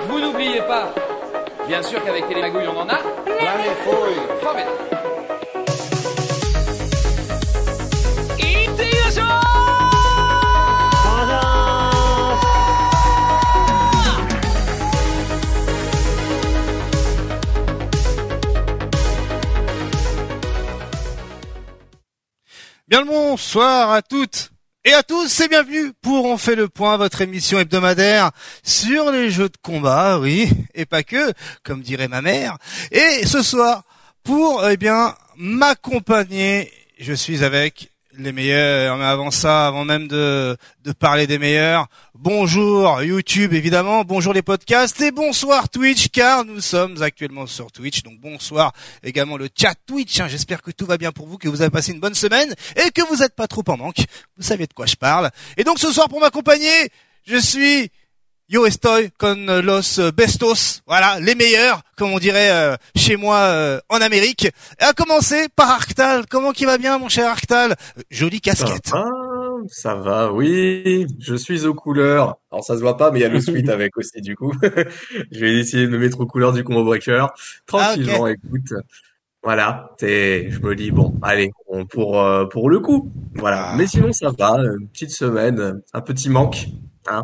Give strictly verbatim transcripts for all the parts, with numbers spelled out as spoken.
Vous n'oubliez pas, bien sûr qu'avec Télémagouille, on en a plein les fouilles. Formidable. Bien le bonsoir à toutes et à tous et bienvenue pour On fait le point, votre émission hebdomadaire sur les jeux de combat, oui, et pas que, comme dirait ma mère. Et ce soir, pour, eh bien, m'accompagner, je suis avec les meilleurs, mais avant ça, avant même de, de parler des meilleurs, bonjour YouTube évidemment, bonjour les podcasts et bonsoir Twitch, car nous sommes actuellement sur Twitch, donc bonsoir également le chat Twitch, hein. J'espère que tout va bien pour vous, que vous avez passé une bonne semaine et que vous n'êtes pas trop en manque, vous savez de quoi je parle. Et donc ce soir pour m'accompagner, je suis... Yo estoy con los bestos, voilà, les meilleurs, comme on dirait euh, chez moi euh, en Amérique. Et à commencer par Arctal. Comment qui va bien, mon cher Arctal? euh, Jolie casquette. Ça va, ça va, oui, je suis aux couleurs. Alors ça se voit pas, mais il y a le sweat avec aussi, du coup. Je vais essayer de me mettre aux couleurs du Combo Breaker. Tranquillement, Ah, okay. Écoute. Voilà, c'est, je me dis, bon, allez, on, pour, euh, pour le coup. Voilà. Ah. Mais sinon, ça va, une petite semaine, un petit manque, hein.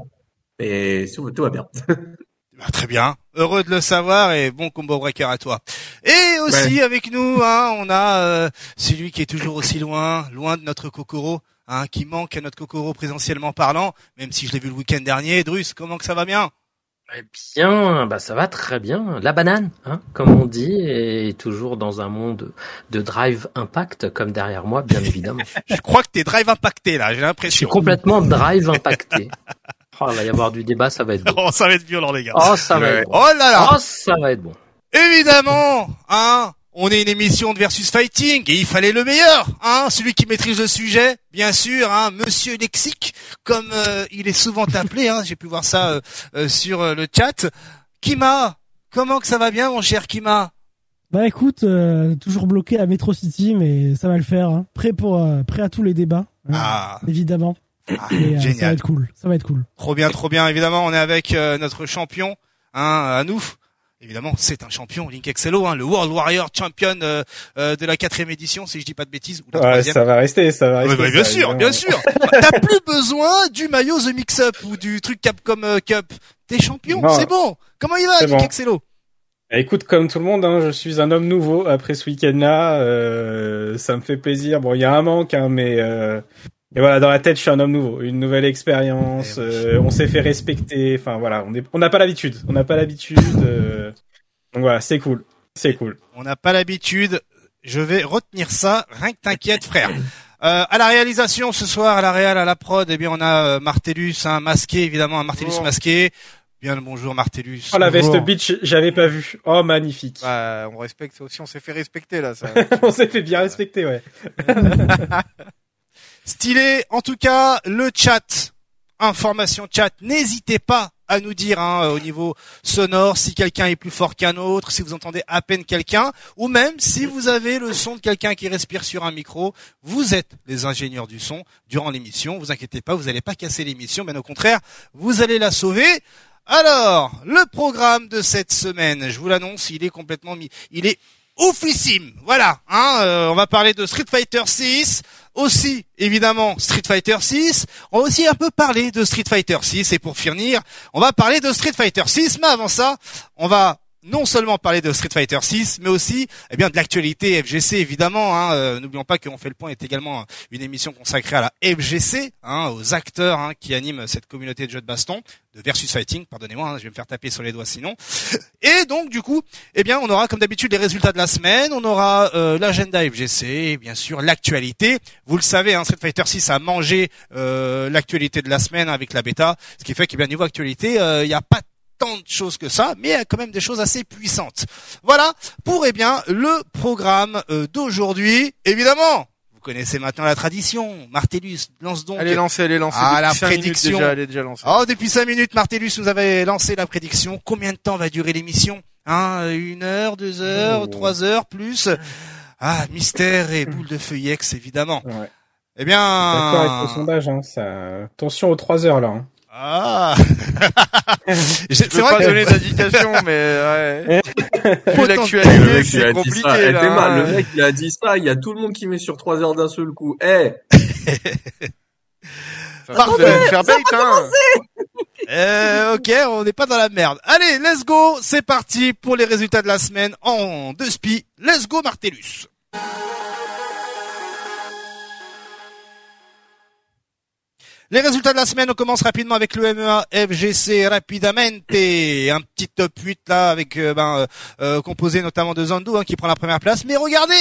Et tout, tout va bien. Bah, très bien, heureux de le savoir et bon combo breaker à toi. Et aussi Ouais. avec nous, hein, on a euh, celui qui est toujours aussi loin, loin de notre Kokoro, hein, qui manque à notre Kokoro présentiellement parlant, même si je l'ai vu le week-end dernier. Drus, comment que ça va bien? Eh bien, bah ça va très bien. La banane, hein, comme on dit, est toujours dans un monde de drive impact, comme derrière moi, bien évidemment. Je crois que t'es drive impacté là, j'ai Je suis l'impression. complètement drive impacté. Oh, il va y avoir du débat, ça va être bon. Oh, ça va être violent les gars. Oh, ça va Ouais. être bon. Oh là là. Oh, ça va être bon. Évidemment, hein, on est une émission de versus fighting et il fallait le meilleur, hein, celui qui maîtrise le sujet, bien sûr, hein, Monsieur Lexique, comme euh, il est souvent appelé, hein, j'ai pu voir ça euh, euh, sur euh, le chat. Kima, comment que ça va bien, mon cher Kima? Bah écoute, euh, toujours bloqué à Metro City, mais ça va le faire. Hein. Prêt pour, euh, prêt à tous les débats, hein, Ah, évidemment. ah, Et, euh, ça va génial, être cool. Ça va être cool. trop bien, trop bien. Évidemment, on est avec euh, notre champion, hein, à nous. Évidemment, c'est un champion, Link Excello, hein, le World Warrior Champion euh, euh, de la quatrième édition, si je dis pas de bêtises, ou la Ouais, troisième. ça va rester, ça va Ouais, rester. bah, bien ça, sûr, évidemment. bien sûr. T'as plus besoin du maillot The Mix-Up ou du truc Capcom euh, Cup. T'es champion, Non. c'est bon. Comment il va, C'est Link bon. Excello? Bah, écoute, comme tout le monde, hein, je suis un homme nouveau après ce week-end-là. Euh, ça me fait plaisir. Bon, il y a un manque, hein, mais euh, et voilà, dans la tête, je suis un homme nouveau, une nouvelle expérience. Eh oui. Euh, on s'est fait respecter. Enfin voilà, on est, on n'a pas l'habitude. On n'a pas l'habitude. Euh, donc voilà, c'est cool, c'est cool. On n'a pas l'habitude. Je vais retenir ça. Rien que t'inquiète, frère. Euh, à la réalisation ce soir, à la réal, à la prod, eh bien on a euh, Martellus, hein, masqué évidemment, un Martellus Bonjour. masqué. Bien le bonjour Martellus. Oh la veste Bonjour. beach, j'avais pas vu. Oh magnifique. Bah, on respecte aussi, on s'est fait respecter là. Ça. On s'est fait bien respecter, ouais. Stylé. En tout cas, le chat, information chat, n'hésitez pas à nous dire hein, au niveau sonore si quelqu'un est plus fort qu'un autre, si vous entendez à peine quelqu'un, ou même si vous avez le son de quelqu'un qui respire sur un micro. Vous êtes les ingénieurs du son durant l'émission. Vous inquiétez pas, vous n'allez pas casser l'émission, mais au contraire, vous allez la sauver. Alors, le programme de cette semaine, je vous l'annonce, il est complètement mis, il est oufissime. Voilà, hein, euh, on va parler de Street Fighter six, aussi évidemment Street Fighter six. On va aussi un peu parler de Street Fighter six et pour finir, on va parler de Street Fighter six. Mais avant ça, on va non seulement parler de Street Fighter six, mais aussi eh bien de l'actualité F G C évidemment. Hein, euh, n'oublions pas qu'on fait le point est également une émission consacrée à la F G C, hein, aux acteurs hein, qui animent cette communauté de jeux de baston, de versus fighting. Pardonnez-moi, hein, je vais me faire taper sur les doigts sinon. Et donc du coup, eh bien on aura comme d'habitude les résultats de la semaine, on aura euh, l'agenda F G C, et bien sûr l'actualité. Vous le savez, hein, Street Fighter six a mangé euh, l'actualité de la semaine avec la bêta, ce qui fait qu'eh bien niveau actualité, il euh, n'y a pas tant de choses que ça, mais il y a quand même des choses assez puissantes. Voilà pour eh bien le programme euh, d'aujourd'hui. Évidemment, vous connaissez maintenant la tradition. Martellus lance donc. Elle est lancée, elle est lancée. Ah, Depuis la cinq minutes prédiction. déjà, elle est déjà lancée. Oh, depuis cinq minutes, Martellus nous avait lancé la prédiction. Combien de temps va durer l'émission? Hein, une heure, deux heures, Oh. trois heures, plus. Ah, mystère et boule de feuillex, évidemment. Ouais. Eh bien. D'accord avec le sondage, hein. Ça... Attention aux trois heures là. Hein. Ah. Je peux pas que... donner d'indication, mais ouais. Vu Le l'actualité, mec, il c'est a dit compliqué ça. Eh, là. t'es mal. Le hein. mec, il a dit ça. Il y a tout le monde qui met sur trois heures d'un seul coup. Eh, Ça Parfait. va me faire bait, hein. Euh, ok, on n'est pas dans la merde. Allez, let's go, c'est parti pour les résultats de la semaine en deux spi. Let's go Martellus. Les résultats de la semaine, on commence rapidement avec le M E A F G C Rapidamente. Un petit top huit là avec euh, ben, euh, composé notamment de Zandu hein, qui prend la première place. Mais regardez,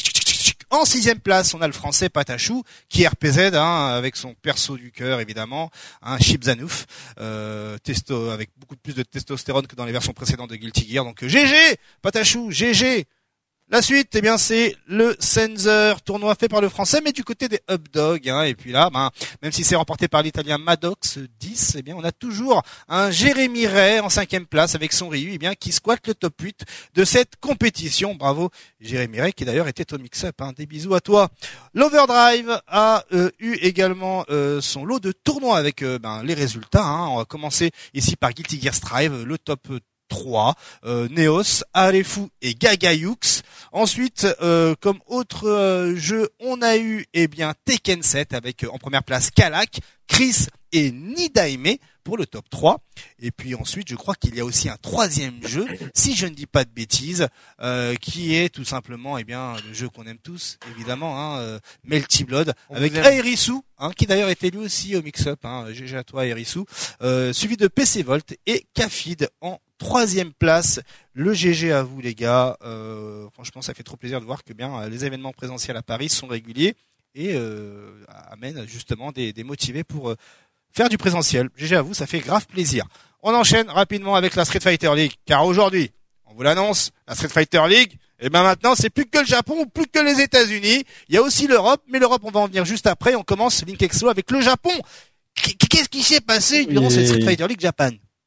en sixième place, on a le français Patachou qui est R P Z hein, avec son perso du cœur évidemment, un Chipzanouf, euh, testo avec beaucoup plus de testostérone que dans les versions précédentes de Guilty Gear. Donc G G Patachou, G G. La suite, eh bien, c'est le Sensor, tournoi fait par le français, mais du côté des Updog, hein. Et puis là, ben, même si c'est remporté par l'italien Maddox dix, eh bien, on a toujours un Jérémy Ray en cinquième place avec son Ryu, eh bien, qui squatte le top huit de cette compétition. Bravo, Jérémy Ray, qui d'ailleurs était au mix-up, hein. Des bisous à toi. L'Overdrive a euh, eu également euh, son lot de tournois avec euh, ben, les résultats, hein. On va commencer ici par Guilty Gear Strive, le top trois, euh, Neos, Arefu et Gagayux. Ensuite, euh, comme autre euh, jeu, on a eu eh bien Tekken sept avec euh, en première place Kalak, Chris et Nidaime pour le top trois. Et puis ensuite, je crois qu'il y a aussi un troisième jeu, si je ne dis pas de bêtises, euh, qui est tout simplement eh bien le jeu qu'on aime tous, évidemment, hein, euh, Melty Blood, On avec vous aime. Aerisu, hein, qui d'ailleurs était lui aussi au mix-up, hein, G G à toi Aerisu, euh, suivi de P C Volt et Kafid en troisième place. Le G G à vous les gars, euh, franchement ça fait trop plaisir de voir que bien les événements présentiels à Paris sont réguliers et euh, amènent justement des, des motivés pour euh, faire du présentiel. G G à vous, ça fait grave plaisir. On enchaîne rapidement avec la Street Fighter League, car aujourd'hui, on vous l'annonce, la Street Fighter League, et ben maintenant c'est plus que le Japon ou plus que les États-Unis. Il y a aussi l'Europe, mais l'Europe on va en venir juste après. On commence Link Exo avec le Japon. Qu'est-ce qui s'est passé durant cette Street Fighter League Japan?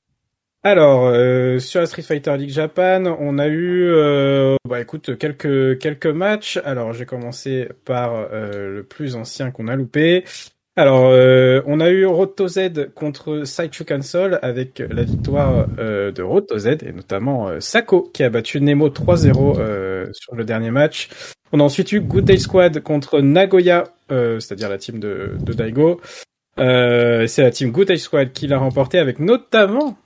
Alors, euh, sur la Street Fighter League Japan, on a eu, euh, bah écoute, quelques quelques matchs. Alors, j'ai commencé par euh, le plus ancien qu'on a loupé. Alors, euh, on a eu Road to Z contre Saichu Cancel avec la victoire euh, de Road to Z et notamment euh, Sako qui a battu Nemo trois zéro euh, sur le dernier match. On a ensuite eu Good Day Squad contre Nagoya, euh, c'est-à-dire la team de, de Daigo. Euh, c'est la team Good Day Squad qui l'a remporté avec notamment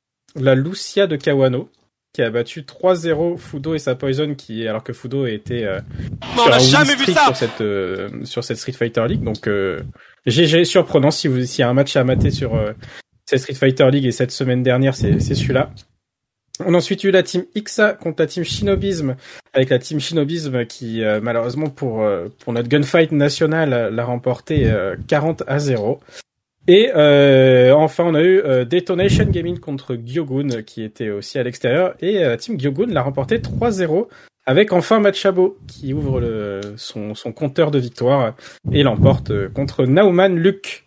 la Lucia de Kawano, qui a battu trois zéro Fudo et sa Poison, qui, alors que Fudo était euh, sur un win streak sur cette, euh, sur cette Street Fighter League. Donc, euh, G G, surprenant. Si vous, s'il y a un match à mater sur euh, cette Street Fighter League et cette semaine dernière, c'est, c'est celui-là. On a ensuite eu la team X A contre la team Shinobism, avec la team Shinobism qui, euh, malheureusement pour, euh, pour notre gunfight national, l'a remporté euh, quarante à zéro. Et euh, enfin, on a eu euh, Detonation Gaming contre Gyogun, qui était aussi à l'extérieur, et euh, la team Gyogun l'a remporté trois zéro, avec enfin Machabo, qui ouvre le, son, son compteur de victoire, et l'emporte euh, contre Nauman Luke.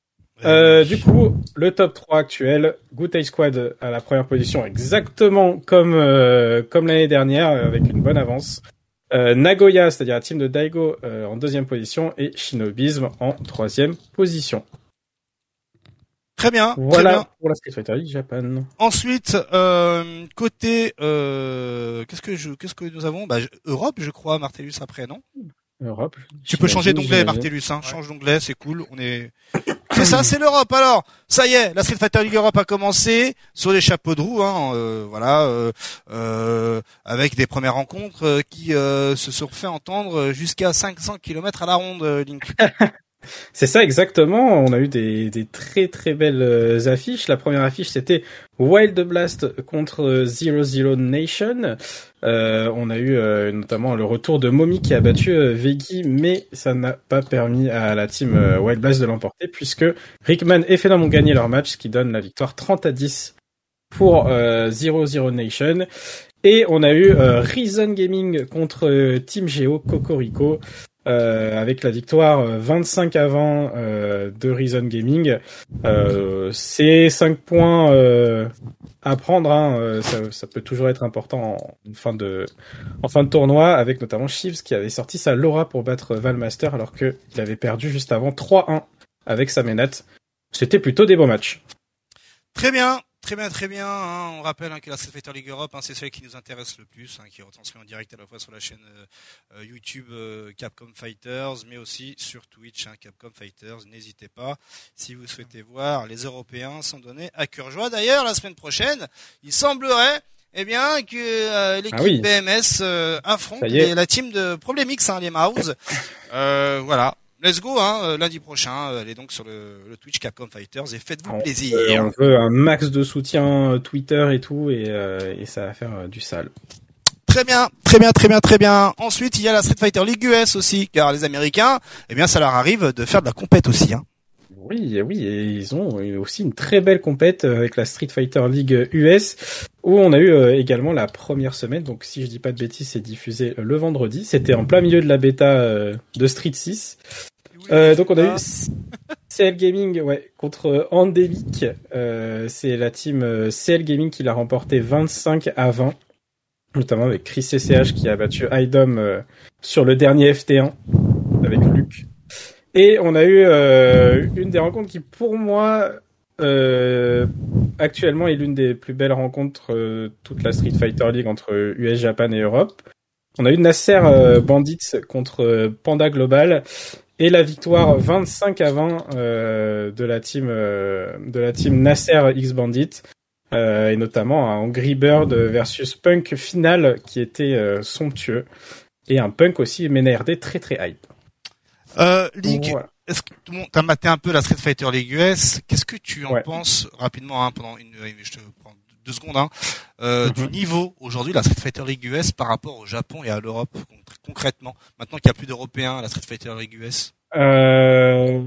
Euh, du coup, le top trois actuel, Good Day Squad à la première position, exactement comme euh, comme l'année dernière, avec une bonne avance. Euh, Nagoya, c'est-à-dire la team de Daigo, euh, en deuxième position, et Shinobism en troisième position. Très bien, Voilà très bien. pour la Street Fighter League Japan. Ensuite, euh, côté, euh, qu'est-ce que je, qu'est-ce que nous avons? Bah, je- Europe, je crois, Martellus après, non? Europe. Tu peux changer d'onglet, Martellus, hein. Change d'onglet, c'est cool. On est, c'est ça, c'est l'Europe. Alors, ça y est, la Street Fighter League Europe a commencé sur les chapeaux de roue, hein, euh, voilà, euh, euh, avec des premières rencontres euh, qui euh, se sont fait entendre jusqu'à cinq cents kilomètres à la ronde, euh, Link. C'est ça exactement. On a eu des, des très très belles euh, affiches. La première affiche c'était Wild Blast contre Zero Zero Nation. Euh, on a eu euh, notamment le retour de Momi qui a battu euh, Veggie, mais ça n'a pas permis à la team euh, Wild Blast de l'emporter puisque Rickman et Phenom ont gagné leur match, ce qui donne la victoire trente à dix pour euh, Zero Zero Nation. Et on a eu euh, Reason Gaming contre euh, Team Geo Cocorico. Euh, avec la victoire euh, vingt-cinq à vingt euh, de Reason Gaming. Euh, c'est cinq points euh, à prendre, hein, euh, ça, ça peut toujours être important en fin de en fin de tournoi, avec notamment Shivs qui avait sorti sa Laura pour battre Valmaster alors qu'il avait perdu juste avant trois un avec sa Menat. c'était plutôt des beaux matchs. Très bien. Très bien, très bien. Hein. On rappelle hein, que la Street Fighter League Europe, hein, c'est celui qui nous intéresse le plus, hein, qui est retransmis en direct à la fois sur la chaîne euh, YouTube euh, Capcom Fighters, mais aussi sur Twitch, hein, Capcom Fighters. N'hésitez pas, si vous souhaitez voir les Européens s'en donner à cœur joie. D'ailleurs, la semaine prochaine, il semblerait eh bien, que euh, l'équipe ah oui. B M S euh, affronte les, la team de Problemix, hein, les Mouse. Euh, voilà. Let's go, hein, lundi prochain, allez donc sur le, le Twitch Capcom Fighters et faites-vous on plaisir. Veut, on veut un max de soutien Twitter et tout, et, euh, et ça va faire euh, du sale. Très bien, très bien, très bien, très bien. Ensuite, il y a la Street Fighter League U S aussi, car les Américains, eh bien, ça leur arrive de faire de la compète aussi, hein. Oui, oui, et ils ont aussi une très belle compète avec la Street Fighter League U S, où on a eu également la première semaine, donc si je dis pas de bêtises, c'est diffusé le vendredi, c'était en plein milieu de la bêta de Street six. Euh, donc on a eu C L Gaming ouais, contre Endemic, euh, c'est la team C L Gaming qui l'a remporté vingt-cinq à vingt, notamment avec Chris C C H qui a battu Idom euh, sur le dernier F T un avec Luc. Et on a eu euh, une des rencontres qui, pour moi, euh, actuellement est l'une des plus belles rencontres euh, toute la Street Fighter League entre U S, Japan et Europe. On a eu Nasser euh, Bandits contre euh, Panda Global et la victoire vingt-cinq à vingt euh, de la team euh, de la team Nasser X Bandit euh, et notamment un Angry Bird versus Punk final qui était euh, somptueux et un Punk aussi Ménardé très très hype. Euh, League, voilà. Est-ce que tout le monde t'as maté un peu la Street Fighter League U S? Qu'est-ce que tu en ouais. penses rapidement hein, pendant une, je te prends deux secondes hein, euh, mm-hmm. du niveau aujourd'hui la Street Fighter League U S par rapport au Japon et à l'Europe concrètement maintenant qu'il n'y a plus d'Européens à la Street Fighter League U S? Euh...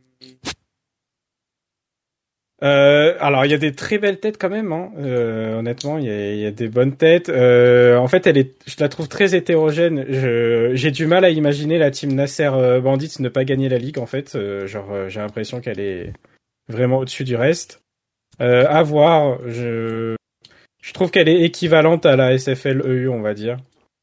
Euh, alors il y a des très belles têtes quand même, hein. euh, honnêtement il y a, il y a des bonnes têtes. Euh, en fait elle est, je la trouve très hétérogène. Je, j'ai du mal à imaginer la team Nasser Bandits ne pas gagner la ligue en fait. Euh, genre j'ai l'impression qu'elle est vraiment au-dessus du reste. Euh, à voir. Je, je trouve qu'elle est équivalente à la S F L E U on va dire.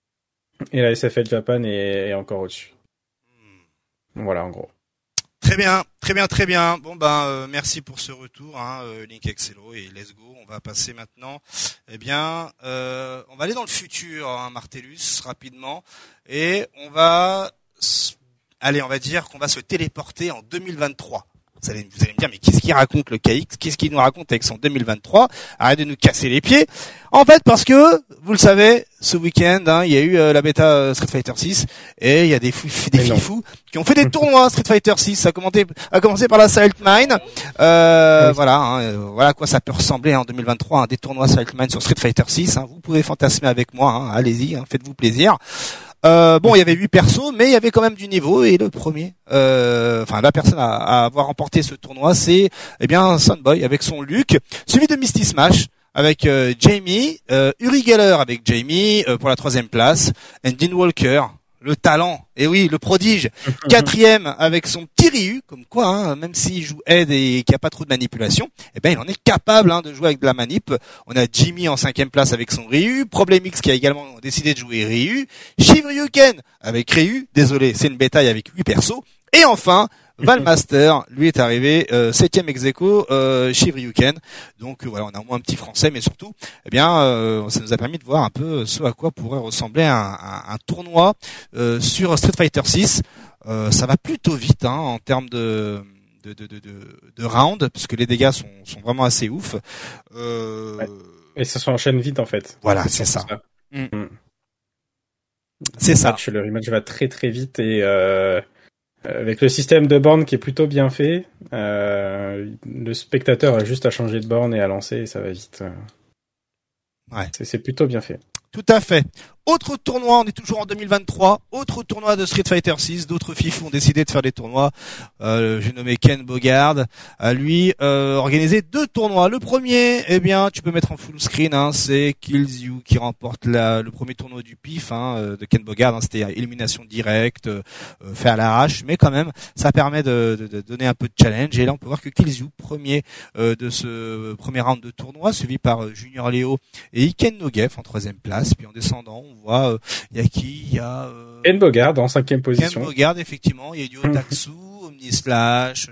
Et la S F L Japan est, est encore au-dessus. Voilà en gros. Très bien, très bien, très bien. Bon ben euh, merci pour ce retour, hein, euh, Link Excello et let's go. On va passer maintenant. Eh bien, euh, on va aller dans le futur, hein, Martellus, rapidement, et on va, allez, on va dire qu'on va se téléporter en deux mille vingt-trois. Vous allez, vous allez me dire, mais qu'est-ce qu'il raconte le K X? Qu'est-ce qu'il nous raconte avec son deux mille vingt-trois? Arrête de nous casser les pieds. En fait, parce que, vous le savez, ce week-end, hein, il y a eu euh, la bêta euh, Street Fighter six, et il y a des fous, des fifous qui ont fait des tournois Street Fighter six. Ça a commencé, a commencé par la Silent Mine. Euh, oui. Voilà, hein, euh, voilà à quoi ça peut ressembler en deux mille vingt-trois, hein, des tournois Silent Mine sur Street Fighter six. Hein. Vous pouvez fantasmer avec moi, hein, allez-y, hein, faites-vous plaisir. Euh, bon, il y avait huit persos, mais il y avait quand même du niveau, et le premier, euh, enfin, la personne à, à avoir remporté ce tournoi, c'est, eh bien, Sunboy avec son Luke, suivi de Misty Smash, avec euh, Jamie, euh, Uri Geller avec Jamie, euh, pour la troisième place, et Dean Walker, le talent, et oui, le prodige, quatrième avec son petit Ryu, comme quoi, hein, même s'il joue aide et qu'il n'y a pas trop de manipulation, eh ben il en est capable hein, de jouer avec de la manip. On a Jimmy en cinquième place avec son Ryu, Problemix qui a également décidé de jouer Ryu, Shivyuken avec Ryu, désolé, c'est une bêtaille avec huit persos, et enfin, Valmaster, lui est arrivé euh, septième ex-aequo, euh, Shivyuken. Donc euh, voilà, on a au moins un petit français, mais surtout, eh bien, euh, ça nous a permis de voir un peu ce à quoi pourrait ressembler un, un, un tournoi euh, sur Street Fighter six. Euh, ça va plutôt vite hein, en termes de de de de, de, de round, parce que les dégâts sont, sont vraiment assez ouf. Euh... Ouais. Et ça s'enchaîne vite en fait. Voilà, c'est, c'est ça. ça. Mmh. C'est le ça. Match, le rematch va très très vite et euh... avec le système de borne qui est plutôt bien fait, euh, le spectateur a juste à changer de borne et à lancer et ça va vite. Ouais. C'est, c'est plutôt bien fait. Tout à fait. Autre tournoi, on est toujours en deux mille vingt-trois, autre tournoi de Street Fighter six, d'autres fifous ont décidé de faire des tournois. Euh, j'ai nommé Ken Bogard, à lui euh, organisé deux tournois. Le premier, eh bien, tu peux mettre en full screen, hein, c'est Kills You qui remporte la, le premier tournoi du P I F hein, de Ken Bogard. Hein, c'était élimination directe, euh, fait à l'arrache, mais quand même, ça permet de, de, de donner un peu de challenge. Et là, on peut voir que Kills You, premier euh, de ce premier round de tournoi, suivi par euh, Junior Léo et Iken Nogef en troisième place. Puis en descendant, on voit, il euh, y a qui, il y a euh, Ken Bogard en cinquième position. Ken Bogard, effectivement, il y a du Otaksu, Omnislash, je vois tout en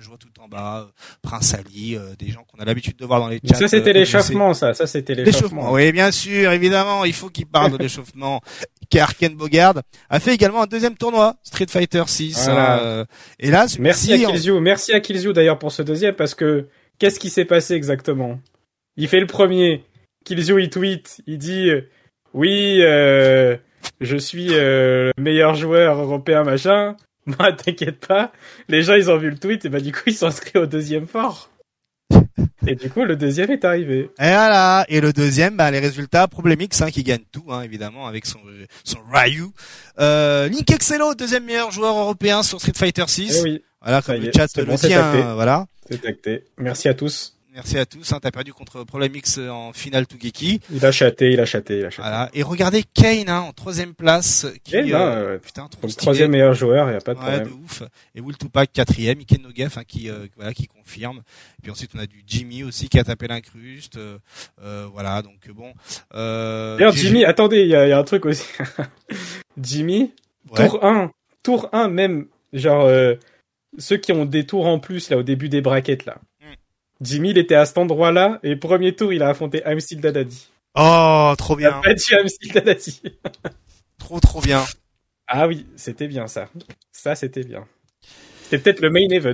bah, Prince Ali, euh, des gens qu'on a l'habitude de voir dans les Mais chats. ça, c'était euh, l'échauffement, ça. Ça, c'était l'échauffement. Oui, bien sûr, évidemment, il faut qu'il parle de l'échauffement. Ken Bogard a fait également un deuxième tournoi, Street Fighter six. Voilà. Euh, et là, Merci à si on- Killzoo. Merci à Killzoo d'ailleurs pour ce deuxième parce que qu'est-ce qui s'est passé exactement? Il fait le premier. Killzoo, il tweet. Il dit, euh, oui, euh, je suis euh, le meilleur joueur européen, machin. Bah, t'inquiète pas. Les gens, ils ont vu le tweet et bah, du coup, ils sont inscrits au deuxième fort. Et du coup, le deuxième est arrivé. Et voilà. Et le deuxième, bah, les résultats, Problemix, hein, qui gagne tout, hein, évidemment, avec son, son Ryu. Euh, Link Excello, deuxième meilleur joueur européen sur Street Fighter six. Eh oui, Voilà, ça comme y le est, chat c'est le bon, c'est dit, acté. hein, voilà. c'est acté. Merci à tous. Merci à tous, hein, t'as perdu contre Problemix en finale Tougeki. Il a chaté, il a chaté, il a chaté. Voilà. Et regardez Kane, hein, en troisième place, qui, Eh ben, euh, ouais. putain, trop Donc, stylé. troisième meilleur joueur, il n'y a pas de Ouais, problème. de ouf. Et Will Tupac quatrième, Iken Nogef, hein, qui euh, voilà, qui confirme. Et puis ensuite on a du Jimmy aussi qui a tapé l'incruste. Euh, euh, voilà, donc bon. Euh, D'ailleurs, j'ai- Jimmy, attendez, il y, a- il y a un truc aussi. Jimmy, Ouais. tour un, tour un même, genre euh, ceux qui ont des tours en plus là au début des brackets là. Mm. Jimmy, il était à cet endroit-là et premier tour, il a affronté I'm Still Daddy. Oh, trop Il a bien, battu I'm Still Daddy. trop trop bien. Ah oui, c'était bien ça. Ça, c'était bien. C'était peut-être le main event.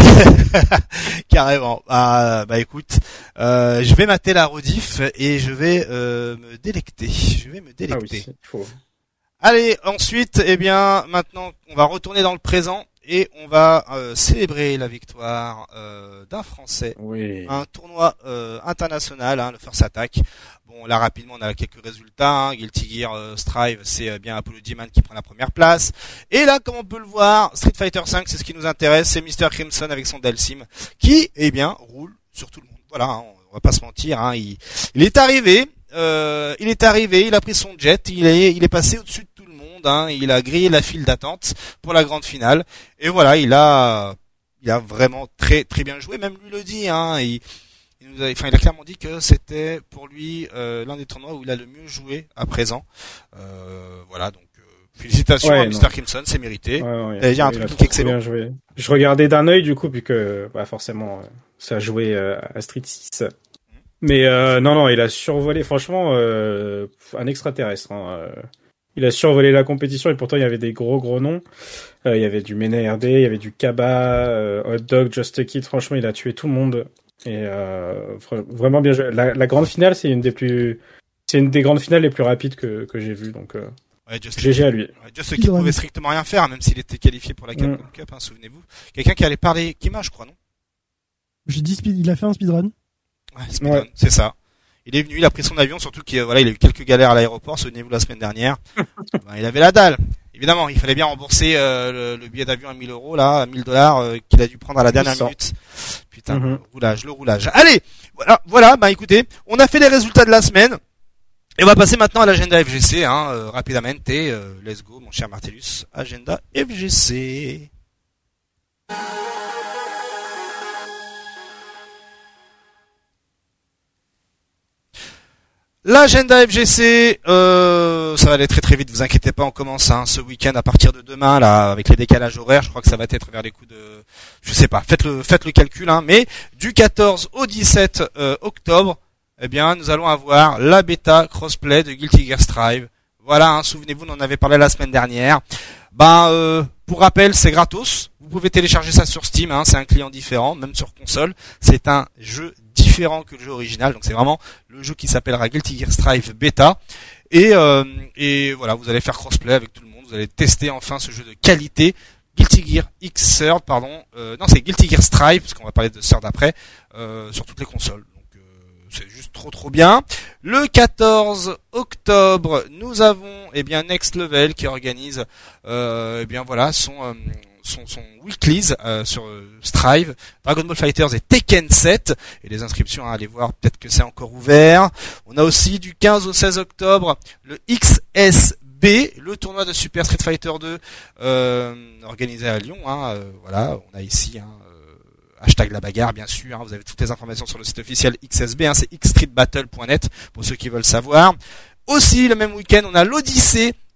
Carrément. Ah, bah écoute, euh, je vais mater la rediff et je vais euh, me délecter. Je vais me Ah délecter. oui, il faut. Allez, ensuite, eh bien, maintenant, on va retourner dans le présent et on va euh, célébrer la victoire euh, d'un Français. Oui. Un tournoi euh, international, hein, le First Attack. Bon, là rapidement, on a quelques résultats. Hein. Guilty Gear euh, Strive, c'est euh, bien Apollo G-Man qui prend la première place. Et là, comme on peut le voir, Street Fighter cinq, c'est ce qui nous intéresse. C'est mister Crimson avec son Dalsim qui, eh bien, roule sur tout le monde. Voilà, hein, on va pas se mentir. Hein, il, il est arrivé. Euh, il est arrivé, il a pris son jet, il est, il est passé au-dessus de tout le monde, hein, il a grillé la file d'attente pour la grande finale, et voilà, il a, il a vraiment très, très bien joué, même lui le dit, hein, il, il nous a, enfin, il a clairement dit que c'était pour lui euh, l'un des tournois où il a le mieux joué à présent, euh, voilà, donc euh, félicitations Ouais, à non. mister Crimson, c'est mérité. Ouais, ouais, T'allais dire un il truc a qui est trop excellent. bien joué. Je regardais d'un œil du coup, puisque bah, forcément, euh, ça a joué euh, à Street six. Mais euh, non, non, il a survolé, franchement, euh, un extraterrestre. Hein, euh. Il a survolé la compétition et pourtant il y avait des gros gros noms. Euh, il y avait du Mena R D, il y avait du Kaba, euh, Hot Dog, Just a Kid. Franchement, il a tué tout le monde et euh, vra- vraiment bien joué. La, la grande finale, c'est une des plus, c'est une des grandes finales les plus rapides que que j'ai vues. Donc euh, Ouais, Just G G à lui. Ouais, Just qui pouvait strictement rien faire, même s'il était qualifié pour la Capcom Mm. Cup, hein, souvenez-vous. Quelqu'un qui allait parler Kima, je crois, non? J'ai dit speed, il a fait un speedrun. Ouais, speedrun, Ouais. c'est ça. Il est venu, il a pris son avion, surtout qu'il voilà, il a eu quelques galères à l'aéroport, souvenez-vous la semaine dernière. Ben, il avait la dalle. Évidemment, il fallait bien rembourser euh, le, le billet d'avion à mille euros, là, à mille dollars, euh, qu'il a dû prendre à la dernière cent. minute. Putain, Mhm. le roulage, le roulage. Allez, voilà, voilà. Bah écoutez, on a fait les résultats de la semaine. Et on va passer maintenant à l'agenda F G C, hein, euh, rapidement. Euh, let's go, mon cher Martellus. Agenda F G C. L'agenda F G C, euh, ça va aller très très vite, vous inquiétez pas, on commence hein, ce week-end à partir de demain, là, avec les décalages horaires, je crois que ça va être vers les coups de, je sais pas, faites le, faites le calcul, hein, mais du quatorze au dix-sept euh, octobre, eh bien, nous allons avoir la bêta crossplay de Guilty Gear Strive. Voilà, hein, souvenez-vous, on en avait parlé la semaine dernière. Ben, euh, pour rappel, c'est gratos. Vous pouvez télécharger ça sur Steam, hein, c'est un client différent, même sur console. C'est un jeu différent que le jeu original, donc c'est vraiment le jeu qui s'appellera Guilty Gear Strive Beta. Et, euh, et voilà, vous allez faire crossplay avec tout le monde, vous allez tester enfin ce jeu de qualité. Guilty Gear X Third, pardon, euh, non c'est Guilty Gear Strive, parce qu'on va parler de Third après, euh, sur toutes les consoles. C'est juste trop trop bien. Le quatorze octobre, nous avons eh bien Next Level qui organise euh, eh bien voilà son euh, son, son weeklies euh, sur euh, Strive, Dragon Ball Fighters et Tekken sept et les inscriptions hein, allez voir peut-être que c'est encore ouvert. On a aussi du quinze au seize octobre le X S B, le tournoi de Super Street Fighter deux euh, organisé à Lyon. Hein, euh, voilà, on a ici. Hein, hashtag la bagarre bien sûr, hein, vous avez toutes les informations sur le site officiel X S B, hein, c'est x street battle point net pour ceux qui veulent savoir. Aussi le même week-end on a l'Odyssée,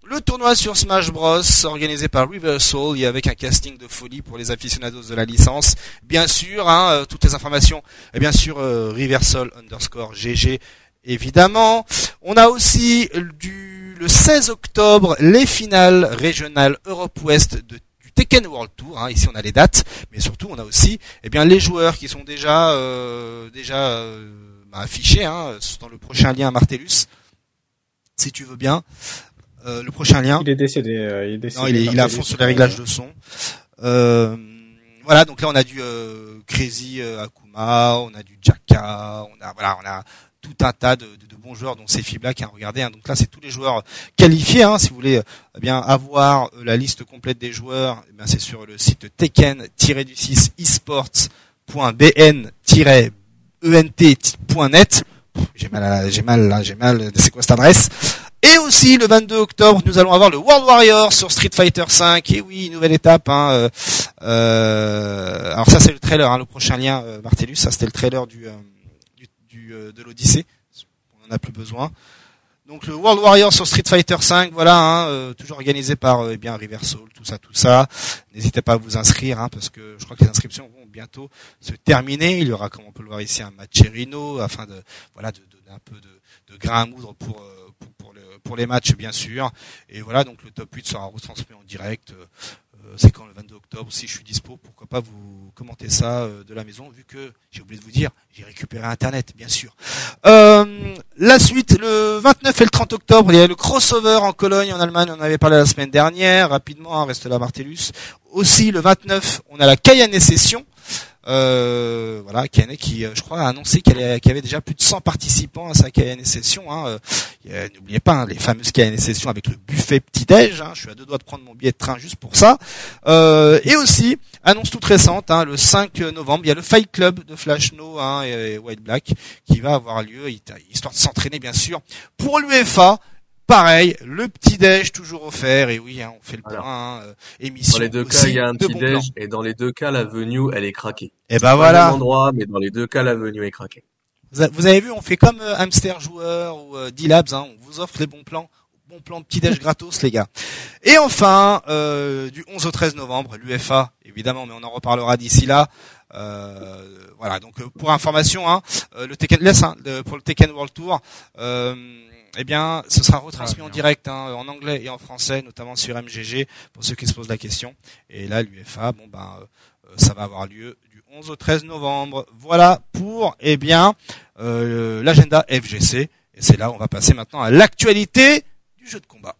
le tournoi sur Smash Bros organisé par Reversal et avec un casting de folie pour les aficionados de la licence. Bien sûr, hein, euh, toutes les informations, et bien sûr euh, Reversal underscore G G évidemment. On a aussi du le seize octobre les finales régionales Europe Ouest de du Tekken World Tour. Hein, ici on a les dates, mais surtout on a aussi eh bien les joueurs qui sont déjà euh, déjà euh, bah, affichés hein, dans le prochain lien Martellus, si tu veux bien. Euh, le prochain lien. Il est décédé. Euh, il est décédé. Non, il est, il est à fond sur les réglages de son. Euh, voilà, donc là on a du euh, Crazy euh, Akuma, on a du Jaka, on a voilà, on a tout un tas de, de, de bons joueurs, dont c'est Fibla qui a regardé. Hein. Donc là c'est tous les joueurs qualifiés. Hein, si vous voulez eh bien avoir euh, la liste complète des joueurs, eh bien c'est sur le site tekken du six esports point b n tiret e n t point net. J'ai mal, à, j'ai mal là, j'ai mal. C'est quoi cette adresse? Et aussi, le vingt-deux octobre, nous allons avoir le World Warrior sur Street Fighter cinq. Et oui, nouvelle étape. Hein, euh, euh, alors ça, c'est le trailer. Hein, le prochain lien, euh, Martellus, ça c'était le trailer du, euh, du, du euh, de l'Odyssée. On en a plus besoin. Donc le World Warrior sur Street Fighter cinq, voilà, hein, euh, toujours organisé par euh, eh bien Reversal, tout ça, tout ça. N'hésitez pas à vous inscrire, hein, parce que je crois que les inscriptions vont bientôt se terminer. Il y aura, comme on peut le voir ici, un match Cherino, afin de voilà de donner un peu de, de grain à moudre pour euh, pour, pour, le, pour les matchs, bien sûr. Et voilà, donc le top huit sera retransmis en direct. Euh, c'est quand le vingt-deux octobre, si je suis dispo, pourquoi pas vous commenter ça euh, de la maison, vu que j'ai oublié de vous dire, j'ai récupéré Internet, bien sûr. Euh, la suite, le vingt-neuf et le trente octobre, il y a le crossover en Cologne, en Allemagne, on en avait parlé la semaine dernière, rapidement, hein, reste là Martellus. Aussi, le vingt-neuf, on a la Kayane Session. Euh, voilà, Kayane qui, je crois, a annoncé qu'elle qu'il y avait déjà plus de cent participants à sa Kayane Session. Hein. Euh, n'oubliez pas hein, les fameuses Kayane Sessions avec le buffet petit-déj. Hein. Je suis à deux doigts de prendre mon billet de train juste pour ça. Euh, et aussi, annonce toute récente, hein, le cinq novembre, il y a le Fight Club de Flash No hein, et, et White Black qui va avoir lieu, histoire de s'entraîner bien sûr, pour l'U F A. Pareil, le petit-déj toujours offert, et oui, hein, on fait le Voilà. point, euh, émission Dans les deux aussi cas, il y a un de petit bons déj, plans. et dans les deux cas, la venue, elle est craquée. Et ben Pas le voilà. même endroit, mais dans les deux cas, la venue est craquée. Vous a- vous avez vu, on fait comme euh, Hamster Joueur ou euh, D-Labs, hein, on vous offre les bons plans, bons plans petit-déj gratos, les gars. Et enfin, euh, du onze au treize novembre, l'U F A, évidemment, mais on en reparlera d'ici là. Euh, voilà, donc euh, pour information, hein, euh, le Tekken, laisse, hein, le- pour le Tekken World Tour, euh, eh bien, ce sera retransmis Ah, en bien. direct, hein, en anglais et en français, notamment sur M G G, pour ceux qui se posent la question. Et là, l'U F A, bon ben, euh, ça va avoir lieu du onze au treize novembre. Voilà pour, eh bien, euh, l'agenda F G C. Et c'est là où on va passer maintenant à l'actualité du jeu de combat.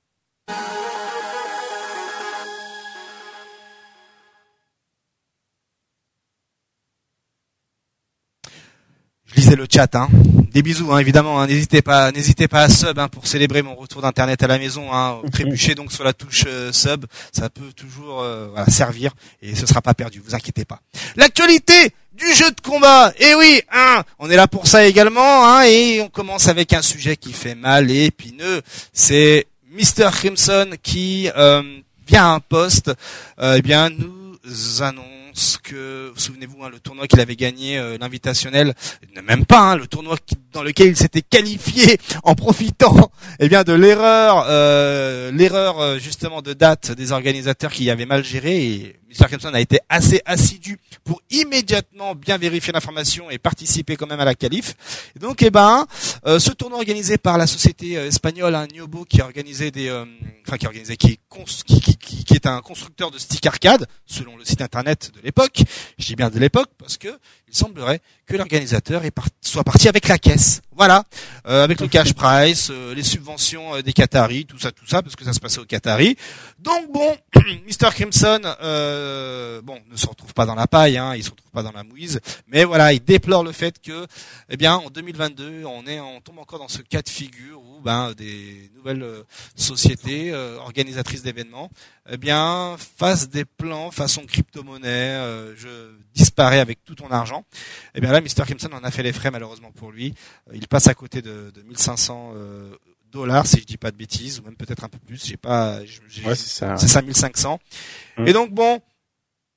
Je lisais le chat, hein. Des bisous, hein, évidemment. Hein. N'hésitez pas, n'hésitez pas à sub hein, pour célébrer mon retour d'internet à la maison. Hein. Trébuchez donc sur la touche euh, sub, ça peut toujours euh, voilà, servir et ce sera pas perdu. Vous inquiétez pas. L'actualité du jeu de combat. Et oui, hein, on est là pour ça également. Hein, et on commence avec un sujet qui fait mal et épineux. C'est Mister Crimson qui euh, via un post, euh, eh bien nous annonce que, vous souvenez-vous, hein, le tournoi qu'il avait gagné, euh, l'invitationnel, ne même pas, hein, le tournoi qui, dans lequel il s'était qualifié en profitant, eh bien, de l'erreur, euh, l'erreur euh, justement de date des organisateurs qui avaient mal géré. Et Mister Crimson a été assez assidu pour immédiatement bien vérifier l'information et participer quand même à la qualif. Et donc, eh ben, euh, ce tournoi organisé par la société euh, espagnole, hein, Niobo, qui a organisé des, euh, enfin, qui a organisé, qui est, cons- qui, qui, qui, qui est un constructeur de stick arcade, selon le site internet de l'époque. Je dis bien de l'époque parce que il semblerait que l'organisateur est par- soit parti avec la caisse. Voilà, euh, avec le cash price, euh, les subventions euh, des Qataris, tout ça, tout ça, parce que ça se passait aux Qataris. Donc bon, Mister Crimson, euh, bon, ne se retrouve pas dans la paille, hein, il se retrouve pas dans la mouise, mais voilà, il déplore le fait que, eh bien, en deux mille vingt-deux, on est, on tombe encore dans ce cas de figure où, ben, des nouvelles euh, sociétés euh, organisatrices d'événements, eh bien, fassent des plans façon crypto-monnaie, euh, je disparais avec tout ton argent. Eh bien là, Mister Crimson en a fait les frais malheureusement pour lui. Euh, il passe à côté de, de mille cinq cents euh, dollars, si je dis pas de bêtises, ou même peut-être un peu plus. J'ai pas, j'ai, Ouais, c'est ça. c'est ça mille cinq cents. Mm. Et donc bon,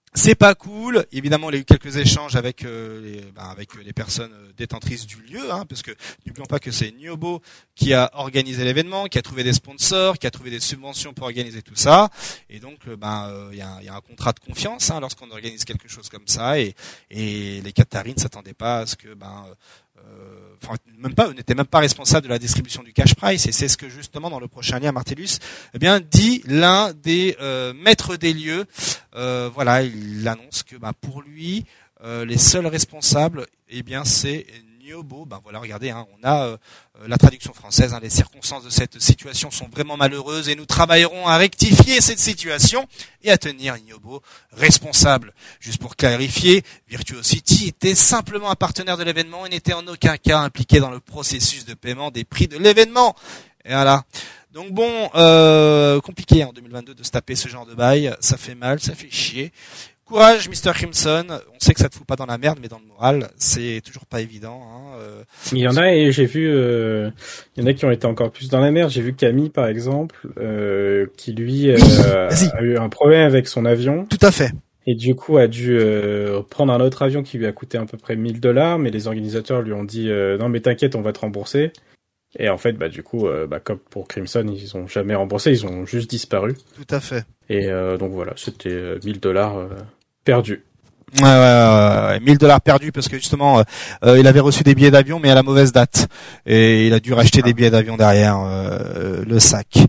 C'est pas cool. Évidemment, il y a eu quelques échanges avec euh, les, ben, avec les personnes détentrices du lieu, hein, parce que n'oublions pas que c'est Niobo qui a organisé l'événement, qui a trouvé des sponsors, qui a trouvé des subventions pour organiser tout ça. Et donc, ben, il euh, y, a, y a un contrat de confiance hein, lorsqu'on organise quelque chose comme ça. Et, et les Qataris ne s'attendaient pas à ce que, ben, euh, enfin, même pas, n'étaient même pas responsables de la distribution du cash prize. Et c'est ce que justement dans le prochain lien Martellus, eh bien, dit l'un des euh, maîtres des lieux. Euh, voilà, il annonce que bah, pour lui, euh, les seuls responsables, eh bien, c'est Niobo. Ben voilà, regardez, hein, on a euh, la traduction française. Hein, les circonstances de cette situation sont vraiment malheureuses et nous travaillerons à rectifier cette situation et à tenir Niobo responsable. Juste pour clarifier, Virtuosity était simplement un partenaire de l'événement et n'était en aucun cas impliqué dans le processus de paiement des prix de l'événement. Et voilà. Donc bon, euh, compliqué en deux mille vingt-deux de se taper ce genre de bail, ça fait mal, ça fait chier. Courage, mister Crimson. On sait que ça te fout pas dans la merde, mais dans le moral, c'est toujours pas évident. Hein. Euh, il y en a et j'ai vu, euh, il y en a qui ont été encore plus dans la merde. J'ai vu Camille par exemple, euh, qui lui euh, a eu un problème avec son avion. Tout à fait. Et du coup a dû euh, prendre un autre avion qui lui a coûté à peu près mille dollars, mais les organisateurs lui ont dit euh, non mais t'inquiète, on va te rembourser. Et en fait, bah du coup, euh, bah comme pour Crimson, ils ont jamais remboursé, ils ont juste disparu. Tout à fait. Et euh, donc voilà, c'était euh, mille dollars euh, perdus. Ouais, ouais, ouais, ouais, mille dollars perdus parce que justement, euh, il avait reçu des billets d'avion mais à la mauvaise date et il a dû racheter des billets d'avion derrière euh, le sac,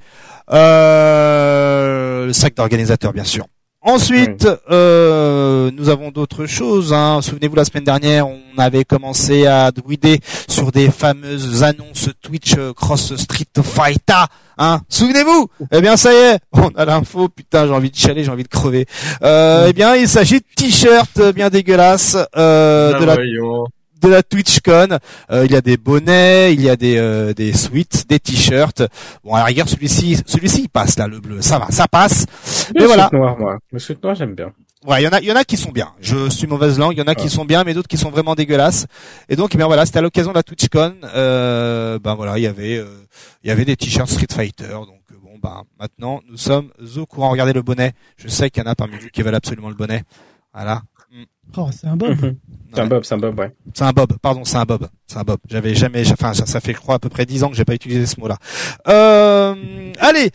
euh, le sac d'organisateur bien sûr. Ensuite, oui. euh, nous avons d'autres choses. Hein. Souvenez-vous, la semaine dernière, on avait commencé à druider sur des fameuses annonces Twitch Cross Street Fighter. Hein. Souvenez-vous. Eh bien, ça y est, on a l'info. Putain, j'ai envie de chialer, j'ai envie de crever. Euh, oui. Eh bien, il s'agit de t-shirts bien dégueulasses euh, ah, de la. Voyons. de la TwitchCon, euh, il y a des bonnets, il y a des euh, des sweats, des t-shirts. Bon, à la rigueur, celui-ci, celui-ci, il passe là, le bleu, ça va, ça passe. Mais voilà. Noir, moi, le sweat noir, j'aime bien. Ouais, il y en a, il y en a qui sont bien. Je suis mauvaise langue, il y en a ah. qui sont bien, mais d'autres qui sont vraiment dégueulasses. Et donc, eh bien voilà, c'était à l'occasion de la TwitchCon. Euh, ben voilà, il y avait, euh, il y avait des t-shirts Street Fighter. Donc bon, ben maintenant, nous sommes au courant. Regardez le bonnet. Je sais qu'il y en a parmi vous qui veulent absolument le bonnet. Voilà. Oh, c'est un bob. Mmh. C'est un bob, c'est un bob, ouais. C'est un bob, pardon, c'est un bob. C'est un bob. J'avais jamais, enfin, ça, ça fait, je crois, à peu près dix ans que j'ai pas utilisé ce mot-là. Euh, allez.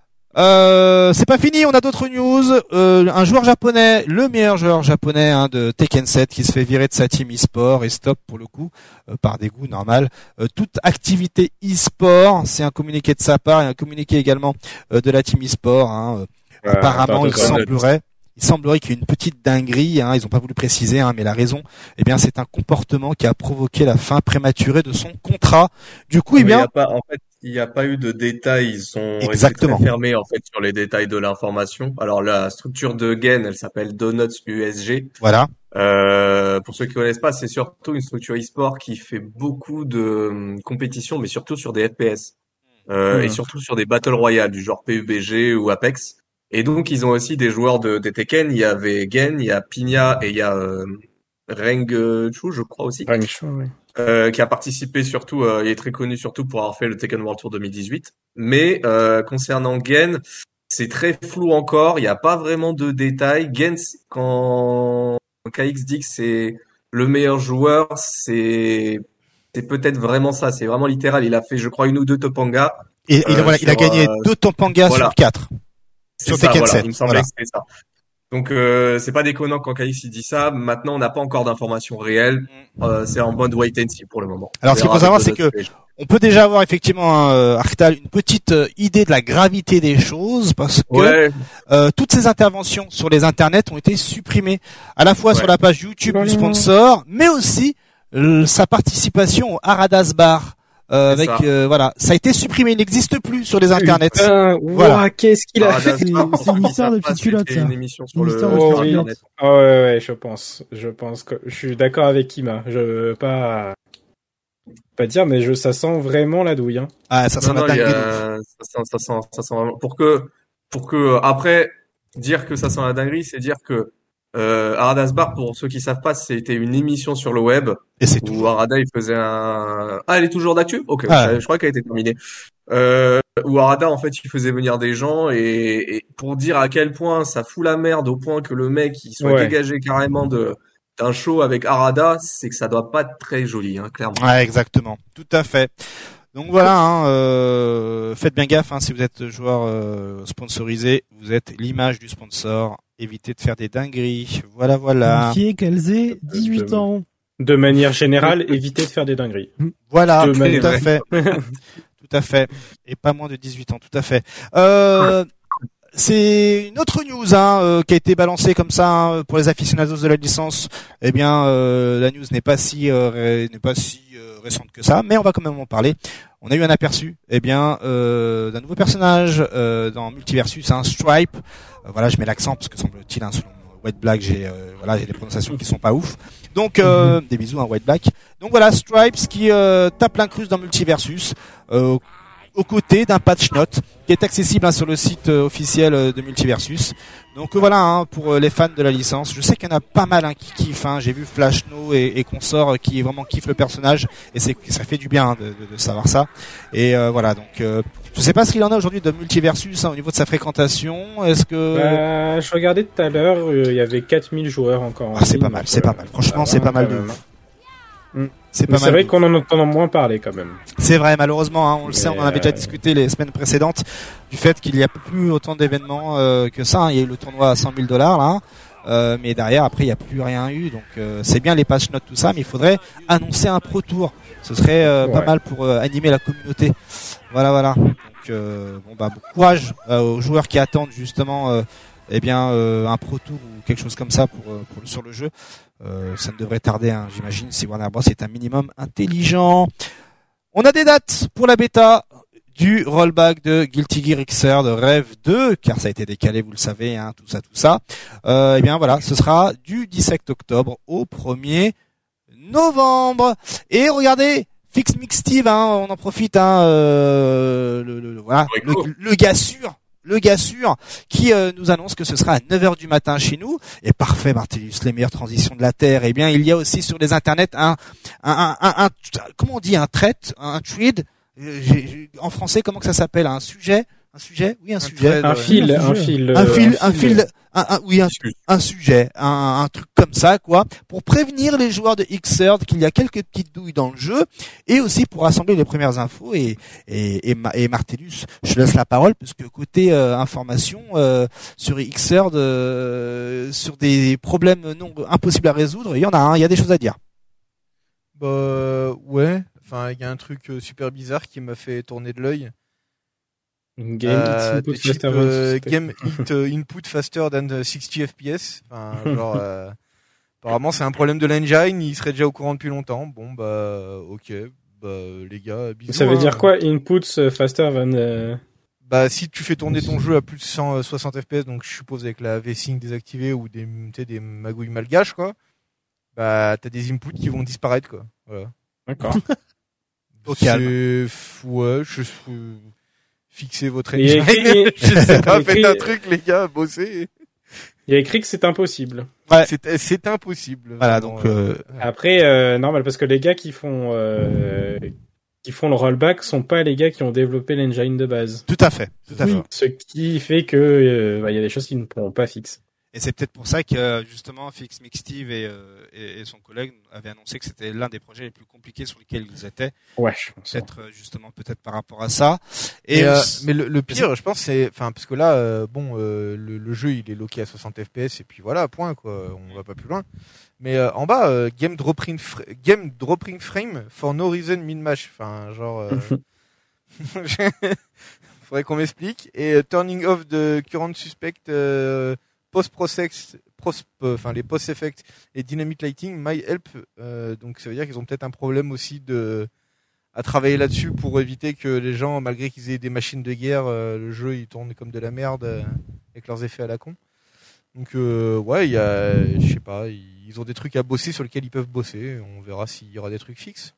Euh, c'est pas fini, on a d'autres news. Euh, un joueur japonais, le meilleur joueur japonais hein, de Tekken sept, qui se fait virer de sa team e-sport et stop pour le coup, euh, par dégoût normal. Euh, toute activité e-sport, c'est un communiqué de sa part et un communiqué également euh, de la team e-sport. Hein. Euh, euh, apparemment, il semblerait. Il semblerait qu'il y ait une petite dinguerie, hein, ils n'ont pas voulu préciser, hein, mais la raison, eh bien, c'est un comportement qui a provoqué la fin prématurée de son contrat. Du coup, eh bien, il y a pas, en fait, il n'y a pas eu de détails, ils sont exactement très fermés en fait sur les détails de l'information. Alors la structure de Gen, elle s'appelle Donuts U S G. Voilà. Euh, pour ceux qui connaissent pas, c'est surtout une structure e-sport qui fait beaucoup de hum, compétitions, mais surtout sur des F P S euh, mmh. et surtout sur des battle royale du genre P U B G ou Apex. Et donc, ils ont aussi des joueurs de, de Tekken. Il y avait Gen, il y a Pinya et il y a euh, Rengchu, je crois aussi. Rengchu, oui. Euh, qui a participé surtout, euh, il est très connu surtout pour avoir fait le Tekken World Tour deux mille dix-huit. Mais euh, concernant Gen, c'est très flou encore. Il n'y a pas vraiment de détails. Gen, quand K X dit que c'est le meilleur joueur, c'est c'est peut-être vraiment ça. C'est vraiment littéral. Il a fait, je crois, une ou deux Topanga. Et, euh, et voilà, sur, il a gagné euh, deux Topanga voilà. sur quatre. C'est ça, voilà. Il me semblait voilà. que c'était ça. Donc euh, c'est pas déconnant quand K X il dit ça. Maintenant, on n'a pas encore d'informations réelles. Euh, c'est en mode wait and see pour le moment. Alors, ce qu'il faut savoir, c'est que on peut déjà avoir effectivement, euh, Arctal, une petite euh, idée de la gravité des choses, parce que ouais. euh, toutes ces interventions sur les internets ont été supprimées, à la fois ouais. sur la page YouTube du sponsor, mais aussi euh, sa participation au Haradas Bar. Euh, avec euh, voilà, ça a été supprimé, il n'existe plus sur les internets. Putain, voilà. Wow, qu'est-ce qu'il a fait? C'est une histoire de petite culotte, ça. Une émission sur le oh, oui. internet. Oh, ouais, ouais, je pense, je pense que je suis d'accord avec Kima. Je veux pas pas dire, mais je ça sent vraiment la douille. Hein. Ah, ça sent non, la non, dinguerie. A... Ça sent, ça sent, ça sent vraiment. Pour que, pour que après dire que ça sent la dinguerie, c'est dire que Euh, Arada's Bar, pour ceux qui savent pas, c'était une émission sur le web Et c'est où tout. Arada il faisait un. Ah, elle est toujours d'actu? Ok, Ah. je, je crois qu'elle a été terminée. Euh, où Arada en fait il faisait venir des gens et, et pour dire à quel point ça fout la merde au point que le mec il soit Ouais. dégagé carrément de d'un show avec Arada, c'est que ça doit pas être très joli, hein, clairement. Ouais, exactement. Tout à fait. Donc voilà, hein, euh, faites bien gaffe, hein, si vous êtes joueur euh, sponsorisé, vous êtes l'image du sponsor. Évitez de faire des dingueries. Voilà, voilà. Vérifiez qu'elles aient dix-huit de- ans. De manière générale, évitez de faire des dingueries. Voilà, De tout manière- à fait. Tout à fait. Et pas moins de dix-huit ans, tout à fait. Euh, c'est une autre news hein, euh, qui a été balancée comme ça hein, pour les aficionados de la licence. Eh bien, euh, la news n'est pas si euh, ré- n'est pas si euh, récente que ça, mais on va quand même en parler. On a eu un aperçu, eh bien, euh, d'un nouveau personnage euh, dans Multiversus, un Stripe. Euh, voilà, je mets l'accent parce que semble-t-il, hein, selon White Black, j'ai euh, voilà, j'ai des prononciations qui sont pas ouf. Donc euh, des bisous à White Black. Donc voilà, Stripes qui euh, tape l'incruste dans Multiversus. Euh, aux côtés d'un patch note qui est accessible hein, sur le site euh, officiel euh, de Multiversus. Donc euh, voilà, hein, pour euh, les fans de la licence, je sais qu'il y en a pas mal hein, qui kiffent. Hein. J'ai vu Flash No et, et consorts euh, qui vraiment kiffent le personnage et c'est ça fait du bien hein, de, de, de savoir ça. Et euh, voilà, donc euh, je sais pas ce qu'il en a aujourd'hui de Multiversus hein, au niveau de sa fréquentation. Est-ce que Bah, je regardais tout à l'heure, euh, il y avait quatre mille joueurs encore. en ah, c'est ligne, pas mal, donc, c'est euh, pas mal. Franchement, ça c'est va, pas mal quand de même. ouf. Mm. C'est Mais pas c'est mal. vrai de qu'on en entend moins parler quand même. C'est vrai, malheureusement, hein, on le sait, on en avait Mais, déjà euh, discuté les semaines précédentes du fait qu'il n'y a plus autant d'événements euh, que ça. Hein. Il y a eu le tournoi à cent mille dollars là, euh, mais derrière, après, il n'y a plus rien eu. Donc, euh, c'est bien les patch notes tout ça, mais il faudrait annoncer un pro tour. Ce serait euh, pas Ouais. mal pour euh, animer la communauté. Voilà, voilà. Donc, euh, bon bah, bon courage euh, aux joueurs qui attendent justement, euh, eh bien, euh, un pro tour ou quelque chose comme ça pour, euh, pour sur le jeu. Euh, ça ne devrait tarder, hein, j'imagine, si Warner Bros est un minimum intelligent. On a des dates pour la bêta du rollback de Guilty Gear Xrd Rêve deux, car ça a été décalé, vous le savez, hein, tout ça, tout ça. Euh, eh bien voilà, ce sera du dix-sept octobre au premier novembre. Et regardez, Fix Mix Steve, hein, on en profite, hein, euh, le, le, le- voilà, le, le gars sûr. Le gars sûr qui euh, nous annonce que ce sera à neuf heures du matin chez nous. Et parfait, Martellus, les meilleures transitions de la Terre. Eh bien, il y a aussi sur les internets un, un, un, un, un comment on dit, un thread, un thread. Euh, j'ai- j'ai- en français, comment que ça s'appelle? Un sujet? Un sujet? Oui, un, sujet. thread, Un ouais. fil, Un un sujet. fil. Un euh, fil, un fil, un, un- oui, un, Excuse. un sujet, un, un truc comme ça, quoi, pour prévenir les joueurs de Xrd qu'il y a quelques petites douilles dans le jeu, et aussi pour rassembler les premières infos. Et et et, Ma- et Martellus, je te laisse la parole parce que côté euh, information euh, sur Xrd, euh, sur des problèmes non impossibles à résoudre, il y en a, hein, il y a des choses à dire. Bah ouais. Enfin, il y a un truc euh, super bizarre qui m'a fait tourner de l'œil. Game Euh, It Input de type, Faster euh, Than game it euh, input faster than sixty F P S. Enfin, genre, euh, apparemment c'est un problème de l'engine. Il serait déjà au courant depuis longtemps. Bon bah ok, bah les gars, bisous. Ça veut hein. dire quoi, Inputs euh, Faster Than... euh, Bah si tu fais tourner ton jeu à plus de cent soixante F P S, donc je suppose avec la V-Sync désactivée ou des, tu sais, des magouilles malgaches quoi, bah t'as des inputs qui vont disparaître quoi. Voilà. D'accord. Au C'est- calme. Ouais, je euh, fixez votre Il y a engine. écrit- Je sais pas, il y a faites écrit- un truc les gars, bossez. Il y a écrit que c'est impossible. Ouais. C'est c'est impossible. Voilà, vraiment, donc euh, Après, euh, normal, parce que les gars qui font euh, qui font le rollback sont pas les gars qui ont développé l'engine de base. tout à fait, tout à fait. Oui. Ce qui fait que euh, bah, il y a des choses qui ne pourront pas fixer. Et c'est peut-être pour ça que justement Fix Mix Steve et, euh, et, et son collègue avaient annoncé que c'était l'un des projets les plus compliqués sur lesquels ils étaient. Ouais, je pense. Peut-être euh, justement peut-être par rapport à ça. Et Et euh, euh, mais le, le pire, je pense, c'est, enfin, parce que là, euh, bon, euh, le, le jeu il est loqué à soixante F P S et puis voilà, point quoi, on va pas plus loin. Mais euh, en bas, euh, game dropping fra- game dropping frame for no reason min mash, enfin genre, euh... faudrait qu'on m'explique. Et euh, turning off the current suspect euh, post process, pros, enfin les post effects et dynamic lighting my help. Euh, donc ça veut dire qu'ils ont peut-être un problème aussi de à travailler là-dessus pour éviter que les gens, malgré qu'ils aient des machines de guerre, euh, le jeu il tourne comme de la merde euh, avec leurs effets à la con. Donc euh, ouais, il y a, je sais pas, ils ont des trucs à bosser sur lesquels ils peuvent bosser. On verra s'il y aura des trucs fixes.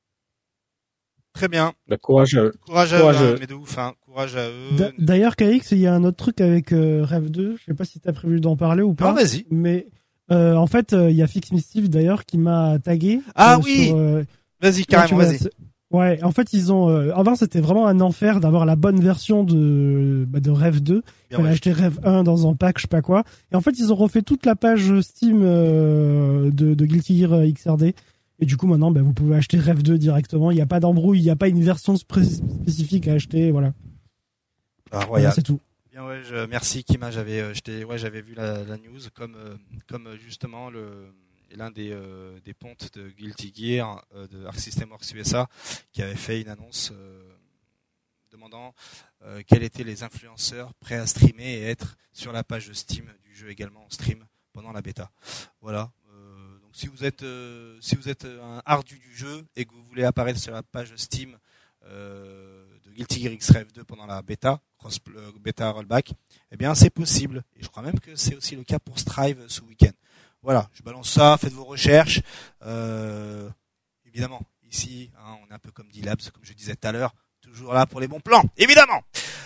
très bien. Bah, courage à eux. Courage à Courage eux, à hein, eux. mais de ouf, hein. Courage à eux. D- D'ailleurs, K X, il y a un autre truc avec euh, Rêve deux. Je sais pas si t'as prévu d'en parler ou Ah, pas. vas-y. Mais Euh, en fait, il euh, y a Fix Mischief d'ailleurs qui m'a tagué. Ah euh, oui. sur, euh, Vas-y, carrément, vois, vas-y. Ouais, en fait, ils ont. Euh, avant, c'était vraiment un enfer d'avoir la bonne version de bah, de Rêve deux. Il fallait acheter Rêve un dans un pack, je sais pas quoi. Et en fait, ils ont refait toute la page Steam euh, de, de Guilty Gear X R D. Et du coup, maintenant, bah, vous pouvez acheter Rêve deux directement. Il n'y a pas d'embrouille, il n'y a pas une version spé- spécifique à acheter. Voilà. Ah, voilà, c'est tout. Bien, ouais, je, merci Kima. J'avais, euh, j'étais, ouais, j'avais vu la, la news comme, euh, comme euh, justement le. l'un des, euh, des pontes de Guilty Gear euh, de Arc System Works U S A qui avait fait une annonce euh, demandant euh, quels étaient les influenceurs prêts à streamer et être sur la page Steam du jeu également en stream pendant la bêta. Voilà. Euh, donc si vous êtes euh, si vous êtes un ardu du jeu et que vous voulez apparaître sur la page Steam euh, de Guilty Gear X-Rev deux pendant la bêta, cross euh, bêta rollback, eh bien c'est possible. Et je crois même que c'est aussi le cas pour Strive ce week-end. Voilà, je balance ça, faites vos recherches. Euh, évidemment, ici, hein, on est un peu comme D-Labs, comme je disais tout à l'heure, toujours là pour les bons plans, évidemment.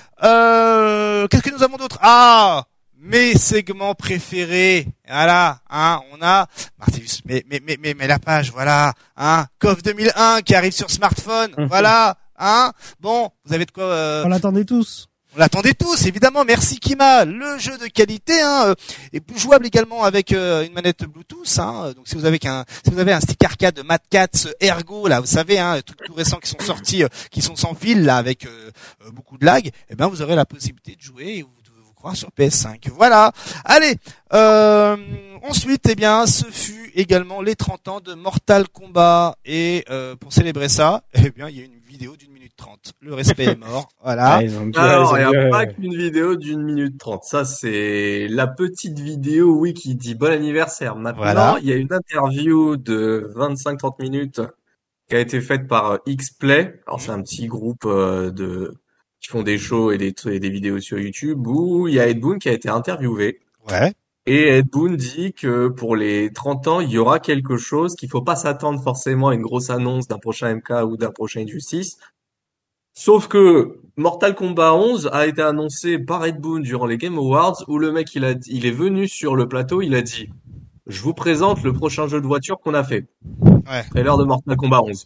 Euh, qu'est-ce que nous avons d'autre? Ah, mes segments préférés. Voilà, hein, on a Martellus, mais mais mais mais mais la page, voilà, hein, C O F deux mille un qui arrive sur smartphone, voilà, hein. Bon, vous avez de quoi euh... On l'attendait tous. On l'attendait tous, évidemment. Merci Kima. Le jeu de qualité, hein, est jouable également avec euh, une manette Bluetooth. Hein. Donc si vous avez qu'un, si vous avez un stick arcade de Mad Cats Ergo, là, vous savez, hein, tout, tout récent qui sont sortis, euh, qui sont sans fil, là, avec euh, euh, beaucoup de lag, eh ben vous aurez la possibilité de jouer et vous devez vous croire sur P S cinq. Voilà. Allez. Euh, ensuite, eh bien, ce fut également les trente ans de Mortal Kombat et euh, pour célébrer ça, eh bien, il y a une vidéo d'une minute trente. Le respect est mort. Voilà. Ah, ils ont bien, Alors, il ils ont n'y a bien, pas ouais. qu'une vidéo d'une minute trente. Ça, c'est la petite vidéo, oui, qui dit bon anniversaire. Maintenant, Voilà. il y a une interview de vingt-cinq trente minutes qui a été faite par X-Play. Alors, c'est un petit groupe euh, de qui font des shows et des, et des vidéos sur YouTube où il y a Ed Boon qui a été interviewé. Ouais. Et Ed Boon dit que pour les trente ans, il y aura quelque chose, qu'il faut pas s'attendre forcément à une grosse annonce d'un prochain M K ou d'un prochain Injustice. Sauf que Mortal Kombat onze a été annoncé par Ed Boon durant les Game Awards où le mec, il a, il est venu sur le plateau, il a dit, je vous présente le prochain jeu de voiture qu'on a fait. Ouais. Trailer de Mortal Kombat onze.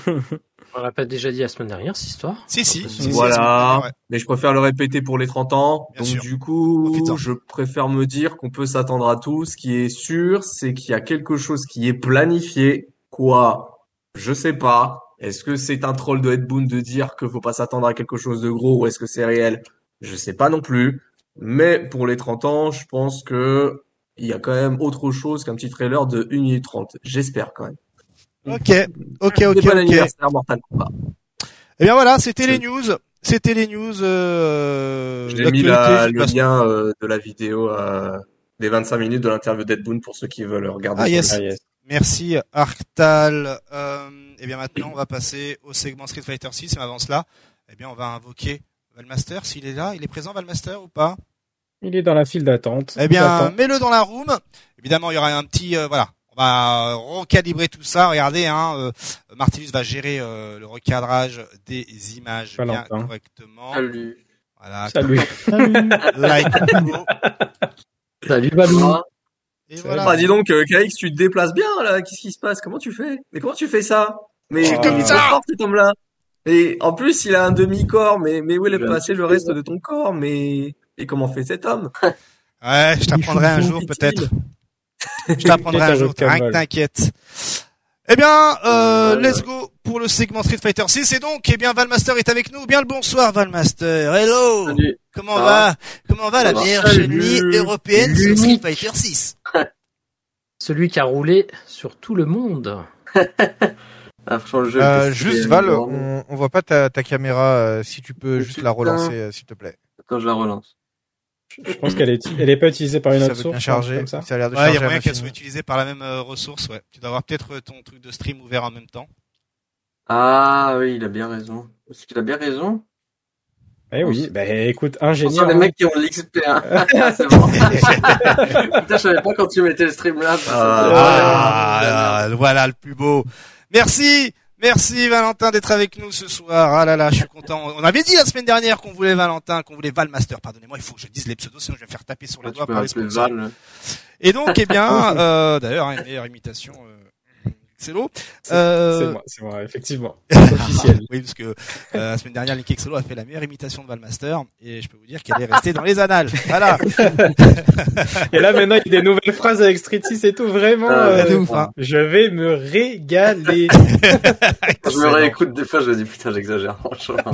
On l'a pas déjà dit la semaine dernière, cette histoire? Si, si. si, si, Voilà. si, ouais. Mais je préfère le répéter pour les trente ans. Bien Donc sûr. du coup, Profites-en. je préfère me dire qu'on peut s'attendre à tout. Ce qui est sûr, c'est qu'il y a quelque chose qui est planifié. Quoi? Je sais pas. Est-ce que c'est un troll de Ed Boon de dire qu'il faut pas s'attendre à quelque chose de gros ou est-ce que c'est réel? Je sais pas non plus. Mais pour les trente ans, je pense que il y a quand même autre chose qu'un petit trailer de une minute trente. J'espère quand même. Ok, ok, Et ok, bon ok. anniversaire Mortal Kombat. Eh bien voilà, c'était les news. C'était les news. Euh, J'ai mis d'actualité, la, je le passe- lien euh, de la vidéo euh, des vingt-cinq minutes de l'interview d'Ed Boon pour ceux qui veulent regarder. Ah, sur yes. le- Ah, yes. Merci Arctal. Euh, eh bien maintenant, on va passer au segment Street Fighter six. Mais avant cela, eh bien, on va invoquer Valmaster. S'il est là, il est présent Valmaster ou pas? Il est dans la file d'attente. Eh bien, J'attends. mets-le dans la room. Évidemment, il y aura un petit, euh, voilà. On va recalibrer tout ça. Regardez, hein, euh, Martellus va gérer euh, le recadrage des images bien Valentin. correctement. Salut. Voilà. Salut. Salut. Like. Go. Salut Balou. Et Salut. voilà. Ah, dis donc, euh, K X, tu te déplaces bien là. Qu'est-ce qui se passe? Comment tu fais? Mais comment tu fais ça? Mais Je suis comme comme il ça. est fort cet homme-là. Et en plus, il a un demi-corps. Mais mais où est Je vais passé un le petit reste peu. de ton corps? Mais et comment fait cet homme? Ouais, je t'apprendrai un chouchou, jour dit-il. peut-être. Je t'apprendrai un Peut-être jour, avec rien que Kamal. t'inquiète. Eh bien, euh, Ouais, let's ouais. go pour le segment Street Fighter six. Et donc, eh bien, Valmaster est avec nous. Bien le bonsoir, Valmaster. Hello. Salut. Comment Ça va? Comment va la va. meilleure Salut. chaîne européenne sur Street L'unique. Fighter six? Celui qui a roulé sur tout le monde. Ah, franchement, le jeu, Euh, était juste stylé, Val, énorme. on, on voit pas ta, ta caméra. euh, si tu peux Mais juste la putain. relancer, euh, s'il te plaît. Attends, je la relance. Je pense qu'elle est, elle est pas utilisée par une Ça autre veut source. bien hein, charger. comme ça. Ça a l'air de Ouais, il y charger. a à moyen qu'elle l'infini. soit utilisée par la même euh, ressource, ouais. Tu dois avoir peut-être euh, ton truc de stream ouvert en même temps. Ah oui, il a bien raison. Est-ce qu'il a bien raison? Eh oui, bah écoute, Ce sont ingénieur. les hein. mecs qui ont l'X P. Hein. Ah, c'est bon. Putain, je savais pas quand tu mettais le stream là. Ah. Ah, voilà le plus beau. Merci, Merci Valentin d'être avec nous ce soir. Ah là là, je suis content. On avait dit la semaine dernière qu'on voulait Valentin, qu'on voulait Valmaster. Pardonnez-moi, il faut que je dise les pseudos, sinon je vais me faire taper sur les Ah, doigts tu peux par les appeler sponsors. Val. Et donc, eh bien, euh, d'ailleurs, hein, une meilleure imitation, euh, Xelo. Euh... C'est moi, c'est moi, effectivement. C'est officiel. Oui, parce que euh, la semaine dernière, Link Xelo a fait la meilleure imitation de Valmaster, et je peux vous dire qu'elle est restée dans les annales. Voilà. Et là, maintenant, il y a des nouvelles phrases avec Street six et tout, vraiment. Ah, euh, de ouf, hein. Je vais me régaler. Je me réécoute des fois, je me dis putain, j'exagère, franchement.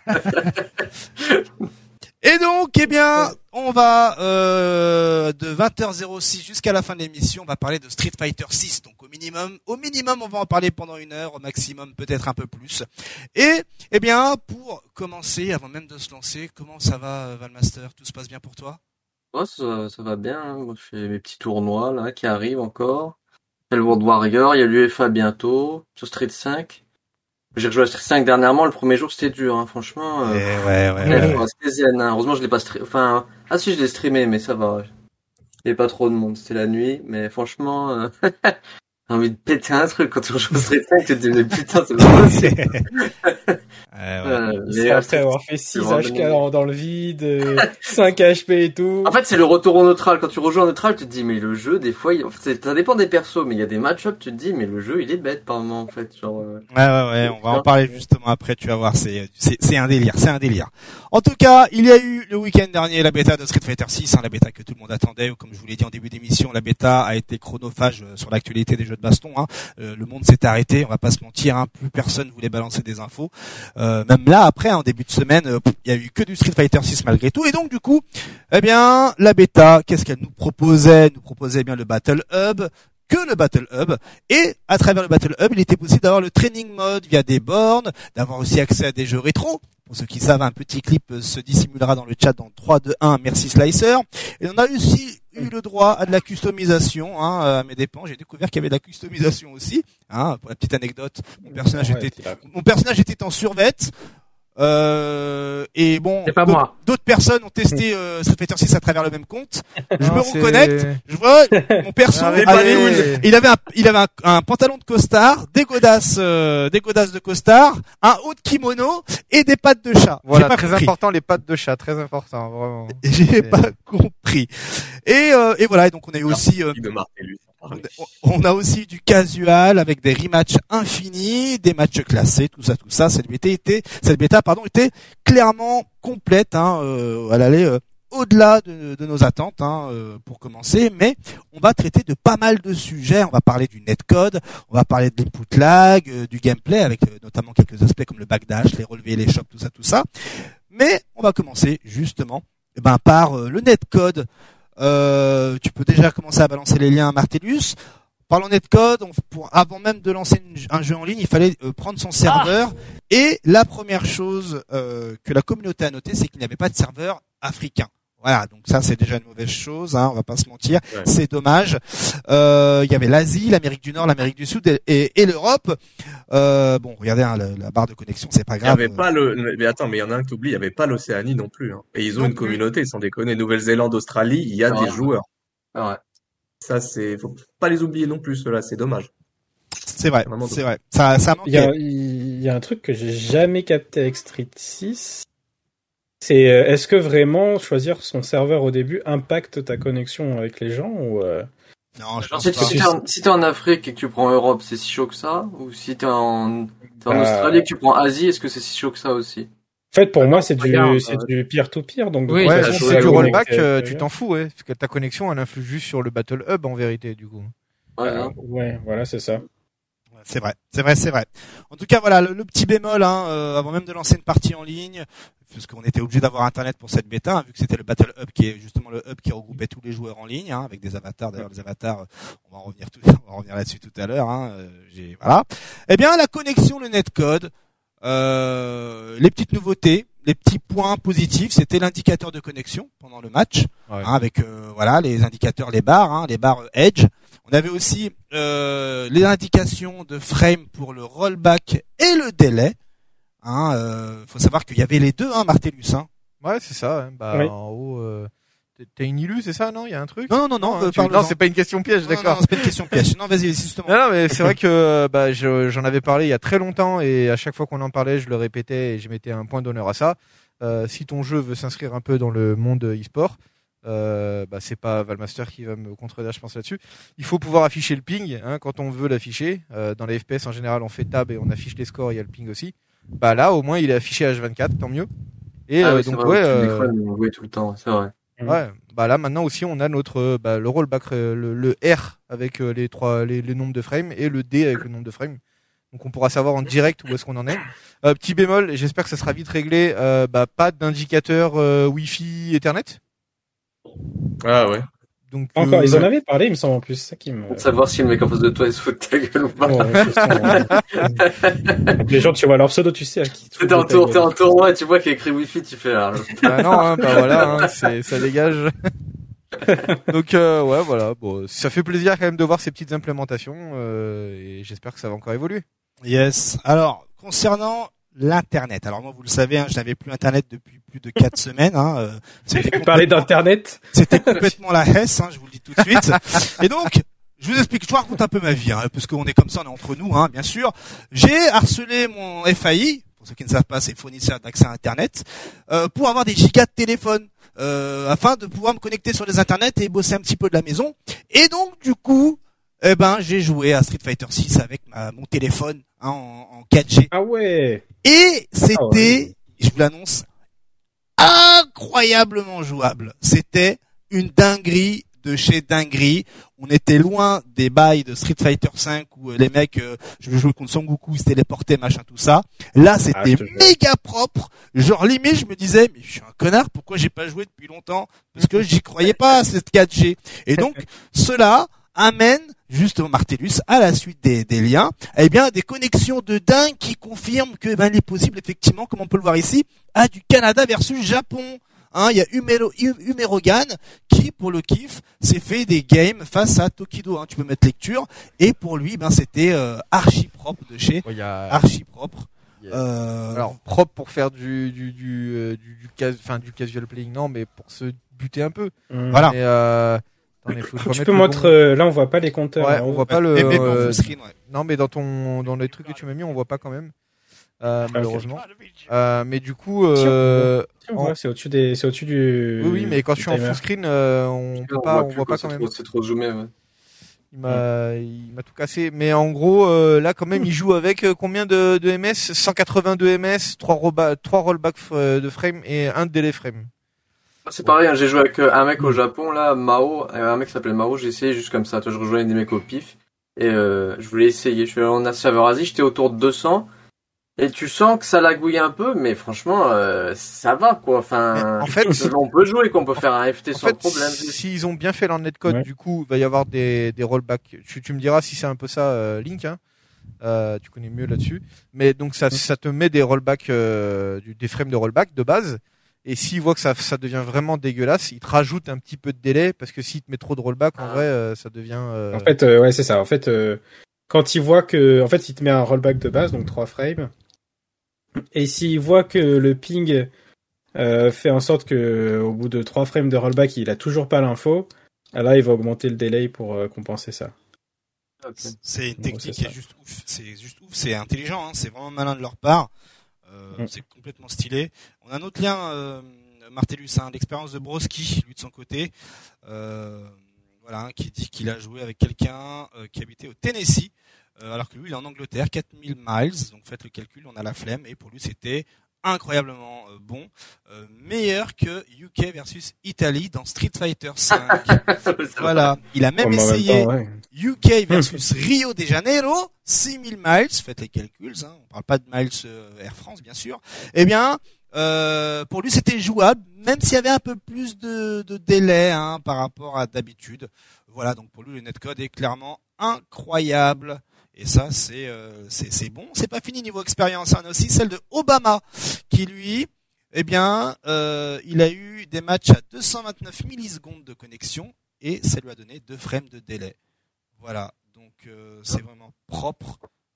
Et donc, eh bien, on va euh, de vingt heures zéro six jusqu'à la fin de l'émission, on va parler de Street Fighter six. Donc au minimum, au minimum, on va en parler pendant une heure, au maximum peut-être un peu plus. Et eh bien, pour commencer, avant même de se lancer, comment ça va, Valmaster? Tout se passe bien pour toi? Ouais, ça, ça va bien. Hein. Moi, je fais mes petits tournois là qui arrivent encore. Il y a le World Warrior, il y a l'U F A bientôt, sur Street cinq. J'ai rejoué à Street cinq dernièrement, le premier jour c'était dur, hein, franchement. Euh... Eh ouais, ouais, Ouais, ouais. faut rester zen, hein. Heureusement je l'ai pas streamé. Enfin, ah si je l'ai streamé, mais ça va. Il y avait pas trop de monde, c'était la nuit, mais franchement, euh... j'ai envie de péter un truc quand on joue au Street cinq, tu te dis mais putain c'est pas possible. Ouais, ouais. Euh, C'est mais, après euh, avoir fait six vraiment H K donné. dans, dans le vide, euh, cinq H P et tout. En fait, c'est le retour au neutral. Quand tu rejoues en neutral, tu te dis, mais le jeu, des fois, il... en fait, c'est- ça dépend des persos, mais il y a des match-ups, tu te dis, mais le jeu, il est bête par moment, en fait. Genre, euh... Ouais, ouais, ouais, on va en parler justement après, tu vas voir, c'est, c'est, c'est un délire, c'est un délire. En tout cas, il y a eu le week-end dernier la bêta de Street Fighter six, hein, la bêta que tout le monde attendait, comme je vous l'ai dit en début d'émission, la bêta a été chronophage euh, sur l'actualité des jeux de baston, hein. Euh, le monde s'est arrêté, on va pas se mentir, hein, plus personne voulait balancer des infos. Euh, même là, après, en début de semaine, euh, pff, il y a eu que du Street Fighter six malgré tout, et donc du coup, eh bien, la bêta, qu'est-ce qu'elle nous proposait? Elle nous proposait eh bien le Battle Hub, que le Battle Hub, et à travers le Battle Hub, il était possible d'avoir le training mode via des bornes, d'avoir aussi accès à des jeux rétro. Pour ceux qui savent, un petit clip se dissimulera dans le chat dans trois, deux, un, merci Slicer. Et on a aussi eu le droit à de la customisation, hein, à mes dépens. J'ai découvert qu'il y avait de la customisation aussi, hein, pour la petite anecdote. Mon personnage Ouais, était, c'est là. mon personnage était en survette. Euh, et bon, C'est pas d'autres- moi. d'autres personnes ont testé euh, Street Fighter six à travers le même compte. Je Non, me c'est- reconnecte, je vois mon perso, Arrête, avait- allez. il avait un, il avait un, un pantalon de costard, des godasses, euh, des godasses de costard, un haut de kimono et des pattes de chat. Voilà, J'ai pas très compris. important, les pattes de chat, très important, vraiment. J'ai C'est- pas compris. Et, euh, et voilà, et donc on a eu aussi, euh, de Martellus. pareil. on a aussi du casual avec des rematchs infinis, des matchs classés, tout ça, tout ça. Cette bêta était, cette bêta, pardon, était clairement complète. Hein, euh, elle allait euh, au-delà de, de nos attentes, hein, euh, pour commencer. Mais on va traiter de pas mal de sujets. On va parler du netcode, on va parler de l'input lag, euh, du gameplay, avec euh, notamment quelques aspects comme le backdash, les relevés, les chocs, tout ça, tout ça. Mais on va commencer justement, eh ben, par euh, le netcode. Euh, tu peux déjà commencer à balancer les liens à Martellus. Parlons netcode, on, pour, avant même de lancer une, un jeu en ligne, il fallait euh, prendre son serveur. Et la première chose euh, que la communauté a noté, c'est qu'il n'y avait pas de serveur africain. Voilà, donc ça c'est déjà une mauvaise chose, hein, on va pas se mentir, Ouais. c'est dommage. Euh, Il y avait l'Asie, l'Amérique du Nord, l'Amérique du Sud et, et, et l'Europe. Euh, bon, regardez hein, la, la barre de connexion, c'est pas Il y grave. avait pas le, mais attends, mais il y en a un que t'oublies, il y avait pas l'Océanie non plus, hein. Et ils ont Non une plus. communauté, sans déconner. Nouvelle-Zélande, Australie, il y a Ouais. des joueurs. Ah ouais. Ça, c'est, faut pas les oublier non plus, ceux-là, c'est dommage. C'est vrai, Vraiment c'est vrai. Ça, ça Il y, a, manquait. il y a un truc que j'ai jamais capté avec Street six. C'est euh, est-ce que vraiment choisir son serveur au début impacte ta connexion avec les gens ou euh... Non, je Genre, pense si, pas. si t'es en, si t'es en Afrique et que tu prends Europe, c'est si chaud que ça? Ou si t'es en, t'es en Bah, Australie et que tu prends Asie, est-ce que c'est si chaud que ça aussi? En fait, pour moi, c'est du regarde, c'est euh, du peer-to-peer, donc de Oui, toute Ouais, ça, façon, si je c'est vais du le rollback, connecter, euh, euh, tu t'en fous, ouais. Parce que ta connexion, elle influe juste sur le Battle Hub, en vérité, du coup. Ouais, Euh, hein. ouais, voilà, c'est ça. C'est vrai, c'est vrai, c'est vrai. En tout cas, voilà, le, le petit bémol, hein, euh, avant même de lancer une partie en ligne, parce qu'on était obligé d'avoir Internet pour cette bêta, hein, vu que c'était le Battle Hub qui est justement le hub qui regroupait tous les joueurs en ligne, hein, avec des avatars. D'ailleurs, les avatars, euh, on va en revenir tout, on va en revenir là-dessus tout à l'heure. Hein, euh, j'ai, voilà. Eh bien, la connexion, le netcode, euh, les petites nouveautés, les petits points positifs, c'était l'indicateur de connexion pendant le match, Ouais. hein, avec euh, voilà les indicateurs, les barres, hein, les barres Edge. On avait aussi euh, les indications de frame pour le rollback et le délai. Hein, euh, faut savoir qu'il y avait les deux, hein, Martellus. Hein. Ouais, c'est ça. Hein. Bah, Oui. en haut, euh, T'as une illu, c'est ça, non? Il y a un truc? Non, non, non, non, euh, tu... non c'est pas une question piège, non, d'accord. Non, c'est pas une question piège. Non, vas-y, justement. Non, non, mais c'est vrai que bah, je, j'en avais parlé il y a très longtemps et à chaque fois qu'on en parlait, je le répétais et je mettais un point d'honneur à ça. Euh, si ton jeu veut s'inscrire un peu dans le monde e-sport, euh, bah, c'est pas Valmaster qui va me contredire, je pense, là-dessus. Il faut pouvoir afficher le ping hein, quand on veut l'afficher. Euh, dans les F P S, en général, on fait tab et on affiche les scores, il y a le ping aussi. Bah là, au moins, il est affiché H vingt-quatre, tant mieux. Et ah euh, oui, donc, vrai, ouais... Euh... Euh... jouer tout le temps, c'est vrai. Ouais, bah là maintenant aussi on a notre bah, le rollback, le, le R avec les trois les, les nombres de frames et le D avec le nombre de frames. Donc on pourra savoir en direct où est-ce qu'on en est. Euh, petit bémol, j'espère que ça sera vite réglé. Euh, bah pas d'indicateur euh, Wi-Fi Ethernet. Ah ouais. Donc encore, euh... ils en avaient parlé, il me semble en plus. C'est ça qui me. Pour savoir si le mec en face de toi il se fout de ta gueule ou pas. Oh, les gens, tu vois leur pseudo, tu sais à qui. T'es en tour, t'es en tournoi, tu vois qu'il y a écrit Wi-Fi, tu fais. Ah, bah non, hein, bah voilà, hein, c'est, ça dégage. Donc euh, ouais, voilà. Bon, ça fait plaisir quand même de voir ces petites implémentations euh, et j'espère que ça va encore évoluer. Yes. Alors concernant l'internet. Alors moi, vous le savez, hein, je n'avais plus internet depuis plus de quatre semaines. Hein, euh, c'était parler d'internet. C'était complètement la hesse, hein, je vous le dis tout de suite. Et donc, je vous explique, je vous raconte un peu ma vie, hein, parce qu'on est comme ça, on est entre nous, hein, bien sûr. J'ai harcelé mon F A I, pour ceux qui ne savent pas, c'est fournisseur d'accès à internet, euh, pour avoir des gigas de téléphone, euh, afin de pouvoir me connecter sur les internets et bosser un petit peu de la maison. Et donc, du coup, eh ben, j'ai joué à Street Fighter six avec ma, mon téléphone hein, en, en quatre G. Ah ouais. Et c'était, ah ouais. Je vous l'annonce, incroyablement jouable. C'était une dinguerie de chez dinguerie. On était loin des bails de Street Fighter cinq où les mecs, euh, je jouais contre Son Goku, ils se téléportaient, machin, tout ça. Là, c'était ah, méga propre. Genre, limite, je me disais, mais je suis un connard, pourquoi j'ai pas joué depuis longtemps? Parce que j'y croyais pas à cette quatre G. Et donc, cela amène justement Martellus à la suite des, des liens, eh bien des connexions de dingue qui confirment que ben il est possible effectivement, comme on peut le voir ici, à du Canada versus Japon. Hein, il y a Umero, Umerogan qui, pour le kiff, s'est fait des games face à Tokido. Hein, tu peux mettre lecture. Et pour lui, ben c'était euh, archi propre de chez oh, a... archi propre. A... Euh... Alors propre pour faire du du du euh, du, du, cas... enfin, du casual playing, non, mais pour se buter un peu. Mmh. Voilà. Mais, euh... Attendez, faut tu peux montrer, bon... euh, là on voit pas les compteurs. Ouais, hein, on voit pas le. Euh... Screen, ouais. Non, mais dans ton, dans les trucs que tu m'as mis, on voit pas quand même, euh, malheureusement. Euh, mais du coup, euh, si, on voit, en... c'est au-dessus des, c'est au-dessus du. Oui, oui, mais quand je suis en full screen, euh, on peut pas, on voit pas quand même. C'est trop zoomé, ouais. Il m'a, il m'a tout cassé. Mais en gros, euh, là, quand même, il joue avec euh, combien de, de M S? cent quatre-vingt-deux M S, trois rollbacks de frame et un délai frame. C'est pareil, hein, j'ai joué avec un mec au Japon, là, Mao, un mec qui s'appelait Mao, j'ai essayé juste comme ça, toi je rejoignais des mecs au pif, et euh, je voulais essayer, je suis allé en serveur Asie, j'étais autour de deux cents, et tu sens que ça lagouille un peu, mais franchement, euh, ça va quoi, enfin, en fait, on peut jouer, qu'on peut faire un F T sans fait, problème. S'ils ont bien fait leur netcode, ouais. Du coup, il va y avoir des, des rollbacks, tu, tu me diras si c'est un peu ça, euh, Link, hein. Euh, tu connais mieux là-dessus, mais donc ça, ça te met des rollbacks, euh, des frames de rollback de base. Et s'il voit que ça, ça devient vraiment dégueulasse, il te rajoute un petit peu de délai parce que s'il te met trop de rollback, en vrai, euh, ça devient. Euh... En fait, euh, ouais, c'est ça. En fait, euh, quand il voit que, en fait, il te met un rollback de base, donc trois frames. Et s'il voit que le ping euh, fait en sorte que, au bout de trois frames de rollback, il a toujours pas l'info, là, il va augmenter le délai pour euh, compenser ça. Okay. C'est une technique qui est juste ouf. C'est juste ouf. C'est intelligent. Hein. C'est vraiment malin de leur part. Euh, mm. C'est complètement stylé. On a un autre lien, euh, Martellus, hein, l'expérience de Broski, lui de son côté, euh, voilà, hein, qui dit qu'il a joué avec quelqu'un euh, qui habitait au Tennessee, euh, alors que lui il est en Angleterre, quatre mille miles, donc faites le calcul, on a la flemme, et pour lui c'était incroyablement euh, bon, euh, meilleur que U K versus Italie dans Street Fighter cinq. Voilà, il a même oh, essayé temps, ouais. U K versus Rio de Janeiro, six mille miles, faites les calculs, hein, on parle pas de miles euh, Air France bien sûr. Eh bien, euh, pour lui c'était jouable, même s'il y avait un peu plus de, de délai hein, par rapport à d'habitude. Voilà, donc pour lui le netcode est clairement incroyable. Et ça, c'est euh, c'est c'est bon. C'est pas fini niveau expérience. On a aussi celle de Obama, qui lui, eh bien, euh, il a eu des matchs à deux cent vingt-neuf millisecondes de connexion et ça lui a donné deux frames de délai. Voilà. Donc euh, c'est vraiment propre.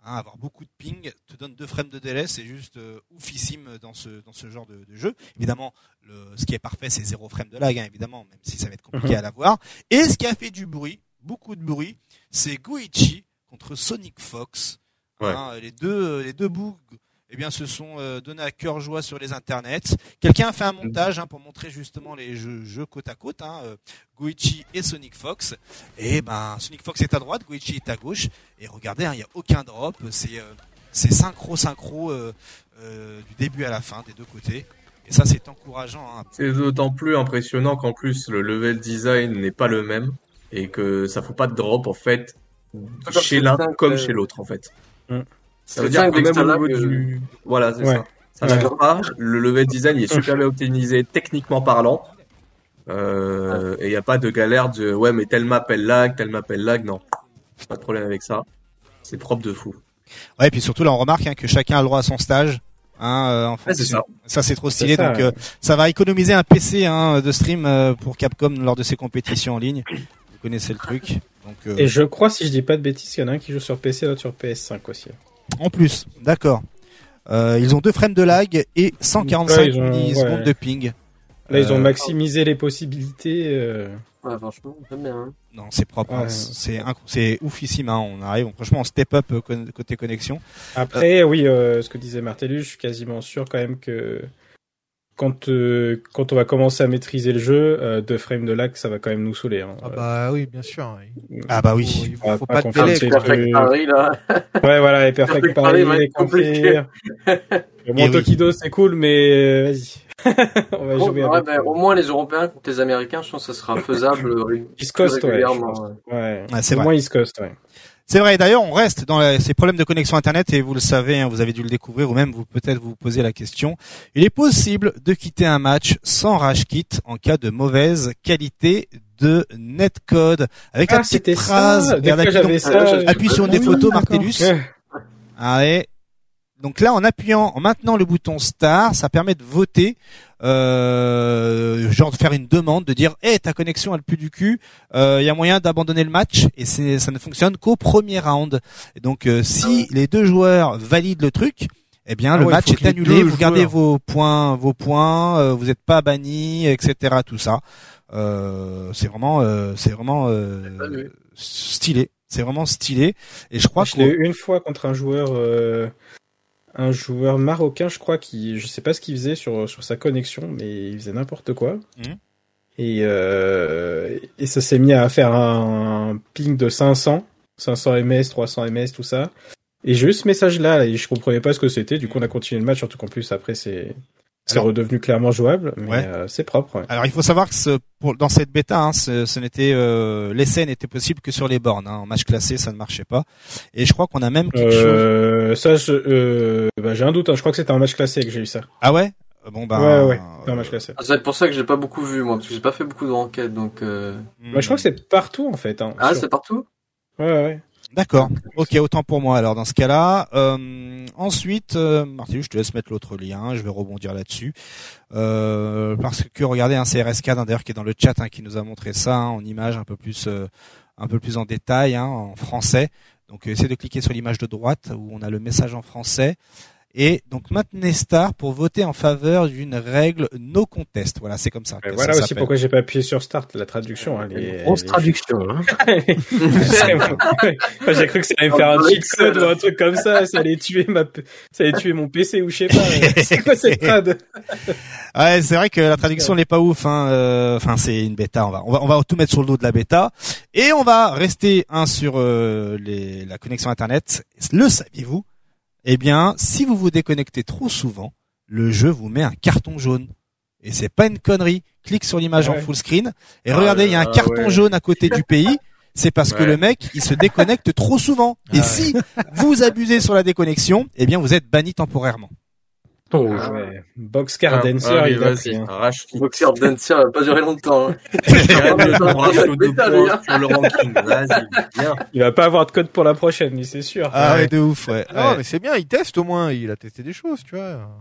Hein, avoir beaucoup de ping te donne deux frames de délai, c'est juste euh, oufissime dans ce dans ce genre de, de jeu. Évidemment, le, ce qui est parfait, c'est zéro frame de lag, hein, évidemment, même si ça va être compliqué Mhm. à l'avoir. Et ce qui a fait du bruit, beaucoup de bruit, c'est Goichi contre Sonic Fox. Ouais. Hein, les deux les deux bougs, eh bien, se sont euh, donnés à cœur joie sur les internets. Quelqu'un a fait un montage hein, pour montrer justement les jeux, jeux côte à côte, hein, euh, Goichi et Sonic Fox. Et ben, Sonic Fox est à droite, Goichi est à gauche. Et regardez, il hein, n'y a aucun drop. C'est euh, c'est synchro synchro euh, euh, du début à la fin des deux côtés. Et ça, c'est encourageant. Hein. C'est d'autant plus impressionnant qu'en plus le level design n'est pas le même et que ça faut pas de drop en fait chez l'un comme chez l'autre en fait. Ça veut dire que même au niveau du... Voilà, c'est Ouais. ça. Ça Ouais. n'arrive pas. Le level design il est super bien optimisé techniquement parlant. Euh, et il n'y a pas de galère de ouais mais telle map elle lag, telle map elle lag, non. Pas de problème avec ça. C'est propre de fou. Ouais, et puis surtout là, on remarque hein, que chacun a le droit à son stage. Hein, euh, en Ouais, c'est fonction- ça. ça c'est trop stylé, C'est ça, donc ouais. euh, ça va économiser un P C hein, de stream euh, pour Capcom lors de ses compétitions en ligne. Vous connaissez le truc. Donc, euh, Et je crois, si je dis pas de bêtises, qu'il y en a un qui joue sur P C, l'autre sur P S cinq aussi. En plus, d'accord. Euh, ils ont deux frames de lag et cent quarante-cinq Ouais, ils ont- millisecondes ouais. de ping. Là, ils ont Euh, maximisé les possibilités. euh, Ouais, franchement, j'aime bien. Hein. Non, c'est propre. hein. Ouais. C'est inc- c'est oufissime. Hein. On arrive, on- franchement, on step up euh, con- côté connexion. Après, oui, euh, ce que disait Martellus, je suis quasiment sûr quand même que quand euh, quand on va commencer à maîtriser le jeu, euh, deux frames de lag, ça va quand même nous saouler. Hein. Ah bah oui, bien sûr. Il Ah bah faut, oui. il faut, On va faut pas pas de confier délai. le quoi. truc. Perfect Paris, là. Ouais, voilà, les Perfect Perfect Paris, Paris va les être compliqué. Confir. Le Et oui. Tokido, c'est cool, mais euh, vas-y. On va Bon, jouer ouais, avec. ben, au moins les Européens contre les Américains, je pense que ça sera faisable ré- East Coast, ouais. je régulièrement. pense. ouais. Ouais, Ouais, c'est au vrai. moins East Coast, ouais. C'est vrai. D'ailleurs, on reste dans la- ces problèmes de connexion Internet et vous le savez, hein, vous avez dû le découvrir ou même vous peut-être vous posez la question. Il est possible de quitter un match sans rage quit en cas de mauvaise qualité de netcode. Avec Ah, la petite c'était phrase. ça. Dès Regarde, que appuie, j'avais donc- ça, Ah, j'ai- appuie sur une des Ah oui, photos, d'accord. Martellus. Ouais. Allez. Donc là, en appuyant, en maintenant le bouton Star, ça permet de voter, euh, genre de faire une demande, de dire, hey, ta connexion elle pue du cul, il euh, y a moyen d'abandonner le match, et c'est, ça ne fonctionne qu'au premier round. Et donc, euh, si les deux joueurs valident le truc, eh bien, Ah le ouais, match il faut que est les annulé, deux vous gardez joueurs- vos points, vos points, euh, vous n'êtes pas banni, et cetera. Tout ça, euh, c'est vraiment, euh, c'est vraiment euh, pas vu. stylé. C'est vraiment stylé. Et je crois Je que l'ai eu une fois contre un joueur, euh, un joueur marocain, je crois, qui, je sais pas ce qu'il faisait sur sur sa connexion, mais il faisait n'importe quoi. Mhm. Et euh, et ça s'est mis à faire un, ping de cinq cents, cinq cents ms, trois cents ms, tout ça. Et j'ai eu ce message-là et je comprenais pas ce que c'était. Du coup, on a continué le match, surtout qu'en plus après c'est c'est Alors- redevenu clairement jouable, mais Ouais. euh, c'est propre. Ouais. Alors il faut savoir que ce, pour, dans cette bêta, hein, ce, ce n'était euh, l'essai n'était possible que sur les bornes. Hein. En match classé, ça ne marchait pas. Et je crois qu'on a même quelque chose. Euh, ça, je, euh, bah, j'ai un doute. Hein. Je crois que c'était un match classé que j'ai eu ça. Ah ouais. Bon bah. ouais, ouais, c'était un match classé. Ah, c'est pour ça que j'ai pas beaucoup vu, moi, parce que j'ai pas fait beaucoup de enquêtes, donc. Euh... hmm. Bah, je crois que c'est partout en fait. Hein, Ah, sur- c'est partout. Ouais, ouais. D'accord. Ok, autant pour moi. Alors dans ce cas-là, euh, ensuite, euh, Martellus, je te laisse mettre l'autre lien. Je vais rebondir là-dessus euh, parce que regardez, un C R S K d'ailleurs qui est dans le chat, hein, qui nous a montré ça hein, en image un peu plus, euh, un peu plus en détail, hein, en français. Donc essayez de cliquer sur l'image de droite où on a le message en français. Et donc maintenez Star pour voter en faveur d'une règle no contest. Voilà, c'est comme ça. Mais que voilà ça aussi s'appelle. pourquoi j'ai pas appuyé sur Start. La traduction, hein, les, Une grosse les- traduction. Hein. Moi, j'ai cru que ça allait me faire un Dans cheat l'Excel. code ou un truc comme ça. Ça allait tuer ma, p- ça allait tuer mon P C ou je sais pas. C'est quoi cette trad? Ouais, c'est vrai que la traduction n'est pas ouf. Hein. euh, Enfin, c'est une bêta. On va, on va, on va tout mettre sur le dos de la bêta et on va rester un sur euh, les, la connexion Internet. Le saviez-vous? Eh bien, si vous vous déconnectez trop souvent, le jeu vous met un carton jaune. Et c'est pas une connerie. Clique sur l'image Ouais. en full screen et Ah regardez, il y a un là, carton ouais. jaune à côté du pays. C'est parce que Ouais. le mec, il se déconnecte trop souvent. Ah et ouais. si vous abusez sur la déconnexion, eh bien, vous êtes banni temporairement. Oh, Ah ouais. Boxcar Dancer, Ah, oui, il a vas-y, pris. Hein. arrache qui. Boxer Dancer, va pas durer longtemps. Hein. ratio de Bêta, lui, points hein. sur le ranking. Vas-y, viens. Il va pas avoir de code pour la prochaine, lui, c'est sûr. Ah Ouais. ouais, de ouf, ouais. Non, Ouais. mais c'est bien, il teste au moins, il a testé des choses, tu vois.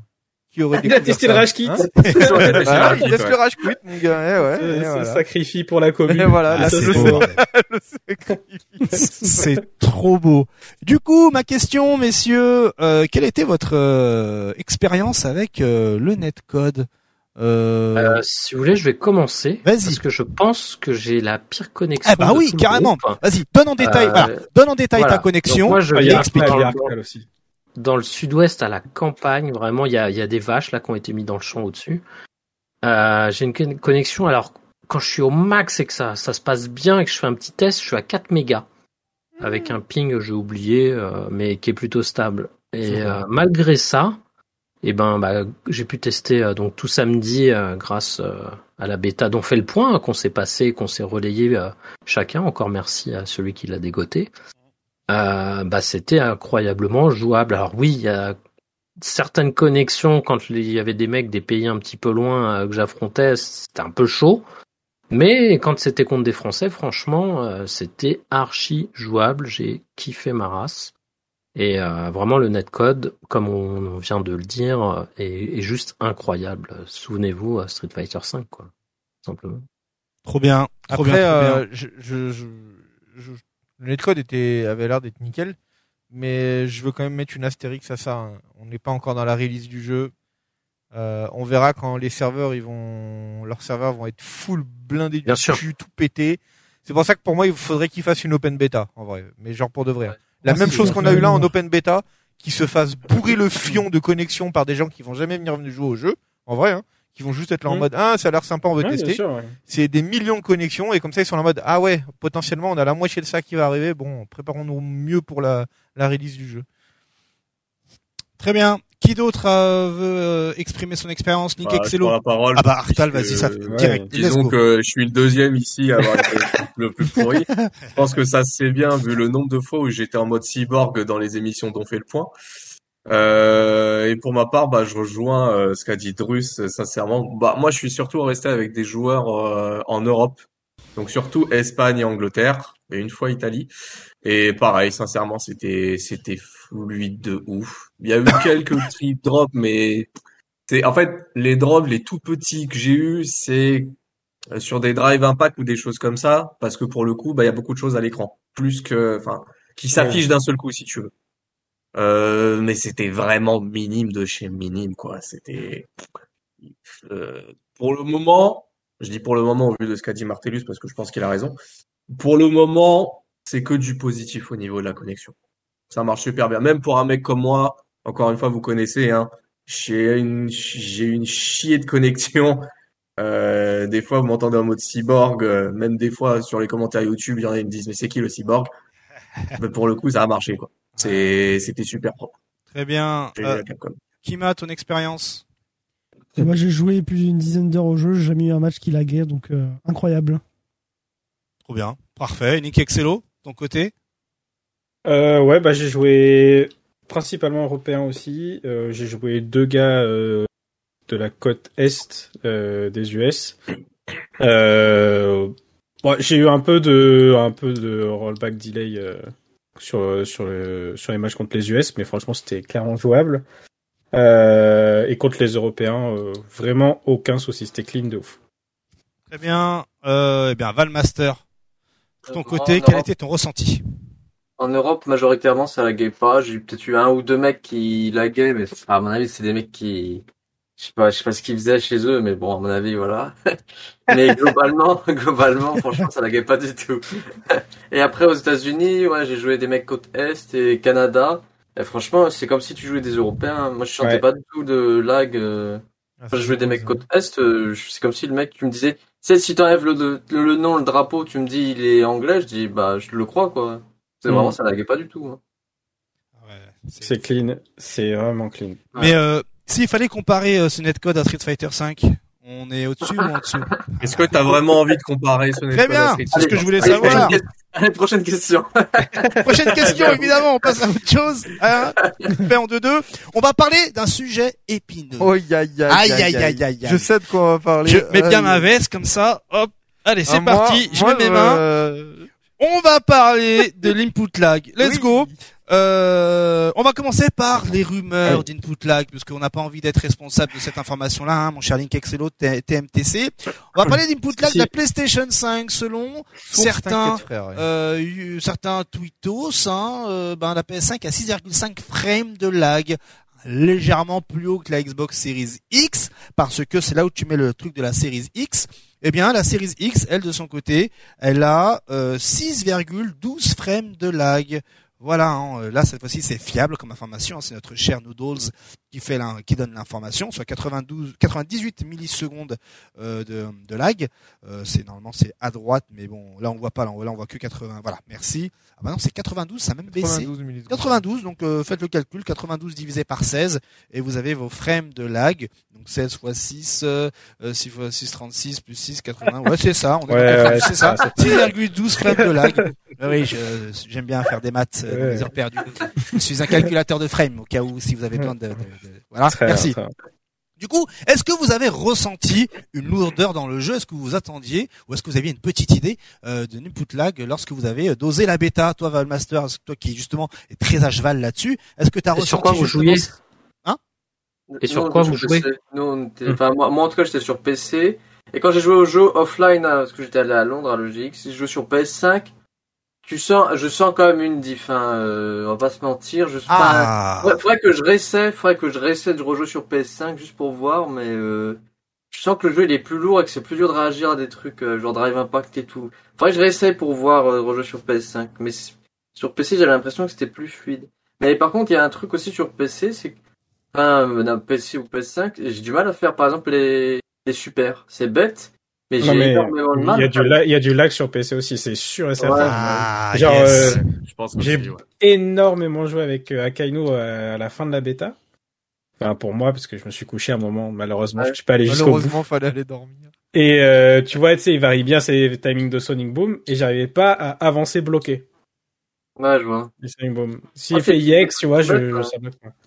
qui aurait Il a découvert testé ça, le rage kit. hein Ouais, Voilà, il ouais. teste le rage quit, mon gars. Eh ouais, Se- et se voilà. sacrifie pour la commune. Et voilà, Ah, là, c'est c'est beau. le sacrifice. C'est trop beau. Du coup, ma question, messieurs, euh, quelle était votre euh, expérience avec euh, le netcode euh... Euh, si vous voulez, je vais commencer. Vas-y. Parce que je pense que j'ai la pire connexion. Ah bah de oui, tout le carrément. groupe. Vas-y, donne en détail. Euh, voilà, donne en détail voilà. ta connexion. Donc moi, je Ah, il y viens a explique. Arcal, il y a dans- Arcal aussi. dans le sud-ouest à la campagne, vraiment, il y a, il y a des vaches là qui ont été mis dans le champ au-dessus. Euh, j'ai une con- connexion. Alors, quand je suis au max et que ça, ça se passe bien et que je fais un petit test, je suis à quatre mégas avec un ping, j'ai oublié, euh, mais qui est plutôt stable. Et euh, malgré ça, eh ben, bah, j'ai pu tester euh, donc tout samedi euh, grâce euh, à la bêta dont fait le point, hein, qu'on s'est passé, qu'on s'est relayé euh, chacun. Encore merci à celui qui l'a dégoté. Euh, bah, c'était incroyablement jouable. Alors oui, il y a certaines connexions quand il y avait des mecs des pays un petit peu loin euh, que j'affrontais, c'était un peu chaud. Mais quand c'était contre des Français, franchement, euh, c'était archi jouable. J'ai kiffé ma race. Et euh, vraiment, le netcode, comme on vient de le dire, euh, est, est juste incroyable. Souvenez-vous, euh, Street Fighter cinq, quoi, tout simplement. Trop bien, trop Après, bien, trop euh, bien. je, je, je, je- le netcode était, avait l'air d'être nickel, mais je veux quand même mettre une astérix à ça. hein. On n'est pas encore dans la release du jeu. Euh, on verra quand les serveurs, ils vont, leurs serveurs vont être full blindés Bien du sûr. cul, tout pété. C'est pour ça que pour moi, il faudrait qu'ils fassent une open bêta, en vrai. Mais genre pour de vrai. hein. La Ah, même c'est chose sûr, qu'on a eu là en vraiment. open bêta, qui se fasse bourrer le fion de connexion par des gens qui vont jamais venir jouer au jeu. En vrai, hein. Qui vont juste être là en Mm. mode, ah, ça a l'air sympa, on veut Ouais, bien tester. sûr, ouais. C'est des millions de connexions et comme ça ils sont en mode ah ouais potentiellement on a la moitié de ça qui va arriver, bon préparons-nous mieux pour la, la release du jeu. Très bien. Qui d'autre euh, veut euh, exprimer son expérience? Nick Bah, je prends Excello. la parole. Ah bah Artal, puisque, vas-y, ça euh, fait ouais, direct. Let's Disons go. que je suis le deuxième ici à avoir été le plus pourri. Je pense que ça c'est bien vu le nombre de fois où j'étais en mode cyborg dans les émissions dont fait le point. Euh, et pour ma part, bah, je rejoins euh, ce qu'a dit Drus, euh, sincèrement. Bah, moi, je suis surtout resté avec des joueurs euh, en Europe, donc surtout Espagne et Angleterre, et une fois Italie. Et pareil, sincèrement, c'était c'était fluide de ouf. Il y a eu quelques trip drops, mais c'est en fait les drops les tout petits que j'ai eu, c'est euh, sur des drive impact ou des choses comme ça, parce que pour le coup, bah, il y a beaucoup de choses à l'écran, plus que, enfin, qui s'affichent d'un seul coup si tu veux. Euh, mais c'était vraiment minime de chez minime, quoi. C'était, euh, pour le moment, je dis pour le moment au vu de ce qu'a dit Martellus parce que je pense qu'il a raison. Pour le moment, c'est que du positif au niveau de la connexion. Ça marche super bien. Même pour un mec comme moi, encore une fois, vous connaissez, hein. J'ai une, j'ai une chier de connexion. Euh, des fois, vous m'entendez en mode cyborg. euh, même des fois, sur les commentaires YouTube, il y en a qui me disent, mais c'est qui le cyborg? Mais pour le coup, ça a marché, quoi. C'est, c'était super propre. Très bien. J'ai eu Euh, la Capcom. Kima, ton expérience? Moi, j'ai joué plus d'une dizaine d'heures au jeu, j'ai jamais eu un match qui laguait, donc euh, incroyable. Trop bien. Parfait. Nick Excello, ton côté? Euh, ouais, bah j'ai joué principalement européen aussi. Euh, j'ai joué deux gars euh, de la côte est euh, des U S. Euh, bon, j'ai eu un peu de un peu de rollback delay euh, sur sur le, sur les matchs contre les U S, mais franchement c'était clairement jouable. Euh, et contre les Européens, euh, vraiment aucun souci, c'était clean de ouf. Très bien. Euh, eh bien, Valmaster, de ton Euh, côté, en quel Europe- était ton ressenti? En Europe, majoritairement, ça laguait pas. J'ai peut-être eu un ou deux mecs qui laguaient, mais à mon avis, c'est des mecs qui, je sais pas, je sais pas ce qu'ils faisaient chez eux, mais bon, à mon avis, voilà. Mais globalement, globalement, franchement, ça laguait pas du tout. Et après, aux États-Unis, ouais, j'ai joué des mecs côte Est et Canada. Et franchement, c'est comme si tu jouais des Européens. Moi, je sentais Ouais. pas du tout de lag. euh, Quand je jouais des mecs côte Est, euh, je- c'est comme si le mec, tu me disais, tu sais, si t'enlèves le, le, le nom, le drapeau, tu me dis il est anglais, je dis, bah, je le crois, quoi. C'est Mm. vraiment, ça laguait pas du tout. Hein. Ouais, C'est clean, c'est vraiment clean. Mais euh, s'il fallait comparer euh, ce netcode à Street Fighter cinq, on est au-dessus ou en dessous? Est-ce que t'as vraiment envie de comparer ce Très netcode à bien, Street c'est ce que je voulais Allez, savoir. prochaine question. Allez, prochaine question. Prochaine question, évidemment, on passe à autre chose. Hein, fait en deux deux. On va parler d'un sujet épineux. Oh, aïe, aïe, Aïe, aïe, aïe, aïe, Je aïe. sais de quoi on va parler. Je mets bien Aïe. ma veste comme ça, hop. Allez, c'est Ah, moi- parti, je moi, mets mes mains. euh, On va parler de l'input lag. Let's oui. go. Euh, on va commencer par les rumeurs oui. d'input lag, parce qu'on n'a pas envie d'être responsable de cette information-là, hein, mon cher Link Excello T M T C. On va parler d'input lag si. de la PlayStation cinq, selon Source certains, frères, oui. euh, certains tweetos, hein, euh, ben, la P S cinq a six virgule cinq frames de lag, légèrement plus haut que la Xbox Series X, parce que c'est là où tu mets le truc de la Series X. Eh bien, la Series X, elle, de son côté, elle a euh, six virgule douze frames de lag. Voilà, hein, là, cette fois-ci, c'est fiable comme information. Hein, c'est notre cher Noodles qui fait la, qui donne l'information, soit quatre-vingt-douze, quatre-vingt-dix-huit millisecondes euh, de, de lag. Euh, c'est normalement c'est à droite, mais bon, là on voit pas, là on, là on voit que quatre-vingts. Voilà, merci. Ah bah non, c'est quatre-vingt-douze, ça a même baissé. quatre-vingt-douze, quatre-vingt-douze, donc euh, faites le calcul, quatre-vingt-douze divisé par seize, et vous avez vos frames de lag. Donc seize fois six, euh, six fois six, trente-six, plus six, quatre-vingts. Ouais, c'est ça. On est ouais, ouais, c'est ça. six virgule douze frames de lag. Oui, je, j'aime bien faire des maths euh, ouais. dans les heures perdues. Je suis un calculateur de frames, au cas où, si vous avez besoin de, de, de... voilà. Très merci. Bien, du coup, est-ce que vous avez ressenti une lourdeur dans le jeu? Est-ce que vous vous attendiez, ou est-ce que vous aviez une petite idée euh, de input lag lorsque vous avez dosé la bêta? Toi, Valmaster, toi qui justement est très à cheval là-dessus, est-ce que tu as ressenti sur quoi vous jouiez? Hein? Et sur quoi vous jouez? Nous, on était... enfin, moi, moi, en tout cas, j'étais sur P C. Et quand j'ai joué au jeu offline, hein, parce que j'étais allé à Londres à l'O G X, si je joue sur P S cinq, tu sens, je sens quand même une diff, hein, euh, on va pas se mentir, je ah. pas, faudrait que je réessaie, faudrait que je réessaie de rejouer sur P S cinq juste pour voir, mais euh, je sens que le jeu il est plus lourd et que c'est plus dur de réagir à des trucs, euh, genre Drive Impact et tout. Faudrait que je réessaie pour voir euh, rejouer sur P S cinq, mais sur P C j'avais l'impression que c'était plus fluide. Mais par contre il y a un truc aussi sur P C, c'est que, enfin, euh, P C ou P S cinq, j'ai du mal à faire par exemple les, les super, c'est bête. Mais non, j'ai mais énormément de mal. Il y a du lag, il y a du lag sur P C aussi, c'est sûr et certain. Ouais. Ah, genre, yes. euh, je pense j'ai aussi, ouais. énormément joué avec euh, Akainu à, à la fin de la bêta. Enfin, pour moi, parce que je me suis couché à un moment, malheureusement, ouais. je suis pas allé jusqu'au bout. Malheureusement, fallait aller dormir. Et euh, tu vois, tu sais, il varie bien ses timings de Sonic Boom, et j'arrivais pas à avancer bloqué. Ouais, je vois. Les Sonic Boom. S'il ah, fait I X, tu vois, je, je, ça bloque pas.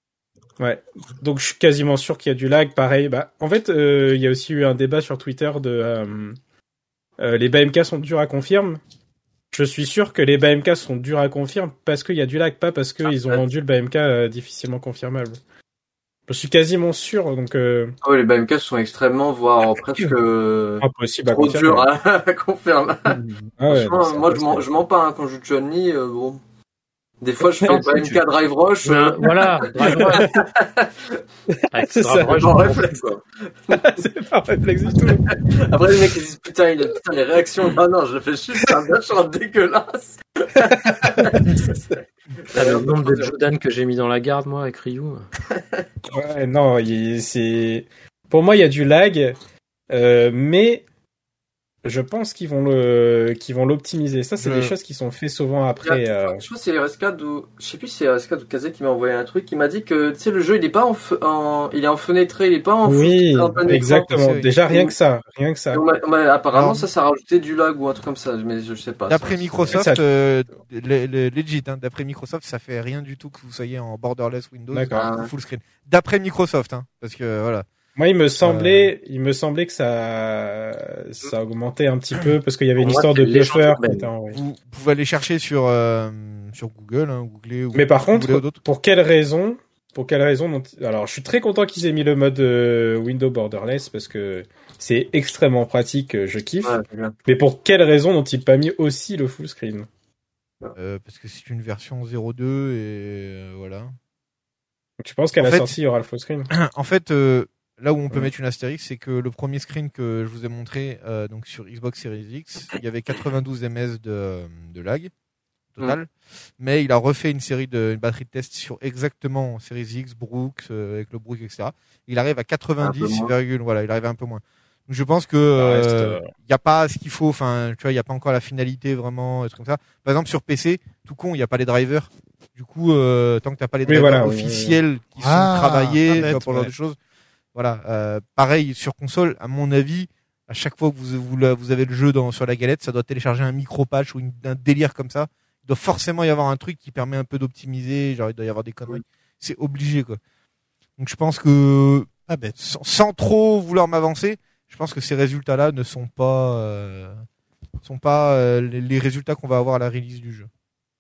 Ouais, donc je suis quasiment sûr qu'il y a du lag, pareil. Bah, en fait, euh, il y a aussi eu un débat sur Twitter de euh, euh, les B M K sont durs à confirmer. Je suis sûr que les B M K sont durs à confirmer parce qu'il y a du lag, pas parce qu'ils ont rendu le B M K euh, difficilement confirmable. Je suis quasiment sûr, donc. Euh... Ah oui, les B M K sont extrêmement, voire presque impossible à trop confirmer. durs à, à confirmer. Ah ouais, moi, je mens, je mens pas hein, quand je joue Johnny. Euh, bon. Des fois, je fais un B M K Drive Rush. Euh, voilà, Drive Rush. C'est ça, Rush en réflexe, quoi. C'est pas réflexe du tout. Après, les mecs, ils disent, putain, il a, putain, les réactions. Non, non, je fais juste un machin dégueulasse. T'as le nombre de Jodan que j'ai mis dans la garde, moi, avec Ryu. Ouais, non, il, c'est, pour moi, il y a du lag, euh, mais je pense qu'ils vont le, qu'ils vont l'optimiser. Ça, c'est je... des choses qui sont faites souvent après. Je euh... crois que c'est R S quatre ou, je sais plus si c'est R S quatre ou Kazé qui m'a envoyé un truc qui m'a dit que, tu sais, le jeu, il est pas en, fe... en... il est en fenêtré, il est pas en Oui, en exactement. Écran. Déjà, rien que ça, rien que ça. Donc, mais, mais, apparemment, Alors, ça, ça a rajouté du lag ou un truc comme ça, mais je sais pas. D'après ça, Microsoft, ça... euh, le, le, legit, hein, d'après Microsoft, ça fait rien du tout que vous soyez en borderless Windows ou full screen. D'après Microsoft, hein, parce que, voilà. Moi, il me semblait, euh... il me semblait que ça, ça augmentait un petit peu parce qu'il y avait une histoire de buffer. Oui. Vous pouvez aller chercher sur euh, sur Google, hein, googler. Ou Mais par contre, pour quelle raison, pour quelle raison Alors, je suis très content qu'ils aient mis le mode euh, Windows borderless parce que c'est extrêmement pratique, je kiffe. Ouais, mais pour quelle raison n'ont-ils pas mis aussi le full screen euh, Parce que c'est une version zéro deux et euh, voilà. Tu penses qu'à en la fait, sortie il y aura le full screen En fait. Euh, Là où on peut mmh. mettre une astérix, c'est que le premier screen que je vous ai montré euh, donc sur Xbox Series X, il y avait quatre-vingt-douze millisecondes de, de lag total, mmh. mais il a refait une série de une batterie de tests sur exactement Series X, Brooks, euh, avec le Brook, et cetera. Il arrive à quatre-vingt-dix, voilà, il arrive un peu moins. Donc je pense que il euh, y a pas ce qu'il faut, enfin tu vois, il y a pas encore la finalité vraiment, des trucs comme ça. Par exemple sur P C, tout con, il y a pas les drivers. Du coup, euh, tant que t'as pas les drivers oui, voilà, officiels oui, oui, oui. qui sont ah, travaillés, bête, pour ouais. genre de choses. Voilà, euh, pareil sur console, à mon avis, à chaque fois que vous, vous, vous avez le jeu dans, sur la galette, ça doit télécharger un micro-patch ou une, un délire comme ça. Il doit forcément y avoir un truc qui permet un peu d'optimiser, genre il doit y avoir des conneries. C'est obligé, quoi. Donc je pense que, ah ben, sans, sans trop vouloir m'avancer, je pense que ces résultats-là ne sont pas, euh, sont pas euh, les, les résultats qu'on va avoir à la release du jeu.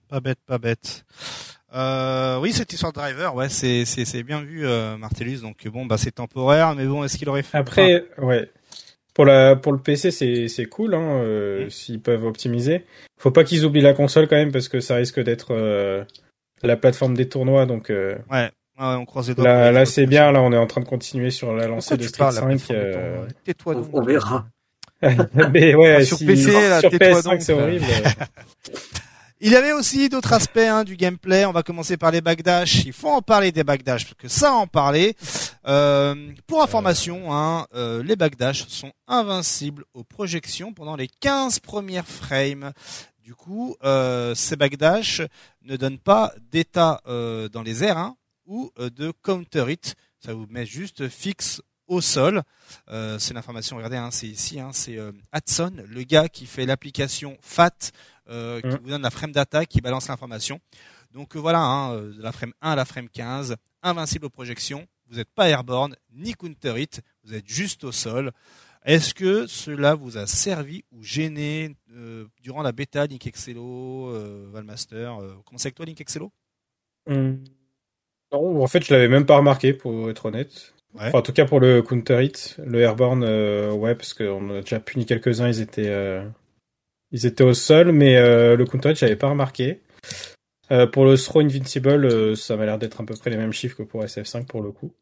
Pas bête, pas bête. Euh, oui, cette histoire de driver, ouais, c'est c'est c'est bien vu, euh, Martellus. Donc bon, bah c'est temporaire, mais bon, est-ce qu'il aurait fait Après, ouais. Pour la pour le P C, c'est c'est cool, hein, euh, mmh. s'ils peuvent optimiser. Faut pas qu'ils oublient la console quand même parce que ça risque d'être euh, la plateforme des tournois, donc. Euh, ouais. Ouais, on croise les doigts. Là, là c'est bien. Là, on est en train de continuer sur la lancée de Street cinq. Euh... Tais-toi donc. On verra. Mais ouais, ah, sur si, P C, là, sur P S cinq, donc, c'est horrible. Il y avait aussi d'autres aspects hein, du gameplay. On va commencer par les backdash. Il faut en parler des backdash parce que ça en parler. Euh, pour information, hein, euh, les backdash sont invincibles aux projections pendant les quinze premières frames. Du coup, euh, ces backdash ne donnent pas d'état euh, dans les airs hein, ou euh, de counter hit. Ça vous met juste fixe au sol. Euh, c'est l'information. Regardez, hein, c'est ici. Hein, c'est euh, Hudson, le gars qui fait l'application F A T. Euh, qui mmh. vous donne la frame d'attaque, qui balance l'information. Donc euh, voilà, hein, de la frame un à la frame quinze, invincible aux projections. Vous n'êtes pas airborne, ni counter hit, vous êtes juste au sol. Est-ce que cela vous a servi ou gêné euh, durant la bêta Link Excello, euh, Valmaster euh, Comment c'est avec toi, Link Excello mmh. Non, en fait, je l'avais même pas remarqué, pour être honnête. Ouais. Enfin, en tout cas, pour le counter hit, le airborne, euh, ouais, parce qu'on a déjà puni quelques-uns, ils étaient... Euh... Ils étaient au sol, mais euh, le counter hit, j'avais pas remarqué. Euh, pour le throw invincible, euh, ça m'a l'air d'être à peu près les mêmes chiffres que pour S F cinq pour le coup.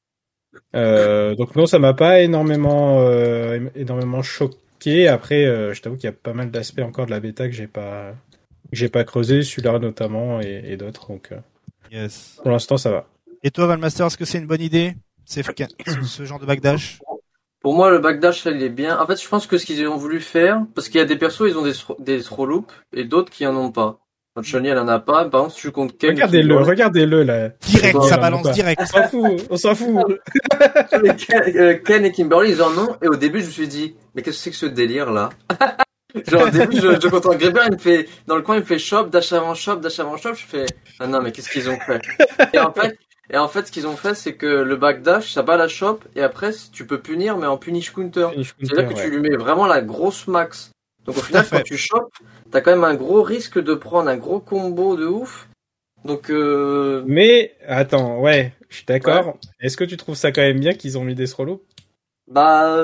Euh, donc non, ça m'a pas énormément, euh, énormément choqué. Après, euh, je t'avoue qu'il y a pas mal d'aspects encore de la bêta que j'ai pas, que j'ai pas creusé, celui-là notamment et, et d'autres. Donc, euh, yes. Pour l'instant, ça va. Et toi, Valmaster, est-ce que c'est une bonne idée, c'est ce, ce genre de backdash? Pour moi, le backdash, là, il est bien. En fait, je pense que ce qu'ils ont voulu faire, parce qu'il y a des persos, ils ont des, des throw loops, et d'autres qui en ont pas. Notre Chun-Li, elle en a pas. Par exemple, si tu comptes Ken... Regardez-le, regardez-le, là. Direct, ça balance direct. On s'en fout, on s'en fout. Ken, euh, Ken et Kimberly, ils en ont, et au début, je me suis dit, mais qu'est-ce que c'est que ce délire, là? Genre, au début, je, je compte en Grébert, il me fait, dans le coin, il me fait shop, dash avant shop, dash avant shop, je fais, ah non, mais qu'est-ce qu'ils ont fait? Et en fait, Et en fait, ce qu'ils ont fait, c'est que le backdash, ça bat la shop, et après, tu peux punir, mais en punish counter. C'est-à-dire que ouais. tu lui mets vraiment la grosse max. Donc au final, quand tu chopes, t'as quand même un gros risque de prendre un gros combo de ouf. Donc euh... Mais, attends, ouais, je suis d'accord. Ouais. Est-ce que tu trouves ça quand même bien qu'ils ont mis des throw loops? Bah...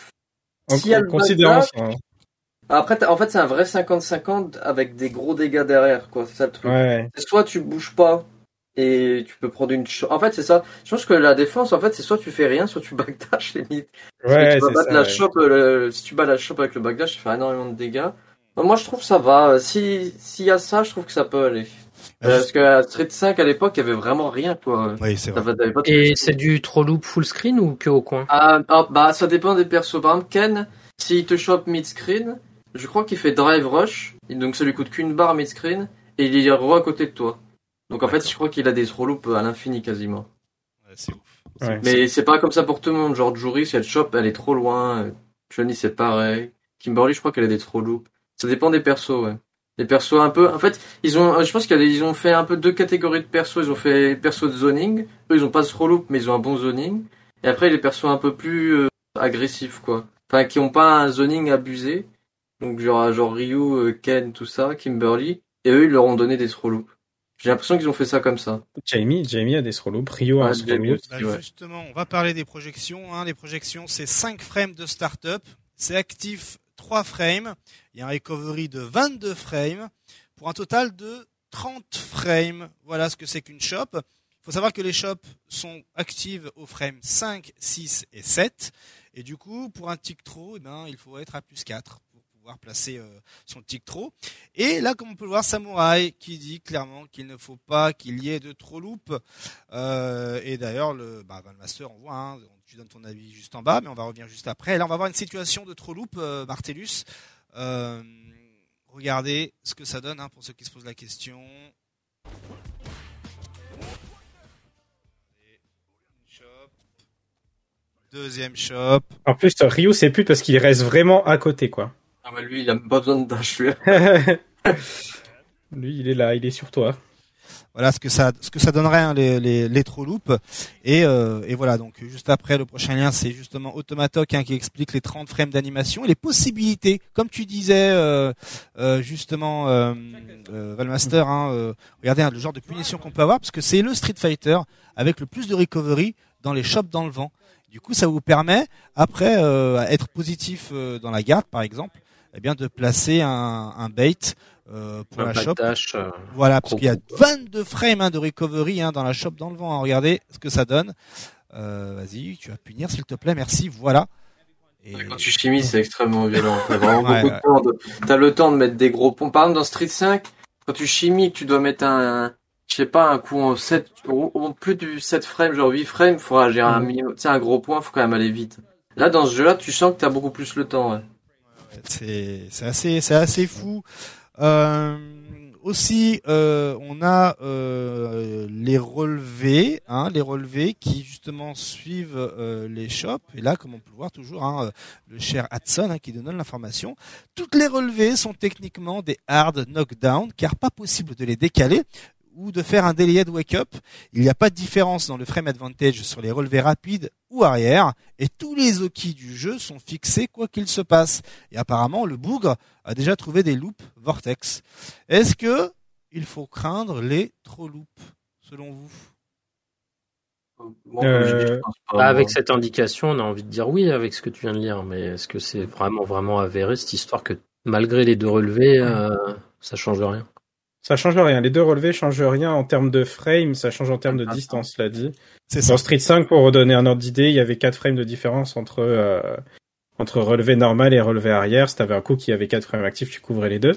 En, si en considérant ça. Hein. Après, en fait, c'est un vrai cinquante cinquante avec des gros dégâts derrière, quoi. C'est ça le truc. Ouais. C'est soit tu bouges pas, et tu peux prendre une shot. En fait, c'est ça. Je pense que la défense, en fait, c'est soit tu fais rien, soit tu backdash, limite. Ouais, tu vas c'est battre ça, la ouais. shop, le... si tu bats la shop avec le backdash, tu fais énormément de dégâts. Moi, je trouve que ça va. Si, s'il y a ça, je trouve que ça peut aller. Ah, euh, parce qu'à Street cinq, à l'époque, il y avait vraiment rien, quoi. Oui, c'est vrai. T'avais, t'avais pas de Et c'est du throw loop full screen ou que au coin? Ah, ah, bah, ça dépend des persos. Par exemple, Ken, s'il te chope mid-screen, je crois qu'il fait drive rush. Donc, ça lui coûte qu'une barre mid-screen. Et il est re à côté de toi. Donc en fait, je crois qu'il a des throw loops à l'infini quasiment. Ouais, c'est ouf. Ouais, Mais c'est... c'est pas comme ça pour tout le monde. Genre Jury, si elle chope, elle est trop loin. Johnny, c'est pareil. Kimberly, je crois qu'elle a des throw loops. Ça dépend des persos, ouais. Les persos un peu. En fait, ils ont. Je pense qu'ils ont fait un peu deux catégories de persos. Ils ont fait persos de zoning. Eux, ils ont pas de throw loop, mais ils ont un bon zoning. Et après, les persos un peu plus euh, agressifs, quoi. Enfin, qui ont pas un zoning abusé. Donc genre genre Ryu, Ken, tout ça, Kimberly. Et eux, ils leur ont donné des throw loops. J'ai l'impression qu'ils ont fait ça comme ça. Jamie, Jamie a des throw loops, Rio a Ouais, un throw Jamie loop. aussi, Bah, ouais. justement, on va parler des projections. Hein. Les projections, c'est cinq frames de start-up. C'est actif trois frames. Il y a un recovery de vingt-deux frames pour un total de trente frames. Voilà ce que c'est qu'une shop. Il faut savoir que les shops sont actives aux frames cinq, six et sept. Et du coup, pour un tick throw, eh ben, il faut être à plus quatre. Placer euh, son tick throw. Et là, comme on peut le voir, Samurai qui dit clairement qu'il ne faut pas qu'il y ait de throw loop. Euh, et d'ailleurs, le bah, Valmaster, on voit, hein, tu donnes ton avis juste en bas, mais on va revenir juste après. Là, on va voir une situation de throw loop, euh, Martellus. Euh, regardez ce que ça donne hein, pour ceux qui se posent la question. Deuxième shop. En plus, Ryu, c'est plus parce qu'il reste vraiment à côté, quoi. Ah, mais lui, il a même pas besoin de dash, lui. Lui, il est là, il est sur toi. voilà ce que ça ce que ça donnerait hein, les les les throw loops et euh, et voilà donc juste après le prochain lien c'est justement Automatok hein, qui explique les trente frames d'animation et les possibilités comme tu disais euh, euh, justement euh, euh, Valmaster hein, euh, regardez hein, le genre de punition qu'on peut avoir parce que c'est le Street Fighter avec le plus de recovery dans les shops dans le vent. Du coup ça vous permet après euh, à être positif euh, dans la garde par exemple eh bien de placer un un bait Euh, pour un la shop. Dash, euh, voilà, parce qu'il y a vingt-deux frames hein, de recovery hein, dans la shop dans le vent. Hein. Regardez ce que ça donne. Euh, vas-y, tu vas punir s'il te plaît, merci. Voilà. Et... Quand tu chimies, c'est extrêmement violent. T'as vraiment ouais, beaucoup ouais. de temps. De... T'as le temps de mettre des gros ponts. Par exemple, dans Street cinq, quand tu chimies, tu dois mettre un, je sais pas, un coup en sept, au plus de sept frames, genre huit frames, il faudra gérer un minimum. Tu sais, un gros point, faut quand même aller vite. Là, dans ce jeu-là, tu sens que t'as beaucoup plus le temps. Ouais. C'est, c'est assez, c'est assez fou. Euh, aussi, euh, on a euh, les relevés, hein, les relevés qui justement suivent euh, les shops. Et là, comme on peut le voir toujours, hein, le cher Hudson hein, qui nous donne l'information. Toutes les relevés sont techniquement des hard knockdown, car pas possible de les décaler ou de faire un delayed wake-up. Il n'y a pas de différence dans le frame advantage sur les relevés rapides ou arrière, et tous les okis du jeu sont fixés quoi qu'il se passe. Et apparemment, le bougre a déjà trouvé des loops vortex. Est-ce que il faut craindre les trop loops, selon vous? Bon, euh, pas, avec cette indication, on a envie de dire oui avec ce que tu viens de lire, mais est-ce que c'est vraiment vraiment avéré cette histoire que malgré les deux relevés, euh, ça change rien? Ça change rien. Les deux relevés changent rien en termes de frame, ça change en termes de distance, l'a dit. C'est Dans ça. Street cinq, pour redonner un ordre d'idée, il y avait quatre frames de différence entre euh, entre relevé normal et relevé arrière. Si t'avais un coup qui avait quatre frames actifs, tu couvrais les deux.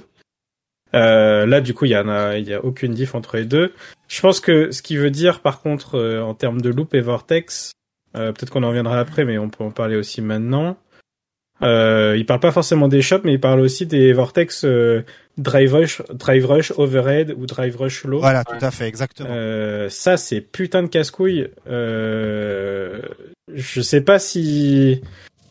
Euh, là, du coup, il y en a, il y a aucune diff entre les deux. Je pense que ce qui veut dire, par contre, euh, en termes de loop et vortex, euh, peut-être qu'on en reviendra après, mais on peut en parler aussi maintenant. Euh, il parle pas forcément des shops, mais il parle aussi des vortex euh, drive rush, drive rush overhead ou drive rush low. Voilà, tout à fait, exactement. Euh, ça, c'est putain de casse-couille. Euh, je sais pas si,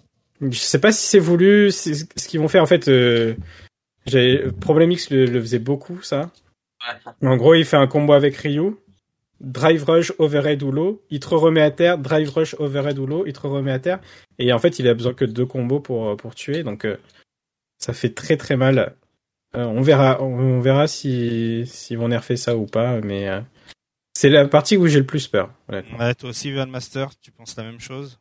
je sais pas si c'est voulu. C'est ce qu'ils vont faire en fait. Euh, j'ai Problem X le, le faisait beaucoup ça. Ouais. En gros, il fait un combo avec Ryu. Drive rush, overhead ou low, il te remet à terre, drive rush, overhead ou low, il te remet à terre, et en fait il a besoin que de deux combos pour pour tuer, donc euh, ça fait très très mal. Euh, on verra, on, on verra si s'ils vont nerfer ça ou pas, mais euh, c'est la partie où j'ai le plus peur. Honnêtement. Ouais, toi aussi, Van Master, tu penses la même chose?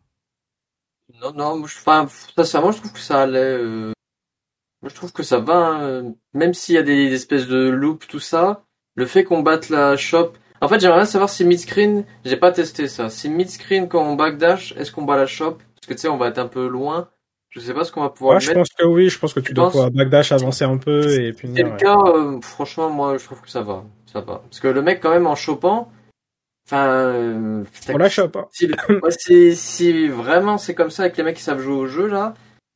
Non, non, moi, je, enfin, sincèrement, je trouve que ça allait. Euh... Moi, je trouve que ça va, euh... même s'il y a des, des espèces de loops, tout ça, le fait qu'on batte la shop. En fait, j'aimerais bien savoir si mid-screen, j'ai pas testé ça. Si mid-screen, quand on backdash, est-ce qu'on bat la shop? Parce que tu sais, on va être un peu loin. Je sais pas ce qu'on va pouvoir ouais, mettre. Je pense que oui, je pense que tu, tu dois pouvoir backdash, avancer un peu et puis. Si c'est le ouais. cas, euh, franchement, moi, je trouve que ça va. Ça va. Parce que le mec, quand même, en chopant, enfin, euh, on la chope, hein. Si, ouais, si, si vraiment c'est comme ça avec les mecs qui savent jouer au jeu, là,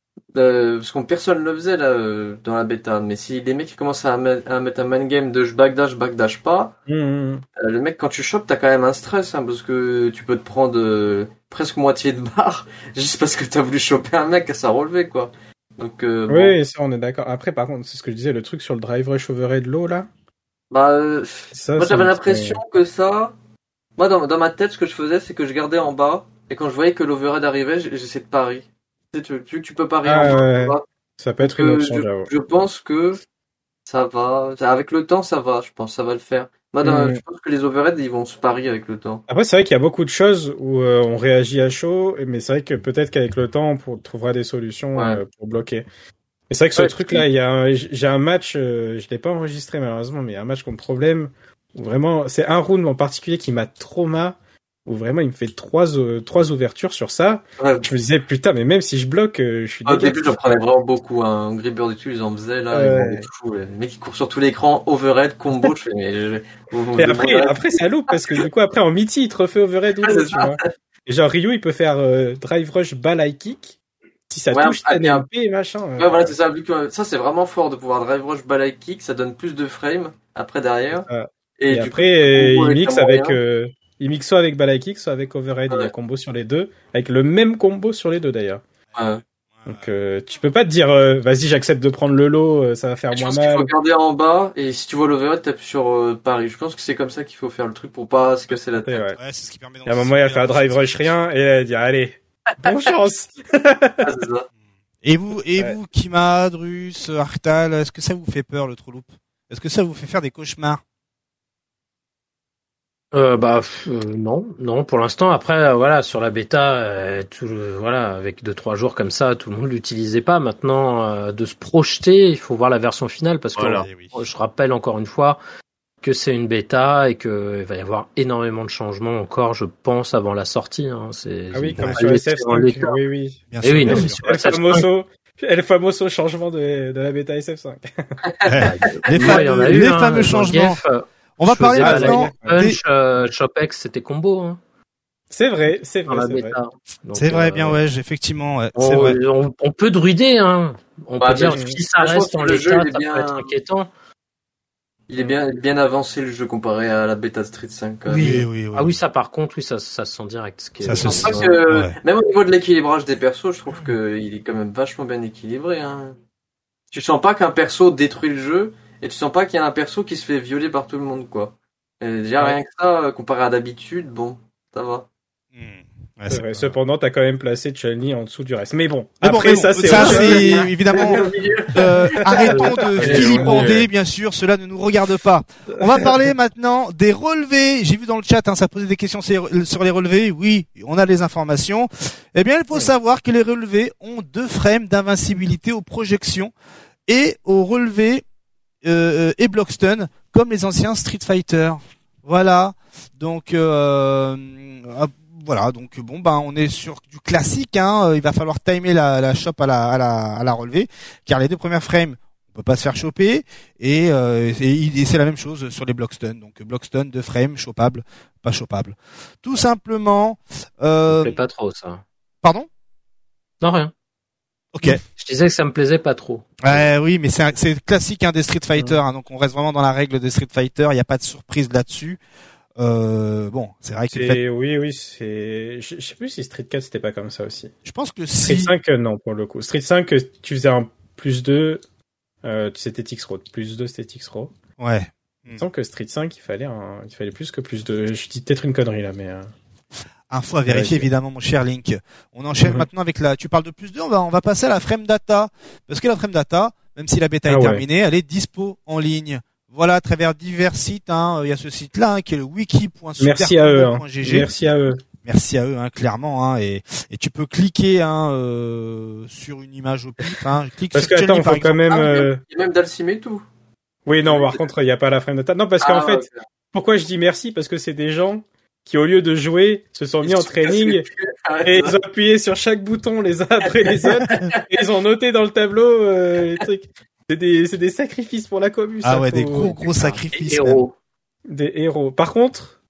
Euh, parce qu'on personne le faisait là euh, dans la bêta, mais si les mecs qui commencent à, met, à mettre un man game de je backdash, backdash pas, mmh. euh, le mec quand tu chopes t'as quand même un stress hein, parce que tu peux te prendre euh, presque moitié de barre juste parce que t'as voulu choper un mec à sa relevée quoi. Donc euh, oui, bon. Ça on est d'accord. Après par contre c'est ce que je disais, le truc sur le drive rush overhead low là. Bah euh, ça, moi j'avais l'impression très... que ça, moi dans, dans ma tête ce que je faisais c'est que je gardais en bas et quand je voyais que l'overhead arrivait j'essayais de parier. Tu, tu, tu peux parier ah, en ouais. bas. Ça peut être une option, je, j'avoue. Je pense que ça va. Avec le temps, ça va. Je pense ça va le faire. Moi, dans, mmh. je pense que les overheads, ils vont se parier avec le temps. Après, c'est vrai qu'il y a beaucoup de choses où euh, on réagit à chaud, mais c'est vrai que peut-être qu'avec le temps, on trouvera des solutions ouais. euh, pour bloquer. Mais c'est vrai que ouais, ce truc-là, il y a, un, j'ai un match, euh, je l'ai pas enregistré malheureusement, mais il y a un match contre Problème où vraiment, c'est un round en particulier qui m'a trauma. Où vraiment il me fait trois euh, trois ouvertures sur ça. Ouais. Je me disais putain mais même si je bloque, euh, je suis. Au début j'en prenais vraiment beaucoup. Un hein. Gripper et tout ils en faisaient là. Euh... Ils fous, les mecs qui courent sur tout l'écran, overhead, combo. Je fais mais. Je... Et après après ça loupe parce que du coup après en miti il te refait overhead ou tu vois. Et genre Ryu il peut faire euh, drive rush ball high kick. Si ça ouais, touche ta N M P et machin. Ouais euh... voilà c'est ça. Ça c'est vraiment fort de pouvoir drive rush ball high kick. Ça donne plus de frames après derrière. Euh... Et, et après coup, il mixe avec. Euh... Il mixe soit avec Balai Kick, soit avec Overhead. Ouais. Il y a combo sur les deux, avec le même combo sur les deux d'ailleurs. Ouais. Donc euh, tu peux pas te dire euh, vas-y j'accepte de prendre le lot, euh, ça va faire Je moins pense qu'il mal. faut regarder en bas et si tu vois l'overhead, t'appuies sur euh, Paris. Je pense que c'est comme ça qu'il faut faire le truc pour pas se casser la Ouais, tête. ouais. Ouais, c'est ce qui permet Et à un moment il va faire drive rush rien et elle va dire allez bonne chance. Ah, c'est ça. Et vous, et Ouais. vous, Kima, Drus, Arctal, est-ce que ça vous fait peur le trou loop? Est-ce que ça vous fait faire des cauchemars? Euh, bah pff, euh, non, non pour l'instant. Après, euh, voilà, sur la bêta, euh, tout, le- voilà, avec deux trois jours comme ça, tout le monde l'utilisait pas. Maintenant, euh, de se projeter, il faut voir la version finale parce que Voilà. Eh oui. je rappelle encore une fois que c'est une bêta et que il va y avoir énormément de changements encore, je pense, avant la sortie. Hein. C'est Ah oui ils vont comme pas sur laisser S F en cinq. l'état. Oui oui. Bien Eh sûr, oui, bien non, mais sûr. sur El S F cinq, famoso El famoso changement de, de la bêta S F cinq. Les ouais, il y en fameux, a eu, les hein, fameux dans changements. Gef, euh, On va je parler faisais Ah, la maintenant la- des... Punch, euh, Shopex, c'était combo hein, C'est vrai, c'est dans vrai, la c'est vrai. bêta. Donc, C'est vrai, euh, bien ouais, effectivement, ouais, c'est On, vrai. on, on peut druider, hein. On Ouais, peut dire mais si ça je pense reste que en le jeu, l'état, il est ça bien- peut être inquiétant. Il est bien, bien avancé le jeu comparé à la bêta de Street cinq. Quand même. Oui, oui, oui. Ah oui, ça par contre, oui, ça, ça se sent direct. Ce qui Ça est se Je sent. pense que Ouais. même au niveau de l'équilibrage des persos, je trouve que il est quand même vachement bien équilibré. Hein. Tu sens pas qu'un perso détruit le jeu et tu sens pas qu'il y a un perso qui se fait violer par tout le monde, quoi. Et déjà Ouais. rien que ça, euh, comparé à d'habitude, bon, ça va. Hmm. Ouais, C'est c'est vrai. pas- Cependant, t'as quand même placé Chun-Li en dessous du reste. Mais bon, Mais bon, après mais bon, ça c'est ça autre chose. c'est évidemment. Euh, arrêtons de Elle est filipander, longue. bien sûr, cela ne nous regarde pas. On va parler maintenant des relevés. J'ai vu dans le chat, hein, ça posait des questions sur sur les relevés. Oui, on a les informations. Eh bien, il faut savoir que les relevés ont deux frames d'invincibilité aux projections et aux relevés euh, et blockstun, comme les anciens Street Fighter. Voilà. Donc, euh, euh, voilà. Donc, bon, ben, on est sur du classique. Hein. Euh, Il va falloir timer la, la shop à la, à la, à la relevée, car les deux premières frames, on peut pas se faire choper. Et, euh, et, et c'est la même chose sur les blockstun. Donc, blockstun, deux frames, chopable, pas chopable. Tout simplement. Ça Euh, me plaît pas trop, ça. pardon. Non, rien. Ok. Je disais que ça me plaisait pas trop. Ouais, oui, mais c'est un- c'est classique hein, des Street Fighter, hein, donc on reste vraiment dans la règle des Street Fighter. Il n'y a pas de surprise là-dessus. Euh, bon, c'est vrai que le fait- C'est- Oui, oui, c'est. Je je sais plus si Street quatre c'était pas comme ça aussi. je pense que Street si. cinq, euh, non, pour le coup. Street cinq, euh, tu faisais un plus deux, euh, c'était X-Row. Plus deux, c'était X-Row. Ouais. Il me semble que Street cinq, il fallait un... il fallait plus que plus deux. Je dis peut-être une connerie là, mais. euh, Info à vérifier Ouais, évidemment, mon cher Link. On enchaîne Mhm. maintenant avec la. Tu parles de plus deux, on va on va passer à la frame data parce que la frame data, même si la bêta Ah est ouais. terminée, elle est dispo en ligne. Voilà, à travers divers sites. Hein. Il y a ce site-là hein, qui est le wiki point super Merci à eux. Hein. point g g. Merci à eux. Merci à eux, hein, clairement. Hein, et, et tu peux cliquer hein, euh, sur une image au pif. Hein. Clique Parce sur que Chun-Li, attends, par faut quand exemple. même. Ah, euh, Il y a même Dalsim et tout. Oui, non, par contre, il n'y a pas la frame data. Non, parce qu'en Ah, fait, ok. pourquoi je dis merci? Parce que c'est des gens qui, au lieu de jouer, se sont mis en training et ils ont appuyé sur chaque bouton les uns après les autres et ils ont noté dans le tableau euh, les trucs. C'est des, c'est des sacrifices pour la commu. Ah ça, ouais, faut- des gros gros sacrifices. même. Héros. Des héros. Par contre,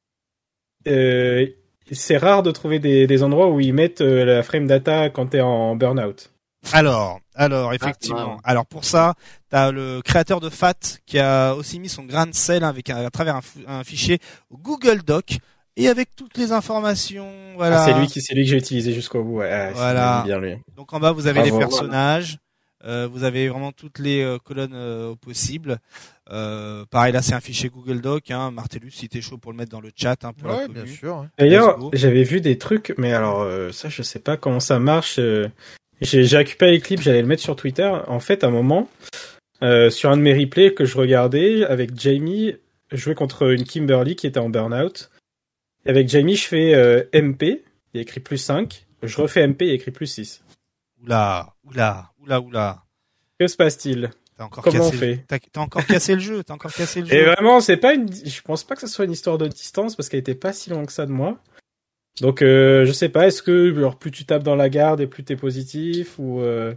euh, c'est rare de trouver des, des endroits où ils mettent euh, la frame data quand t'es en burn-out. Alors, alors effectivement. ouais. Alors pour ça, t'as le créateur de Fat qui a aussi mis son grain de sel hein, avec un- à travers un, f- un fichier Google Doc et avec toutes les informations. Voilà. Ah, c'est lui qui, c'est lui que j'ai utilisé jusqu'au bout. Ouais, ah, c'est Voilà. bien lui. Donc en bas vous avez Bravo. les personnages, euh, vous avez vraiment toutes les euh, colonnes euh, possibles. Euh, pareil là c'est un fichier Google Doc. Hein. Martellus, si t'es chaud pour le mettre dans le chat hein, pour la Ouais, commu. bien sûr. ouais. D'ailleurs, Let's go. j'avais vu des trucs, mais alors euh, ça, je sais pas comment ça marche. euh, J'ai j'ai récupéré les clips, j'allais le mettre sur Twitter. En fait, à un moment, euh, sur un de mes replays que je regardais avec Jamie, je jouais contre une Kimberly qui était en burn-out. Et avec Jamie, je fais euh, M P, il y a écrit plus cinq. Je refais M P, il y a écrit plus six. Oula, oula, oula, oula. Que se passe-t-il? T'as encore Comment cassé. on fait T'as, t'as encore cassé le jeu. T'as encore cassé le jeu. Et vraiment, c'est pas une. Je pense pas que ce soit une histoire de distance parce qu'elle était pas si loin que ça de moi. Donc, euh, je sais pas. Est-ce que genre plus tu tapes dans la garde et plus t'es positif ou euh...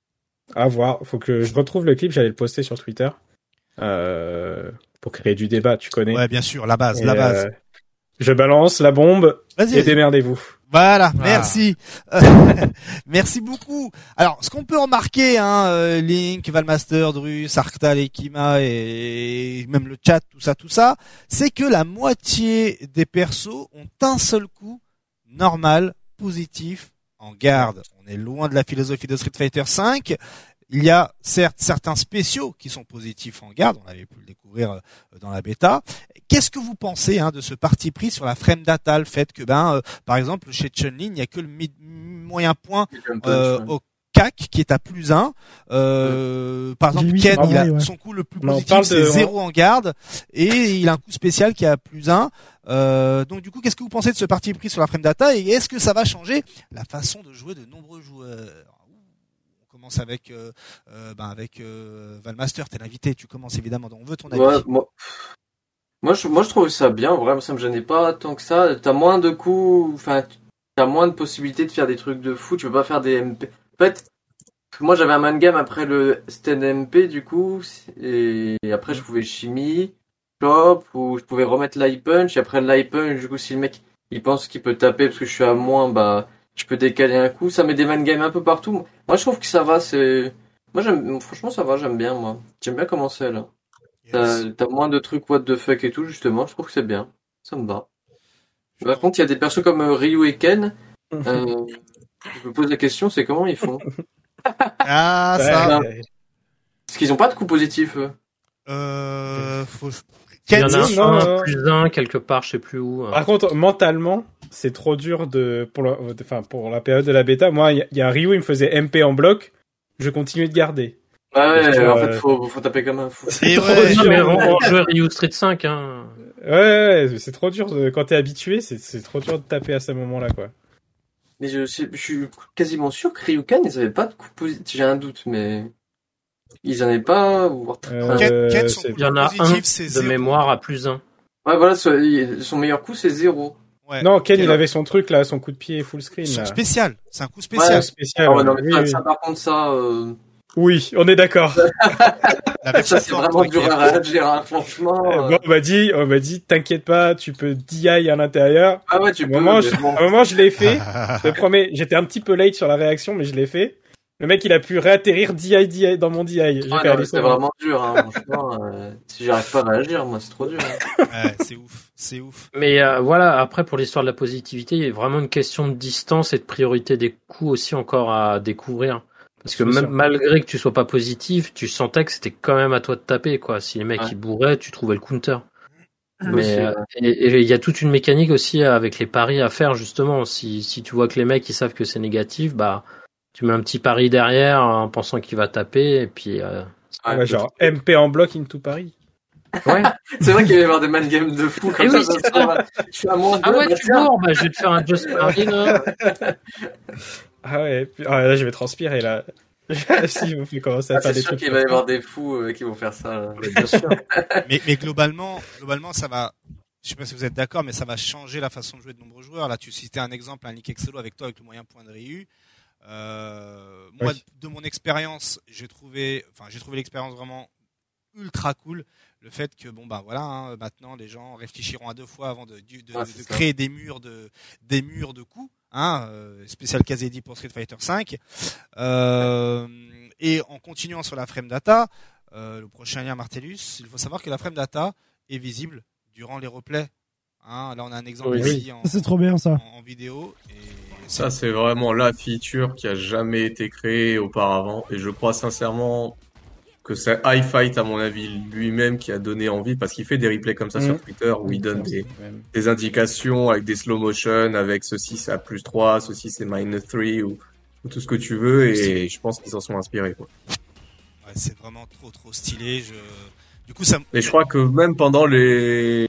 à voir. Faut que je retrouve le clip. J'allais le poster sur Twitter euh... pour créer du débat. Tu connais. Ouais, bien sûr, la base, Et, la base. euh, Je balance la bombe Vas-y. et vas-y. démerdez-vous. Voilà, Ah. merci. Merci beaucoup. Alors, ce qu'on peut remarquer, hein, euh, Link, Valmaster, Drus, Arctal, Ekima et même le chat, tout ça, tout ça, c'est que la moitié des persos ont un seul coup normal, positif, en garde, on est loin de la philosophie de Street Fighter cinq. Il y a certes certains spéciaux qui sont positifs en garde, on avait pu le découvrir euh, dans la bêta. Qu'est-ce que vous pensez hein, de ce parti pris sur la frame data, le fait que ben euh, par exemple chez Chun-Li, il n'y a que le mi- moyen point euh, au C A C qui est à plus un. Euh, par exemple, J'ai Ken, mis- il a ah ouais, ouais. son coup le plus On en positif, parle c'est de- zéro en garde, et il a un coup spécial qui est à plus un. Euh, donc du coup, qu'est-ce que vous pensez de ce parti pris sur la frame data, et est-ce que ça va changer la façon de jouer de nombreux joueurs? On commence avec euh, euh, ben avec euh, Valmaster, t'es l'invité, tu commences évidemment, donc on veut ton avis. Ouais, moi, moi, je, moi, je trouve ça bien. Vraiment, ça me gênait pas tant que ça. T'as moins de coups, enfin, t'as moins de possibilités de faire des trucs de fou. Tu peux pas faire des M P. En fait, moi, j'avais un man game après le stand M P, du coup, et après, je pouvais chimie, chop, ou je pouvais remettre l'high punch, et après l'high punch, du coup, si le mec, il pense qu'il peut taper parce que je suis à moins, bah, je peux décaler un coup. Ça met des man games un peu partout. Moi, je trouve que ça va, c'est, moi, j'aime, franchement, ça va, j'aime bien, moi. J'aime bien comment c'est, là. T'as, t'as moins de trucs what the fuck et tout, justement, je trouve que c'est bien. Ça me va. Par contre, il y a des persos comme euh, Ryu et Ken, euh, je me pose la question, c'est comment ils font? Ah ça, Ouais, Parce qu'ils ont pas de coups positifs, eux. euh, faut... Il y Ken, en a non, un, non. plus un, quelque part, je sais plus où. Par contre, mentalement, c'est trop dur de pour, le, enfin, pour la période de la bêta. Moi, il y, a- il y a un Ryu, il me faisait M P en bloc, je continuais de garder. Ouais, ouais, Parce que, en euh, fait, faut, faut taper comme un fou. Et trop ouais, dur. Non, mais on, on jouait Ryu Street cinq, hein. Ouais, ouais, ouais, c'est trop dur. de- Quand t'es habitué, c'est, c'est trop dur de taper à ce moment-là, quoi. Mais je, sais- je suis quasiment sûr que Ryukan, ils avaient pas de coups positifs. J'ai un doute, mais ils en avaient pas. Voire très- Euh, Ken, Ken, son c'est- coup Il y en a positif, un c'est de zéro. mémoire à plus un. Ouais, voilà, son, son meilleur coup, c'est zéro. Ouais. Non, Ken, il Ken, avait son truc là, son coup de pied full screen. son Là. spécial, c'est un coup Ouais, spécial. Spécial. Ah ouais, non, mais oui, ça, oui. ça, par contre, ça, euh, Oui, on est d'accord. La version ça c'est forte, vraiment ouais, dur qui est- à réagir, hein, franchement. Euh, euh. Bon, on m'a dit, on m'a dit, t'inquiète pas, tu peux D I à l'intérieur. Ah ouais, tu À un peux. moment, mais je, bon. à un moment, je l'ai fait. Je te promets, j'étais un petit peu late sur la réaction, mais je l'ai fait. Le mec, il a pu réatterrir D I, D I dans mon D I. J'ai Ah fait non, aller mais c'est ça. vraiment dur, hein, franchement. euh, si j'arrive pas à réagir, moi, c'est trop dur. Hein. Ouais, c'est ouf, c'est ouf. Mais euh, voilà, après, pour l'histoire de la positivité, il y a vraiment une question de distance et de priorité des coups aussi encore à découvrir. Parce que C'est même sûr. malgré que tu sois pas positif, tu sentais que c'était quand même à toi de taper, quoi. Si les mecs Ouais. ils bourraient, tu trouvais le counter. Aussi, Mais euh, ouais. et et il y a toute une mécanique aussi avec les paris à faire justement. Si si tu vois que les mecs ils savent que c'est négatif, bah tu mets un petit pari derrière en pensant qu'il va taper et puis euh, Ouais, Ouais, genre M P en bloc into Paris. ouais. C'est vrai qu'il va y avoir des man games de fou comme Eh ça. oui, ça c'est se trouve, je suis à moins Ah deux, ouais, bah tu tiens. bourres, bah je vais te faire un just pari là. Ah ouais, puis- ah, là, je vais transpirer, là. Si, vous fait commencer à Ah, faire c'est des sûr trucs. qu'il va y avoir des fous euh, qui vont faire ça. Là. Bien sûr. Mais, mais globalement, globalement, ça va. Je sais pas si vous êtes d'accord, mais ça va changer la façon de jouer de nombreux joueurs. Là, tu citais un exemple, un Nick Excello avec toi, avec le moyen point de Ryu. Euh, moi, Oui. de mon expérience, j'ai trouvé, enfin, j'ai trouvé l'expérience vraiment ultra cool. Le fait que bon bah voilà, hein, maintenant les gens réfléchiront à deux fois avant de, de, de, Ah, de c'est ça. créer des murs de des murs de coups. Hein, euh, spécial Kazedi pour Street Fighter cinq. Euh, et en continuant sur la frame data, euh, le prochain lien Martellus, il faut savoir que la frame data est visible durant les replays. Hein, là, on a un exemple Oui. ici en, C'est trop bien ça. en, en vidéo. Et Ça, c'est vraiment la feature qui a jamais été créée auparavant. Et je crois sincèrement que c'est iFight, à mon avis, lui-même qui a donné envie, parce qu'il fait des replays comme ça Mhm. sur Twitter où il donne des, des indications avec des slow motion, avec ceci c'est à plus trois, ceci c'est minus trois, ou, ou tout ce que tu veux. Et je pense qu'ils s'en sont inspirés, quoi. ouais, c'est vraiment trop trop stylé. Je... Du coup, ça. Et je crois que même pendant les...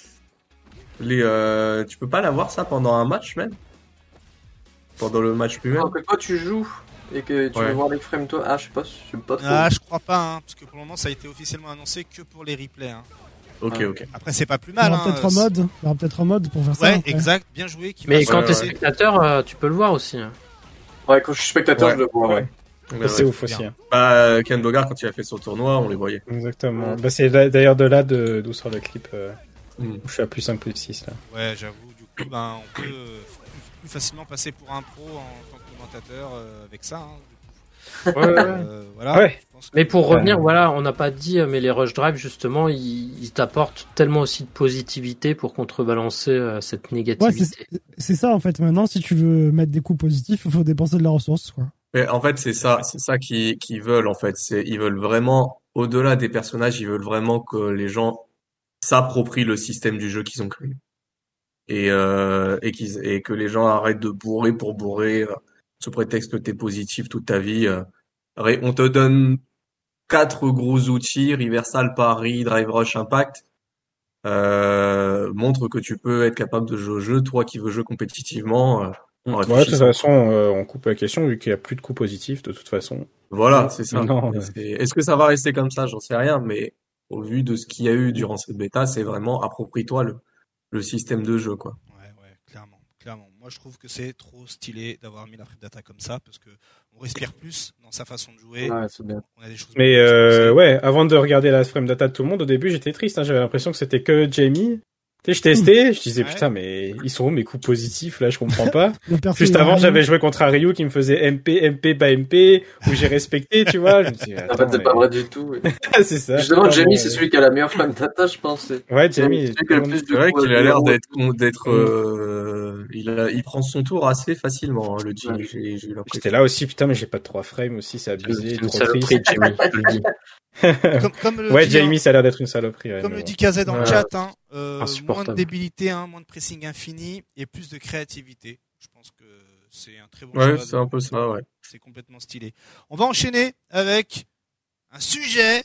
les euh... Tu peux pas l'avoir, ça, pendant un match, même? Pendant le match lui-même? Quand que toi tu joues et que tu Ouais. veux voir les frames, toi. Ah, je sais pas, je sais pas trop. Ah, je crois pas, hein, parce que pour le moment, ça a été officiellement annoncé que pour les replays. Hein. Ok, Ouais. ok. Après, c'est pas plus Il y mal. aura Hein, peut-être un mode. Il y aura peut-être un mode pour faire ça. Ouais, après. exact, bien joué. Qui Mais va quand ouais, t'es ouais. spectateur, euh, tu peux le voir aussi. hein. Ouais, quand je suis spectateur, Ouais. je le vois, ouais. Ouais, C'est ouais. ouf aussi. bien. hein. Bah, Ken Bogard, quand il a fait son tournoi, on les voyait. Exactement. Ouais. Bah, c'est là- d'ailleurs de là de- d'où sort le clip. euh, Mm. où je suis à plus cinq, plus six là. Ouais, j'avoue. Du coup, ben, on peut euh, plus, plus facilement passer pour un pro en tant que commentateur euh, avec ça. Hein, du coup. Ouais, ouais. Euh, voilà. Ouais. Je pense que- Mais pour revenir, Euh, voilà, on n'a pas dit, mais les Rush Drive, justement, ils, ils t'apportent tellement aussi de positivité pour contrebalancer euh, cette Ouais, négativité. c'est c'est ça en fait. Maintenant, si tu veux mettre des coups positifs, il faut dépenser de la ressource, quoi. Mais en fait, c'est ça, c'est ça qu'ils qu'ils veulent, en fait. C'est, ils veulent vraiment, au-delà des personnages, ils veulent vraiment que les gens s'approprient le système du jeu qu'ils ont créé. Et, euh, et qu'ils, et que les gens arrêtent de bourrer pour bourrer, euh, sous prétexte que t'es positif toute ta vie. euh. Ré- On te donne quatre gros outils, Reversal, Parry, Drive Rush, Impact. Euh, montre que tu peux être capable de jouer au jeu, toi qui veux jouer compétitivement. euh, en Ouais, de toute réfléchissant. façon, euh, on coupe la question vu qu'il n'y a plus de coups positifs de toute façon. Voilà, c'est ça. Non, Et ouais. c'est- Est-ce que ça va rester comme ça? J'en sais rien, mais au vu de ce qu'il y a eu durant cette bêta, c'est vraiment approprie-toi le, le système de jeu, quoi. Ouais, ouais, clairement, clairement. Moi, je trouve que c'est trop stylé d'avoir mis la frame data comme ça, parce que on respire plus dans sa façon de jouer. Ouais, c'est bien. On a des choses. Mais beaucoup plus euh, poussées. ouais, avant de regarder la frame data de tout le monde, au début j'étais triste, hein, j'avais l'impression que c'était que Jamie. Tu sais, je testais, je disais Ouais. putain mais ils sont où mes coups positifs là, je comprends pas. Le perso, Juste il a avant rien. j'avais joué contre un Ryu qui me faisait M P, M P, pas M P, où j'ai respecté, tu vois. Je me dis, En fait, attends, c'est mais- pas vrai du tout. ouais. c'est ça. Justement, Non, Jamie, mais- c'est celui qui a la meilleure flamme data, je pense. c'est- Ouais, Jamie. C'est celui qui a le plus C'est vrai de qu'il a l'air de- d'être, con- d'être, Mm. euh, il a, il prend son tour assez facilement, hein, le Jimmy. Ouais. J'ai, j'ai eu l'impression. J'étais là aussi, putain, mais j'ai pas de trois frames aussi, c'est C'est abusé, une trop saloperie, triste. Jamie, je le dis. Comme, comme le Ouais, dit, Jamie, ça a l'air d'être une saloperie. Ouais, comme mais le bon. dit Kazé dans le Ouais. chat, hein, euh, moins de Insupportable. débilité, hein, moins de pressing infini et plus de créativité. Je pense que c'est un très bon Ouais, choix c'est de- un peu ça, ouais. C'est complètement stylé. On va enchaîner avec un sujet,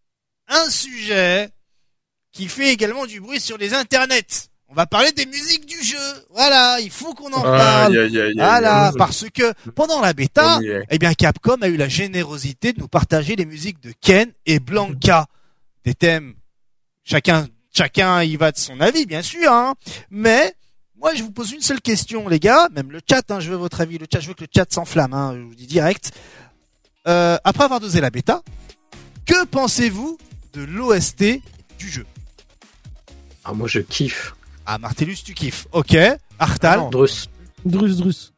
un sujet qui fait également du bruit sur les internets. On va parler des musiques du jeu. Voilà, il faut qu'on en parle. Aïe, aïe, aïe, aïe, Voilà, aïe. parce que pendant la bêta, On y est. eh bien Capcom a eu la générosité de nous partager les musiques de Ken et Blanca. Des thèmes, chacun, chacun y va de son avis, bien sûr, hein. Mais moi, je vous pose une seule question, les gars. Même le chat, hein, je veux votre avis. Le chat, je veux que le chat s'enflamme. Hein, je vous dis direct. Euh, après avoir dosé la bêta, que pensez-vous de l'O S T du jeu? Ah, moi, je kiffe. Ah, Martellus, tu kiffes. Ok. Artal. Non. Drus. Drus, Drus.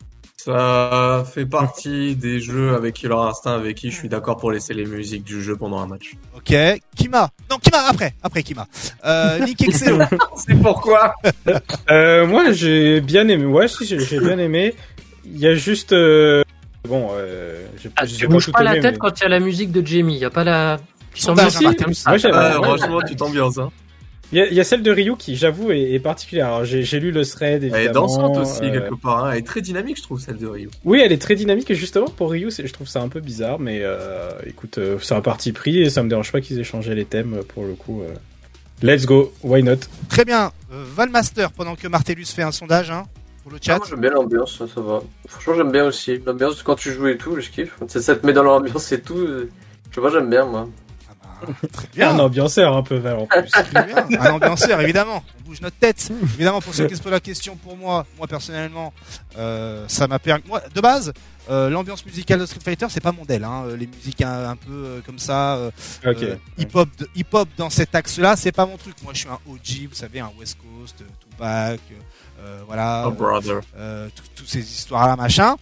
Ça fait partie des jeux avec Killer Instinct avec qui je suis d'accord pour laisser les musiques du jeu pendant un match. Ok. Kima. Non, Kima, après. Après Kima. Euh, Nick Exeo. C'est pourquoi? Euh, moi, j'ai bien aimé. Ouais, si, j'ai j'ai bien aimé. Il y a juste, euh... bon, euh, j'ai Ah, j'ai tu pas bouges tout pas la aimé, tête mais- quand il y a la musique de Jamie. Il y a pas la. Tu Son t'ambiances âge, pas hein, comme ça. Moi, j'aime- Ouais, ouais, franchement, tu t'ambiances, hein. Il y, a, il y a celle de Ryu qui, j'avoue, est, est particulière. Alors, j'ai j'ai lu le thread, évidemment. Elle est dansante aussi, euh, quelque part, hein. Elle est très dynamique, je trouve, celle de Ryu. Oui, elle est très dynamique et justement pour Ryu, c'est- je trouve ça un peu bizarre, mais euh, écoute, euh, c'est un parti pris et ça me dérange pas qu'ils aient changé les thèmes euh, pour le coup. euh. Let's go, why not? Très bien. Euh, Valmaster, pendant que Martellus fait un sondage, hein, pour le Ah, chat. moi, j'aime bien l'ambiance, ça, ça va. Franchement, j'aime bien aussi. L'ambiance, quand tu joues et tout, je kiffe. Ça, ça te met dans l'ambiance et tout. euh, Je sais pas, j'aime bien, moi. Ah bah, très Il y a bien. un ambianceur un peu vert en plus. Très bien. Un ambianceur, évidemment. On bouge notre tête. Évidemment, pour ceux qui se posent la question, pour moi, moi personnellement, euh, ça m'a permis. Moi, de base, euh, l'ambiance musicale de Street Fighter, c'est pas mon del. Hein. Les musiques un, un peu euh, comme ça, euh, Ok. euh, hip-hop, de- hip-hop dans cet axe-là, c'est pas mon truc. Moi, je suis un O G, vous savez, un West Coast, euh, Tupac, euh, voilà, Oh, brother. euh, tout- toutes ces histoires-là, machin.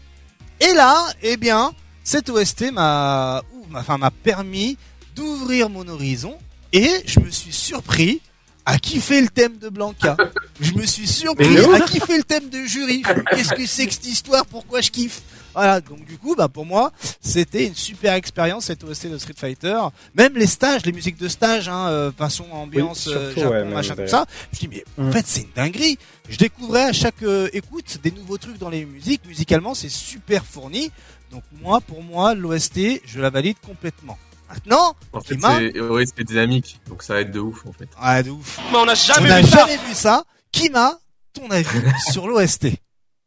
Et là, eh bien, cette O S T m'a, ou- m'a- enfin, m'a permis d'ouvrir mon horizon et je me suis surpris à kiffer le thème de Blanca. Je me suis surpris Mais non. à kiffer le thème de Jury. Qu'est-ce que c'est que cette histoire? Pourquoi je kiffe? Voilà, donc du coup, bah pour moi, c'était une super expérience cette O S T de Street Fighter. Même les stages, les musiques de stage, hein, euh, façon ambiance, Oui, euh, surtout, Japon, ouais, même, machin, tout d'ailleurs. ça. Je dis mais en Mm. fait c'est une dinguerie. Je découvrais à chaque euh, écoute des nouveaux trucs dans les musiques. Musicalement, c'est super fourni. Donc moi, pour moi, l'O S T, je la valide complètement. Maintenant, En fait, Kima c'est, ouais, c'est dynamique, donc ça aide de ouf, en fait. ah de ouf. Mais on n'a On jamais n'a vu ça. jamais vu ça. Kima, ton avis sur l'O S T?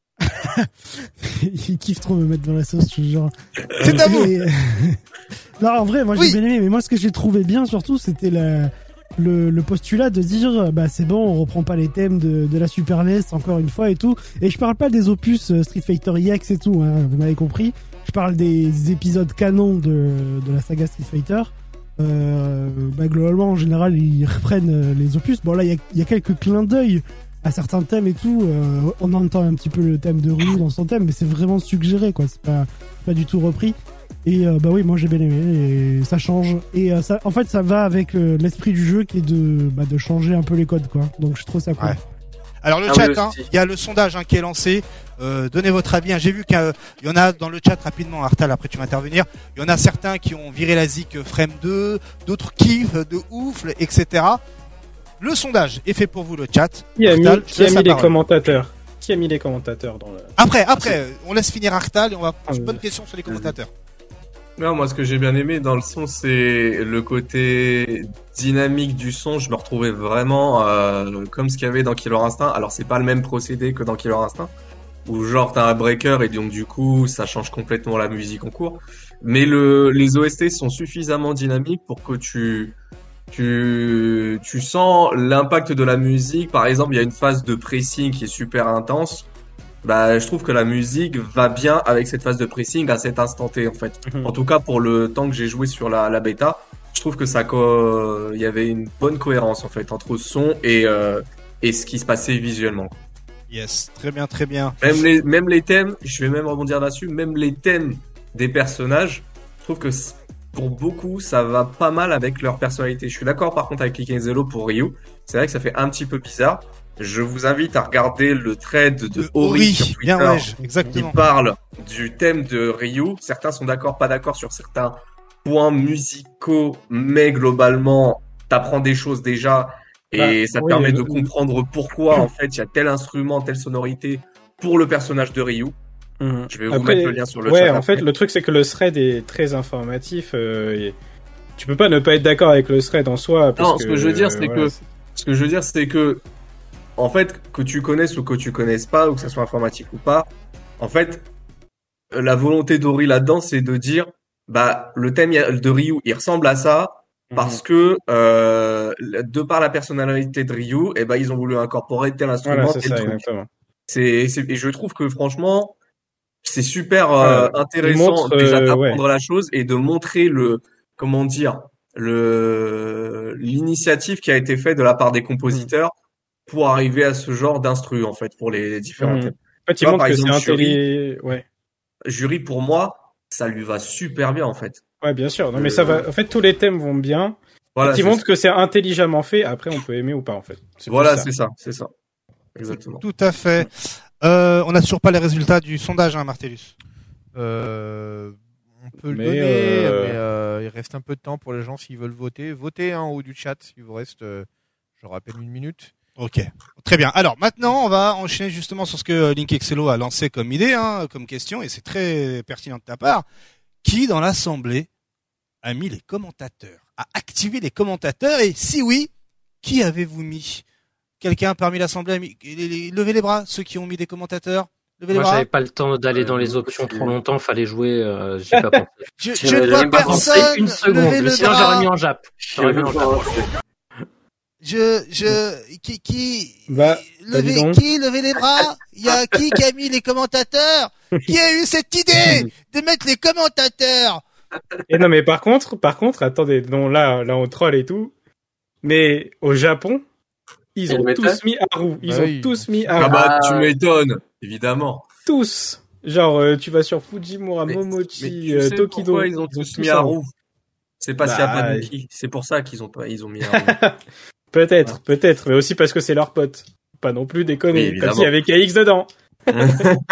Il kiffe trop me mettre dans la sauce, je te jure. C'est à vous. Et- non, en vrai, moi j'ai Oui. bien aimé, mais moi ce que j'ai trouvé bien surtout, c'était la, le, le postulat de dire, bah c'est bon, on reprend pas les thèmes de, de la Super N E S encore une fois et tout. Et je parle pas des opus euh, Street Fighter E X et tout, hein, vous m'avez compris. Je parle des épisodes canons de, de la saga Street Fighter. Euh, bah globalement, en général, ils reprennent euh, les opus. Bon là, il y a, il y a quelques clins d'œil à certains thèmes et tout. Euh, on entend un petit peu le thème de Ryu dans son thème, mais c'est vraiment suggéré, quoi. C'est pas, pas du tout repris. Et euh, bah oui, moi j'ai bien aimé et ça change. Et euh, ça, en fait, ça va avec euh, l'esprit du jeu qui est de, bah, de changer un peu les codes, quoi. Donc je trouve ça cool. Ouais. Alors le Ah chat, oui, hein, aussi. il y a le sondage hein, qui est lancé. Euh, donnez votre avis. Hein. J'ai vu qu'il y en a dans le chat rapidement. Artal, après tu vas intervenir. Il y en a certains qui ont viré la zik Frame deux, d'autres kiffent de ouf, et cetera. Le sondage est fait pour vous, le chat. Qui a mis, Artal, je qui a laisse mis la les parole. commentateurs Qui a mis les commentateurs dans le... Après, après, on laisse finir Artal et on va Ah, poser oui. bonne question sur les commentateurs. Non, moi, ce que j'ai bien aimé dans le son, c'est le côté dynamique du son. Je me retrouvais vraiment euh, comme ce qu'il y avait dans Killer Instinct. Alors, c'est pas le même procédé que dans Killer Instinct, où genre t'as un breaker et donc du coup, ça change complètement la musique en cours. Mais le, les O S T sont suffisamment dynamiques pour que tu tu tu sens l'impact de la musique. Par exemple, il y a une phase de pressing qui est super intense. Bah, je trouve que la musique va bien avec cette phase de pressing à cet instant T, en fait. Mhm. En tout cas, pour le temps que j'ai joué sur la, la bêta, je trouve que ça, co- il y avait une bonne cohérence, en fait, entre son et, euh, et ce qui se passait visuellement. Yes, très bien, très bien. Même les, même les thèmes, je vais même rebondir là-dessus, même les thèmes des personnages, je trouve que c- pour beaucoup, ça va pas mal avec leur personnalité. Je suis d'accord, par contre, avec Click and Zelo pour Ryu. C'est vrai que ça fait un petit peu bizarre. Je vous invite à regarder le thread de De Ori sur Twitter. bien ouais, qui exactement. parle du thème de Ryu. Certains sont d'accord, pas d'accord sur certains points musicaux, mais globalement, t'apprends des choses déjà et Bah, ça te oui, permet le- de comprendre pourquoi en fait il y a tel instrument, telle sonorité pour le personnage de Ryu. Mhm. Je vais vous Après, mettre le lien sur le ouais, chat. en après. fait, le truc c'est que le thread est très informatif. Euh, et tu peux pas ne pas être d'accord avec le thread en soi. Parce Non, ce que je veux dire, c'est voilà, que ce que je veux dire, c'est que en fait, que tu connaisses ou que tu connaisses pas, ou que ça soit informatique ou pas, en fait, la volonté d'Ori là-dedans, c'est de dire, bah, le thème de Ryu, il ressemble à ça, parce que euh, de par la personnalité de Ryu, eh ben ils ont voulu incorporer tel instrument, Voilà, c'est tel ça, truc. exactement. C'est, c'est, et je trouve que franchement, c'est super Voilà. euh, Il intéressant montre, déjà euh, d'apprendre ouais. la chose et de montrer le, comment dire, le l'initiative qui a été faite de la part des compositeurs pour arriver à ce genre d'instru en fait pour les différents Mhm. thèmes. En fait, Tu il vois, montre par que c'est exemple, un Jury, télé... Ouais. Jury pour moi, ça lui va super bien en fait. Ouais, bien sûr. Non, mais Euh, ça va. En fait, tous les thèmes vont bien. Voilà, Il c'est montre ça. que c'est intelligemment fait. Après, on peut aimer ou pas, en fait. C'est plus Voilà, ça. c'est ça, c'est ça. Exactement. Tout à fait. Euh, on n'a toujours pas les résultats du sondage, hein, Martellus. Euh, on peut le Mais, donner, euh, mais euh, il reste un peu de temps pour les gens s'ils veulent voter. Votez hein, en haut du chat, il vous reste, euh, je rappelle, une minute. Ok, très bien. Alors maintenant, on va enchaîner justement sur ce que Link Excello a lancé comme idée, hein, comme question, et c'est très pertinent de ta part. Qui dans l'assemblée a mis les commentateurs, a activé les commentateurs, et si oui, qui avez-vous mis? Quelqu'un parmi l'assemblée a mis... les- les- Levez les bras, ceux qui ont mis des commentateurs. Levez les Moi, bras. j'avais pas le temps d'aller Euh, dans les moi options aussi. trop longtemps, fallait jouer, euh, j'ai pas pensé. Je, J'ai- je ne j'ai vois même pas Pensé personne. une seconde, Levez le sinon bras. j'aurais mis en Jap. J'aurais mis en Jap. Je, je, qui, qui, Bah, bah, dis levez, donc. qui, levez les bras? Il y a qui qui a mis les commentateurs? Qui a eu cette idée de mettre les commentateurs? Et non, mais par contre, par contre, attendez, non, là, là, on troll et tout. Mais au Japon, ils Et ont le tous métal mis Haru. Ils Bah ont oui. tous mis Ah Haru. bah, Ah, tu ouais. m'étonnes, évidemment. Tous. Genre, euh, tu vas sur Fujimura, Mais, mais Momochi, tu euh, sais Tokido. pourquoi ils ont tous mis Haru? C'est parce qu'il n'y a Bah, pas d'Uki. C'est pour ça qu'ils ont pas, ils ont mis Haru. Peut-être, peut-être, mais aussi parce que c'est leur pote. Pas non plus Oui, déconner. Comme évidemment. s'il y avait K X dedans. Un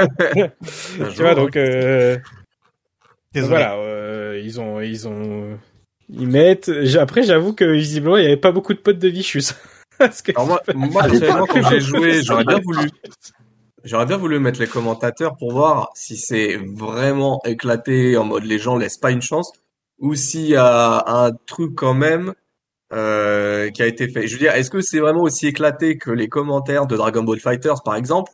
Tu vois, jour, donc, euh, Désolé. voilà, euh, ils ont, ils ont, ils mettent. j'ai- Après, j'avoue que visiblement, il y avait pas beaucoup de potes de Vicious. Parce que Alors moi, moi personnellement, quand j'ai joué, j'aurais bien voulu, j'aurais bien voulu mettre les commentateurs pour voir si c'est vraiment éclaté en mode les gens laissent pas une chance ou s'il y a un truc quand même euh, qui a été fait. Je veux dire, est-ce que c'est vraiment aussi éclaté que les commentaires de Dragon Ball FighterZ par exemple,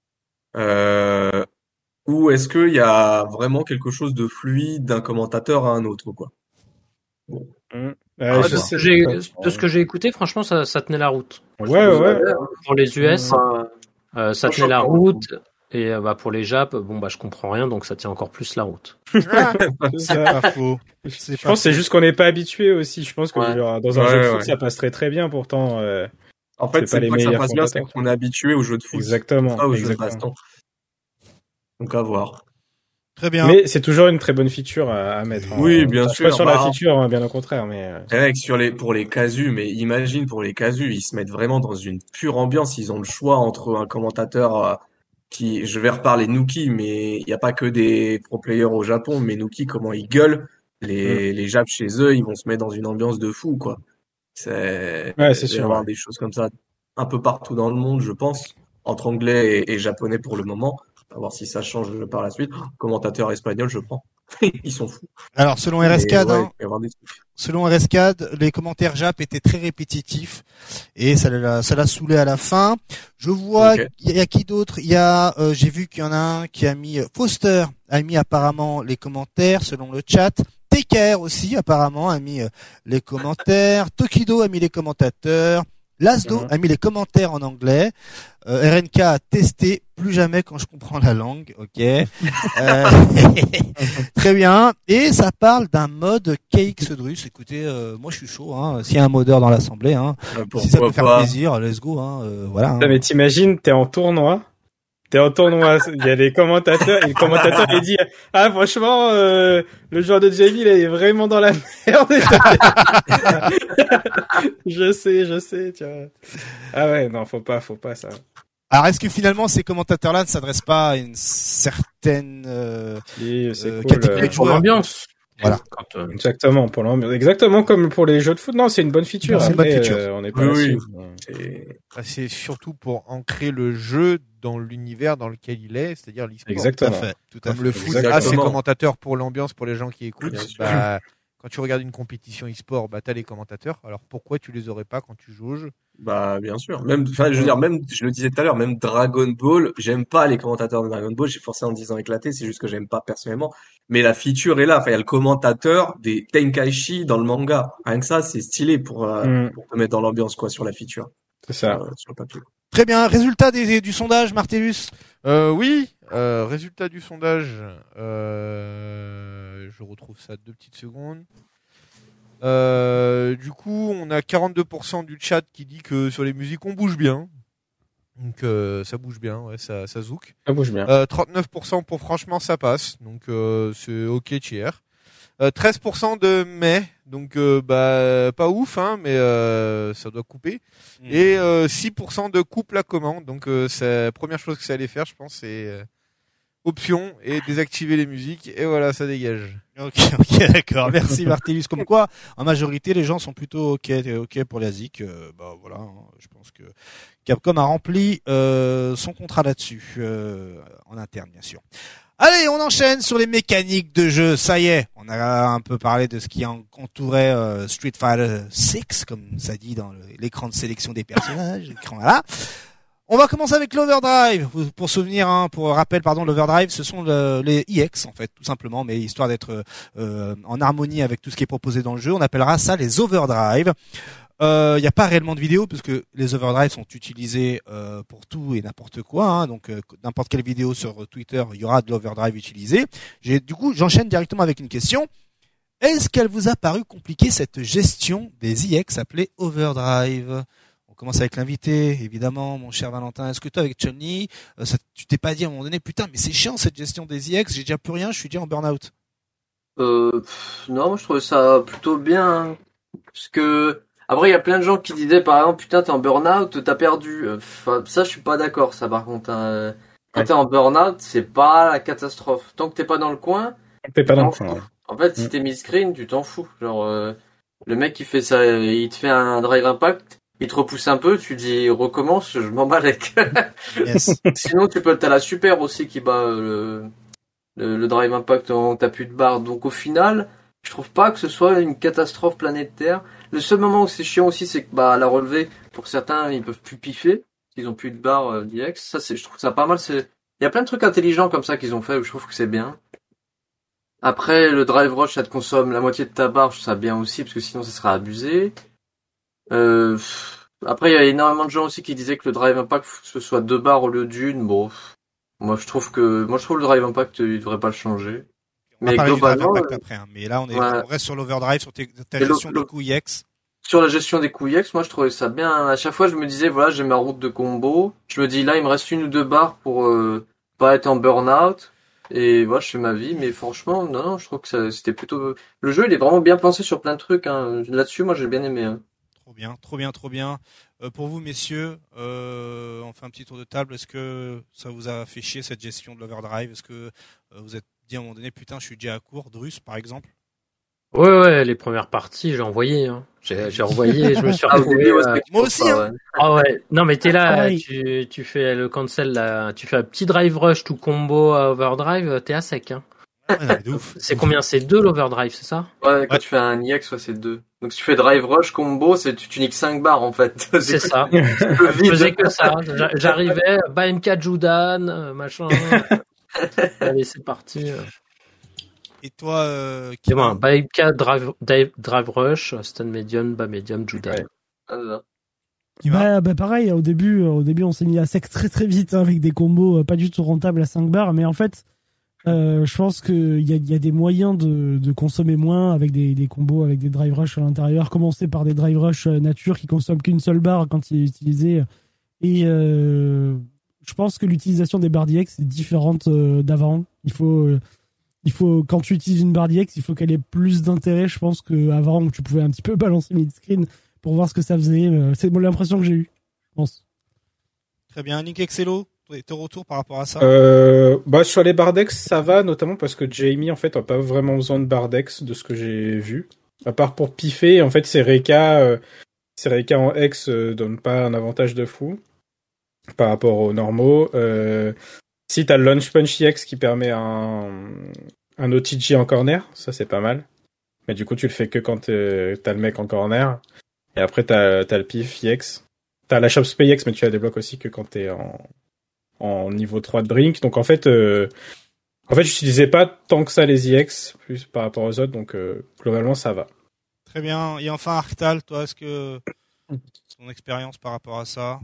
euh, ou est-ce qu'il y a vraiment quelque chose de fluide d'un commentateur à un autre quoi? Bon. Hum. Ah, Euh, je bah, sais J'ai- pas. De ce que j'ai écouté, franchement, ça, ça tenait la route. Ouais, ouais. Pour les U S, Enfin, euh, ça tenait la route. Et euh, bah, pour les Jap, bon, bah, je comprends rien, donc ça tient encore plus la route. C'est C'est ça. pas faux. Je C'est pense pas que c'est juste qu'on n'est pas habitué aussi. Je pense que Ouais. genre, dans un Ouais, jeu de ouais. foot, ça passe très très bien pourtant. euh, En fait, C'est c'est pas les pas que ça meilleurs passe bien, c'est commentateurs. qu'on est habitué aux jeux de foot. Exactement. Pas aux jeux de exactement. baston. Donc à voir. Très bien. Mais c'est toujours une très bonne feature à, à mettre. Hein. Oui, bien Pas sûr. sur bah, la feature, hein, bien au contraire, mais. euh, C'est vrai que sur les, pour les casus, mais imagine pour les casus, ils se mettent vraiment dans une pure ambiance. Ils ont le choix entre un commentateur euh, qui, je vais reparler de Nuki, mais il n'y a pas que des pro players au Japon, mais Nuki, comment ils gueulent, les, les Japs chez eux, ils vont se mettre dans une ambiance de fou, quoi. C'est, Ouais, il va c'est y sûr. avoir Ouais. des choses comme ça un peu partout dans le monde, je pense, entre anglais et, et japonais pour le moment. On va voir si ça change par la suite. Commentateur espagnol, je prends. Ils sont fous. Alors, selon Mais RSCAD, ouais, hein, il va y avoir des trucs. selon RSCAD, les commentaires Jap étaient très répétitifs et ça l'a, ça l'a saoulé à la fin. Je vois, Ok. il y a qui d'autre? Il y a, euh, j'ai vu qu'il y en a un qui a mis, euh, Foster a mis apparemment les commentaires selon le chat. T K R aussi apparemment a mis euh, les commentaires. Tokido a mis les commentateurs. Lasdo Mhm. a mis les commentaires en anglais. Euh, R N K a testé plus jamais quand je comprends la langue. Ok. Euh, très bien. Et ça parle d'un mode K X Drus. Écoutez, euh, moi je suis chaud. Hein. S'il y a un modeur dans l'assemblée, hein, Euh, si ça peut Pourquoi faire pas? plaisir, let's go. Hein. Euh, voilà. Hein. Non, mais t'imagines, t'es en tournoi. T'es en tournoi, il y a les commentateurs, et le commentateur il dit ah franchement euh, le joueur de J V il est vraiment dans la merde. je sais, je sais, tu vois. Ah ouais, non, faut pas, faut pas ça. Alors, est-ce que finalement ces commentateurs-là ne s'adressent pas à une certaine euh, Et c'est Euh, cool. catégorie euh, de Pour joueurs. l'ambiance. Voilà. Quand, euh, Exactement, pour l'ambiance. Exactement comme pour les jeux de foot. Non, c'est une bonne feature. C'est une bonne Après, feature. euh, on n'est pas Oui, là-dessus. C'est- Bah, c'est surtout pour ancrer le jeu dans l'univers dans lequel il est, c'est-à-dire l'e-sport. Tout à Exactement. fait. Tout à Comme fait. le foot, Exactement. ah, c'est commentateur pour l'ambiance, pour les gens qui écoutent. Bien sûr. Bah, quand tu regardes une compétition e-sport, bah, t'as les commentateurs. Alors pourquoi tu les aurais pas quand tu joues au jeu? Bah, bien sûr. Même, enfin, je veux dire, même, je le disais tout à l'heure, même Dragon Ball, j'aime pas les commentateurs de Dragon Ball, j'ai forcé en disant éclaté, c'est juste que j'aime pas personnellement. Mais la feature est là. Enfin, il y a le commentateur des Tenkaichi dans le manga. Rien que ça, c'est stylé pour, euh, Mm, pour te mettre dans l'ambiance, quoi, sur la feature, c'est sur, ça. euh, sur le papier. Très bien. Résultat des, du sondage, Martellus. Euh, oui, euh, résultat du sondage. Euh, je retrouve ça deux petites secondes. Euh, du coup, on a quarante-deux pour cent du chat qui dit que sur les musiques on bouge bien. Donc euh, ça bouge bien, ouais, ça, ça zouk. Ça bouge bien. Euh, trente-neuf pour cent pour franchement ça passe, donc euh, c'est ok tiers. Euh, treize pour cent de mais, donc euh, bah pas ouf, hein, mais euh, ça doit couper. Mm. Et euh, six pour cent de coupe la commande, donc euh, c'est la première chose que ça allait faire, je pense, c'est euh, option et désactiver les musiques, et voilà, ça dégage. Ok, ok, d'accord. Merci Martellus. Comme quoi, en majorité, les gens sont plutôt ok, ok pour la Z I C. Euh, bah voilà, hein, je pense que Capcom a rempli euh, son contrat là-dessus, euh, en interne bien sûr. Allez, on enchaîne sur les mécaniques de jeu. Ça y est, on a un peu parlé de ce qui en- entourait euh, Street Fighter six, comme ça dit dans le- l'écran de sélection des personnages. l'écran là. On va commencer avec l'Overdrive. Pour souvenir, hein, pour rappel, pardon, l'Overdrive, ce sont le- les E X en fait, tout simplement, mais histoire d'être euh, en harmonie avec tout ce qui est proposé dans le jeu, on appellera ça les Overdrive. Il euh, n'y a pas réellement de vidéo puisque les overdrives sont utilisés euh, pour tout et n'importe quoi. Hein, donc euh, n'importe quelle vidéo sur Twitter, il y aura de l'overdrive utilisé. J'ai, du coup, j'enchaîne directement avec une question. Est-ce qu'elle vous a paru compliquée cette gestion des E X appelés overdrive? On commence avec l'invité, évidemment, mon cher Valentin. Est-ce que toi, avec Chun-Li, euh, ça, tu t'es pas dit à un moment donné, putain, mais c'est chiant cette gestion des E X, j'ai déjà plus rien, je suis déjà en burn-out? Euh, pff, non, moi je trouvais ça plutôt bien. Hein. Parce que, après, il y a plein de gens qui disaient, par exemple, putain, t'es en burn-out, t'as perdu. Enfin, ça, je suis pas d'accord, ça, par contre. Hein. Quand Ouais. t'es en burn-out, c'est pas la catastrophe. Tant que t'es pas dans le coin, T'es pas tu dans t'en le coin. fous. En fait, Mm. si t'es mis-screen, tu t'en fous. Genre, euh, le mec qui fait ça, il te fait un drive impact, il te repousse un peu, tu dis, recommence, je m'en bats avec. Yes. Sinon, tu peux, t'as la super aussi qui bat euh, le, le, le drive impact en t'as plus de barre. Donc au final, je trouve pas que ce soit une catastrophe planétaire. Le seul moment où c'est chiant aussi, c'est que bah à la relevée, pour certains, ils peuvent plus piffer, ils ont plus de barre euh, D X. Ça, c'est, je trouve ça pas mal. C'est, il y a plein de trucs intelligents comme ça qu'ils ont fait où je trouve que c'est bien. Après, le drive rush, ça te consomme la moitié de ta barre, je trouve ça bien aussi, parce que sinon ça serait abusé. Euh, pff, après, il y a énormément de gens aussi qui disaient que le drive impact, faut que ce soit deux barres au lieu d'une. Bon, pff, moi je trouve que, moi je trouve le drive impact, il devrait pas le changer. On va Mais parler du drive globalement, impact après, hein, mais là on, est, ouais. on reste sur l'overdrive, sur tes- ta Et le- gestion le- des coups E X. sur la gestion des coups X, moi je trouvais ça bien. À chaque fois, je me disais, voilà, j'ai ma route de combo. Je me dis, là, il me reste une ou deux barres pour euh, pas être en burn-out. Et moi, je fais ma vie, mais franchement, non, non, je trouve que ça, c'était plutôt. Le jeu, il est vraiment bien pensé sur plein de trucs. Hein. Là-dessus, moi, j'ai bien aimé. Hein. Trop bien, trop bien, trop bien. Euh, pour vous, messieurs, euh, on fait un petit tour de table. Est-ce que ça vous a fait chier cette gestion de l'overdrive? Est-ce que euh, vous êtes dit à un moment donné, putain, je suis déjà à court, Drus, par exemple? Ouais, ouais, les premières parties, j'ai envoyé. Hein. J'ai, j'ai envoyé, je me suis Ah, au retrouvé. début, ouais, euh, c'était Moi trop aussi, ça, hein. ouais. Ah ouais, non mais t'es là, Pareil. tu, tu fais le cancel, là, tu fais un petit drive rush tout combo à overdrive, t'es à sec. Hein. Ouais, non, mais de ouf. C'est combien? C'est deux l'overdrive, c'est ça? Ouais, quand Ouais. tu fais un I X, ouais, c'est deux. Donc si tu fais drive rush combo, c'est tu, tu niques cinq barres en fait. C'est ça. Le Je vide. faisais que ça. J'a- J'arrivais, Baenka Judan, euh, machin. Allez, c'est parti. Et toi, euh, C'est qui bon, Baenka drive, drive, drive rush, stun medium, bas medium, Judan. Ouais. Ah, là. Qui va Bah, bah pareil, au début, au début on s'est mis à sec très très vite hein, avec des combos euh, pas du tout rentables à cinq barres, mais en fait, euh, je pense qu'il y a, y a des moyens de, de consommer moins avec des, des combos, avec des drive rush à l'intérieur, commencer par des drive rush euh, nature qui consomment qu'une seule barre quand il est utilisé. Et euh, je pense que l'utilisation des barres d'I X est différente euh, d'avant. Il faut, euh, il faut, quand tu utilises une barre d'I X, il faut qu'elle ait plus d'intérêt, je pense, qu'avant où tu pouvais un petit peu balancer mid-screen pour voir ce que ça faisait. C'est l'impression que j'ai eue, je pense. Très bien. Nick Excello, tes retours par rapport à ça? Euh, bah, sur les Bardex, ça va, notamment parce que Jamie, en fait, n'a pas vraiment besoin de Bardex, de ce que j'ai vu. À part pour piffer, en fait, ses Reka, euh, ses Reka en X euh, donnent pas un avantage de fou par rapport aux normaux. Euh, si t'as le Launch Punch I X qui permet un, un O T G en corner, ça c'est pas mal. Mais du coup, tu le fais que quand euh, t'as le mec en corner. Et après, t'as, t'as le pif I X. T'as la Shop Spay I X, mais tu la débloques aussi que quand t'es en, en niveau trois de Brink. Donc en fait, euh, en fait, j'utilisais pas tant que ça les I X, plus par rapport aux autres. Donc euh, globalement, ça va. Très bien. Et enfin, Arctal, toi, est-ce que ton expérience par rapport à ça?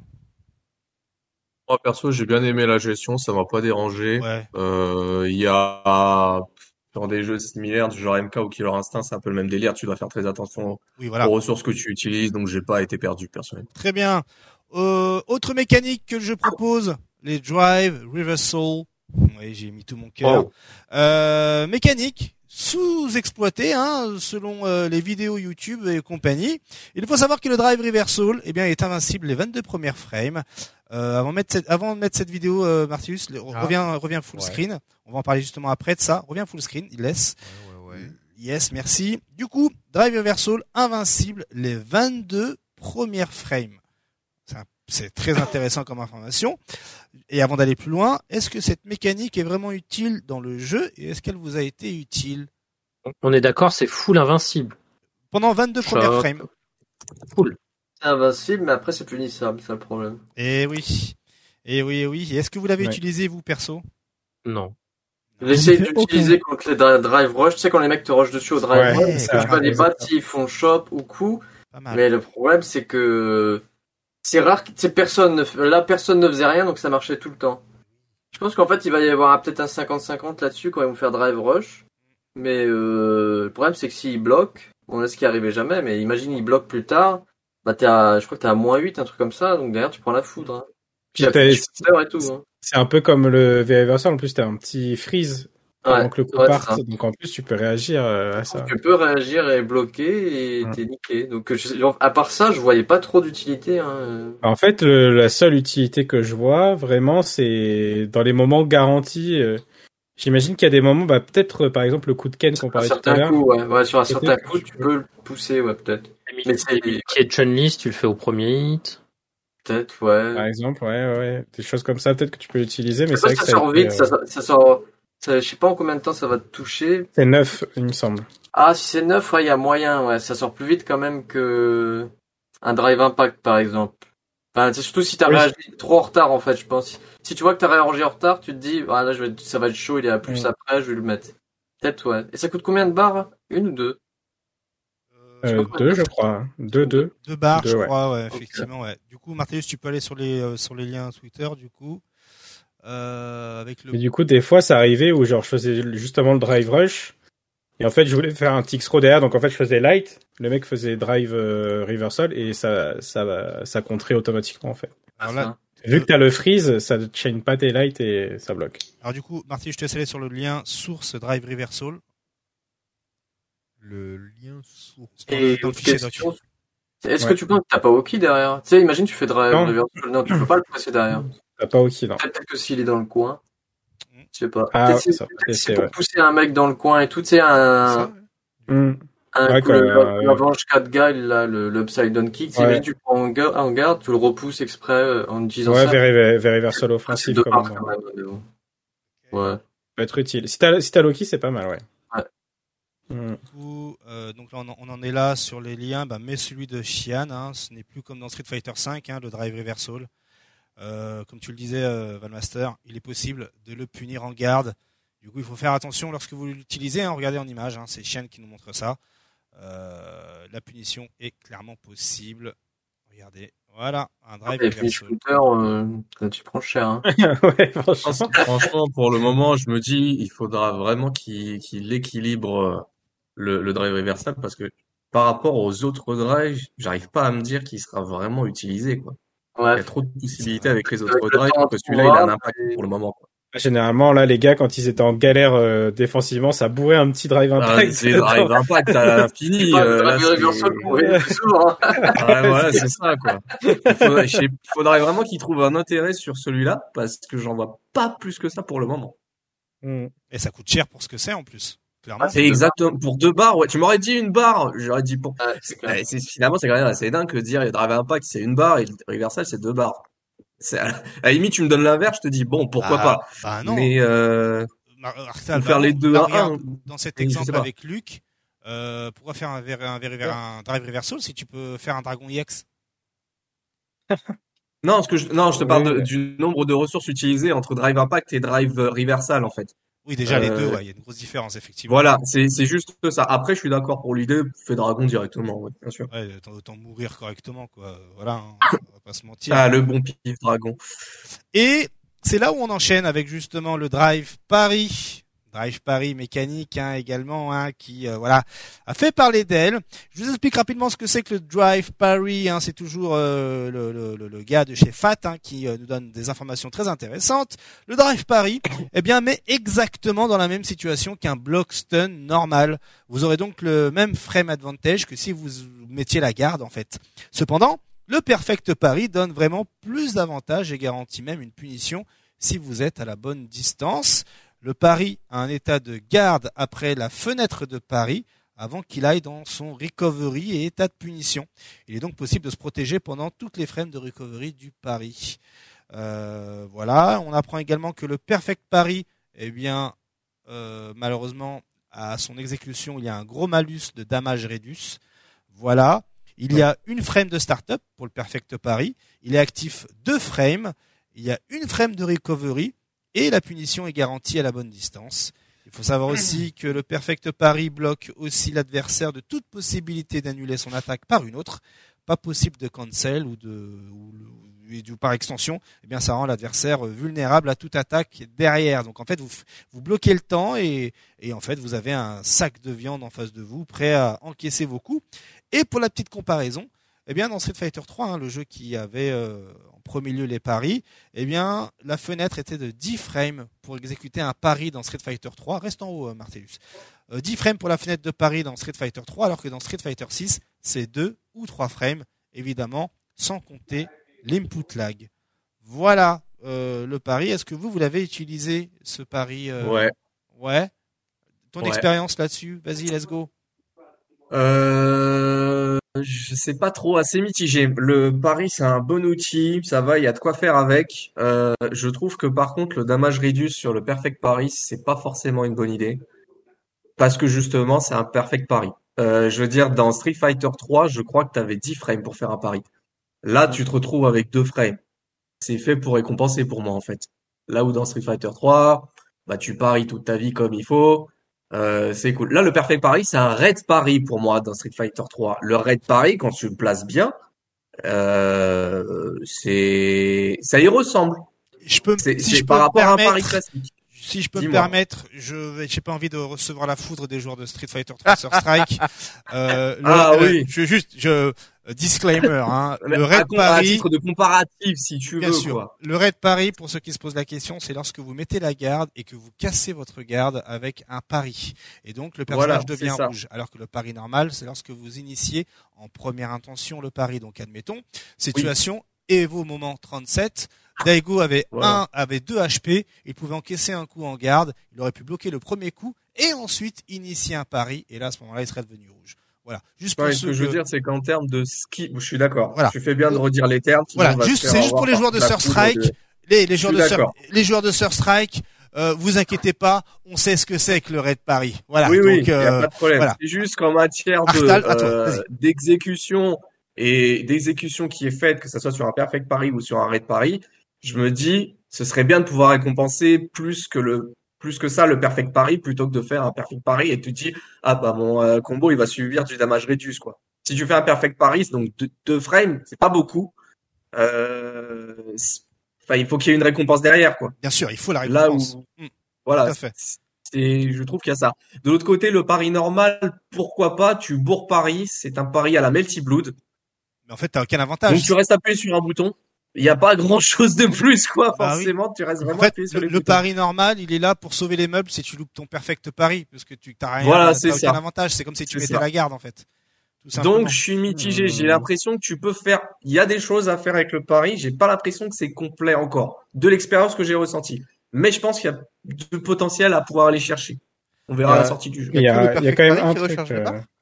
Moi, perso, j'ai bien aimé la gestion, ça m'a pas dérangé. Ouais. Euh, il y a, dans des jeux similaires du genre M K ou Killer Instinct, c'est un peu le même délire. Tu dois faire très attention Oui, voilà. aux ressources que tu utilises, donc j'ai pas été perdu, personnellement. Très bien. Euh, autre mécanique que je propose, les drive reversal. Oui, j'ai mis tout mon cœur. Oh. Euh, mécanique sous-exploitée, hein, selon euh, les vidéos YouTube et compagnie. Il faut savoir que le drive reversal, eh bien, est invincible les vingt-deux premières frames. Euh, avant de mettre cette, avant de mettre cette vidéo, euh, Martius, le- Ah. reviens, reviens full Ouais. screen. On va en parler justement après de ça. Reviens full screen. Il laisse. Ouais, ouais, ouais. Yes, merci. Du coup, drive reversal invincible les vingt-deux premières frames. C'est un- C'est très intéressant comme information. Et avant d'aller plus loin, est-ce que cette mécanique est vraiment utile dans le jeu et est-ce qu'elle vous a été utile On est d'accord, c'est full invincible. pendant vingt-deux premières Choc. frames? Full. C'est invincible, mais après c'est punissable, c'est ça le problème. Eh oui. Eh oui, eh oui. Et est-ce que vous l'avez Ouais. utilisé, vous, perso? Non. J'essaie fait d'utiliser contre les dri- drive rush. Tu sais, quand les mecs te rushent dessus au drive Ouais, rush, c'est parce que tu vois des exactement. bats s'ils font chop ou coup. Pas mal. Mais le problème, c'est que c'est rare que tu sais, personne ne f- là, personne ne faisait rien, donc ça marchait tout le temps. Je pense qu'en fait, il va y avoir un- peut-être un cinquante cinquante là-dessus quand ils vont faire drive rush. Mais euh, le problème, c'est que s'ils bloquent, on a ce qui arrivait jamais, mais imagine, ils bloquent plus tard, bah t'es à, je crois que t'es à moins huit, un truc comme ça, donc derrière, tu prends la foudre. Hein. Puis Puis il y a t'as- plus de shooter et tout. Hein. C'est un peu comme le V Reversal. En plus, t'as un petit freeze Ouais, avant que le coup ouais, parte. c'est ça. Donc en plus, tu peux réagir euh, à ça. Tu peux réagir et bloquer et Mm. t'es niqué. Donc, je sais- à part ça, je voyais pas trop d'utilité. Hein. En fait, le- la seule utilité que je vois vraiment, c'est dans les moments garantis. euh, J'imagine qu'il y a des moments, bah, peut-être euh, par exemple le coup de Ken qu'on Sur un parlait tout à certain l'heure. coup, ouais. ouais, sur un Peut-être certain que coup, tu tu peux. peux le pousser, ouais, peut-être. Mais c'est Qui est Chun-Li, tu le fais au premier hit. peut-être, ouais. Par exemple, ouais, ouais, des choses comme ça, peut-être que tu peux utiliser, mais Je sais c'est pas vrai si que ça ça, a sort été, vite, euh, ça, ça sort. Ça, je sais pas en combien de temps ça va te toucher. c'est neuf, il me semble. Ah, si c'est neuf, ouais, il y a moyen, ouais. Ça sort plus vite quand même que un drive impact, par exemple. Enfin, c'est surtout si t'as Oui. réagi trop en retard, en fait, je pense. Si tu vois que t'as réagi en retard, tu te dis, ah là, je vais, ça va être chaud, il est à plus Mm. après, je vais le mettre. Peut-être, ouais. Et ça coûte combien de barres? Une ou deux? Euh, deux, je crois. Deux, deux. Deux barres, Deux, je ouais. crois, ouais, effectivement, ouais. Du coup, Martellus, tu peux aller sur les euh, sur les liens Twitter, du coup, euh, avec le. Mais du coup, des fois, ça arrivait où genre je faisais justement le drive rush. Et en fait, je voulais faire un T-X-Row derrière, donc en fait, je faisais light. Le mec faisait drive euh, reversal et ça, ça, ça contrait automatiquement, en fait. Alors Ah, là, ça. Vu que t'as le freeze, ça ne chain pas tes lights et ça bloque. Alors du coup, Marty, je te laisse aller sur le lien source drive reversal. Le lien source. Dans Et le, dans le autre fichier question, doc. est-ce Ouais. que tu penses que t'as pas Oki derrière? Tu sais, imagine tu fais drive Non. reversal. Non, tu peux pas le presser derrière. T'as pas OK, non. Peut-être que s'il est dans le coin. Je sais pas. Ah, Peut-être ouais, si- ça peut peut-être si tester, pour ouais. pousser un mec dans le coin et tout, tu sais, Ça, un, ouais. Hmm. un Ouais, coup, quoi, le- euh, l'avance quatre guy, là, le, l'upside down kick, Ouais. imagine tu prends en garde, en garde, tu le repousses exprès euh, en utilisant Ouais, ça. very, very versal C'est offensif de comme part, nom. quand même, mais bon. Ouais. Peut être utile. Si t'as, si t'as Loki, c'est pas mal, ouais. Ouais. Hmm. Du coup, euh, donc là, on en, on en est là sur les liens. Bah, mets celui de Xian. Hein, ce n'est plus comme dans Street Fighter cinq, hein, le drive reversal. Euh, comme tu le disais, euh, Valmaster, il est possible de le punir en garde. Du coup, il faut faire attention lorsque vous l'utilisez. Hein, regardez en image, hein, c'est Xian qui nous montre ça. Euh, la punition est clairement possible. Regardez, voilà, un drive Et puis, reversal. shooter, euh, là, tu prends cher, hein. Ouais, franchement. Franchement, pour le moment, je me dis, il faudra vraiment qu'il qu'il équilibre euh, le, le drive reversal parce que par rapport aux autres drives, j'arrive pas à me dire qu'il sera vraiment utilisé, quoi. Il y Ouais. a trop de possibilités avec les Avec autres le drives temps, que tu celui-là, il a un pourras, impact et- pour le moment, quoi. Généralement, là, les gars, quand ils étaient en galère euh, défensivement, ça bourrait un petit drive Ah, impact. c'est drive impact à l'infini, Pas de euh, là, drive reversal c'est... pour éviter le sourd, hein. Ouais, voilà, c'est ça, quoi. Il faudrait, je sais- il faudrait vraiment qu'il trouve un intérêt sur celui-là parce que j'en vois pas plus que ça pour le moment. Hmm. Et ça coûte cher pour ce que c'est en plus. Clairement. Ah, C'est exactement pour deux barres. Ouais, tu m'aurais dit une barre, j'aurais dit pour. Ouais, c'est clair. Ouais, c'est finalement c'est quand même assez dingue que de dire Drive Impact c'est une barre et Reversal c'est deux barres. C'est à la limite tu me donnes l'inverse, je te dis bon pourquoi Ah, pas. Bah non. Mais euh, Mar- Arsal, ou faire bah les non. deux Là, à regarde, un. dans cet Oui, je sais exemple pas. avec Luc, euh, pourquoi faire un, ver- un, ver- un drive reversal si tu peux faire un Dragon E X? Non, ce que je, non, je te parle de- Ouais. du nombre de ressources utilisées entre Drive Impact et Drive euh, Reversal en fait. Oui, déjà les Euh, deux, ouais, il y a une grosse différence effectivement. Voilà, c'est c'est juste ça. Après, je suis d'accord pour l'idée, fais Dragon directement, ouais, bien sûr. Ouais, autant, autant mourir correctement, quoi. Voilà, hein, on va pas se mentir. Ah, le bon pif Dragon. Et c'est là où on enchaîne avec justement le Drive Paris. Drive Paris mécanique hein, également, hein, qui euh, voilà a fait parler d'elle. Je vous explique rapidement ce que c'est que le Drive Paris. Hein, c'est toujours euh, le, le, le, le gars de chez Fat hein, qui euh, nous donne des informations très intéressantes. Le Drive Paris, eh bien, met exactement dans la même situation qu'un block stun normal. Vous aurez donc le même frame advantage que si vous mettiez la garde en fait. Cependant, le Perfect Paris donne vraiment plus d'avantages et garantit même une punition si vous êtes à la bonne distance. Le pari a un état de garde après la fenêtre de pari avant qu'il aille dans son recovery et état de punition. Il est donc possible de se protéger pendant toutes les frames de recovery du pari. Euh, voilà, on apprend également que le perfect pari, eh bien, euh, malheureusement, à son exécution, il y a un gros malus de damage réduce. Voilà, il y a une frame de startup pour le perfect pari. Il est actif deux frames. Il y a une frame de recovery. Et la punition est garantie à la bonne distance. Il faut savoir aussi que le perfect pari bloque aussi l'adversaire de toute possibilité d'annuler son attaque par une autre. Pas possible de cancel ou de ou, ou, ou par extension, eh bien ça rend l'adversaire vulnérable à toute attaque derrière. Donc en fait vous vous bloquez le temps et et en fait vous avez un sac de viande en face de vous prêt à encaisser vos coups. Et pour la petite comparaison, eh bien dans Street Fighter trois, hein, le jeu qui avait euh, en premier lieu les paris, eh bien la fenêtre était de dix frames pour exécuter un pari dans Street Fighter trois. Reste en haut, euh, Martellus. Euh, dix frames pour la fenêtre de pari dans Street Fighter trois, alors que dans Street Fighter six, c'est deux ou trois frames, évidemment, sans compter l'input lag. Voilà euh, le pari. Est-ce que vous, vous l'avez utilisé, ce pari euh... Ouais. Ouais. Ton Ouais. expérience là-dessus, vas-y, let's go. Euh, je sais pas trop, assez mitigé. Le pari, c'est un bon outil, ça va, il y a de quoi faire avec. Euh, je trouve que par contre, le damage réduce sur le perfect pari, c'est pas forcément une bonne idée. Parce que justement, c'est un perfect pari. Euh, je veux dire, dans Street Fighter trois, je crois que tu avais dix frames pour faire un pari. Là, tu te retrouves avec deux frames. C'est fait pour récompenser pour moi, en fait. Là où dans Street Fighter trois, bah, tu paries toute ta vie comme il faut. Euh, c'est cool. Là, le perfect pari, c'est un raid pari pour moi dans Street Fighter trois. Le raid pari, quand tu le places bien, euh, c'est, ça y ressemble. Je peux, C'est, si c'est je peux par me rapport à un permettre, pari classique. si je peux me Dis-moi. permettre, je j'ai pas envie de recevoir la foudre des joueurs de Street Fighter trois Sur Strike. euh, le- Ah le- oui. Je juste, je disclaimer, hein, le à, Red com- à Paris. titre de comparatif, si tu Bien veux, sûr. quoi. Le raid pari, pour ceux qui se posent la question, c'est lorsque vous mettez la garde et que vous cassez votre garde avec un pari. Et donc, le personnage Voilà, devient c'est ça. rouge. Alors que le pari normal, c'est lorsque vous initiez en première intention le pari. Donc, admettons, situation Evo moment trente-sept. Daigo avait Voilà. un, avait deux H P. Il pouvait encaisser un coup en garde. Il aurait pu bloquer le premier coup et ensuite initier un pari. Et là, à ce moment-là, il serait devenu rouge. Voilà. Juste pour Ouais, ceux ce que je veux que- dire, c'est qu'en termes de ski, je suis d'accord. Voilà. Tu fais bien de redire les termes. sinon Voilà, on va se juste, faire c'est juste pour avoir les joueurs de par Sur la foudre Strike. de- Les, les joueurs Je de suis Sur, d'accord. les joueurs de Sur Strike, euh, vous inquiétez pas, on sait ce que c'est que le Raid Paris. Voilà. Oui, oui, donc, il n'y a euh, pas de problème. voilà. C'est juste qu'en matière de, Artal, à toi, euh, vas-y. d'exécution et d'exécution qui est faite, que ce soit sur un perfect pari ou sur un raid pari, je me dis, ce serait bien de pouvoir récompenser plus que le, plus que ça, le perfect pari, plutôt que de faire un perfect pari et tu te dis, ah, bah, mon euh, combo, il va subir du damage reduce, quoi. Si tu fais un perfect pari, donc deux, deux frames, c'est pas beaucoup. Euh, c'est- enfin, il faut qu'il y ait une récompense derrière, quoi. bien sûr, il faut la Là où, récompense. Mm, voilà, tout à fait. c'est, je trouve qu'il y a ça. De l'autre côté, le pari normal, pourquoi pas, tu bourres pari, c'est un pari à la Melty Blood. Mais en fait, t'as aucun Donc avantage. tu restes appuyé sur un bouton. Il n'y a pas grand chose de plus, quoi, Bah oui. forcément, tu restes En vraiment fait, appuyé sur le, les le boutons. pari normal, il est là pour sauver les meubles si tu loupes ton perfect pari, parce que tu t'as rien, Voilà, t'as c'est aucun ça. avantage. C'est comme si tu C'est mettais ça. la garde, en fait. Tout simplement. Donc je suis mitigé, j'ai Hmm. l'impression que tu peux faire, il y a des choses à faire avec le pari, j'ai pas l'impression que c'est complet encore, de l'expérience que j'ai ressentie. Mais je pense qu'il y a du potentiel à pouvoir aller chercher. On verra Il y a- à la sortie du jeu. Il y que le a, il y a perfect quand même pari un qui truc. recharge les euh, barres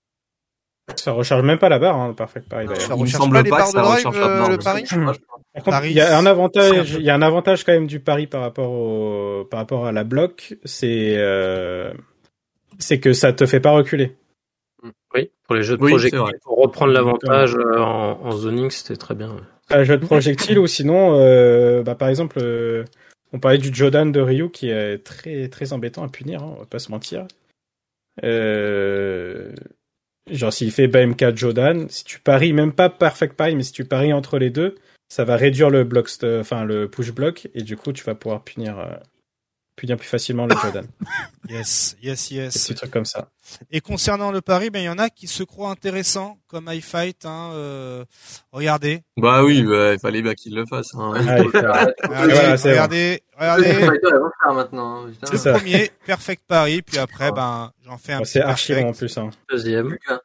Ça recharge même pas la barre, hein, le perfect pari d'ailleurs. Ça Il me recharge semble pas les pas que barres de ça drive, recharge la euh, barre, le mais pari ça, je sais pas. Par contre, Paris, il y a un c'est un avantage, peu- il y a un avantage quand même du pari par rapport au, par rapport à la bloc, c'est, euh, c'est que ça te fait pas reculer. Oui, pour les jeux de Oui, c'est projectiles, vrai. pour reprendre l'avantage euh, en, en zoning, c'était très bien. Un jeu de projectile ou sinon, euh, bah, par exemple, euh, on parlait du Jodan de Ryu qui est très, très embêtant à punir, hein, on va pas se mentir. Euh, genre, s'il fait B M K Jodan, si tu paries, même pas perfect pari, mais si tu paries entre les deux, ça va réduire le block, st- enfin, le push block, et du coup, tu vas pouvoir punir, euh, punir plus facilement le Jodan. Yes, yes, Des yes. petits trucs comme ça. Et concernant le pari, ben il y en a qui se croient intéressants comme iFight. Hein, euh, regardez, Bah oui, bah, il fallait bien qu'il le fasse. Hein. Ah, et ça- regardez, voilà, c'est regardez, Le regardez. Fighter, il va faire maintenant. hein, putain. Le C'est ça. premier, perfect pari, puis après, ben j'en fais un Bon, petit c'est archi long en perfect. plus. Hein. Deuxième. Lucas,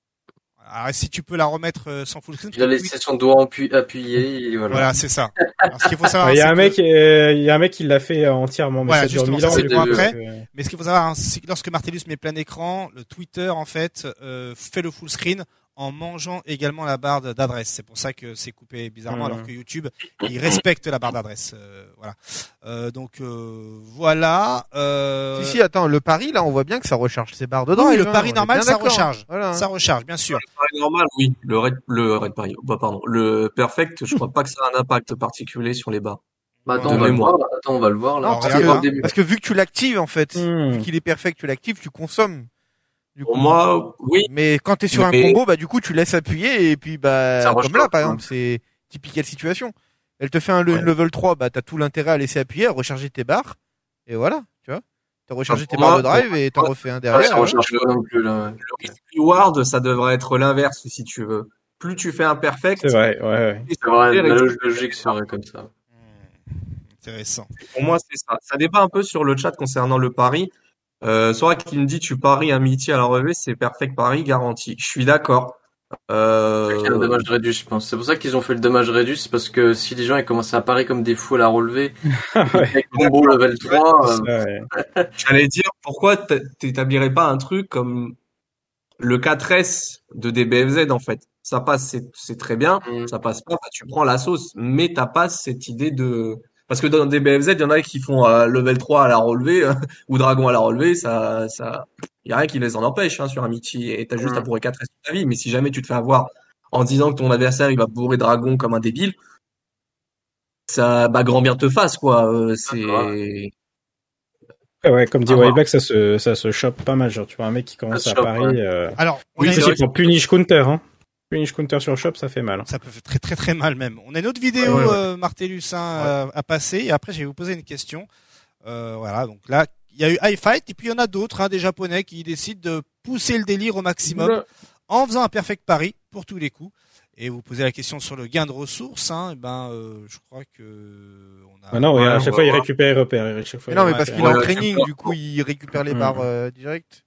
Alors, si tu peux la remettre euh, sans full screen. il a parce que laissé son doigt appu- appuyé, et voilà. Voilà, c'est ça. Alors, ce qu'il faut savoir, Il y a c'est un que- mec, euh, il y a un mec qui l'a fait entièrement, mais Voilà, ça dure justement, mille ça, ans. c'est du pour coup, après. parce que- Mais ce qu'il faut savoir, hein, c'est que lorsque Martellus met plein écran, le Twitter en fait euh, fait le full screen en mangeant également la barre d'adresse. C'est pour ça que c'est coupé bizarrement, Mmh. alors que YouTube il respecte la barre d'adresse. Euh, voilà. Euh, donc euh, voilà. Euh, Si, si, attends, le pari, là, on voit bien que ça recharge ses barres de drive. oui, le hein, pari on est normal, bien ça d'accord, recharge. hein. Voilà. Ça recharge, bien sûr. Le pari normal, oui. Le raid, le raid pari, bah, pardon. Le perfect, je crois pas que ça a un impact particulier sur les barres. Bah, attends, De on va le mémoire. voir. Attends, on va le voir, là. Non, Alors, parce, regarde, voir hein. le début. parce que vu que tu l'actives, en fait, Hmm. vu qu'il est perfect, tu l'actives, tu consommes. Du Pour coup. moi, oui. Mais quand t'es sur un Mais- combo, bah, du coup, tu laisses appuyer et puis, bah, Ça comme recharge, là, par quoi. exemple, c'est typique situation. Elle te fait un le- Ouais. level trois, bah, t'as tout l'intérêt à laisser appuyer, à recharger tes barres. Et voilà, tu vois. T'as rechargé Ah, tes pour barres de moi, drive pour- et t'en pour- refais un Ouais, derrière. ça recharge pas non plus, là. ouais. Le risk reward, ça devrait être l'inverse, si tu veux. Plus tu fais un perfect, C'est vrai, ouais, ouais. plus C'est vrai, ça la fait log- logique serait comme ça. Hmm, Intéressant. Pour moi, c'est ça. Ça débat un peu sur le chat concernant le pari. Euh, Sora qui me dit tu paries un miti à la revue, c'est perfect pari garanti. Je suis d'accord. Euh... Il y a un dommage réduit, je pense. C'est pour ça qu'ils ont fait le dommage réduit, c'est parce que si les gens ils commencent à parier comme des fous à la relever, Ouais. avec combo level trois, Ça, euh, ouais. J'allais dire pourquoi t- t'établirais pas un truc comme le quatre S de D B F Z en fait. Ça passe, c'est c'est très bien. Mm. Ça passe pas, bah, tu prends la sauce, mais t'as pas cette idée de parce que dans D B F Z, il y en a qui font euh, level trois à la relevée ou dragon à la relevée, ça ça y a rien qui les en empêche hein, sur un Michi et t'as juste Mm. à bourrer quatre S toute ta vie, mais si jamais tu te fais avoir en disant que ton adversaire il va bourrer dragon comme un débile, ça bah grand bien te fasse quoi, euh, c'est Ouais. Ouais, ouais, comme dit À voir. Wayback, ça se, ça se chope pas mal. Genre, tu vois un mec qui commence Ça à se chope, parier. ouais. Euh... Alors, on Oui, a c'est une- vrai Aussi pour punish counter, hein. Punish counter sur shop, ça fait mal. hein. ça peut faire très très très mal même. On a une autre vidéo, Ouais, ouais. euh, Martellus, hein, euh, à passer. Et après, je vais vous poser une question. Euh, voilà, donc là, il y a eu High Fight et puis il y en a d'autres, hein, des Japonais qui décident de pousser le délire au maximum Oula. en faisant un perfect pari pour tous les coups. Et vous posez la question sur le gain de ressources, hein, et ben, euh, je crois que on a. Ah non, ouais, à Ouais, chaque on fois, va il voir. récupère, il repère. à chaque fois, Mais non, il mais parce récupère. qu'il est en Ouais, training, d'accord. du coup, il récupère les Hmm. barres euh, direct.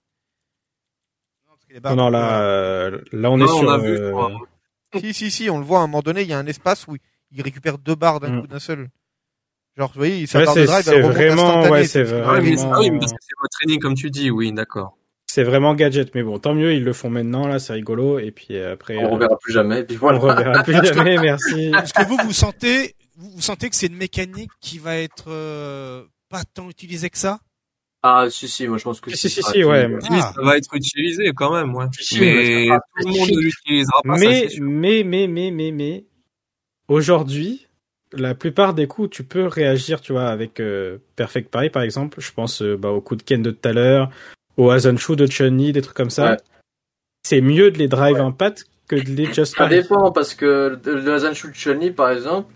Les Non, barres- non, là, euh, là, on Non, est on sur. a vu, je euh, crois. Si, si, si, on le voit à un moment donné, il y a un espace où il récupère deux barres d'un Mm. coup d'un seul. Genre, vous voyez, sa Ouais, barre c'est de drive, c'est elle remonte vraiment, instantanée. ouais, c'est c'est- Ah oui, mais, vraiment, ah oui, mais parce que c'est le training comme tu dis, oui, d'accord. c'est vraiment gadget. Mais bon, tant mieux, ils le font maintenant, là, c'est rigolo. Et puis euh, après, On euh, reverra plus jamais. Et puis on voilà. reverra plus jamais, merci. Est-ce que vous, vous sentez, vous, vous sentez que c'est une mécanique qui va être euh, pas tant utilisée que ça? Ah, si, si, moi je pense que Si, si, sera si, ouais. utilisé. Oui, Ah. ça va être utilisé quand même, ouais. Si, Mais mais tout le monde ne l'utilisera pas, ça, Mais, c'est sûr. mais, mais, mais, mais, mais, aujourd'hui, la plupart des coups, tu peux réagir, tu vois, avec euh, Perfect Parry, par exemple. Je pense euh, bah, au coup de Ken de tout à l'heure, au Hazanshu de Chun-Li, des trucs comme ça. Ouais. C'est mieux de les drive impact que de les just Ça parry. dépend parce que le le Hazanshu de Chun-Li, par exemple,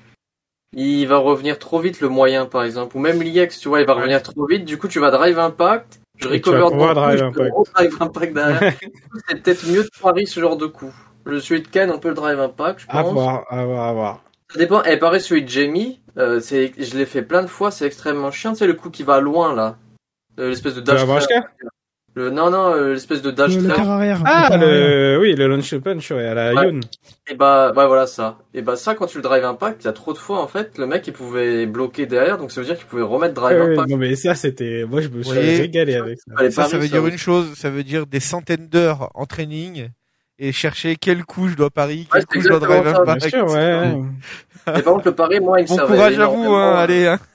il va revenir trop vite le moyen, par exemple. Ou même l'I X, tu vois, il va revenir trop vite. Du coup, tu vas drive impact. Je Et tu vas recover pouvoir dans le drive coup, je peux impact. re-drive impact derrière. Du coup, c'est peut-être mieux de pari ce genre de coup. Le celui de Ken, on peut le drive impact, je À pense. voir, à voir, à voir. Ça dépend. Et pareil, celui de Jamie, euh, c'est, je l'ai fait plein de fois, c'est extrêmement chiant. C'est le coup qui va loin, là. Euh, l'espèce de Tu dash. vas voir trail. H K Le, non, non, euh, l'espèce de dash Le, le trail. quart arrière. Ah, quart arrière. le, oui, le launch punch, ouais, à la Ouais. Yun. Et bah, ouais, voilà ça. Et bah, ça, quand tu le drive impact, il y a trop de fois, en fait, le mec, il pouvait bloquer derrière, donc ça veut dire qu'il pouvait remettre drive Ouais, ouais, impact. non, mais ça, c'était, moi, je me suis voyez, régalé avec ça. Fallait Ça, parier, ça veut dire aussi. une chose, ça veut dire des centaines d'heures en training et chercher quel coup je dois parier, quel Ouais, coup c'est je dois drive exactement ça, impact. Bien sûr, ouais. Et par contre, le pari, moi, il me Bon servait courage à vous, énormément, hein, euh, allez, hein.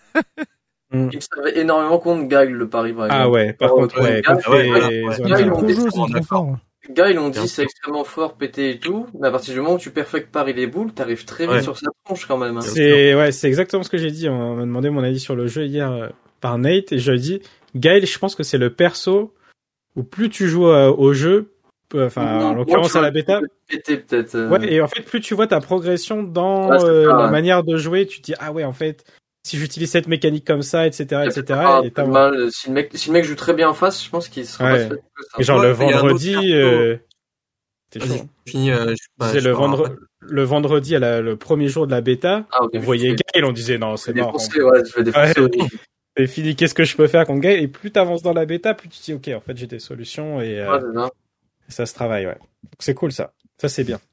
Il me servait énormément contre Guile, le pari, par exemple. Ah ouais, par Oh, contre, ouais, ouais, Guile, quand ouais, t'es voilà, zone ouais. C'est Guile, un. ils l'ont trop dit, jeu, c'est c'est bon, trop d'accord. fort. Guile, on Bien dit sûr. c'est extrêmement fort, pété et tout, mais à partir du moment où tu perfect paris les boules, t'arrives très vite Ouais. sur sa tronche quand même. Hein. C'est, ouais, c'est exactement ce que j'ai dit. On m'a demandé mon avis sur le jeu hier euh, par Nate et je lui ai dit, Guile, je pense que c'est le perso où plus tu joues euh, au jeu, euh, enfin, en Moi, l'occurrence tu à vois, la bêta, pété peut-être. euh, ouais, et en fait, plus tu vois ta progression dans Ouais, c'est euh, ça, la ouais. manière de jouer, tu te dis, ah ouais, en fait, si j'utilise cette mécanique comme ça, et cetera, peut-être et cetera, pas un et peu t'as- de mal. Si le mec, si le mec joue très bien en face, je pense qu'il sera Ouais. pas fait que ça. Et genre Ouais, le il y a un autre vendredi, perso. euh... c'était Vas-y, chaud. fini, euh, je- bah, C'est je le, parle vendre... après. le vendredi, à la... le premier jour de la bêta, Ah, au on début, voyait je vais Gaël, on disait non, c'est mort. défoncer, ouais, je vais défoncer. Ouais. oui. C'est fini, qu'est-ce que je peux faire contre Gaël? Et plus t'avances dans la bêta, plus tu te dis, ok, en fait, j'ai des solutions et euh, Ouais, c'est ça. ça se travaille, ouais. Donc c'est cool ça. Ça, c'est bien.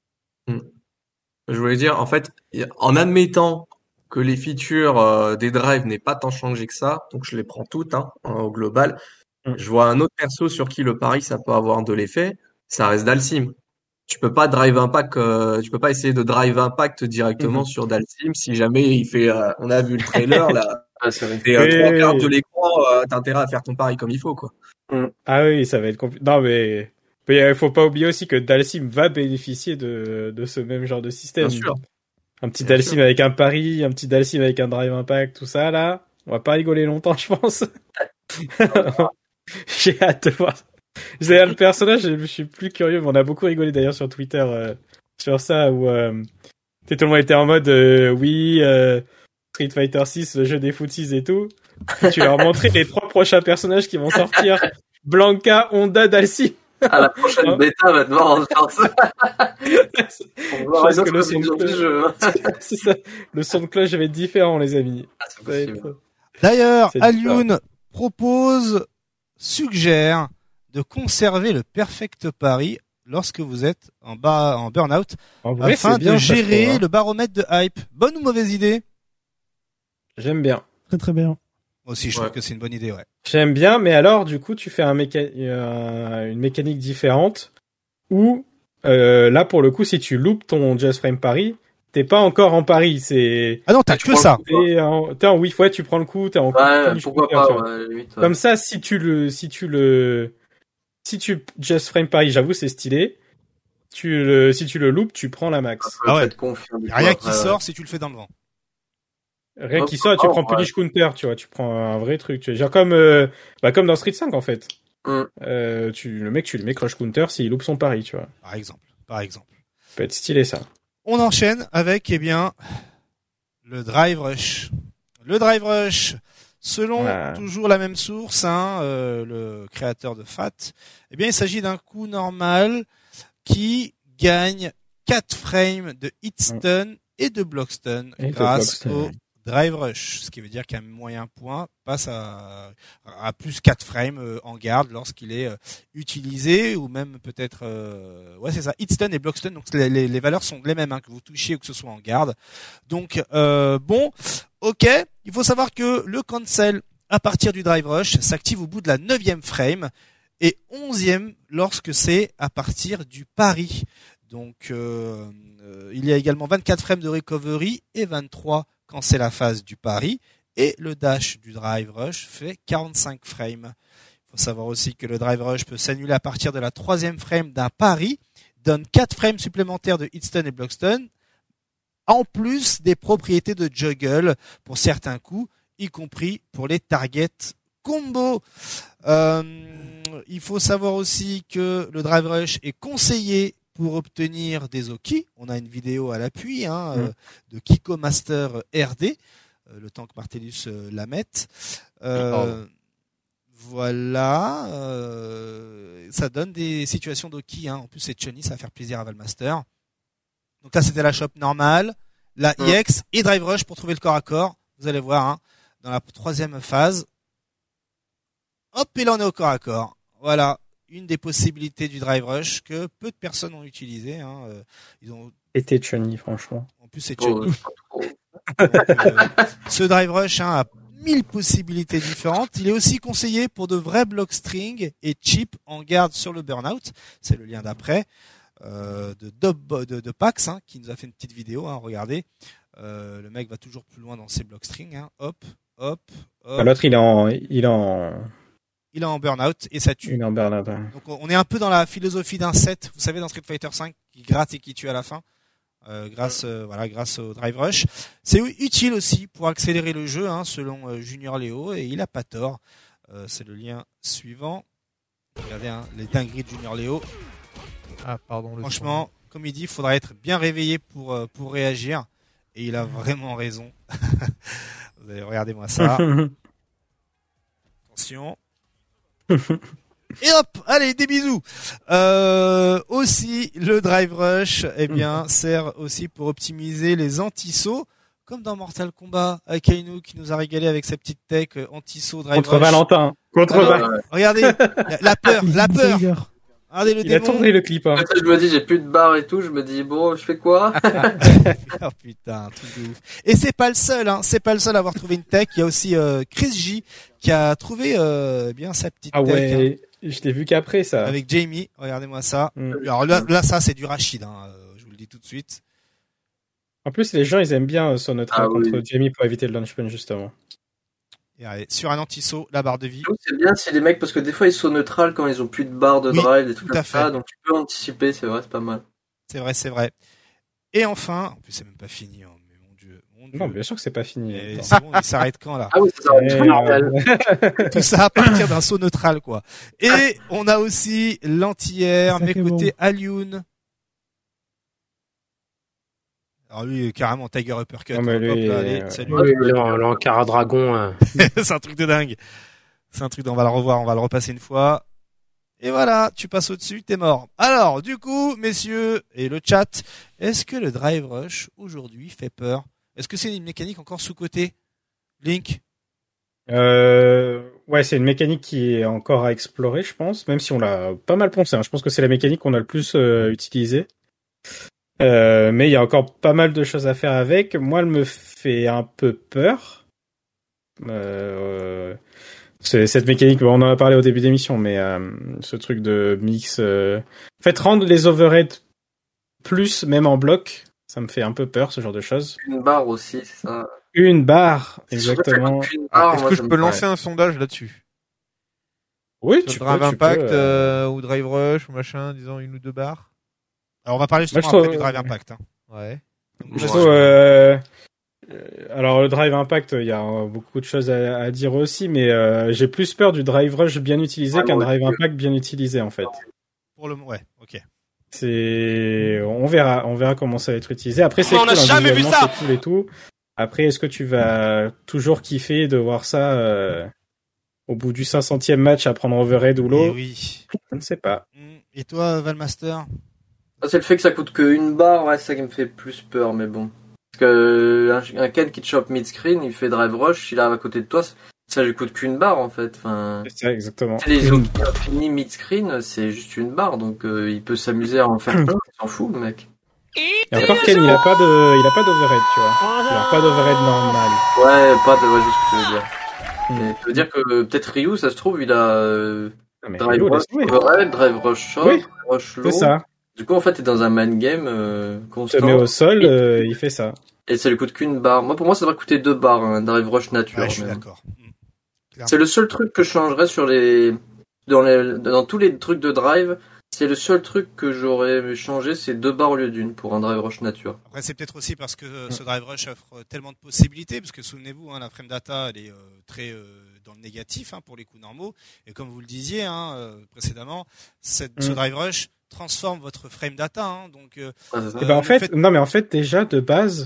Je voulais dire, en fait, y a- en admettant que les features euh, des drives n'aient pas tant changé que ça, donc je les prends toutes hein, hein, au global, Mm. je vois un autre perso sur qui le pari ça peut avoir de l'effet, ça reste Dalsim. Tu peux pas drive impact, euh, tu peux pas essayer de drive impact directement Mhm. sur Dalsim si jamais il fait, euh, on a vu le trailer là, Ouais, c'est vrai. et euh, Oui, trois oui, quarts oui. de l'écran, euh, t'as intérêt à faire ton pari comme il faut quoi. Ah oui, ça va être compliqué. Non, mais mais il faut pas oublier aussi que Dalsim va bénéficier de, de ce même genre de système. Bien sûr. Un petit Bien Dalsim sûr. avec un pari, un petit Dalsim avec un drive impact, tout ça là. On va pas rigoler longtemps, je pense. J'ai hâte de voir. J'ai le personnage, je suis plus curieux, mais on a beaucoup rigolé d'ailleurs sur Twitter euh, sur ça où euh, tu sais, tout le monde était en mode euh, oui euh, Street Fighter six, le jeu des footies et tout. Puis tu leur montrais les trois prochains personnages qui vont sortir. Blanca, Honda, Dalsim. À la prochaine Hein bêta, maintenant, on va faire ça. On va voir Je pense les que autres le son versions de- du jeu. hein. C'est ça. Le son de cloche va être différent, les amis. Ah, c'est Ça va être- possible. D'ailleurs, C'est Alioun propose, suggère de conserver le perfect pari lorsque vous êtes en, bas, en burn-out En vrai, afin c'est bien, de ça, je gérer trouve, hein. le baromètre de hype. Bonne ou mauvaise idée? J'aime bien. Très très bien. Moi aussi, je Ouais. trouve que c'est une bonne idée, ouais. J'aime bien, mais alors, du coup, tu fais un méca... euh, une mécanique différente où, euh, là, pour le coup, si tu loupes ton Just Frame Paris, t'es pas encore en Paris. C'est, Ah non, t'as Tu que prends ça. le coup, t'es en, t'es en whiff, ouais, tu prends le coup, t'es en Ouais, finish pourquoi counter, pas, tu vois. ouais, limite. ouais. Comme ça, si tu le, si tu le, si tu Just Frame Paris, j'avoue, c'est stylé. Tu le, si tu le loupes, tu prends la max. Faut Ah ouais. être confiant du Y a coup, rien après, qui ouais. sort si tu le fais dans le vent. Rien Hop, qui sort, tu oh, prends ouais. punish counter, tu vois, tu prends un vrai truc, tu vois. Genre comme, euh, bah, comme dans Street cinq, en fait. Mm. Euh, tu, le mec, tu lui mets crush counter s'il loupe son pari, tu vois. Par exemple. Par exemple. Ça peut être stylé, ça. On enchaîne avec, eh bien, le drive rush. Le drive rush. Selon Ouais. toujours la même source, hein, euh, le créateur de F A T, eh bien, il s'agit d'un coup normal qui gagne quatre frames de hitstun et de blockstun Et de grâce blockstun, au ouais. drive rush, ce qui veut dire qu'un moyen point passe à, à plus quatre frames euh, en garde lorsqu'il est euh, utilisé, ou même peut-être, euh, ouais c'est ça, hitstun et blockstun, donc les, les, les valeurs sont les mêmes, hein, que vous touchiez ou que ce soit en garde. Donc euh, bon, ok, il faut savoir que le cancel à partir du drive rush s'active au bout de la neuvième frame et onzième lorsque c'est à partir du pari. Donc euh, euh, il y a également vingt-quatre frames de recovery et vingt-trois quand c'est la phase du pari, et le dash du drive rush fait quarante-cinq frames. Il faut savoir aussi que le drive rush peut s'annuler à partir de la troisième frame d'un pari, donne quatre frames supplémentaires de hitstun et blockstun, en plus des propriétés de juggle pour certains coups, y compris pour les targets combo. Euh, il faut savoir aussi que le drive rush est conseillé pour obtenir des Oki. On a une vidéo à l'appui, hein, mmh. euh, de Kiko Master R D, euh, le temps que Martellus euh, la mette. Euh, voilà, euh, ça donne des situations d'Oki, hein. En plus c'est Chun-Li, ça va faire plaisir à Valmaster. Donc là c'était la shop normale, la mmh. I X et Drive Rush pour trouver le corps à corps. Vous allez voir, hein, dans la troisième phase. Hop, et là on est au corps à corps. Voilà. Une des possibilités du drive rush que peu de personnes ont utilisé. Hein. Ils ont. C'était Chun-Li, franchement. En plus, c'est Chun-Li. Oh, euh, ce drive rush, hein, a mille possibilités différentes. Il est aussi conseillé pour de vrais block string et chip en garde sur le burnout. C'est le lien d'après euh, de, Dob, de de Pax, hein, qui nous a fait une petite vidéo. Hein, regardez, euh, le mec va toujours plus loin dans ses block strings. Hein. Hop, hop, hop. Ah, l'autre, il est en, il est en. Il est en burn-out et ça tue. Il est en burn-out. Ouais. Donc on est un peu dans la philosophie d'un set, vous savez, dans Street Fighter cinq, qui gratte et qui tue à la fin, euh, grâce, euh, voilà, grâce au drive rush. C'est utile aussi pour accélérer le jeu, hein, selon euh, Junior Léo, et il a pas tort. Euh, c'est le lien suivant. Regardez, hein, les dingueries de Junior Léo. Ah, pardon. Franchement, le comme il dit, il faudra être bien réveillé pour euh, pour réagir, et il a vraiment raison. Vous allez, regardez-moi ça. Attention. Et hop, allez, des bisous. Euh, aussi, le drive rush, eh bien, sert aussi pour optimiser les anti-sauts, comme dans Mortal Kombat, Akainu qui nous a régalé avec sa petite tech anti-saut drive Contre rush. Valentin. Contre Alors, Valentin. Regardez, la peur, la peur. Regardez le Il démon. a tourné le clip. Hein. Je me dis, j'ai plus de barre et tout. Je me dis, bon, je fais quoi? Oh putain, truc de ouf. Et c'est pas le seul, hein. C'est pas le seul à avoir trouvé une tech. Il y a aussi euh, Chris J qui a trouvé euh, bien sa petite ah tech. Ouais, hein. Je t'ai vu qu'après ça. Avec Jamie, regardez-moi ça. Mm. Alors là, là, ça c'est du Rachid, hein. euh, je vous le dis tout de suite. En plus, les gens, ils aiment bien son neutre Ah, contre oui. Jamie pour éviter le launch point, justement. Et allez, sur un anti-saut, la barre de vie. C'est bien si les mecs, parce que des fois ils sont neutrales quand ils ont plus de barre de Oui, drive, des trucs tout à comme ça, fait. donc tu peux anticiper, c'est vrai, c'est pas mal. C'est vrai, c'est vrai. Et enfin, en plus c'est même pas fini, hein, mais mon dieu, mon dieu. Non, bien sûr que c'est pas fini. Et Attends. c'est bon, il s'arrête quand là? Ah oui, c'est ça, Eh, c'est normal. euh, Tout ça à partir d'un saut neutral, quoi. Et on a aussi l'anti-air, Ça mais fait côté Alioun. Alors lui, carrément, Tiger Uppercut. Non, mais Hop, lui, là, allez, euh, salut. Oui, là, là, en Cara Dragon. euh. C'est un truc de dingue. C'est un truc, on va le revoir, on va le repasser une fois. Et voilà, tu passes au-dessus, t'es mort. Alors, du coup, messieurs, et le chat, est-ce que le drive rush, aujourd'hui, fait peur? Est-ce que c'est une mécanique encore sous-cotée? Link? Euh, ouais, c'est une mécanique qui est encore à explorer, je pense, même si on l'a pas mal poncé. Hein. Je pense que c'est la mécanique qu'on a le plus euh, utilisée. Euh, mais il y a encore pas mal de choses à faire avec. Moi, elle me fait un peu peur. Euh, c'est, cette mécanique, bon, on en a parlé au début d'émission, mais euh, ce truc de mix... Euh... En fait, rendre les overheads plus, même en bloc, ça me fait un peu peur, ce genre de choses. Une barre aussi, c'est ça. Une barre, C'est surtout exactement. que une Ah, barre, Est-ce moi, que ça je me peux paraît. lancer un sondage là-dessus? Oui, Sur tu Drive peux, tu Impact peux, euh, euh, ou Drive Rush ou machin, disons une ou deux barres. Alors, on va parler justement Moi, je après trouve- du drive impact. Hein. Ouais. Donc, Je ouais. trouve, euh, euh, alors le drive impact, il y a euh, beaucoup de choses à, à dire aussi, mais euh, j'ai plus peur du drive rush bien utilisé Ah, qu'un moi drive aussi. impact bien utilisé en fait. Pour le, ouais, ok. C'est, on verra, on verra comment ça va être utilisé. Après c'est On cool, n'a hein, jamais vu visuellement, ça. c'est cool et tout. Après, est-ce que tu vas toujours kiffer de voir ça euh, au bout du cinq centième match à prendre overhead ou Eh low? oui. Je ne sais pas. Et toi, Valmaster? Ah, c'est le fait que ça coûte qu'une barre, ouais, c'est ça qui me fait plus peur, mais bon. Parce que un, un Ken qui te chope mid-screen, il fait drive rush, il arrive à côté de toi, ça lui coûte qu'une barre en fait. Enfin, C'est ça, exactement. les autres qui ont fini mid-screen, c'est juste une barre, donc euh, il peut s'amuser à en faire plein, il s'en fout le mec. Et encore Ken, il a pas de, il a pas d'overhead, tu vois. Il a pas d'overhead normal. Ouais, pas de, ouais, je sais ce que tu veux dire. Mais ça veut dire que euh, peut-être Ryu, ça se trouve, il a euh, Non, mais drive Ryu, rush, laisse-le. overhead, drive rush short, Oui, drive rush low. C'est ça. Du coup, en fait, t'es dans un man game euh, Tu te constant. mets au sol, euh, il fait ça. Et ça lui coûte qu'une barre. Moi, pour moi, ça devrait coûter deux barres, un drive rush nature. Ouais, je suis même. d'accord. Clairement. C'est le seul truc que je changerais sur les, dans les, dans tous les trucs de drive. C'est le seul truc que j'aurais changé, c'est deux barres au lieu d'une pour un drive rush nature. Après, c'est peut-être aussi parce que euh, ce drive rush offre tellement de possibilités, parce que souvenez-vous, hein, la frame data, elle est euh, très euh, dans le négatif hein, pour les coups normaux. Et comme vous le disiez hein, euh, précédemment, cette, Mm. ce drive rush transforme votre frame data. Hein, donc, euh, Ah, c'est ça. Et ben en le fait, fait- non mais en fait déjà de base,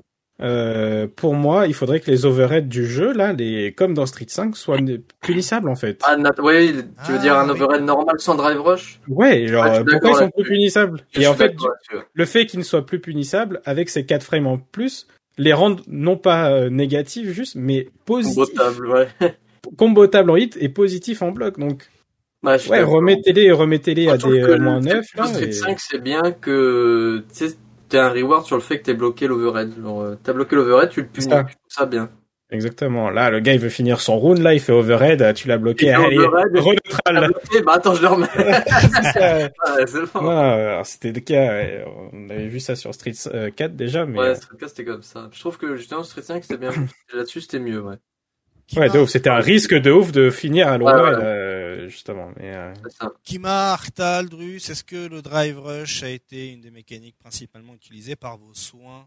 euh, pour moi, il faudrait que les overheads du jeu là, les comme dans Street cinq, soient n- punissables en fait. Ah, nat- oui, tu veux Ah, dire un oui. overhead normal sans drive rush? Ouais, genre Ouais, je suis euh, pourquoi d'accord ils sont là-dessus. plus punissables? Je Et suis en fait, d'accord là-dessus. le fait qu'ils ne soient plus punissables avec ces quatre frames en plus, les rendent non pas euh, négatifs juste, mais positifs, Combotable, ouais. combotables en hit et positifs en bloc. Donc Ouais, je suis ouais, d'accord. remettez-les, remettez-les Moi, à je trouve des que euh, le- moins le neuf truc de là. Street et- cinq, c'est bien que, tu sais, t'as un reward sur le fait que t'aies bloqué l'overhead. Genre, euh, t'as bloqué l'overhead, tu le punis. C'est ça. Je trouve ça bien. Exactement. Là, le gars, il veut finir son round, là, il fait overhead, ah, tu l'as bloqué, Il fait allez, overhead, T'as reneutral. bloqué, bah attends, je le remets. C'est ça. Ouais, c'est bon. Ouais, alors, c'était le cas, ouais, on avait vu ça sur Street euh, quatre déjà, mais Ouais, euh, Street cinq, c'était comme ça. Je trouve que justement, Street cinq, c'était bien. Là-dessus, c'était mieux, ouais. qui ouais, m'a- de ouf, c'était un risque de ouf de finir à l'overhead, Ouais, ouais. euh, justement. Mais euh, C'est ça. Kima, Arctal, Drus, est-ce que le drive rush a été une des mécaniques principalement utilisées par vos soins?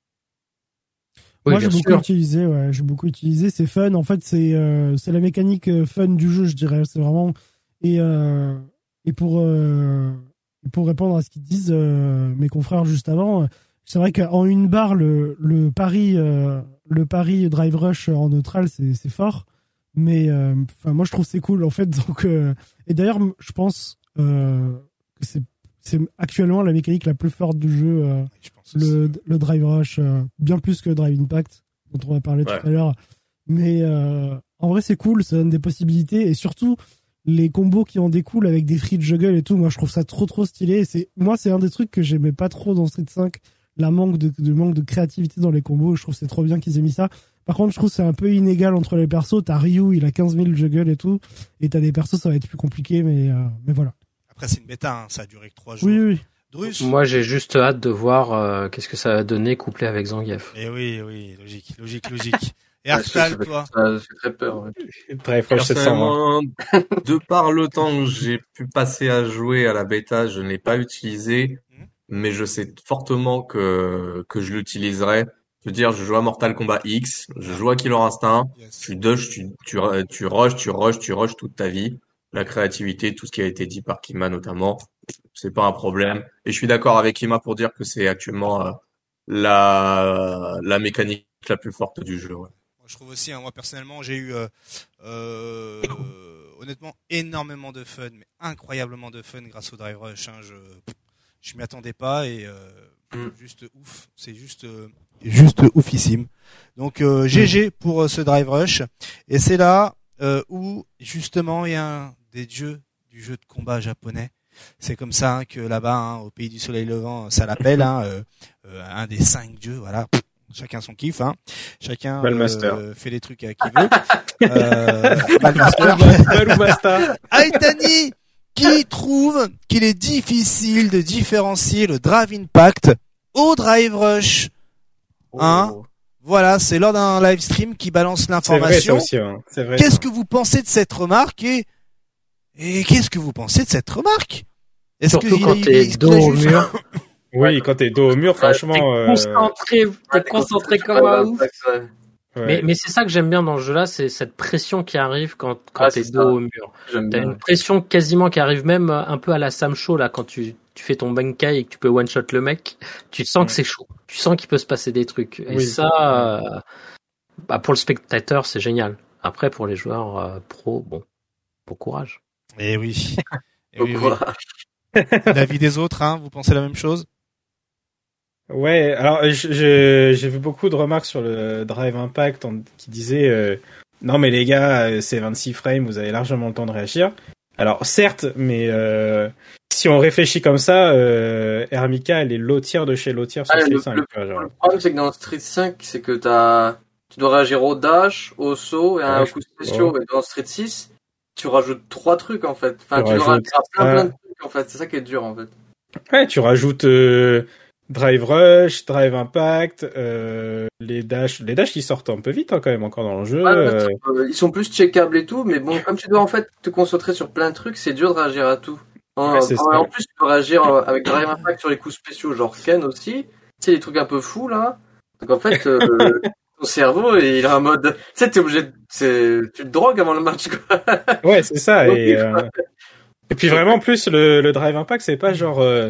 Oui, Moi, j'ai bien beaucoup sûr. utilisé, ouais, j'ai beaucoup utilisé. C'est fun. En fait, c'est euh, c'est la mécanique euh, fun du jeu, je dirais. C'est vraiment et euh, et pour euh, pour répondre à ce qu'ils disent euh, mes confrères juste avant, euh, c'est vrai qu'en une barre le le pari euh, le pari drive rush en neutral c'est c'est fort, mais euh, enfin moi je trouve c'est cool en fait. Donc euh, et d'ailleurs je pense euh, que c'est c'est actuellement la mécanique la plus forte du jeu. Euh, Oui, je pense aussi. le, le drive rush, euh, bien plus que le drive impact, dont on va parler Ouais. tout à l'heure. Mais euh, en vrai, c'est cool, ça donne des possibilités. Et surtout, les combos qui en découlent avec des free juggle et tout, moi, je trouve ça trop, trop stylé. Et c'est, moi, c'est un des trucs que j'aimais pas trop dans Street cinq, la manque de, de manque de créativité dans les combos. Je trouve que c'est trop bien qu'ils aient mis ça. Par contre, je trouve que c'est un peu inégal entre les persos. T'as Ryu, il a quinze mille juggle et tout. Et t'as des persos, ça va être plus compliqué, mais, euh, mais voilà. Après, c'est une bêta, hein, ça a duré que trois jours. Oui, oui. Drus? Moi, j'ai juste hâte de voir euh, qu'est-ce que ça va donner couplé avec Zangief. Eh oui, oui, logique, logique, logique. Et Ouais, ça, Arctal, ça, toi? Ça fait très peur, ouais. Drive Rush sept cent vingt. Personnellement, de par le temps que j'ai pu passer à jouer à la bêta, je ne l'ai pas utilisé, Mhm. mais je sais fortement que, que je l'utiliserai. Je veux dire, je joue à Mortal Kombat X, je joue à Killer Instinct, Yes. tu dodges, tu, tu, tu rushes, tu rushes, tu rushes toute ta vie. La créativité, tout ce qui a été dit par Kima notamment, c'est pas un problème. Et je suis d'accord avec Kima pour dire que c'est actuellement euh, la, la mécanique la plus forte du jeu. Ouais. Moi, je trouve aussi, hein, moi personnellement, j'ai eu euh, euh, honnêtement énormément de fun, mais incroyablement de fun grâce au drive rush. Hein, je je m'y attendais pas et euh, Mm. juste ouf, c'est juste euh, juste oufissime. Donc euh, G G pour euh, ce drive rush et c'est là euh, où justement il y a un des jeux du jeu de combat japonais. C'est comme ça hein, que là-bas, hein, au pays du soleil levant, ça l'appelle hein, euh, euh, un des cinq jeux. Voilà. Chacun son kiff, hein. Chacun Ballmaster. euh, fait les trucs à qui veut. euh, Ballmaster. Balloubasta. Aitani qui trouve qu'il est difficile de différencier le Drive Impact au Drive Rush. Hein Oh. Voilà, c'est lors d'un live stream qui balance C'est vrai, ça l'information. aussi, hein. C'est vrai. Qu'est-ce ça. que vous pensez de cette remarque et, et qu'est-ce que vous pensez de cette remarque? Est-ce Surtout qu'il- quand il- t'es est-ce qu'il dos a au juste- mur. Oui, quand t'es dos au mur, franchement. T'es euh, concentré, Ouais, t'es t'es concentré concentré comme un ouf. ouais. ouais. Mais, mais c'est ça que j'aime bien dans ce jeu-là, c'est cette pression qui arrive quand, quand Ah, t'es c'est dos ça. au mur. J'aime T'as bien. une pression quasiment qui arrive même un peu à la Sam Show là quand tu tu fais ton Bankai et que tu peux one shot le mec, tu sens Ouais. que c'est chaud. Tu sens qu'il peut se passer des trucs. Et Oui. ça, euh, bah pour le spectateur, c'est génial. Après, pour les joueurs euh, pro, bon, bon courage. Eh oui. Eh Bon oui, oui. courage. L'avis des autres, hein, vous pensez la même chose? Ouais, alors je- je- j'ai vu beaucoup de remarques sur le Drive Impact en- qui disaient euh, non mais les gars, euh, c'est vingt-six frames, vous avez largement le temps de réagir. Alors certes, mais euh, si on réfléchit comme ça, euh, Hermika elle est lotière de chez lotière sur Ah, Street le, cinq. le- tu vois, genre. le problème, c'est que dans Street cinq, c'est que t'as, tu dois réagir au dash, au saut et à un Ouais, coup je- spéciaux. ouais. Mais dans Street six, tu rajoutes trois trucs, en fait. Enfin, Tu tu dois rajoutes, rajouter plein, euh, plein de trucs, en fait. C'est ça qui est dur, en fait. Ouais, tu rajoutes euh, Drive Rush, Drive Impact, euh, les dash, les dash qui sortent un peu vite hein, quand même encore dans le jeu. Ouais, euh, euh, ils sont plus checkables et tout, mais bon, comme tu dois, en fait, te concentrer sur plein de trucs, c'est dur de réagir à tout. En, Ouais, c'est en- ça. en plus, tu peux réagir euh, avec Drive Impact sur les coups spéciaux, genre Ken aussi. Tu sais, les trucs un peu fous, là. Donc, en fait, euh, ton cerveau, il est en mode, tu sais, t'es obligé de, c'est, tu te drogues avant le match, quoi. Ouais, c'est ça. Donc, Et, euh, et puis vraiment, en plus, le, le Drive Impact, c'est pas genre... euh,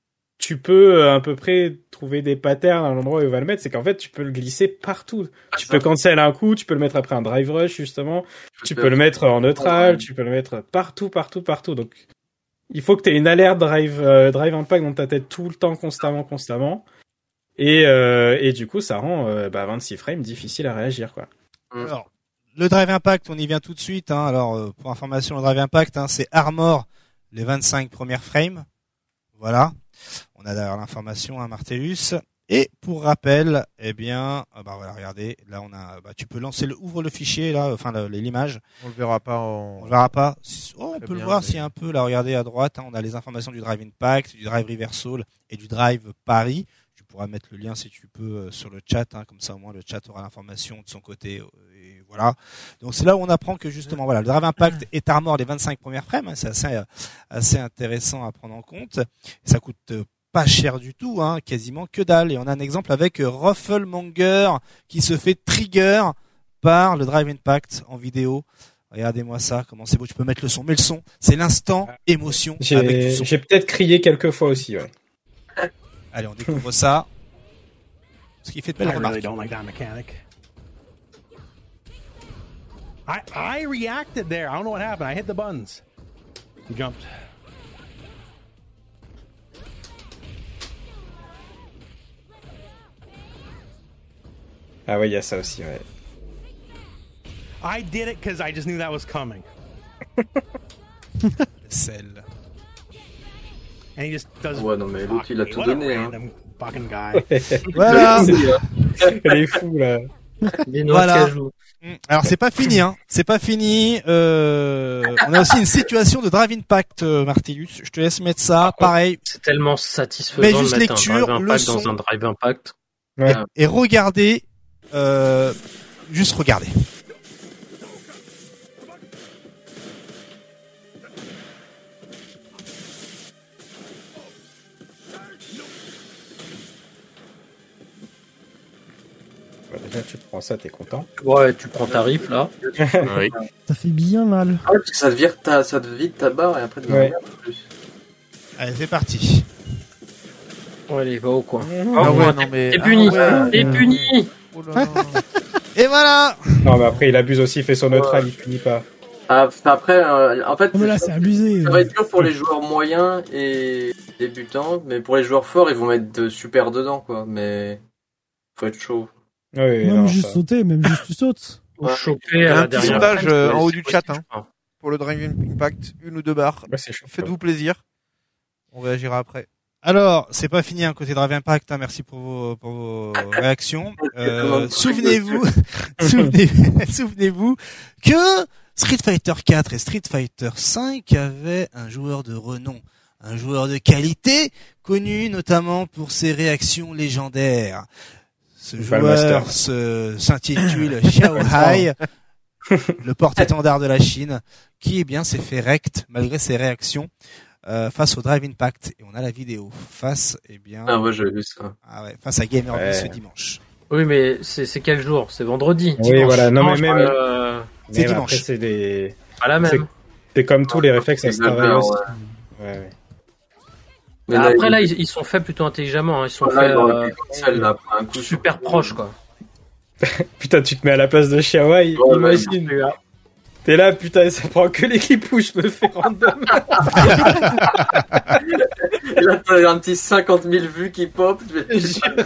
tu peux euh, à peu près trouver des patterns à l'endroit où il va le mettre. C'est qu'en fait, tu peux le glisser partout. Tu ça. peux cancel un coup, tu peux le mettre après un Drive Rush, justement. Tu faire- peux le mettre en neutral, Ouais. tu peux le mettre partout, partout, partout. Donc, il faut que tu aies une alerte Drive, euh, Drive Impact dans ta tête tout le temps, constamment, constamment. Et, euh, et du coup, ça rend euh, bah, vingt-six frames difficile à réagir, quoi. Alors, le Drive Impact, on y vient tout de suite. Hein. Alors, euh, pour information, le Drive Impact, hein, c'est Armor les vingt-cinq premières frames. Voilà. On a d'ailleurs l'information, hein, Martellus. Et pour rappel, eh bien, ah bah voilà, regardez, là on a, bah, tu peux lancer le, ouvre le fichier là, enfin le- l'image. On le verra pas en... On le verra pas. Oh, on Très peut le bien, voir mais- s'il y a un peu là, regardez à droite, hein, on a les informations du Drive Impact, du Drive Reversal et du Drive Paris. Tu pourras mettre le lien si tu peux euh, sur le chat, hein, comme ça au moins le chat aura l'information de son côté. euh, et voilà. Donc c'est là où on apprend que justement voilà, le Drive Impact est armor les vingt-cinq premières frames. Hein, c'est assez euh, assez intéressant à prendre en compte. Ça coûte euh, pas cher du tout, hein, quasiment que dalle. Et on a un exemple avec euh, Rufflemonger qui se fait trigger par le Drive Impact en vidéo. Regardez-moi ça, comment c'est beau. Tu peux mettre le son, mais le son, c'est l'instant émotion avec du J'ai son. j'ai peut-être crié quelques fois aussi, ouais. Allez, on découvre ça. Ce qui fait de belles I really remarques. don't like that mechanic. I I reacted there. I don't know what happened. I hit the buttons. He jumped. Ah ouais, il y a ça aussi, ouais. I did it because I just knew that was coming. Celle. And he just does. Ouais, non, mais l'autre, il a Fuck tout me. What a donné, hein. random fucking guy. Voilà. Elle est fou, là. Les noix Voilà. de cajou. Mm. Alors c'est pas fini, hein. C'est pas fini. Euh, on a aussi une situation de Drive Impact, euh, Martellus. Je te laisse mettre ça. Pareil. C'est tellement satisfaisant Mais juste de mettre lecture, un le Drive Impact son. dans un Drive Impact. Ouais. Et regardez. Euh, juste regardez. Bah, déjà, tu prends ça, t'es content. Ouais, tu prends ta rifle là. Oui. Ça fait bien mal. Ah ouais, parce que ça te vire ta, ça te vide ta barre et après, tu Ouais. en plus. Allez, c'est parti. Ouais, allez, va au coin. Ah ouais, non mais... T'es puni, Ah ouais. t'es puni. Oh là là. Et voilà. Non, mais après, il abuse aussi, il fait son neutral, il punit pas. Ah, après, euh, en fait, Oh, mais là, c'est abusé. ça va être dur pour les joueurs moyens et débutants, mais pour les joueurs forts, ils vont mettre de super dedans, quoi. Mais faut être chaud. Oui, Même non, juste ça- sauter, même juste tu sautes. Ou Ouais. choper Il y a à un la petit dernière sondage, frame, euh, c'est- en haut c'est du chat, possible, hein. je crois. Pour le Drive Impact, une ou deux barres. Ouais, c'est chaud. Faites-vous plaisir. On réagira après. Alors, c'est pas fini, un côté Drive Impact, hein, merci pour vos, pour vos réactions. Euh, souvenez-vous, souvenez, souvenez-vous que Street Fighter quatre et Street Fighter cinq avaient un joueur de renom, un joueur de qualité, connu notamment pour ses réactions légendaires. Ce Valmaster. joueur se, s'intitule Xiao Hai, le porte-étendard de la Chine, qui, eh bien, s'est fait rect malgré ses réactions. Euh, face au Drive Impact, et on a la vidéo face, eh bien, Ah ouais, j'avais vu ça. ah ouais, face à Gamer Ouais. ce dimanche. Oui, mais c'est c'est quel jour? C'est vendredi. Oui, Dimanche. voilà. Non, mais Dimanche, même, euh, C'est même dimanche. après, c'est des... pas la même. C'est comme tous les réflexes, ça se Exactement, travaille aussi. ouais. Ouais, ouais. Mais Ah, là, après il- là, ils, ils sont faits plutôt intelligemment. hein. Ils sont là, faits il aurait euh, pu cancel, là, après un coup super sur- proches quoi. Putain, tu te mets à la place de Shiawai, Ouais, imagine. T'es là, putain, ça prend que l'équipe où je me fais random. Et là, t'as un petit cinquante mille vues qui pop. Tu fais-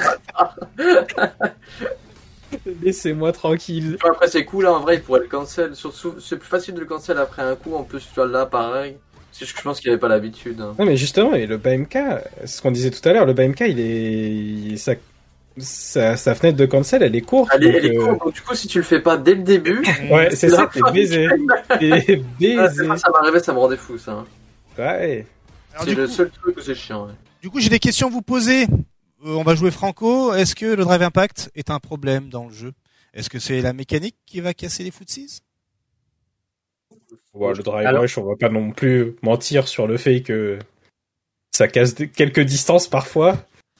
Laissez-moi tranquille. Après, c'est cool, là, en vrai, il pourrait le cancel. Surtout, c'est plus facile de le cancel après un coup. En plus, tu vois, là, pareil. C'est juste que je pense qu'il avait pas l'habitude. hein. Non mais justement, et le B M K, c'est ce qu'on disait tout à l'heure, le B M K, il est, il- sa, sa, sa fenêtre de cancel, elle est courte. Elle est, donc, elle est euh, courte, donc du coup, si tu le fais pas dès le début. Ouais, c'est la ça, t'es fin. baisé. T'es Ouais, baisé. ça m'arrivait, ça me rendait fou, ça. hein. Ouais. Alors, C'est du le coup- seul truc où c'est chiant. ouais. Du coup, j'ai des questions à vous poser. Euh, on va jouer franco. Est-ce que le drive impact est un problème dans le jeu? Est-ce que c'est la mécanique qui va casser les footsies? Ouais, le drive Alors- rush, on va pas non plus mentir sur le fait que ça casse de- quelques distances parfois.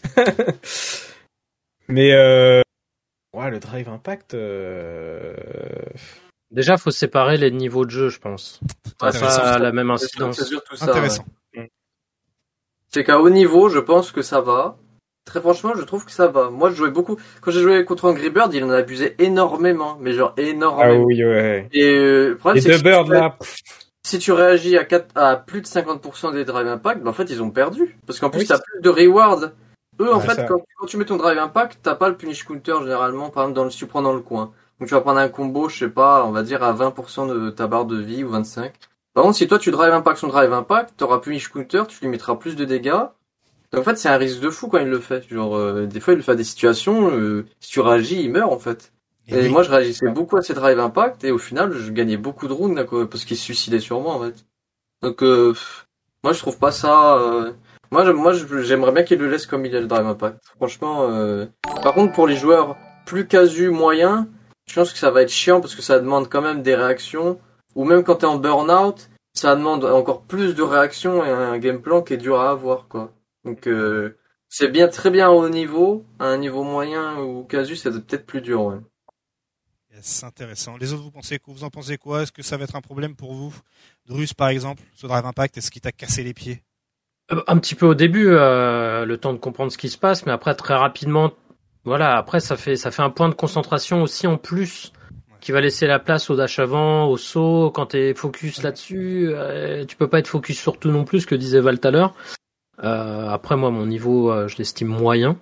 Mais euh... ouais, le drive impact. Euh... Déjà, faut séparer les niveaux de jeu, je pense. Ouais, Ça c'est a sûr, pas c'est- la même c'est sûr- incidence. C'est surtout ça. Intéressant. ouais. C'est qu'à haut niveau, je pense que ça va. Très franchement, je trouve que ça va. Moi, je jouais beaucoup. Quand j'ai joué contre Angry Bird, il en abusait énormément. Mais genre Ah énormément. oui, ouais. Et euh, le problème, Les c'est que deux si tu birds fais- là. si tu réagis à, quatre, à plus de cinquante pour cent des drive impact, ben en fait, ils ont perdu. Parce qu'en plus, Oui. t'as plus de reward. Eux, en Ouais, fait, ça. quand, quand tu mets ton drive impact, t'as pas le punish counter généralement, par exemple, dans le, si tu prends dans le coin. Donc, tu vas prendre un combo, je sais pas, on va dire à vingt pour cent de ta barre de vie ou vingt-cinq. Par contre, si toi, tu drive impact son drive impact, t'auras punish counter, tu lui mettras plus de dégâts. Donc, en fait, c'est un risque de fou quand il le fait. Genre, euh, des fois, il le fait à des situations, euh, si tu réagis, il meurt, en fait. Et Et oui. moi, je réagissais beaucoup à ces drive impact, et au final, je gagnais beaucoup de rounds, là, quoi, parce qu'il se suicidait sur moi, en fait. Donc, euh, pff, moi, je trouve pas ça. Euh... Moi, j'aime- moi, je- j'aimerais bien qu'il le laisse comme il est le drive impact. Franchement. Euh... Par contre, pour les joueurs plus casus, moyens, je pense que ça va être chiant parce que ça demande quand même des réactions. Ou même quand t'es en burn-out, ça demande encore plus de réactions et un game plan qui est dur à avoir, quoi. Donc, euh, c'est bien, très bien au haut niveau. À un niveau moyen ou casus, c'est peut-être plus dur, ouais. Yes, intéressant. Les autres, vous pensez quoi? Vous en pensez quoi? Est-ce que ça va être un problème pour vous? Drus, par exemple, ce drive impact, est-ce qu'il t'a cassé les pieds? Euh, Un petit peu au début, euh, le temps de comprendre ce qui se passe, mais après très rapidement, voilà. Après, ça fait ça fait un point de concentration aussi en plus qui va laisser la place au dash avant, au saut. Quand t'es focus là-dessus, euh, tu peux pas être focus sur tout non plus, ce que disait Val tout à l'heure. Euh, après, moi, mon niveau, euh, je l'estime moyen.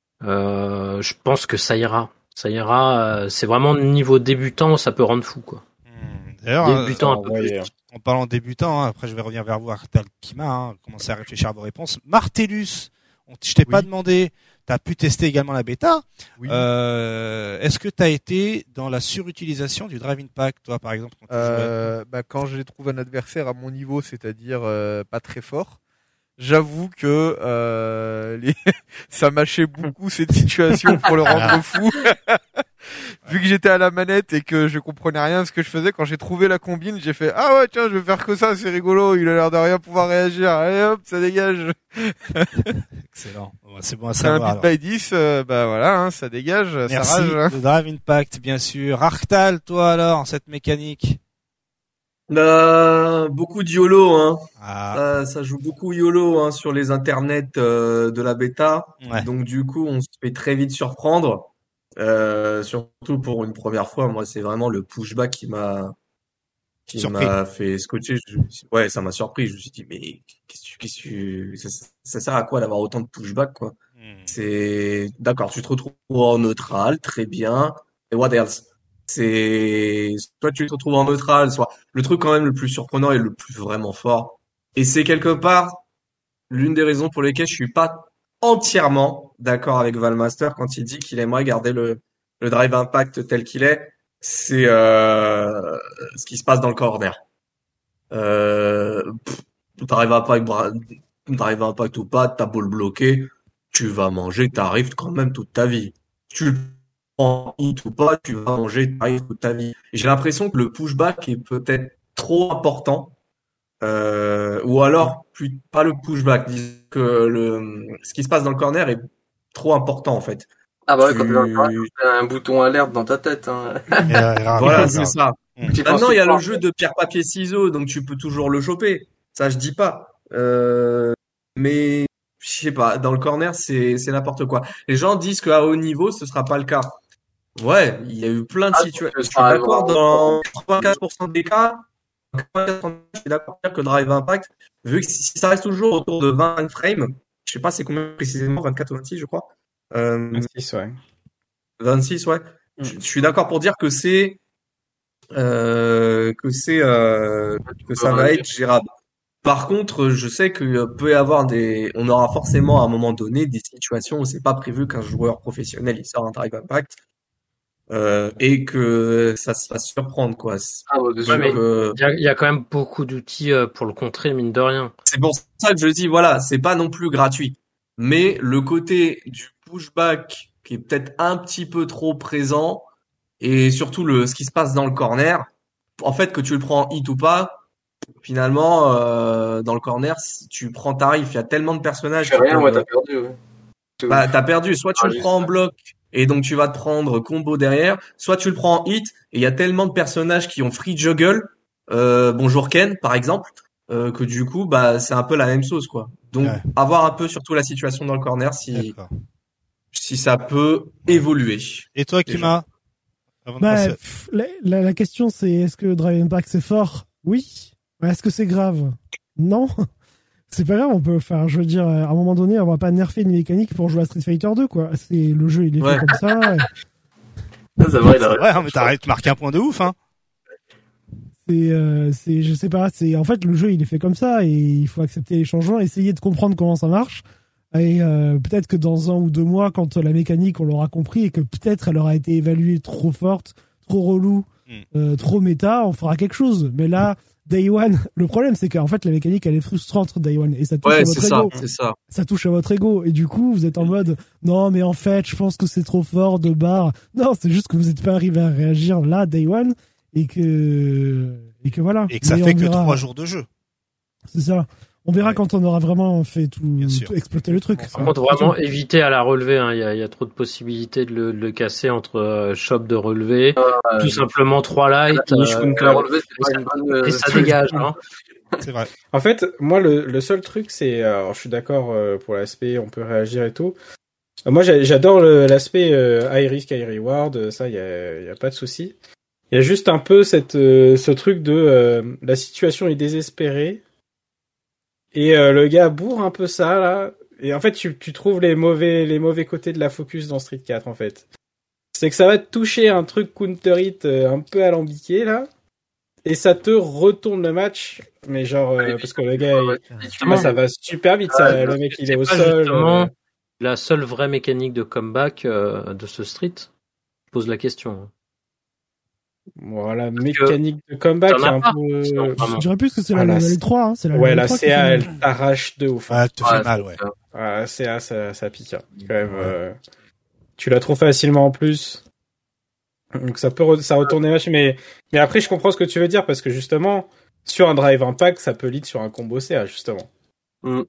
Euh, je pense que ça ira. Ça ira. euh, c'est vraiment niveau débutant, ça peut rendre fou, quoi. Hmm. D'ailleurs, euh, Débutant un peu ouais, plus. ouais. en parlant de débutant, hein, après je vais revenir vers vous, Artal Kima, hein, commencez à réfléchir à vos réponses. Martellus, on, je t'ai pas Oui. demandé, tu as pu tester également la bêta. Oui. Euh, est-ce que tu as été dans la surutilisation du drive impact, toi, par exemple, quand tu jouais? Euh, bah, quand je trouve un adversaire à mon niveau, c'est-à-dire euh, pas très fort, j'avoue que euh, les... ça mâchait beaucoup cette situation pour le rendre fou. Vu que j'étais à la manette et que je comprenais rien à ce que je faisais, quand j'ai trouvé la combine, j'ai fait ah ouais tiens je vais faire que ça, c'est rigolo, il a l'air de rien pouvoir réagir, allez hop ça dégage. Excellent. Bon, c'est bon à C'est un savoir. bit alors. by dix, euh, bah voilà, hein, ça dégage, Merci. ça rage. Hein. Le drive impact, bien sûr. Artal, toi alors, cette mécanique. Euh, beaucoup de YOLO, hein. Ah, Ça, ça joue beaucoup YOLO hein, sur les internets euh, de la bêta. ouais. Donc du coup, on se fait très vite surprendre. Euh, surtout pour une première fois, moi, c'est vraiment le pushback qui m'a qui Surpris. m'a fait scotcher. Je- ouais, ça m'a surpris. Je me suis dit, mais qu'est-ce que tu, qu'est-ce que tu- ça, ça sert à quoi d'avoir autant de pushback, quoi? Hmm. C'est d'accord, tu te retrouves en neutral, très bien. Et what else? C'est soit tu te retrouves en neutral, soit le truc quand même le plus surprenant et le plus vraiment fort. Et c'est quelque part l'une des raisons pour lesquelles je suis pas entièrement d'accord avec Valmaster quand il dit qu'il aimerait garder le, le drive impact tel qu'il est. C'est euh, ce qui se passe dans le corner. Euh, pff, drive impact, bra- drive impact ou pas, t'as beau le bloquer, tu vas manger, t'arrives quand même toute ta vie. Tu le prends hit ou pas, tu vas manger, t'arrives toute ta vie. Et j'ai l'impression que le pushback est peut-être trop important. Euh, ou alors, plus, pas le pushback, disons que le, ce qui se passe dans le corner est trop important, en fait. Ah bah ouais, quand Tu- t'es dans le corner, t'as un bouton alerte dans ta tête. Hein. Et, euh, grave, Voilà, grave, c'est grave. ça. Mm. Tu penses Maintenant, il y a tout le le jeu temps. de pierre, papier, ciseaux, donc tu peux toujours le choper. Ça, je dis pas. Euh, mais sais pas, dans le corner, c'est c'est n'importe quoi. Les gens disent qu'à haut niveau, ce sera pas le cas. Ouais, il y a eu plein de Ah, situations. que Je suis ça d'accord arrivera. dans quatre-vingt-quinze pour cent des cas. quatre-vingt-quinze pour cent je suis d'accord pour dire que Drive Impact, vu que si ça reste toujours autour de vingt frames, je sais pas c'est combien précisément, vingt-quatre ou vingt-six, je crois. Euh, vingt-six, ouais. vingt-six, ouais. Mm. Je, je suis d'accord pour dire que c'est euh, que c'est euh, que ça va être gérable. Par contre, je sais que peut y avoir des, on aura forcément à un moment donné des situations où c'est pas prévu qu'un joueur professionnel il sort un Drive Impact euh, et que ça se fasse surprendre quoi. Ah, ouais, Donc, Ouais, mais euh, il y a, il y a quand même beaucoup d'outils euh, pour le contrer, mine de rien. c'est pour ça que je dis voilà, c'est pas non plus gratuit, mais le côté du pushback qui est peut-être un petit peu trop présent et surtout le ce qui se passe dans le corner, en fait que tu le prends en hit ou pas. Finalement, euh, dans le corner, si tu prends tarif, il y a tellement de personnages. Je fais qui rien, peuvent- ouais, t'as perdu, ouais. C'est Bah, ouf. t'as perdu. Soit tu Ah, le juste prends en ça. bloc et donc tu vas te prendre combo derrière. Soit tu le prends en hit et il y a tellement de personnages qui ont free juggle. Euh, bonjour Ken, par exemple, euh, que du coup, bah, c'est un peu la même chose, quoi. Donc, Ouais. avoir un peu surtout la situation dans le corner si, D'accord. si ça peut évoluer. Et toi, Déjà. Kima? Avant de Bah, passer- pff, la, la, la question c'est est-ce que Drive Impact c'est fort? Oui. Mais est-ce que c'est grave? Non. C'est pas grave, on peut faire, je veux dire, à un moment donné, on va pas nerfer une mécanique pour jouer à Street Fighter deux, quoi. C'est, le jeu, il est Ouais. fait comme ça. Ça, c'est vrai, il a C'est vrai, hein, mais t'arrêtes de marquer un point de ouf, hein. C'est, euh, c'est, je sais pas, c'est, en fait, le jeu, il est fait comme ça et il faut accepter les changements, essayer de comprendre comment ça marche. Et euh, peut-être que dans un ou deux mois, quand la mécanique, on l'aura compris et que peut-être elle aura été évaluée trop forte, trop relou, Mm. euh, trop méta, on fera quelque chose. Mais là, Day One, le problème, c'est qu'en fait, la mécanique, elle est frustrante, Day One, et ça touche à Ouais, c'est votre ça, ego. c'est ça. Ça touche à votre ego. Et du coup, vous êtes en mode, non, mais en fait, je pense que c'est trop fort de barre. Non, c'est juste que vous n'êtes pas arrivé à réagir là, Day One, et que, et que voilà. Et que ça Mais fait on que verra. trois jours de jeu. C'est ça. On verra Ouais. quand on aura vraiment fait tout, Bien sûr. tout exploiter le truc. Par contre, vraiment éviter à la relever. Hein. Il y, a, il y a trop de possibilités de le, de le casser entre euh, shop de relevé, Euh, tout simplement trois lights, finish euh, counter relevé, c'est pas une bonne, euh, et ça dégage. Hein. C'est vrai. En fait, moi, le, le seul truc, c'est, alors, je suis d'accord euh, pour l'aspect, on peut réagir et tout. Euh, Moi, j'ai- j'adore le- l'aspect euh, high risk, high reward. euh, Ça, il y a, y a pas de souci. Il y a juste un peu cette, euh, ce truc de euh, la situation est désespérée et euh, le gars bourre un peu ça là. Et en fait, tu, tu trouves les mauvais, les mauvais côtés de la focus dans Street quatre en fait. C'est que ça va te toucher un truc counter hit euh, un peu alambiqué là. Et ça te retourne le match, mais genre, euh, Ouais, parce que le gars, ouais, il- effectivement, ça va super vite, ça, Ouais, le mec, il C'est est au pas sol. justement euh, la seule vraie mécanique de comeback euh, de ce street. Je pose la question. Voilà, mécanique de comeback, t'en il y a as un pas, peu... sinon, Je vraiment. dirais plus que c'est Ah, la la- level trois, hein. C'est la Ouais, level la trois qui C A, fait elle mal. t'arrache de ouf. Ouais, elle te fait Ouais, mal, c'est ouais. ça. Ouais, la C A, ça, ça pique, hein, quand même. euh, tu l'as trop facilement en plus. Donc ça peut re- ça retourne les matchs, mais, mais après, je comprends ce que tu veux dire, parce que justement, sur un drive impact, ça peut lead sur un combo C A, justement. Mm.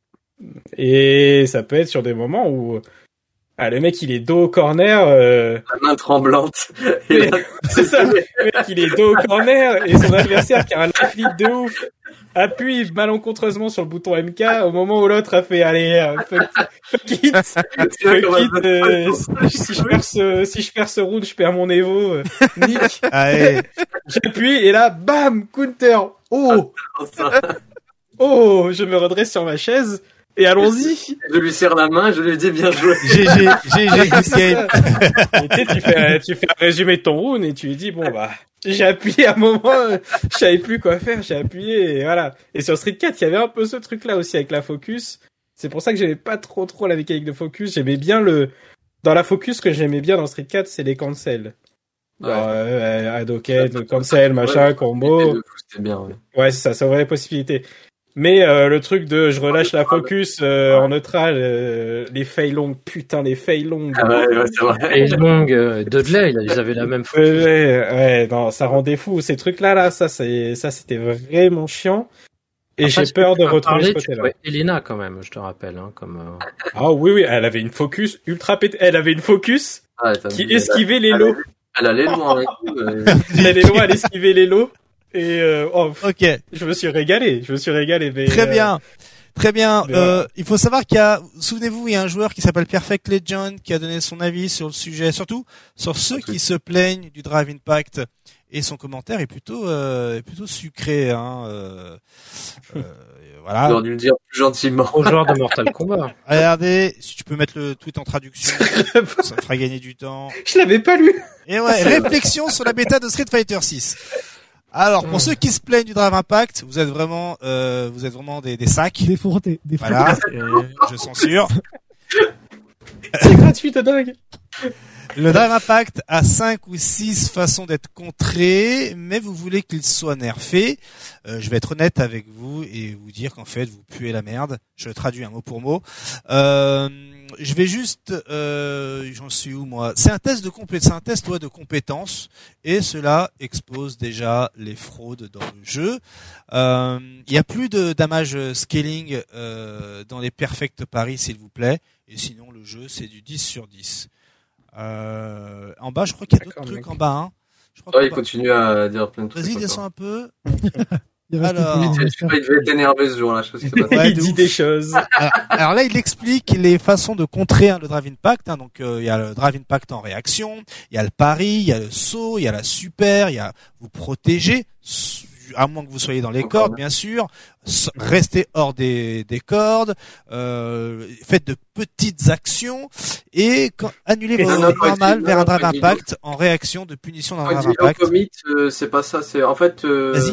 Et ça peut être sur des moments où, ah, le mec, il est dos au corner, euh, La main tremblante. Et Mais- là, c'est ça, le mec, il est dos au corner, et son adversaire, qui a un life lead de ouf, appuie malencontreusement sur le bouton M K au moment où l'autre a fait, allez, euh, fuck, fuck it, tu vois fuck comment it, euh, si, si je perds ce, si je perds ce round, je perds mon Evo, euh, nick, Allez. j'appuie, et là, bam, counter, oh, ça. oh, je me redresse sur ma chaise, et allons-y. Je lui serre la main, je lui dis bien joué. G G, G G, good game. Et tu sais, tu fais, tu fais un résumé de ton round, et tu lui dis, bon, bah, j'ai appuyé à un moment, euh, je savais plus quoi faire, j'ai appuyé, et voilà. Et sur Street quatre, il y avait un peu ce truc-là aussi avec la focus. C'est pour ça que j'aimais pas trop trop la mécanique de focus. J'aimais bien le, dans la focus, ce que j'aimais bien dans Street quatre, c'est les cancels. Ouais. Genre, euh, Hadoken, cancel, machin, Ouais, combo. de fou, C'était bien, ouais. Ouais, c'est ça, ça ouvrait les possibilités. Mais euh, le truc de je relâche la focus euh, en neutral, euh, les fails longues, putain, les fails longues. Ah ouais, ouais, c'est vrai. Et Long, euh, Dudley, ils avaient la même Ouais, focus. ouais, ouais, non, ça rendait fou. Ces trucs-là, là, ça, c'est, ça, c'était vraiment chiant. Et Après, j'ai si peur tu de peux retrouver parler, ce tu côté-là. jouais Elena quand même, je te rappelle, hein, comme. euh, Ah oui, oui, elle avait une focus ultra pété. Elle avait une focus Ouais, t'as qui vu, elle a- esquivait les elle lots. Elle allait loin et tout. euh, Elle allait loin, elle esquivait les lots. Et euh, oh, Ok. je me suis régalé. Je me suis régalé. Mais, Très euh, bien. Très bien. Euh, il faut savoir qu'il y a, souvenez-vous, il y a un joueur qui s'appelle Perfect Legend qui a donné son avis sur le sujet, surtout sur ceux qui se plaignent du Drive Impact. Et son commentaire est plutôt, euh, est plutôt sucré. Hein, euh, euh, voilà. On aurait dû le dire plus gentiment. Au joueur de Mortal Kombat. Regardez, si tu peux mettre le tweet en traduction, ça me fera gagner du temps. Je l'avais pas lu. Et ouais, réflexion sur la bêta de Street Fighter six. Alors, pour ceux qui se plaignent du Drive Impact, vous êtes vraiment, euh, vous êtes vraiment des, des sacs. Des fourretés, des fourretés. Voilà, euh, je censure. C'est gratuit, de dingue. Le Drive Impact a cinq ou six façons d'être contré, mais vous voulez qu'il soit nerfé. Euh, je vais être honnête avec vous et vous dire qu'en fait, vous puez la merde. Je traduis un mot pour mot. Euh, je vais juste, euh, j'en suis où moi? C'est un test de compé- c'est un test ouais, de compétences et cela expose déjà les fraudes dans le jeu. Euh, il y a plus de damage scaling euh, dans les perfect paris, s'il vous plaît. Et sinon, le jeu c'est du dix sur dix. Euh, en bas, je crois qu'il y a d'autres trucs mec. En bas. Hein. Je crois ouais, il bas... continue à dire plein de trucs. Vas-y, descends un peu. Alors, il devait être énervé ce jour-là. Je sais pas ouais, il dit ouf. Des choses. Alors, alors là, il explique les façons de contrer hein, le Drive Impact. Hein. Donc, euh, il y a le Drive Impact en réaction, il y a le pari, il y a le saut, il y a la super, il y a vous protéger, à moins que vous soyez dans les cordes, bien sûr. Restez hors des, des cordes. Euh, faites de petites actions et quand, annulez vos normales vers un Drive Impact en réaction de punition d'un Drive Impact. Commit, euh, c'est pas ça. C'est en fait. Euh... Vas-y.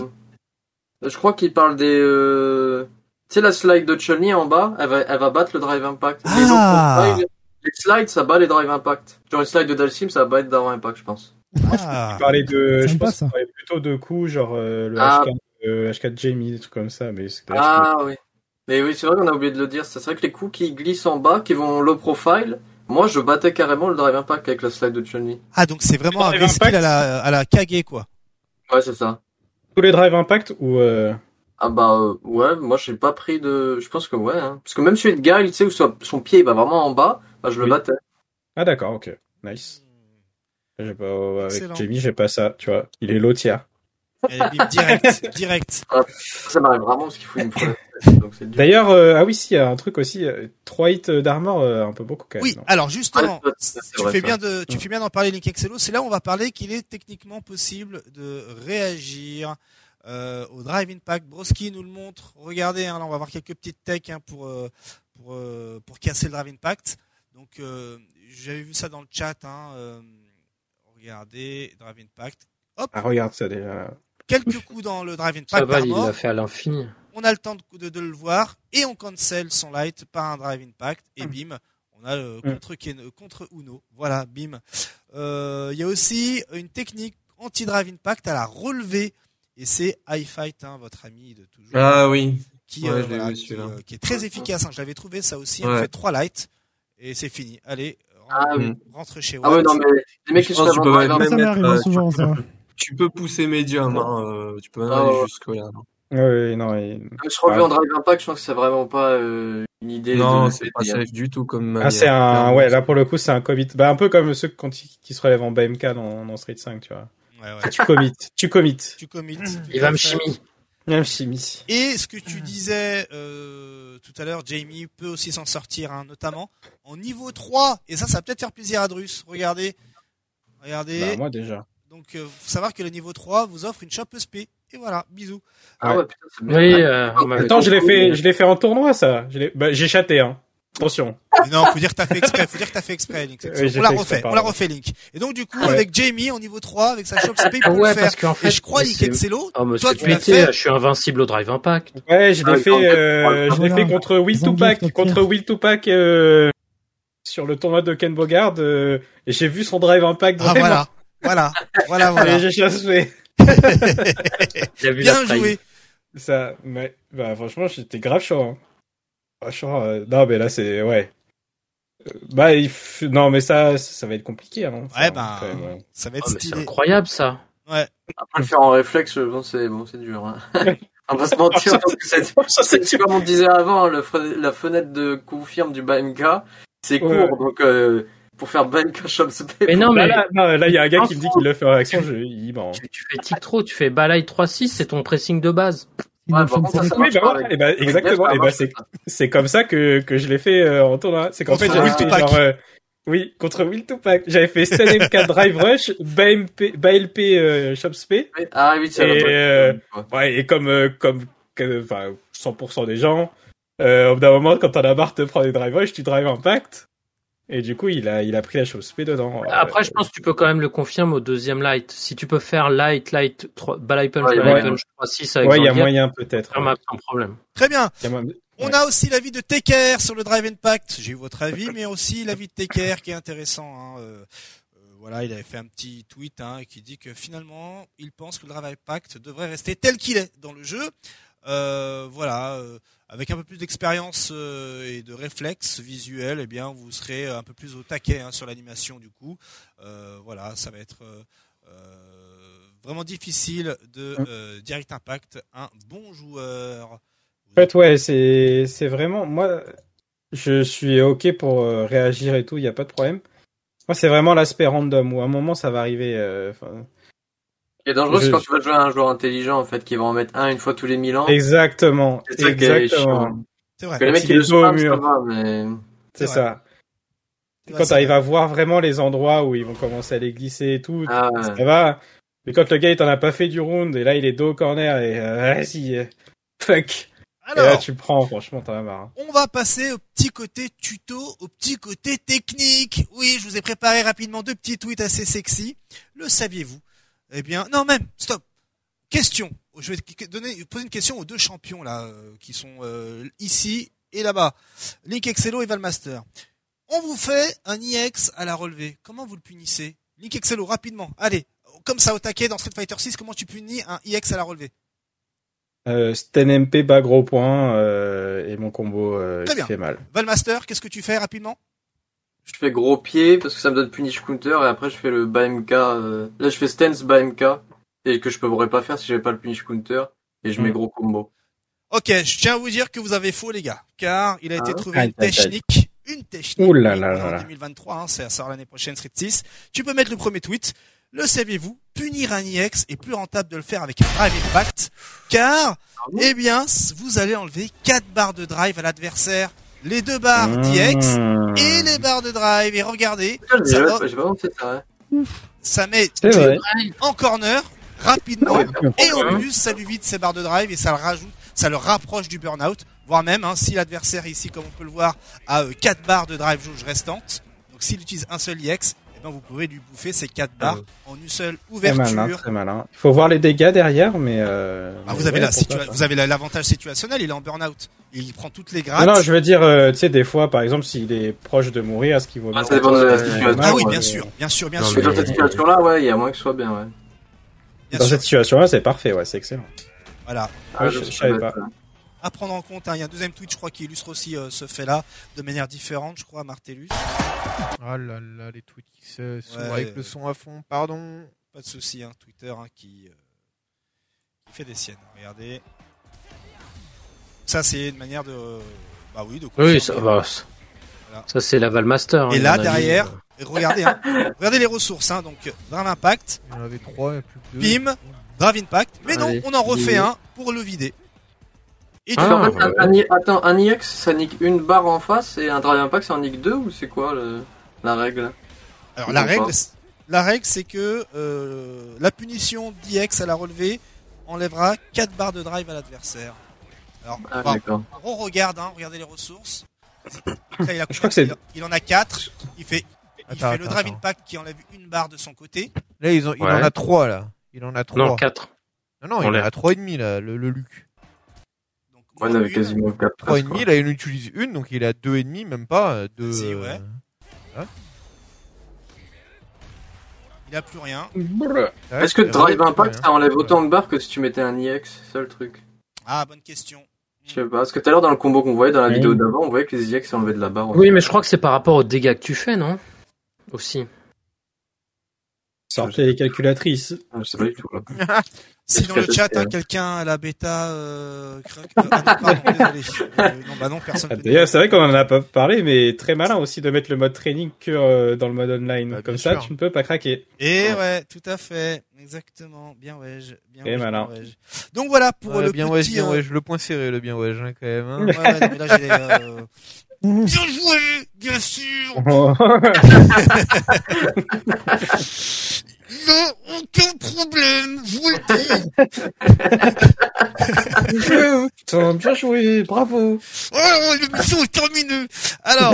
Je crois qu'il parle des. Euh... Tu sais, la slide de Chun-Li en bas, elle va, elle va battre le Drive Impact. Ah. Et donc, slide, les slides, ça bat les Drive Impact. Genre, une slide de Dalsim, ça va battre Drive Impact, je pense. Ah. Tu parlais de. Je pense que ça parlait plutôt de coups, genre euh, le ah. H quatre, euh, H quatre Jamie, des trucs comme ça. Mais c'est ah oui. Mais oui, c'est vrai qu'on a oublié de le dire. C'est vrai que les coups qui glissent en bas, qui vont low profile, moi, je battais carrément le Drive Impact avec la slide de Chun-Li. Ah, donc c'est vraiment un skill à la, à la Kage, quoi. Ouais, c'est ça. Tous les Drive Impact ou. Euh... Ah bah euh, ouais, moi j'ai pas pris de, je pense que ouais, hein. Parce que même celui de Guile, tu sais où son pied il va vraiment en bas, bah je le oui. battais. Ah d'accord, ok, nice. J'ai pas euh, avec Jamie, j'ai pas ça, tu vois, il est low tiers. direct, direct. Ah, ça m'arrive vraiment parce qu'il faut une fois. D'ailleurs, euh, ah oui, si, il y a un truc aussi, euh, trois hits d'armor, euh, un peu beaucoup quand même. Oui, non alors justement, ouais, c'est, c'est tu vrai, fais ça. bien de, tu fais bien d'en parler, Link Excello. C'est là où on va parler qu'il est techniquement possible de réagir. Euh, au Drive Impact, Broski nous le montre. Regardez, hein, là on va voir quelques petites techs hein, pour euh, pour euh, pour casser le Drive Impact. Donc euh, j'avais vu ça dans le chat. Hein, euh, regardez, Drive Impact. Hop. Ah regarde ça déjà. Quelques coups dans le Drive Impact. Ça va, il l'a fait à l'infini. On a le temps de, de, de le voir et on cancel son light par un Drive Impact et bim, on a le contre Ken, contre Uno. Voilà, bim. Il euh, y a aussi une technique anti-Drive Impact à la relevée. Et c'est iFight, hein, votre ami de toujours. Ah oui. Qui, ouais, euh, je voilà, vu, qui, euh, qui est très efficace. Hein. Je l'avais trouvé ça aussi. Ouais. On fait trois lights et c'est fini. Allez, ah, rentre, oui. rentre chez Watt. Ah ouais, non mais les mecs qui sont tu peux même ça mettre, euh, souvent, tu, ça. tu peux pousser médium, hein, euh, tu peux même ah, aller ouais. jusqu'au là. Oui, non. Et... Je reviens en Drive Impact, je pense que c'est vraiment pas euh, une idée. Non, de c'est pas safe du tout comme. Ah, c'est un, ouais, là pour le coup, c'est un commit. Bah, un peu comme ceux qui, qui se relèvent en B M K dans, dans Street cinq, tu vois. Ouais, ouais. Tu commit, tu commit. Tu commit. Il va me chimie. Il va me chimie. Et ce que tu disais euh, tout à l'heure, Jamie peut aussi s'en sortir, hein, notamment en niveau trois. Et ça, ça va peut-être faire plaisir à Drus. Regardez. Regardez. Bah, moi déjà. Donc, euh, faut savoir que le niveau trois vous offre une chopeuse P. Et voilà, bisous. Ah ouais, ouais putain, c'est bien. Oui, euh, attends, je l'ai fait, je l'ai fait en tournoi, ça. Je l'ai, bah, j'ai chaté, hein. Attention. Mais non, faut dire que t'as fait exprès, faut dire que t'as fait exprès, Link. Oui, on l'a fait refait, exprès, on l'a refait, Link. Et donc, du coup, ouais. avec Jamie, au niveau trois, avec sa chope P, il peut ouais, le faire. Parce qu'en fait, et je crois, Link Excello, oh, mais toi, c'est tu l'as pété, fait. je suis invincible au Drive Impact. Ouais, je l'ai ah, fait, euh, je l'ai voilà. fait contre Will Tupac, contre Will Tupac, euh, sur le tournoi de Ken Bogard, euh, et j'ai vu son Drive Impact. Ah, vraiment. voilà. Voilà. Voilà, voilà. Et j'ai chassé. Bien joué. Ça, mais, bah, franchement, j'étais grave chaud, hein. Franchement, euh, non, mais là, c'est, ouais. Euh, bah, il f... non, mais ça, ça va être compliqué, hein. Ouais, bah, même, ouais. ça va être Oh, mais stylé. c'est incroyable, ça. Ouais. Après le faire en réflexe, bon, c'est, bon, c'est dur, hein. On va se mentir, parce que c'est, c'est comme on disait avant, le, la fenêtre de confirme du B M K, c'est court, ouais. Donc, euh, pour faire B M K Shop Spé. Mais non, mais là, là, là, il y a un gars qui me dit qu'il le fait en réaction, je, il, bon. Tu, tu fais tic trop, tu fais balai trois six, c'est ton pressing de base. Une Ouais, option par contre, de ça, ça sélection. Oui, bah marche voilà, pas et bah, avec- exactement. avec Et bah, Death, ça c'est, marche pas. c'est comme ça que, que je l'ai fait euh, en tournoi. C'est qu'en Contre fait, j'avais Will fait Tupac. genre, euh, oui, contre Will Tupac. J'avais fait Stan M K Drive Rush, B M P, B L P euh, Shopspay. Ah oui, c'est Et, la euh, bonne. Ouais, et comme, euh, comme, que- enfin, cent pour cent des gens, euh, au bout d'un moment, quand t'en as marre de prendre des Drive Rush, tu Drive Impact. Et du coup, il a, il a pris la Shopspay dedans. Après, Euh, je pense que tu peux quand même le confirmer au deuxième light. Si tu peux faire light, light, trois, balai punch, Ouais, balai ouais. punch, trois six avec ouais, il y a Zangief, moyen peut-être. faire map sans problème. Très bien. Il y a moyen- On ouais. a aussi l'avis de Taker sur le Drive Impact. J'ai eu votre avis, mais aussi l'avis de Taker qui est intéressant. Hein. Euh, euh, voilà, il avait fait un petit tweet hein, qui dit que finalement, il pense que le Drive Impact devrait rester tel qu'il est dans le jeu. Euh, voilà, euh, avec un peu plus d'expérience euh, et de réflexe visuel, eh bien, vous serez un peu plus au taquet hein, sur l'animation du coup. Euh, voilà, ça va être euh, euh, vraiment difficile de euh, Direct Impact un bon joueur. En fait, ouais, c'est, c'est vraiment, moi, je suis ok pour euh, réagir et tout, il n'y a pas de problème. Moi, c'est vraiment l'aspect random où à un moment ça va arriver. euh, 'fin, Ce qui est dangereux, Je- c'est quand tu vas jouer à un joueur intelligent, en fait, qui va en mettre un une fois tous les mille ans. Exactement, C'est ça qui est exactement. chiant. C'est vrai. Que les mecs S'il qui est le dos au spam, ça mur. va, mais... C'est C'est ça. C'est vrai, Quand c'est tu arrives vrai. à voir vraiment les endroits où ils vont commencer à les glisser et tout, Ah, ça ouais. va. Mais quand le gars il t'en a pas fait du round et là il est dos au corner et euh, vas-y, euh, fuck. Et là Alors, tu prends, franchement t'en as marre. hein. on va passer au petit côté tuto, au petit côté technique. Oui, je vous ai préparé rapidement deux petits tweets assez sexy. Le saviez-vous? Eh bien, non même, stop. Question. Je vais donner, poser une question aux deux champions là, euh, qui sont euh, ici et là-bas. Link Excello et Valmaster. On vous fait un I X à la relevée. Comment vous le punissez? Link Excello, rapidement. Allez, comme ça au taquet dans Street Fighter six, comment tu punis un I X à la relevée? Euh, Sten M P bas gros point euh, et mon combo euh, Très qui bien. fait mal. Valmaster, qu'est-ce que tu fais rapidement? Je fais gros pied parce que ça me donne punish counter et après je fais le B M K. Euh... Là je fais stance B M K et que je ne pourrais pas faire si j'avais pas le punish counter et je mets Mm. gros combo. Ok, je tiens à vous dire que vous avez faux les gars, car il a été Ah ouais trouvé Aïe, une aïe, aïe. technique, une technique Ouh là oui, là on est là en là. deux mille vingt-trois, hein, ça sort l'année prochaine Street six. Tu peux mettre le premier tweet. Le saviez-vous, punir un I X est plus rentable de le faire avec un Drive Impact, car, eh bien, vous allez enlever quatre barres de drive à l'adversaire, les deux barres d'I X Mmh. et les barres de drive. Et regardez, Putain, J'ai ça, pas va- j'ai pas pensé ça, ouais. ça met C'est vrai. en corner rapidement. Ah ouais, Et en plus, ça lui vide ses barres de drive et ça le rajoute, ça le rapproche du burn-out, voire même, hein, si l'adversaire ici, comme on peut le voir, a euh, quatre barres de drive jauge restantes, donc s'il utilise un seul I X, eh ben, vous pouvez lui bouffer ces quatre barres en une seule Très malin, ouverture. très malin. Il faut voir les dégâts derrière, mais. Euh... Ah, mais vous avez ouais, la pourquoi situa- pas. vous avez la- l'avantage situationnel, il est en burn-out. Il prend toutes les Non, grattes. non, je veux dire, euh, tu sais, des fois, par exemple, s'il est proche de mourir, est-ce qu'il vaut Ah, mieux ça dépend de la rentrer situation. Ah oui, ouais. bien sûr, bien sûr, bien Non, sûr. Mais dans mais- cette situation-là, ouais, il y a moins que ce soit bien, ouais. Bien Dans sûr. cette situation-là, c'est parfait, ouais, c'est excellent. Voilà. Ouais, je- je je sais savais pas. pas. À prendre en compte, hein. Il y a un deuxième tweet, je crois, qui illustre aussi euh, ce fait-là de manière différente, je crois, Martellus. Ah là là, les tweets qui se sont Ouais. avec le son à fond, pardon. Pas de souci, hein, Twitter hein, qui, euh, qui fait des siennes. Regardez. Ça, c'est une manière de. Bah oui, de. Oui, confirmer. ça, bah, ça, Voilà. ça, c'est la Valmaster. hein, Et à là, mon avis. derrière, et regardez, hein, regardez les ressources. Hein, donc, Drive Impact, Il y en avait trois, il y a plus que deux. Bim, Drive Impact. Mais non, Allez, on en refait vider. un pour le vider. Et Ah, du- en fait, ouais. un, un I- attends, un I X, ça nique une barre en face et un Drive Impact, ça en nique deux ou c'est quoi le, la règle? alors, la je règle, comprends c'est- la règle, c'est que euh, la punition d'I X à la relevée enlèvera quatre barres de drive à l'adversaire. Alors, Ah, bon, d'accord. on regarde, hein, regardez les ressources. Là, il, a, Je crois que c'est- il, il en a quatre. Il fait, il Attends, fait le attends, drive attends. impact qui enlève une barre de son côté. Là, ils ont, il Ouais. en a trois, là. Il en a trois. Non, quatre. Non, non, On il en l'a. a trois et demi, là, le, le Luc. Donc, Ouais, on moins avait une. quasiment quatre. Trois et demi, là, il en utilise une, donc il a deux et demi, même pas, euh, deux. Si, euh, ouais. Il a plus rien. ouais, Est-ce que c'est Drive vraiment Impact, rien. ça enlève autant de barres que si tu mettais un I X? C'est ça le truc. Ah, bonne question. Je sais pas. Parce que tout à l'heure, dans le combo qu'on voyait dans la Oui. vidéo d'avant, on voyait que les I X enlevaient de la barre. Oui, mais je crois que c'est par rapport aux dégâts que tu fais, non? Aussi. Sortez les calculatrices. Ah, je sais pas du tout, là. Si dans le chat, hein, quelqu'un à la bêta, euh, craque, euh, ah non, pardon, désolé. Euh, non, bah non, personne. Ah, d'ailleurs, c'est vrai qu'on en a pas parlé, mais très malin aussi de mettre le mode training que euh, dans le mode online. Bah, Comme bien ça, sûr. tu ne peux pas craquer. Et ouais, tout à fait, exactement. Bien ouais, bien Et ouais, malin. bien ouais. Donc voilà pour Ouais, le bien petit. ouais, bien euh, ouais, le point serré, le bien ouais, hein, quand même. Hein. Ouais, ouais, non, mais là j'ai. Euh... Bien joué, bien sûr. Non, aucun problème, je vous le dis. Putain, bien joué, bravo. Oh, l'émission est terminée. Alors,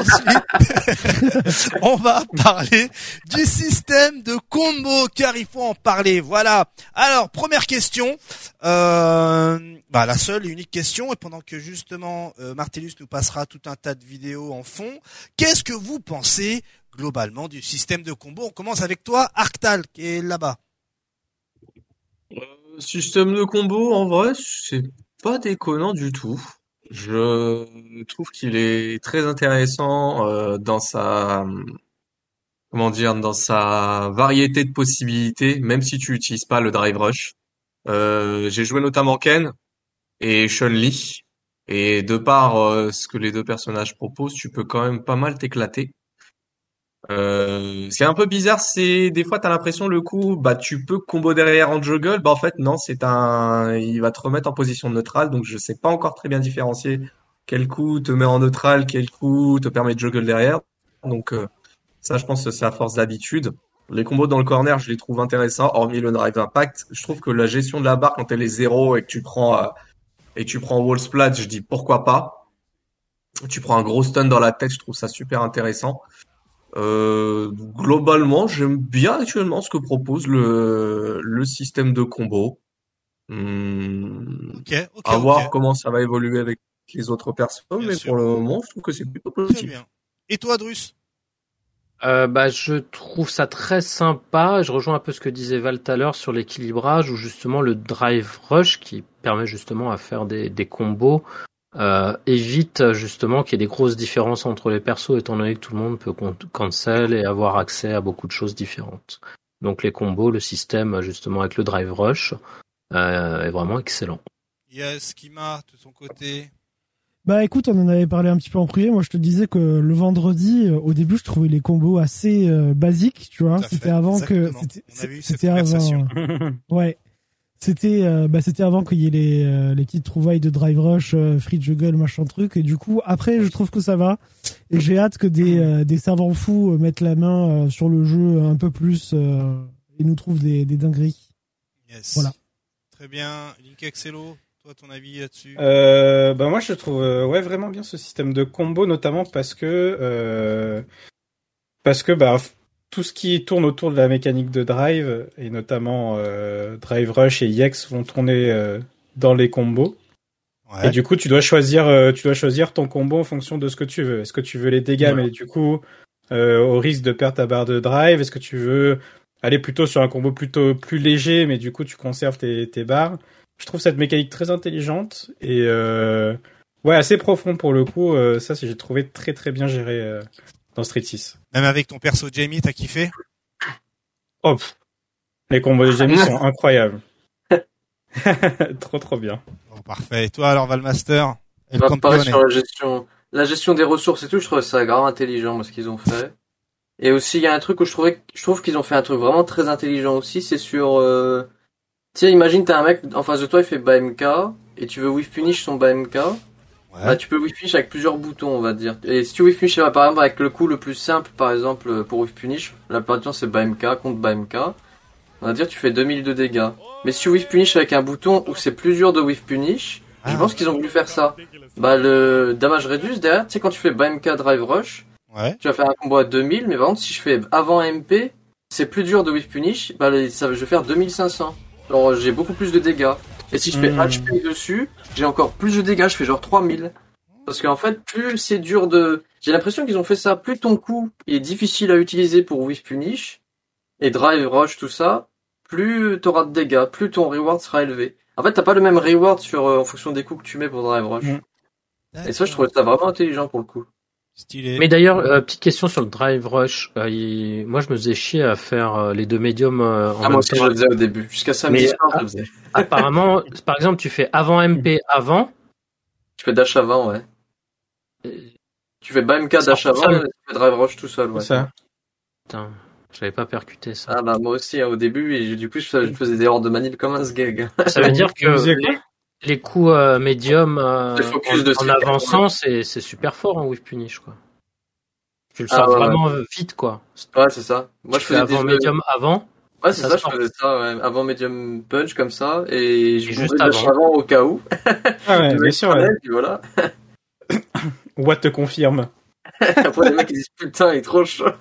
ensuite, on va parler du système de combo, car il faut en parler. Voilà. Alors, première question. Euh, bah, la seule et unique question, et pendant que justement, euh, Martellus nous passera tout un tas de vidéos en fond, qu'est-ce que vous pensez globalement du système de combo? On commence avec toi, Arctal, qui est là-bas. Euh, Système de combo, en vrai, c'est pas déconnant du tout. Je trouve qu'il est très intéressant euh, dans sa, comment dire, dans sa variété de possibilités, même si tu utilises pas le drive rush. Euh, j'ai joué notamment Ken et Chun-Li, et de par euh, ce que les deux personnages proposent, tu peux quand même pas mal t'éclater. Euh, ce qui est un peu bizarre, c'est des fois t'as l'impression le coup, bah tu peux combo derrière en juggle, bah en fait non, c'est un, il va te remettre en position neutrale, donc je sais pas encore très bien différencier quel coup te met en neutral, quel coup te permet de juggle derrière. Donc euh, ça, je pense que c'est à force d'habitude. Les combos dans le corner, je les trouve intéressants, hormis le drive impact. Je trouve que la gestion de la barre quand elle est zéro et que tu prends euh, et que tu prends wall splat, je dis pourquoi pas. Tu prends un gros stun dans la tête, je trouve ça super intéressant. Euh, globalement, j'aime bien actuellement ce que propose le, le système de combo. Hum, Ok, ok, à voir ok. comment ça va évoluer avec les autres personnes, Bien mais sûr. pour le moment, je trouve que c'est plutôt Très positif. bien. Et toi, Drus? Euh, bah, je trouve ça très sympa. Je rejoins un peu ce que disait Val tout à l'heure sur l'équilibrage, ou justement le drive rush qui permet justement à faire des, des combos, euh, évite justement qu'il y ait des grosses différences entre les persos, étant donné que tout le monde peut con- cancel et avoir accès à beaucoup de choses différentes. Donc les combos, le système justement avec le drive rush euh, est vraiment excellent. Yes, Kima, de ton côté. Bah écoute, on en avait parlé un petit peu en privé. Moi, je te disais que le vendredi, euh, au début, je trouvais les combos assez euh, basiques, tu vois. Tout à fait, C'était avant que, exactement. c'était, On a eu cette c'était conversation. avant. Ouais. C'était, euh, bah c'était avant qu'il y ait les, euh, les petites trouvailles de drive rush, euh, free juggle, machin truc. Et du coup, après, je trouve que ça va. Et j'ai hâte que des, euh, des savants fous euh, mettent la main euh, sur le jeu un peu plus euh, et nous trouvent des, des dingueries. Yes. Voilà. Très bien. Link Excello, toi, ton avis là-dessus? Euh, bah moi je trouve euh, ouais vraiment bien ce système de combo, notamment parce que euh, parce que bah f- tout ce qui tourne autour de la mécanique de drive et notamment euh, drive rush et E X vont tourner euh, dans les combos. Ouais. Et du coup, tu dois choisir, euh, tu dois choisir ton combo en fonction de ce que tu veux. Est-ce que tu veux les dégâts, Voilà. mais du coup, euh, au risque de perdre ta barre de drive? Est-ce que tu veux aller plutôt sur un combo plutôt plus léger, mais du coup, tu conserves tes, tes barres? Je trouve cette mécanique très intelligente et euh, ouais, assez profonde pour le coup. Euh, ça, c'est- j'ai trouvé très très bien géré euh, dans Street six. Même avec ton perso Jamie, t'as kiffé? Oh, pff. Les combos de Jamie sont incroyables. Trop trop bien. Bon, parfait. Et toi, alors, Valmaster? El Bah, pareil Campione. sur la gestion, la gestion des ressources et tout, je trouve ça grave intelligent, moi, ce qu'ils ont fait. Et aussi, il y a un truc où je trouvais, je trouve qu'ils ont fait un truc vraiment très intelligent aussi, c'est sur, euh, tiens, imagine, t'as un mec en face de toi, il fait B A M K, et tu veux whiff punish son B A M K. Ouais. Bah, tu peux whiff punish avec plusieurs boutons, on va dire. Et si tu whiff punish, par exemple, avec le coup le plus simple, par exemple, pour whiff punish, la plupart du temps, c'est B A M K contre B A M K. On va dire, tu fais deux mille de dégâts. Mais si tu whiff punish avec un bouton où c'est plus dur de whiff punish, je Ah. pense qu'ils ont voulu faire ça. Bah, le damage reduce derrière, tu sais, quand tu fais B A M K drive rush, Ouais. tu vas faire un combo à deux mille, mais par contre, si je fais avant M P, c'est plus dur de whiff punish, bah, les- ça, je vais faire deux mille cinq cents. Alors, j'ai beaucoup plus de dégâts. Et si je fais Hmm. H P dessus, j'ai encore plus de dégâts, je fais genre trois mille. Parce qu'en fait, plus c'est dur de... J'ai l'impression qu'ils ont fait ça, plus ton coup est difficile à utiliser pour whiff punish, et drive rush, tout ça, plus t'auras de dégâts, plus ton reward sera élevé. En fait, t'as pas le même reward sur, euh, en fonction des coups que tu mets pour drive rush. Mm. Et ça, je trouvais ça vraiment intelligent pour le coup. Stylé. Mais d'ailleurs, euh, petite question sur le drive rush. Euh, il... Moi, je me faisais chier à faire euh, les deux médiums euh, en Ah, même moi aussi, temps. je le faisais au début. Jusqu'à samedi Mais, soir, je le faisais. Apparemment, par exemple, tu fais avant M P avant. Tu fais dash avant, ouais. Tu fais bas M K dash Ça, avant, ça, et tu fais drive rush tout seul, ouais. C'est ça. Putain, j'avais pas percuté ça. Ah bah moi aussi, hein, au début, et du coup, je faisais, je faisais des ordres de manip comme un sgeg. Ça veut dire que Vous faisiez quoi les, les coups euh, médiums euh, Le focus en, de en Street avançant, c'est, c'est super fort en whip punish, quoi. Tu le Ah, sors ouais, vraiment euh, vite, quoi. Ouais, c'est ça. Moi, Tu je fais faisais des avant jeux- médium avant. Ouais, c'est ça ça, sort. je faisais ça, ouais. Avant medium punch, comme ça, et je Et bourrais juste dash avant. avant au cas où. Ah ouais, Le bien mec sûr. prenait, Ouais. puis voilà. Watt te confirme. Après, les mecs, ils disent, putain, il est trop chaud.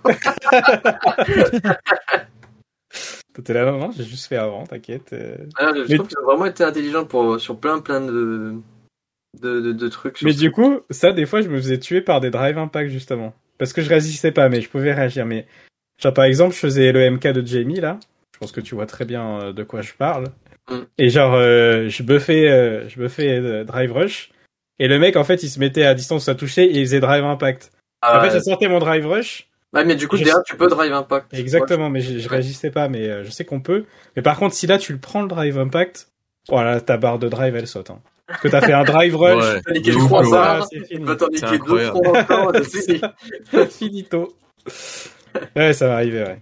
T'étais là, non, non, j'ai juste fait avant, t'inquiète. euh. Ah, je Mais- trouve qu'ils ont vraiment été intelligents pour, sur plein, plein de, de, de, de trucs. sur Mais ce- du coup, ça, des fois, je me faisais tuer par des drive impact, justement. Parce que je résistais pas, mais je pouvais réagir. Mais, genre, par exemple, je faisais le M K de Jamie, là. Je pense que tu vois très bien euh, de quoi je parle. Mm. Et genre, euh, je buffais, euh, je buffais euh, drive rush. Et le mec, en fait, il se mettait à distance où ça touchait et il faisait drive impact. Ah, en fait, ouais. je sortais mon drive rush. Ouais, mais du coup, je derrière, sais- tu peux drive impact. Exactement, mais je, je réagissais pas, mais euh, je sais qu'on peut. Mais par contre, si là, tu le prends, le drive impact, voilà, ta barre de drive, elle saute. Hein. Parce que t'as fait un drive rush. Ouais. T'as niqué De le ouf, trois ouais. barres, c'est tu fini. vas t'en C'est niquer deux, incroyable. trois encore, c'est fini. Finito. Ouais, ça va arriver, ouais.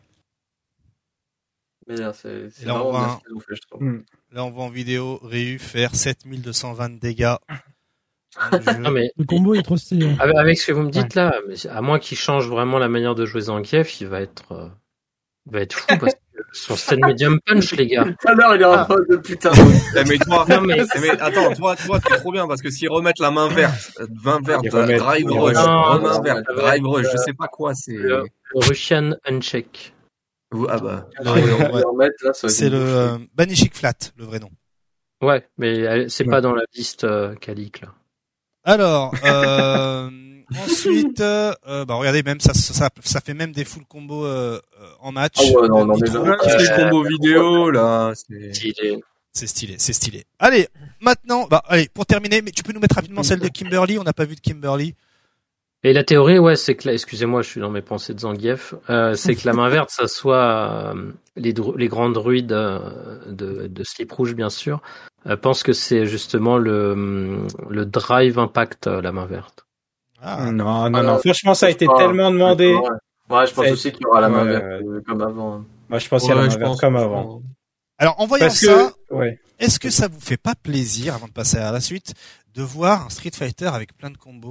Mais là, c'est, c'est Et là, on vraiment voit bien un- ce qu'ils ont fait, je trouve. Mm. Là, on voit en vidéo Ryu faire sept mille deux cent vingt de dégâts. dans le jeu. Non, mais Le combo est trop stylé. avec, avec ce que vous me dites là, mais à moins qu'il change vraiment la manière de jouer Zangief, il va être, euh, il va être fou parce que son stand medium punch, les gars. Tout à l'heure, il est en mode de putain. Eh, mais toi, Non, mais- eh, mais attends, toi, toi, c'est trop bien parce que s'ils remettent la main verte, euh, main verte, Ils remettent- drive ils rush, remettent- main Non, verte, non, drive non, rush, non, je sais pas quoi, c'est. Le, le Russian Uncheck. Ah bah. Le- Ouais, ouais. on va remettre, là, ça va être C'est une le bouche. euh, Banishik Flat, le vrai nom. Ouais, mais elle- c'est Ouais. pas dans la liste euh, Calic là. Alors, euh, ensuite, euh, euh, bah regardez, même ça, ça, ça fait même des full combos euh, euh, en match. Ah ouais, non, non, mais Nitro, là- qui- C'est Euh, des combos vidéo, là, c'est. Stylé. C'est stylé, c'est stylé. Allez, maintenant, bah allez, pour terminer, mais tu peux nous mettre rapidement celle de Kimberly. On n'a pas vu de Kimberly. Et la théorie, ouais, c'est que là, excusez-moi, je suis dans mes pensées de Zangief, euh, c'est que la main verte, ça soit euh, les, dru- les grands druides euh, de, de Slip Rouge, bien sûr, euh, pensent que c'est justement le, hum, le drive impact, euh, la main verte. Ah, Non, non, Ah, non. Franchement, ça a été Ah, tellement demandé. Ouais, ouais je pense Ça- aussi qu'il y aura la main Ouais, verte ouais. euh, comme avant. Moi, je pense qu'il y a la Ouais, main je verte pense. comme avant. Alors, en voyant Parce ça, que, ouais. est-ce que ça vous fait pas plaisir, avant de passer à la suite, de voir un Street Fighter avec plein de combos?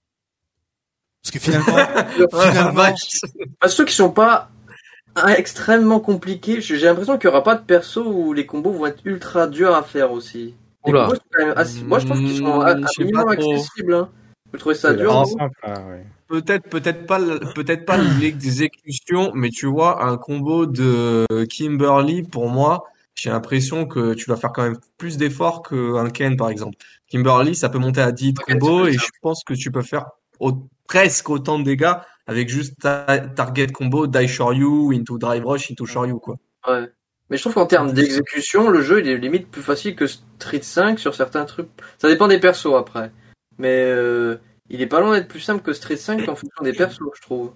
Parce que finalement, finalement, Parce que ceux qui sont pas euh, extrêmement compliqués, j'ai j'ai l'impression qu'il y aura pas de perso où les combos vont être ultra durs à faire aussi. Les Oula. combos sont quand même assez- Moi, je trouve qu'ils sont Hmm, à, à je sais minimum pas trop. accessibles. Hein. Vous trouvez ça C'est dur vraiment vous simple, ah, ouais. Peut-être, peut-être pas, le- peut-être pas l'exécution, mais tu vois, un combo de Kimberly, pour moi, j'ai l'impression que tu vas faire quand même plus d'efforts qu'un Ken, par exemple. Kimberly, ça peut monter à dix Ok, combos c'est et plus je pense que tu peux faire au- presque autant de dégâts avec juste ta target combo, die Shoryu, into drive rush, into Shoryu, quoi. Ouais. Mais je trouve qu'en termes d'exécution, le jeu il est limite plus facile que Street cinq sur certains trucs. Ça dépend des persos après. Mais euh, il est pas loin d'être plus simple que Street cinq en fonction des persos, je trouve.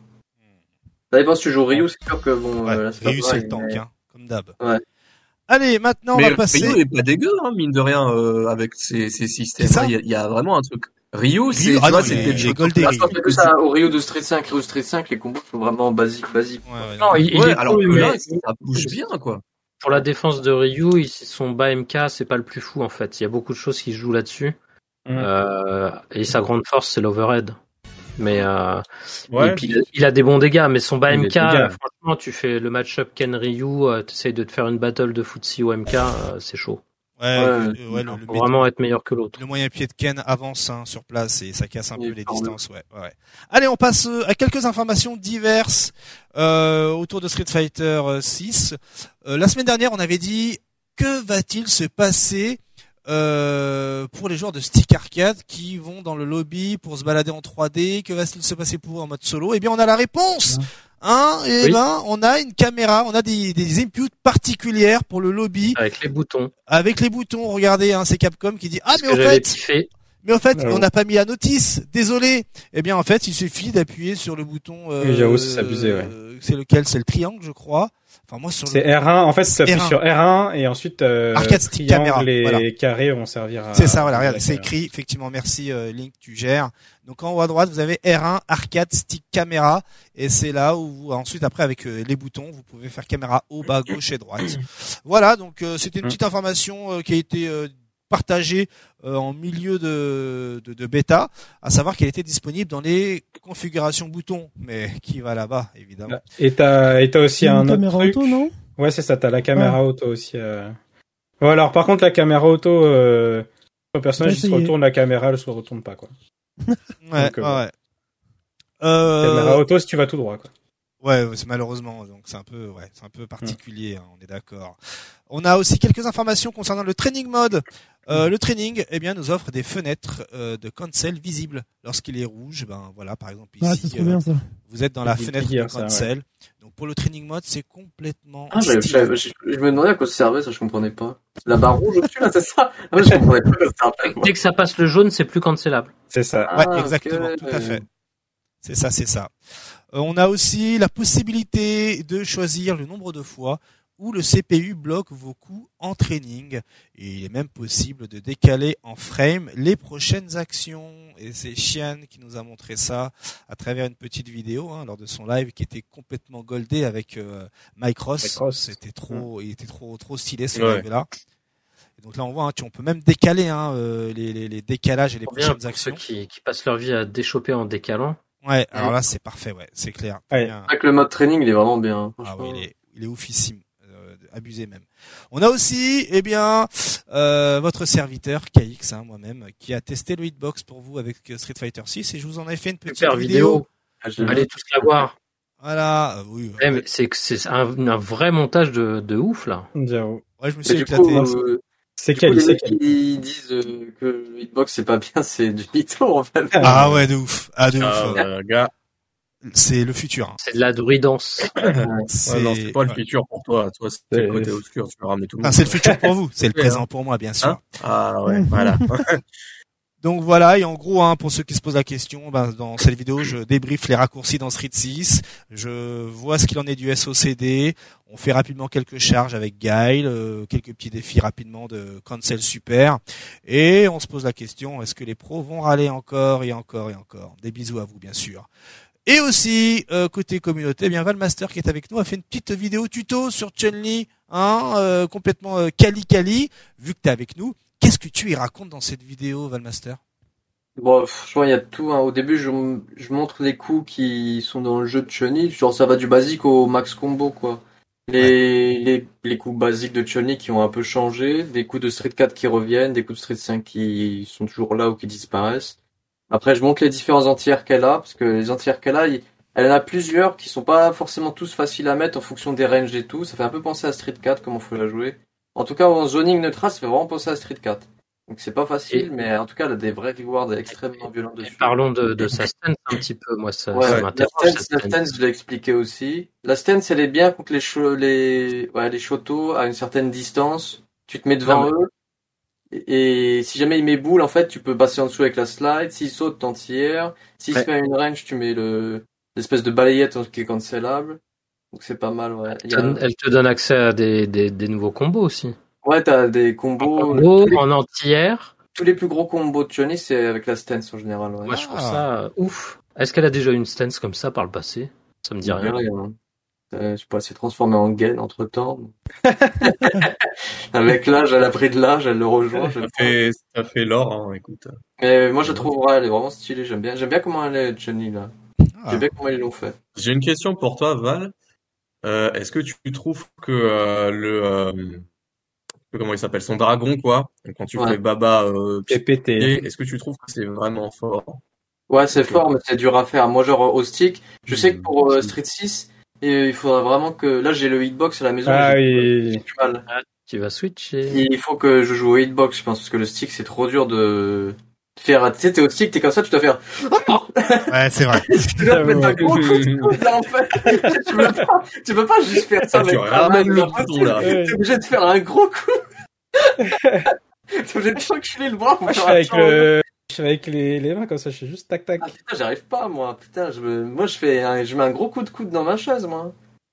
Ça dépend si tu joues Ryu, c'est sûr que bon. ouais, euh, là, c'est pas Ryu, c'est pareil, le tank, mais- hein, comme d'hab. Ouais. Allez, maintenant, on Mais va passer. Ryu est pas dégueu, hein, mine de rien, euh, avec ces, ces systèmes. C'est ça. Il y, a, il y a vraiment un truc. Ryu, c'est, Ryu, tu ah vois, non, c'était il est- il est le- goldé, Là, Ryu. je pense que ça au Ryu de Street cinq, Ryu Street cinq, les combos sont vraiment basiques, basiques. Ouais, ouais, Non, il, il Ouais, est alors cool, que là, mais ça bouge bien, quoi. pour la défense de Ryu, il- son bas M K, c'est pas le plus fou en fait. Il y a beaucoup de choses qui se jouent là-dessus. Mm. Euh, et sa grande force, c'est l'overhead. Mais euh, Ouais. et puis il a, il a des bons dégâts, mais son bas Il a M des K, dégâts. euh, franchement, tu fais le match-up Ken Ryu, euh, t'essayes de te faire une battle de footsie au M K, euh, c'est chaud. Ouais, Ouais, le, ouais, le, le, Faut vraiment être meilleur que l'autre. le moyen pied de Ken avance hein, sur place et ça casse un Il peu est les fort, distances. Ouais, ouais. Allez, on passe euh, à quelques informations diverses euh, autour de Street Fighter six. Euh, la semaine dernière, on avait dit que va-t-il se passer euh, pour les joueurs de stick arcade qui vont dans le lobby pour se balader en trois D. Que va-t-il se passer pour eux en mode solo? Eh bien, on a la réponse. Hein, et Oui. ben, on a une caméra, on a des, des inputs particulières pour le lobby Avec les boutons. avec les boutons. Regardez, hein, c'est Capcom qui dit ah Ce mais que au j'avais fait, kiffé. Mais en fait, Ah bon. on n'a pas mis la notice. Désolé. Eh bien, en fait, il suffit d'appuyer sur le bouton. Euh, Oui, j'avoue, c'est abusé, ouais. euh, C'est lequel? C'est le triangle, je crois. Enfin, moi, sur C'est le... R un. En fait, tu appuies R un. sur R un et ensuite euh, Arcade stick triangle caméra, et voilà. carré vont servir à. C'est ça, voilà, regarde, à- c'est écrit, effectivement, merci euh, Link, tu gères. Donc en haut à droite, vous avez R un, arcade, stick, caméra, et c'est là où vous, ensuite après avec euh, les boutons, vous pouvez faire caméra haut, bas, gauche et droite. Voilà, donc euh, c'était une petite information euh, qui a été euh, partagée euh, en milieu de, de, de bêta, à savoir qu'elle était disponible dans les configurations boutons, mais qui va là-bas, évidemment. Et t'as et t'as aussi Une un autre caméra truc. auto, non? Ouais, c'est ça. T'as la caméra auto aussi. Euh... Ouais, alors par contre, la caméra auto, euh... le personnage J'ai il se essayé. retourne, la caméra elle se retourne pas quoi. Ouais, Donc, euh, ouais. Euh, Caméra auto si tu vas tout droit quoi. Ouais, c'est malheureusement, donc c'est un peu, ouais, c'est un peu particulier, hein, on est d'accord. On a aussi quelques informations concernant le training mode. Euh, le training, eh bien, nous offre des fenêtres euh, de cancel visibles. Lorsqu'il est rouge, ben voilà, par exemple Ah, ici, c'est trop euh, bien ça. vous êtes dans la C'est fenêtre délire, de ça, cancel. Donc pour le training mode, c'est complètement Ah, j'avais- stylé. j'avais- je, je me demandais à quoi ça servait, ça je comprenais pas. La barre rouge au-dessus là, c'est ça? Ah, ouais, je comprenais pas à quoi ça servait. moi. Dès que ça passe le jaune, c'est plus cancelable. C'est ça. Ouais, Ah, exactement, ok. tout à fait. C'est ça, c'est ça. Euh, on a aussi la possibilité de choisir le nombre de fois où le C P U bloque vos coups en training. Et il est même possible de décaler en frame les prochaines actions. Et c'est Chian qui nous a montré ça à travers une petite vidéo hein, lors de son live qui était complètement goldé avec euh, Mike Ross. Mike Ross. C'était trop, il était trop, trop stylé ce Ouais. live-là. Et donc là, on voit, hein, tu- on peut même décaler hein, euh, les, les, les décalages et les Trop bien prochaines pour ceux actions. qui, qui passent leur vie à déchoper en décalant. Ouais, alors là, c'est parfait, ouais, c'est clair. Ouais. Bien. C'est vrai que le mode training il est vraiment bien. Ah franchement. oui, il est, il est oufissime, euh, abusé même. On a aussi, eh bien, euh, votre serviteur K X, hein, moi-même, qui a testé le hitbox pour vous avec euh, Street Fighter six et je vous en ai fait une petite Super vidéo. vidéo. Ah, j'ai- Allez tous la voir. Voilà, euh, oui. Eh, mais c'est c'est un, un vrai montage de, de ouf là. J'avoue. Ouais, je me Et suis du éclaté. coup, euh, C'est du coup, quel les c'est mecs quel qui disent euh, que le hitbox c'est pas bien, c'est du mytho en fait. Ah ouais, de ouf. Ah, de Ah, ouf. euh, gars, C'est le futur. hein. C'est de la druidance. C'est ouais, non, c'est pas le ouais. futur pour toi. Toi, c'est Ouais. le côté obscur. Tu veux ramener tout le Enfin, monde. c'est le futur pour vous, c'est le Ouais, présent pour moi, bien sûr. Hein Ah ouais, voilà. Donc voilà, et en gros, hein, pour ceux qui se posent la question, ben, dans cette vidéo, je débriefe les raccourcis dans Street six, je vois ce qu'il en est du S O C D, on fait rapidement quelques charges avec Guile, euh, quelques petits défis rapidement de Cancel Super, et on se pose la question, est-ce que les pros vont râler encore et encore et encore? Des bisous à vous, bien sûr. Et aussi, euh, côté communauté, eh bien Valmaster qui est avec nous a fait une petite vidéo tuto sur Chun-Li, hein, euh, complètement euh, Kali Kali, vu que t'es avec nous. Qu'est-ce que tu y racontes dans cette vidéo, Valmaster? Bon, franchement, il y a tout. Hein. Au début, je, je montre les coups qui sont dans le jeu de Chun-Li. Genre, ça va du basique au max combo, quoi. Les, les, les coups basiques de Chun-Li qui ont un peu changé, des coups de Street quatre qui reviennent, des coups de Street cinq qui sont toujours là ou qui disparaissent. Après, je montre les différents anti-air qu'elle a, parce que les anti-air qu'elle a, il- elle en a plusieurs qui sont pas forcément tous faciles à mettre en fonction des ranges et tout. Ça fait un peu penser à Street quatre, comment faut la jouer. En tout cas, en zoning neutral, ça fait vraiment penser à Street quatre. Donc c'est pas facile, Et- mais en tout cas, elle a des vrais rewards extrêmement violents Et dessus. parlons de, de sa stance un petit peu. Moi, ça, Ouais, ça la m'interroge. stance, sa la stance. stance, je l'ai expliqué aussi. La stance, elle est bien contre les cho- les, ouais, les shotos à une certaine distance. Tu te mets devant Non, eux. Et, et si jamais il met boule, en fait, tu peux passer en dessous avec la slide. S'il saute, t'anti-air. S'il Ouais. se met à une range, tu mets le, l'espèce de balayette qui est cancelable. Donc c'est pas mal, ouais. Il y a- Elle te- Elle te donne accès à des, des, des nouveaux combos aussi. Ouais, t'as des combos. En combo, tous, les, en anti-air. tous les plus gros combos de Chun-Li, c'est avec la stance en général, ouais. Moi, je trouve Ah. ça euh, ouf. Est-ce qu'elle a déjà eu une stance comme ça par le passé? Ça me dit rien. Rien. Euh, je sais pas, elle s'est transformée en gain entre temps. Avec l'âge, elle a pris de l'âge, elle le rejoint. je Ça crois. fait, ça fait l'or, hein, écoute. Mais moi, je trouve, ouais, elle est vraiment stylée, j'aime bien. J'aime bien comment elle est, Chun-Li, là. Ah. J'aime bien comment ils l'ont fait. J'ai une question pour toi, Val. Euh, est-ce que tu trouves que euh, le euh, comment il s'appelle son dragon quoi quand tu Ouais. fais Baba euh, P P T. est-ce que tu trouves que c'est vraiment fort? Ouais, c'est Ok. fort, mais c'est dur à faire. Moi, genre, au stick, je sais que pour euh, Hmm. Street six, et il faudra vraiment que, là, j'ai le hitbox à la maison, Ah j'ai oui. j'ai du mal. Tu vas switcher. Il faut que je joue au hitbox, je pense, parce que le stick, c'est trop dur de faire, tu sais, t'es au stick, t'es comme ça, tu dois faire, Ouais, c'est vrai. tu dois te mettre un gros coup de coude, là, en fait. tu peux pas, tu peux pas juste faire ça Tu avec ta ramènes main, le c'est bouton, impossible. là. Ouais. T'es obligé de faire un gros coup. T'es obligé de t'enculer le bras pour Moi, je faire fais un avec champ. le, Je fais avec les, les mains comme ça, je fais juste tac tac. Ah putain, j'arrive pas moi. Putain, je me... moi je fais, un... je mets un gros coup de coude dans ma chaise moi.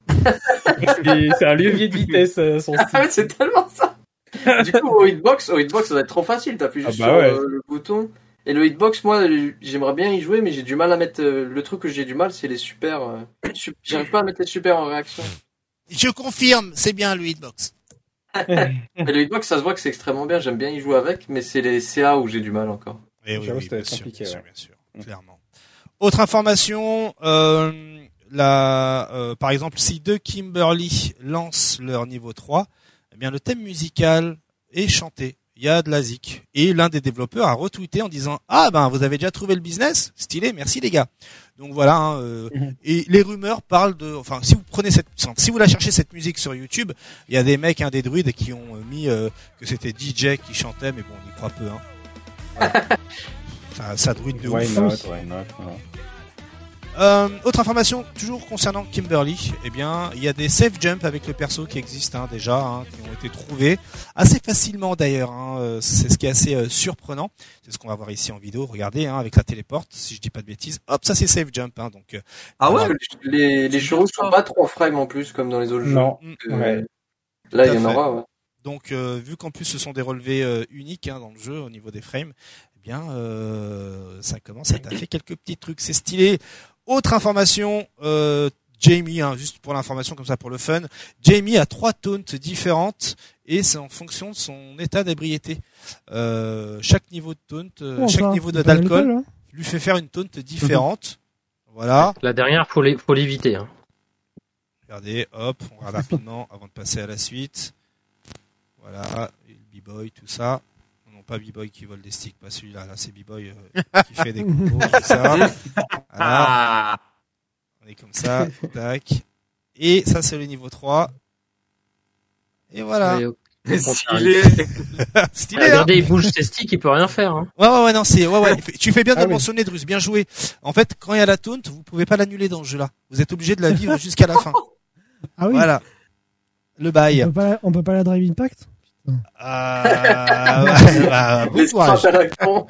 c'est, c'est un levier de vitesse euh, son Ah style. ouais, c'est tellement ça. Du coup, au hitbox, au hitbox, ça va être trop facile. T'appuies juste Ah bah sur ouais. euh, le bouton. Et le hitbox, moi, j'aimerais bien y jouer, mais j'ai du mal à mettre. Euh, le truc que j'ai du mal, c'est les super. Euh, su- J'arrive pas à mettre les super en réaction. Je confirme, c'est bien le hitbox. Mais le hitbox, ça se voit que c'est extrêmement bien. J'aime bien y jouer avec, mais c'est les C A où j'ai du mal encore. Et oui, J'avoue, oui, ça doit bien être sûr, compliqué, bien sûr, ouais. bien sûr, clairement. Autre information, euh, la, euh, par exemple, si deux Kimberly lancent leur niveau trois, eh bien le thème musical est chanté. Il y a de la zik. Et l'un des développeurs a retweeté en disant « Ah ben, vous avez déjà trouvé le business? Stylé, merci les gars. » Donc voilà, hein, euh, Mhm. et les rumeurs parlent de... Enfin, si vous prenez cette... Si vous la cherchez cette musique sur YouTube, il y a des mecs, hein, des druides qui ont mis euh, que c'était D J qui chantait, mais bon, on y croit peu. Hein. Voilà. ça, ça druide de Why ouf. not, why not, non. Euh, autre information, toujours concernant Kimberly, eh bien, il y a des safe jumps avec le perso qui existent hein, déjà, hein, qui ont été trouvés assez facilement d'ailleurs. Hein, euh, c'est ce qui est assez euh, surprenant. C'est ce qu'on va voir ici en vidéo. Regardez, hein, avec la téléporte, si je dis pas de bêtises. Hop, ça c'est safe jump. Hein, donc, euh, Ah ouais, voilà. les, les chevaux sont pas trop frames en plus, comme dans les autres jeux. Non. Mm. Ouais. Là, Tout à il y en fait. aura, ouais. Donc, euh, vu qu'en plus ce sont des relevés euh, uniques hein, dans le jeu au niveau des frames, eh bien, euh, ça commence à taffer quelques petits trucs. C'est stylé. Autre information, euh, Jamie, hein, juste pour l'information comme ça pour le fun, Jamie a trois taunts différentes et c'est en fonction de son état d'ébriété. Euh, chaque niveau de taunt, euh, Comment chaque ça niveau de- C'est pas d'alcool l'alcool, hein lui fait faire une taunt différente. Voilà. La dernière, faut les- faut l'éviter. Hein. Regardez, hop, on regarde rapidement avant de passer à la suite. Voilà, et le B-boy, tout ça. Non, pas B-boy qui vole des sticks, pas celui-là. Là, c'est B-boy euh, qui fait des combos, tout ça. Voilà, Ah, on est comme ça, tac. Et ça, c'est le niveau trois. Et voilà. Allez, hop. stylé. Stylé, hein? Regardez, il bouge ses sticks, il peut rien faire. Hein. Ouais, ouais, ouais, non, c'est, ouais, ouais. Tu fais bien de Ah le oui. mentionner, Drus. Bien joué. En fait, quand il y a la taunt, vous pouvez pas l'annuler dans ce jeu-là. Vous êtes obligé de la vivre jusqu'à la fin. Ah oui. Voilà. Le bail. On peut pas, on peut pas la Drive Impact? Ah, ouais, bah, bon Les courage. straps à la con.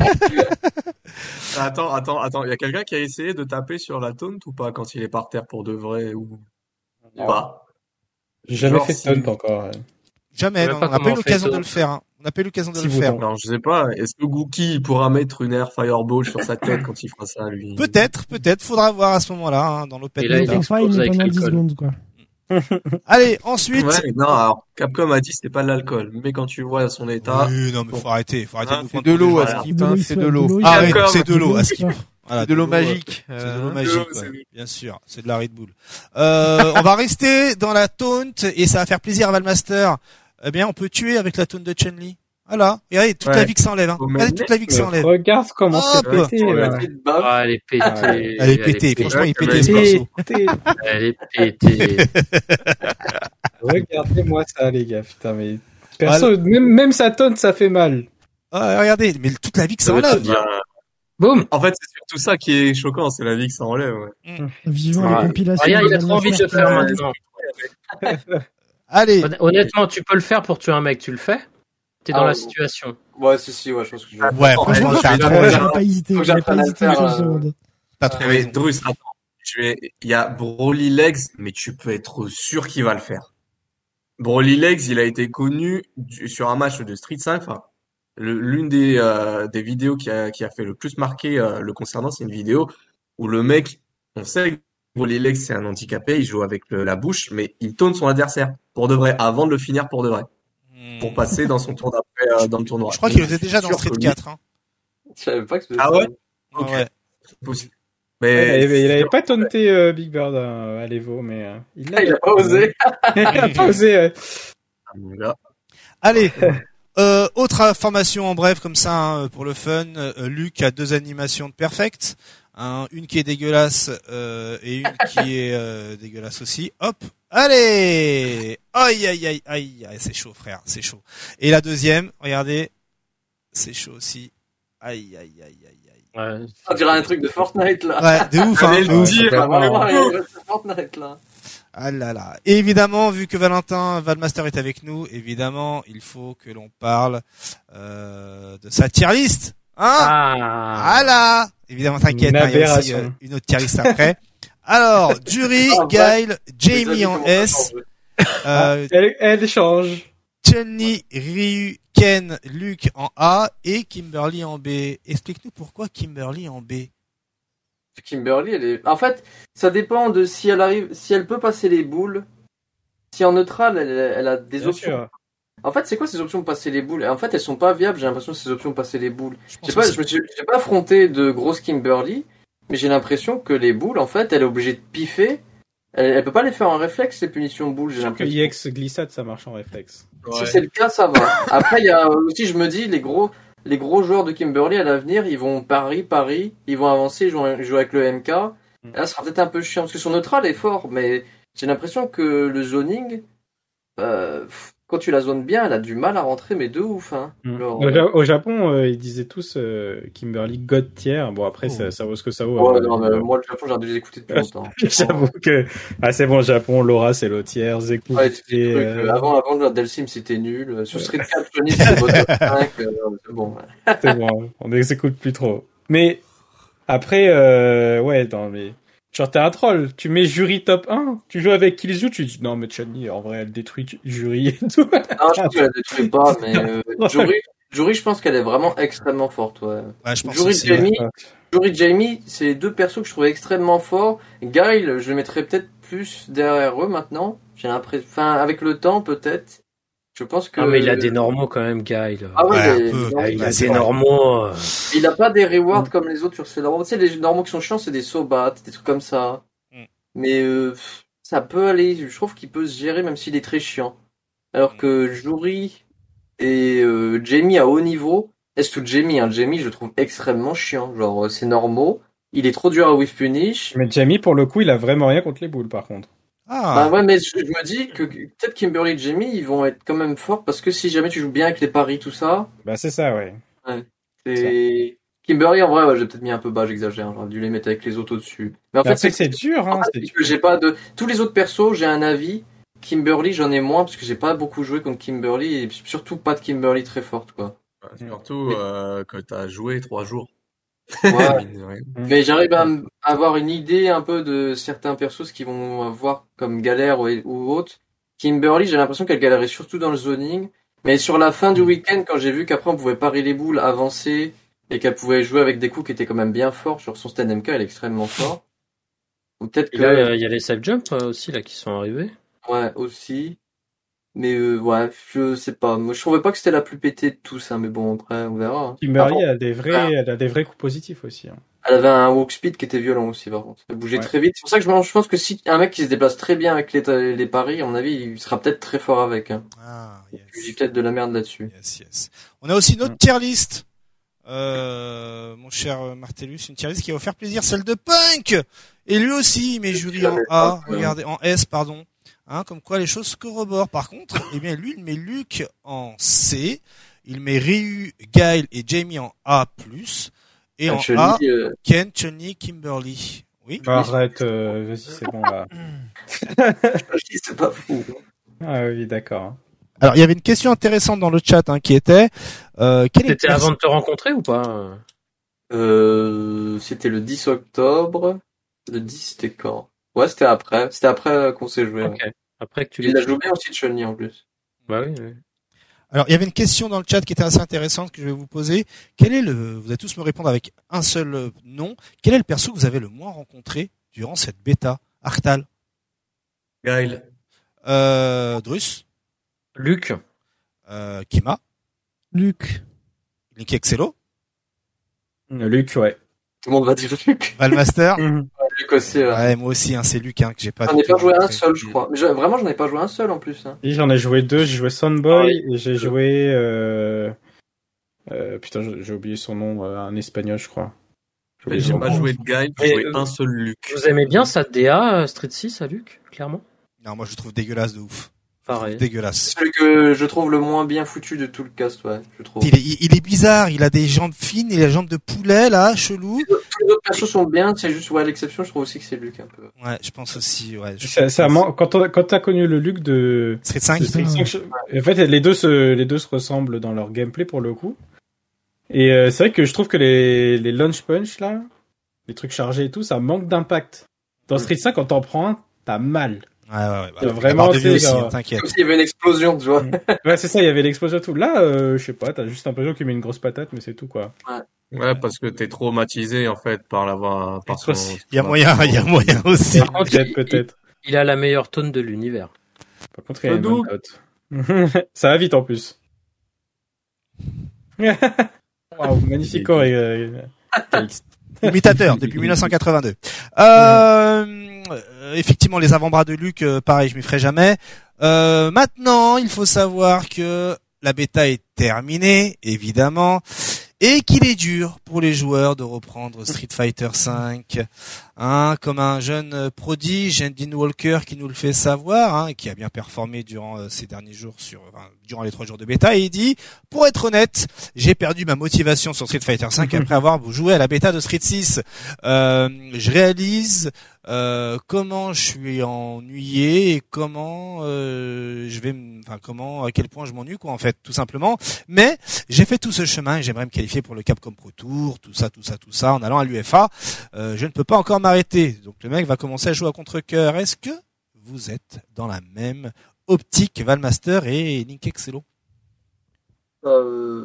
Attends, attends, attends. Il y a quelqu'un qui a essayé de taper sur la taunt ou pas quand il est par terre pour de vrai ou Non. pas? J'ai jamais Genre, fait si- de taunt encore. ouais. Jamais, Je sais non, pas on n'a pas eu comment on l'occasion fait de ça. le faire. Hein. On n'a pas eu l'occasion de Si le vous faire. tentez. Alors, je sais pas. Est-ce que Gookie il pourra mettre une Air Fireball sur sa tête quand il fera ça, lui? Peut-être, peut-être. Faudra voir à ce moment-là, hein, dans l'open Et là, il beta. est- Enfin, il explose est avec pendant dix l'alcool. secondes, quoi. Allez, ensuite. Ouais, non, alors, Capcom a dit c'était pas de l'alcool, mais quand tu vois son état, Oui, non, mais faut arrêter. Faut arrêter Hein, de nous C'est prendre de pour des l'eau à joueurs. skip, De hein, l'eau c'est de histoire, l'eau. de l'eau Arrête, D'accord. c'est de l'eau. à skip. histoire. Voilà, C'est de l'eau euh, magique. C'est de euh, l'eau de magique, l'eau, ouais. c'est- Bien sûr. C'est de la Red Bull. Euh, on va rester dans la taunt et ça va faire plaisir à Valmaster. Eh bien, on peut tuer avec la taunt de Chun-Li. Voilà. Regardez, toute Ouais. la vie que ça enlève, hein. Faut Regardez même toute la vie que ça Mais enlève. regarde comment c'est Hop. pété. On là. a petite baffe. Ah, elle est pétée. Elle est pétée. Franchement, il est pété, ce perso. Pété. Elle est pétée. Regardez-moi ça, les gars. Putain, mais perso, même, même sa taunt, ça fait mal. Ah, regardez, mais toute la vie que ça Ça veut enlève. tout dire. Boum. En fait, c'est surtout ça qui est choquant, c'est la vie que ça enlève. Ouais. Vivant Ouais. les compilations. Regarde, il a de trop envie de le Grandmaster faire Flash. maintenant. Allez. Hon- Honnêtement, tu peux le faire pour tuer un mec, tu le fais? T'es dans Ah, la ouais. situation. Ouais, si, si, ouais, je pense que je vais. Ouais, Attends, franchement, je t'as vais trop le raison. faire. J'avais pas hésité, Faut que j'avais pas j'apprenne à le hésité une faire, seule euh, seconde. T'as trop Mais raison. Drus, attends, je vais, il y a Broly Legs, mais tu peux être sûr qu'il va le faire. Broly Legs, il a été connu du- sur un match de Street cinq. Enfin, le- l'une des, euh, des vidéos qui a, qui a fait le plus marquer euh, le concernant, c'est une vidéo où le mec, on sait que Broly Legs, c'est un handicapé, il joue avec le- la bouche, mais il taunte son adversaire pour de vrai, avant de le finir pour de vrai, pour passer dans son tour d'après euh, dans le tournoi. Je crois qu'il était déjà dans Sûr Street que lui- quatre. Hein. Je savais pas que c'était Ah ça. ouais? Ouais, Ok. ouais. C'est possible. Ouais, Mais il avait, il avait pas taunté euh, Big Bird euh, à l'Evo, mais euh, il Ah, il a pas osé. il a pas osé. ouais. Là, Allez. Euh, autre information en bref comme ça hein, pour le fun. Euh, Luc a deux animations de perfect. Hein, une qui est dégueulasse euh, et une qui est euh, dégueulasse aussi. Hop. Allez. Aïe aïe aïe aïe. aïe, C'est chaud frère, c'est chaud. Et la deuxième, regardez, c'est chaud aussi. Aïe aïe aïe aïe aïe. Ouais. On dirait un truc de Fortnite, là. Ouais, de ouf, hein, Allez de le ouf. dire. Ah, vraiment, complètement. il reste Fortnite, là. Ah là là. Et évidemment, vu que Valentin Valmaster est avec nous, évidemment, il faut que l'on parle euh, de sa tier list. Hein Ah. Voilà. Évidemment, t'inquiète, Une hein, il y a aussi aberration. euh, une autre tier list après. Alors, Jury, Ah, Guile, Jamie Les amis en commencent à S, changer. euh, Elle, elle change. Chun-Li, Ryu, Ken, Luke en A et Kimberly en B. Explique-nous pourquoi Kimberly en B. Kimberly, elle est. En fait, ça dépend de si elle arrive, si elle peut passer les boules. Si en neutral, elle, elle a des Bien options. sûr. En fait, c'est quoi ces options de passer les boules? En fait, elles sont pas viables. J'ai l'impression ces options de passer les boules. Je Je pense sais pas, que je me suis, j'ai pas affronté de grosses Kimberly, mais j'ai l'impression que les boules, en fait, elle est obligée de piffer. Elle, elle peut pas les faire en réflexe, ces punitions de boules, j'ai Sûr que l'impression. I X glissade, ça marche en réflexe. Si c'est le cas, ça va. Après, il y a aussi, je me dis, les gros, les gros joueurs de Kimberly à l'avenir, ils vont pari, pari, ils vont avancer, ils vont jouer avec le M K. Et là, ça sera peut-être un peu chiant, parce que son neutral est fort, mais j'ai l'impression que le zoning, euh, quand tu la zones bien, elle a du mal à rentrer, mais de ouf, hein. Genre, Au, Ja- au Japon, euh, ils disaient tous euh, Kimberly God tier. Bon, après, Oh. ça, ça vaut ce que ça vaut. ouais, hein. non, mais moi, le Japon, j'ai dû les écouter depuis longtemps. J'avoue que ah c'est bon, Japon, Laura c'est l'autre tiers, Zeku Ouais, c'est c'est des trucs, euh, euh, avant, avant, le Delsim, c'était nul. Sur Street quatre, Sony, c'était bottom cinq, euh, c'est bon. Ouais. c'est bon, on les écoute plus trop. Mais après, euh, ouais, dans les genre t'es un troll, tu mets jury top un, tu joues avec Killzoo, tu dis non mais Chun-Li en vrai elle détruit jury et tout. Non, je pense qu'elle la détruit pas, mais euh, Jury, Jury, je pense qu'elle est vraiment extrêmement forte, ouais. Ouais, je pense Jury aussi, Jamie, ouais. Jury Jamie, c'est les deux persos que je trouvais extrêmement forts. Guile, je le mettrais peut-être plus derrière eux maintenant. J'ai l'impression, enfin, avec le temps, peut-être. Je pense que. Ah, mais il a des normaux quand même, Guile. Ah ouais, Ouais, il, un peu. non, Ah, il a c'est des vrai. normaux. euh. il a pas des rewards comme les autres sur ses normaux. Tu sais, les normaux qui sont chiants, c'est des Sobat, des trucs comme ça. Mm. Mais euh, ça peut aller. Je trouve qu'il peut se gérer même s'il est très chiant. Alors que Jury et euh, Jamie à haut niveau, est-ce que Jamie, hein, Jamie, je le trouve extrêmement chiant. Genre, euh, c'est normaux. Il est trop dur à whiff punish. Mais Jamie pour le coup, il a vraiment rien contre les boules par contre. Ah, Bah ouais, mais je, je me dis que peut-être Kimberly et Jamie, ils vont être quand même forts parce que si jamais tu joues bien avec les paris, tout ça, Bah c'est ça, ouais. c'est... Kimberly, en vrai, ouais, j'ai peut-être mis un peu bas, j'exagère. J'aurais dû les mettre avec les autres au-dessus. Mais en Mais fait, après, c'est c'est dur, hein. en fait, c'est c'est dur. que j'ai pas de... Tous les autres persos, j'ai un avis. Kimberly, j'en ai moins parce que j'ai pas beaucoup joué contre Kimberly et surtout pas de Kimberly très forte, quoi. Ouais, surtout euh, que t'as joué trois jours. Ouais. Mine de rien. Mais j'arrive à m- avoir une idée un peu de certains persos ce qu'ils vont avoir comme galère ou, ou autre. Kimberly, j'ai l'impression qu'elle galérait surtout dans le zoning. Mais sur la fin du week-end, quand j'ai vu qu'après on pouvait parier les boules, avancer, et qu'elle pouvait jouer avec des coups qui étaient quand même bien forts, sur son stand M K, elle est extrêmement fort. Ou peut-être Et que... là, euh, il y a les safe jump euh, aussi là qui sont arrivés. Ouais, aussi. Mais euh, ouais, je sais pas. Moi, je trouvais pas que c'était la plus pétée de tous, hein, mais bon, après, on verra. hein. Kimberly Par elle a des vrais, elle a des vrais coups positifs aussi. Hein. Elle avait un walk speed qui était violent aussi, par contre. Elle bougeait Ouais. très vite. C'est pour ça que je, me- je pense que si un mec qui se déplace très bien avec les, les paris, à mon avis, il sera peut-être très fort avec. Hein. ah, Je yes. dis peut-être de la merde là-dessus. Yes, yes. On a aussi Mm. notre tier list. Euh, mon cher euh, Martellus, une tier list qui va vous faire plaisir, celle de Punk. Et lui aussi, il met jury en A, regardez, en S, pardon. Hein, comme quoi les choses se corroborent. Par contre, eh bien, lui, il met Luke en C. Il met Ryu, Guile et Jamie en A+. Et en Je A, lis, euh, Ken, Chun-Li, Kimberly. Oui. Bah, arrête, euh, vas-y, c'est bon là. c'est pas fou. Ah oui, d'accord. Alors, il y avait une question intéressante dans le chat hein, qui était euh, quel est le C'était perso- avant de te rencontrer ou pas? Euh, c'était le dix octobre. Le dix, c'était quand? Ouais, c'était après. C'était après qu'on s'est joué. Ok. Ouais. Après que tu Il l'aies a joué bien aussi de Chun-Li en plus. Bah oui, oui. Alors, il y avait une question dans le chat qui était assez intéressante que je vais vous poser. Quel est le, vous allez tous me répondre avec un seul euh, nom. Quel est le perso que vous avez le moins rencontré durant cette bêta? Arctal, Guile. euh, Drus, Luc. euh, Kima, Luc. Link Excello, Luc, ouais. Tout le monde va dire Luc. Valmaster. Luc aussi. Ouais. Ouais, moi aussi, hein, c'est Luc hein, que j'ai pas. J'en du ai pas tout joué un rencontré. seul, je crois. Mais je- vraiment, j'en ai pas joué un seul en plus. Hein. Et j'en ai joué deux, j'ai joué Soundboy Ah oui. et j'ai joué euh... Euh, putain, j'ai j'ai oublié son nom, euh, un espagnol, je crois. J'ai oublié J'ai son pas nom. joué de Guile, j'ai Et, joué euh, un seul Luc. Vous aimez bien sa D A euh, Street six à Luc, clairement? Non, moi je le trouve dégueulasse de ouf. Pareil. Dégueulasse. Celui que je trouve le moins bien foutu de tout le cast, ouais, je trouve. Il est, il- il est bizarre, il a des jambes fines, il a des jambes de poulet là, chelou. Tous les autres persos sont bien, c'est juste, ouais, l'exception, je trouve aussi que c'est Luc un peu. Ouais, je pense aussi. Ouais, je Ça, ça pense- man- quand on- quand t'as connu le Luc de, Street cinq. de Street cinq, je- en fait, les deux se, les deux se ressemblent dans leur gameplay pour le coup. Et euh, c'est vrai que je trouve que les, les launch punch, là, les trucs chargés et tout, ça manque d'impact. Dans Street cinq, quand t'en prends un, t'as mal. Ouais, ouais, ouais. Bah, vraiment, de vue aussi, genre... hein, t'inquiète. Comme s'il y avait une explosion, tu vois. Ouais, c'est ça, il y avait l'explosion et tout. Là, euh, je sais pas, t'as juste l'impression qu'il met une grosse patate, mais c'est tout, quoi. Ouais, parce que t'es traumatisé, en fait, par l'avoir, par son... Il y a moyen, il y a moyen aussi. Par contre, Peut-être, il, peut-être. il a la meilleure tone de l'univers. Par contre, il y a une Doudou. bonne note. Ça va vite, en plus. Waouh, magnifique corps, euh, Imitateur depuis mille neuf cent quatre-vingt-deux. Euh, euh, effectivement, les avant-bras de Luke, euh, pareil, je m'y ferai jamais. Euh, maintenant, il faut savoir que la bêta est terminée, évidemment, et qu'il est dur pour les joueurs de reprendre Street Fighter cinq, hein, comme un jeune prodige, Dean Walker, qui nous le fait savoir, hein, et qui a bien performé durant euh, ces derniers jours sur, enfin, durant les trois jours de bêta, et il dit, pour être honnête, j'ai perdu ma motivation sur Street Fighter cinq après avoir joué à la bêta de Street six. Euh, je réalise euh, comment je suis ennuyé et comment euh, je vais, m- enfin comment, à quel point je m'ennuie, quoi, en fait, tout simplement. Mais j'ai fait tout ce chemin et j'aimerais me qualifier pour le Capcom Pro Tour, tout ça, tout ça, tout ça, en allant à l'U F A. Euh, je ne peux pas encore m'arrêter. Donc le mec va commencer à jouer à contre-cœur. Est-ce que vous êtes dans la même optique, Valmaster et Link Excello? Euh...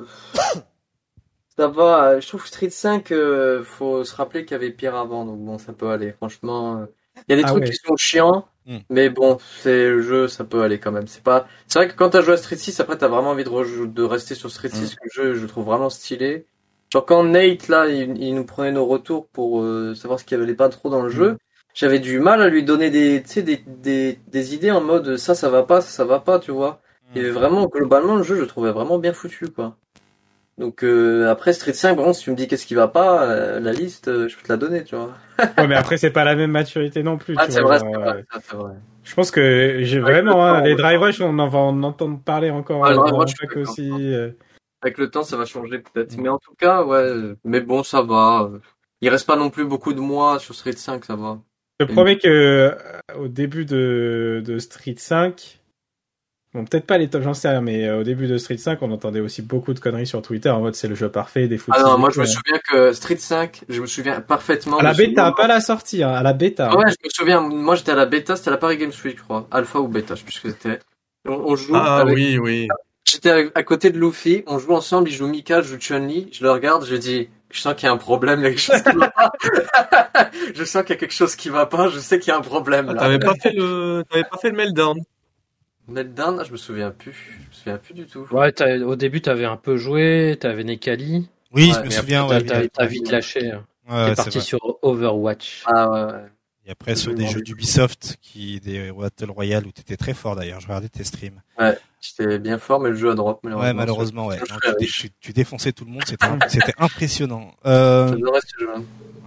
Ça va, je trouve que Street cinq, euh, faut se rappeler qu'il y avait pire avant, donc bon, ça peut aller, franchement. euh. Il y a des Ah trucs ouais. qui sont chiants, Hmm. mais bon, c'est le jeu, ça peut aller quand même. C'est pas, c'est vrai que quand t'as joué à Street six, après t'as vraiment envie de, rejou- de rester sur Street six, que le jeu, je le trouve vraiment stylé. Genre quand Nate, là, il, il nous prenait nos retours pour euh, savoir ce qu'il y avait pas trop dans le jeu, j'avais du mal à lui donner des, tu sais, des, des, des idées en mode ça, ça va pas, ça, ça va pas, tu vois. Et vraiment, globalement, le jeu, je le trouvais vraiment bien foutu, quoi. Donc euh, après Street cinq, bon, si tu me dis qu'est-ce qui va pas, euh, la liste, euh, je peux te la donner, tu vois. Ouais, mais après, c'est pas la même maturité non plus. Ah, tu c'est vois, vrai, genre, c'est euh, vrai, ça, c'est vrai. Je pense que j'ai Avec vraiment, le hein, temps, les ouais. Drive Rush, on en va en entendre parler encore. Ouais, le euh, Drive dans Rush, chaque je suis aussi. d'accord. euh. Avec le temps, ça va changer peut-être. Mais en tout cas, ouais. Mais bon, ça va. Il reste pas non plus beaucoup de mois sur Street cinq, ça va. Je te promets que euh, au début de, de Street cinq, bon, peut-être pas les tops, j'en sais rien, mais euh, au début de Street cinq, on entendait aussi beaucoup de conneries sur Twitter en mode c'est le jeu parfait, des footies. Ah non, moi je me ouais. souviens que Street cinq, je me souviens parfaitement. À la de ce bêta, moment. pas à la sortie, hein, à la bêta. Ah ouais, je me souviens. Moi j'étais à la bêta, c'était à la Paris Games Week, je crois. Alpha ou bêta, je sais plus ce que c'était. On, on joue. Ah avec... oui, oui. J'étais à, à côté de Luffy, on joue ensemble, il joue Mika, je joue Chun-Li, je le regarde, je dis, je sens qu'il y a un problème, il y a quelque chose qui va pas. Je sens qu'il y a quelque chose qui va pas, je sais qu'il y a un problème Ah, là. t'avais pas fait le, t'avais pas fait le meltdown. Meltdown, ah, je me souviens plus. Je me souviens plus du tout. Ouais, t'as- au début, t'avais un peu joué, t'avais Nekali. Oui, Ouais, je me mais souviens, après, ouais. t'as, oui. t'as, t'as vite lâché. hein. Ouais, T'es c'est parti vrai. sur Overwatch. Ah ouais, ouais. Et après, sur des jeux d'Ubisoft, qui, des Battle Royale, où t'étais très fort d'ailleurs. Je regardais tes streams. Ouais, j'étais bien fort, mais le jeu a drop, malheureusement. Ouais, malheureusement, ouais. C'est Non, très tu, dé- riche. tu, tu défonçais tout le monde, c'était, imp- c'était impressionnant. Euh, J'adorais ce jeu.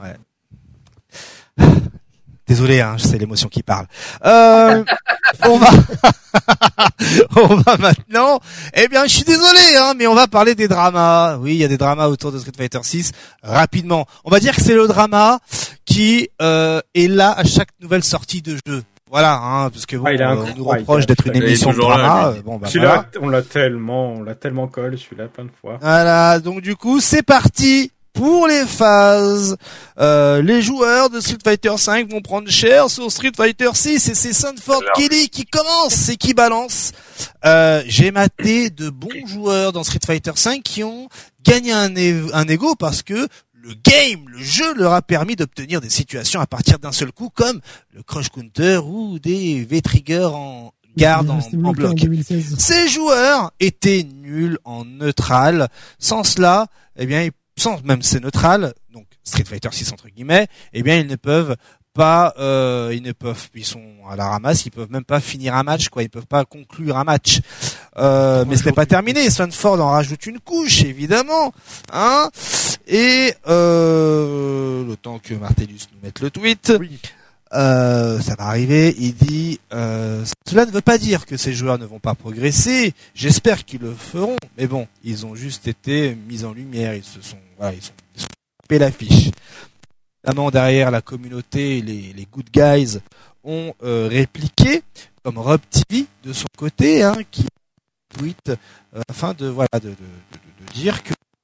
désolé, hein, c'est l'émotion qui parle. Euh, on va, on va maintenant, eh bien, je suis désolé, hein, mais on va parler des dramas. Oui, il y a des dramas autour de Street Fighter six. Rapidement. On va dire que c'est le drama qui, euh, est là à chaque nouvelle sortie de jeu. Voilà, hein, parce que bon, Ah, il est euh, on incroyable. nous reproche d'être une Il est émission de toujours là, drama. lui. Euh, Bon, bah, Celui-là, voilà. on l'a tellement, on l'a tellement collé, celui-là, plein de fois. Voilà, donc du coup, c'est parti pour les phases. Euh, les joueurs de Street Fighter cinq vont prendre cher sur Street Fighter six et c'est Sanford Kelly qui commence et qui balance. Euh, j'ai maté de bons joueurs dans Street Fighter cinq qui ont gagné un, é- un ego parce que le game, le jeu leur a permis d'obtenir des situations à partir d'un seul coup comme le Crush Counter ou des V-Trigger en garde en, C'était en bloqué en bloc. deux mille seize. Ces joueurs étaient nuls en neutral. Sans cela, eh bien, ils- sans même ces neutrales, donc Street Fighter six entre guillemets, eh bien, ils ne peuvent pas, euh, ils ne peuvent, ils sont à la ramasse, ils peuvent même pas finir un match, quoi. Ils peuvent pas conclure un match. Euh, mais ce n'est pas terminé. Swanford en rajoute une couche, évidemment, hein. Et euh, le temps que Martellus nous mette le tweet. Euh, ça va arriver, il dit euh, cela ne veut pas dire que ces joueurs ne vont pas progresser, j'espère qu'ils le feront, mais bon, ils ont juste été mis en lumière, ils se sont voilà, ils sont, ils sont tapés l'affiche. Notamment derrière la communauté, les, les good guys ont euh, répliqué, comme Rob T V de son côté, hein, qui tweet euh, afin de voilà de, de, de, de dire que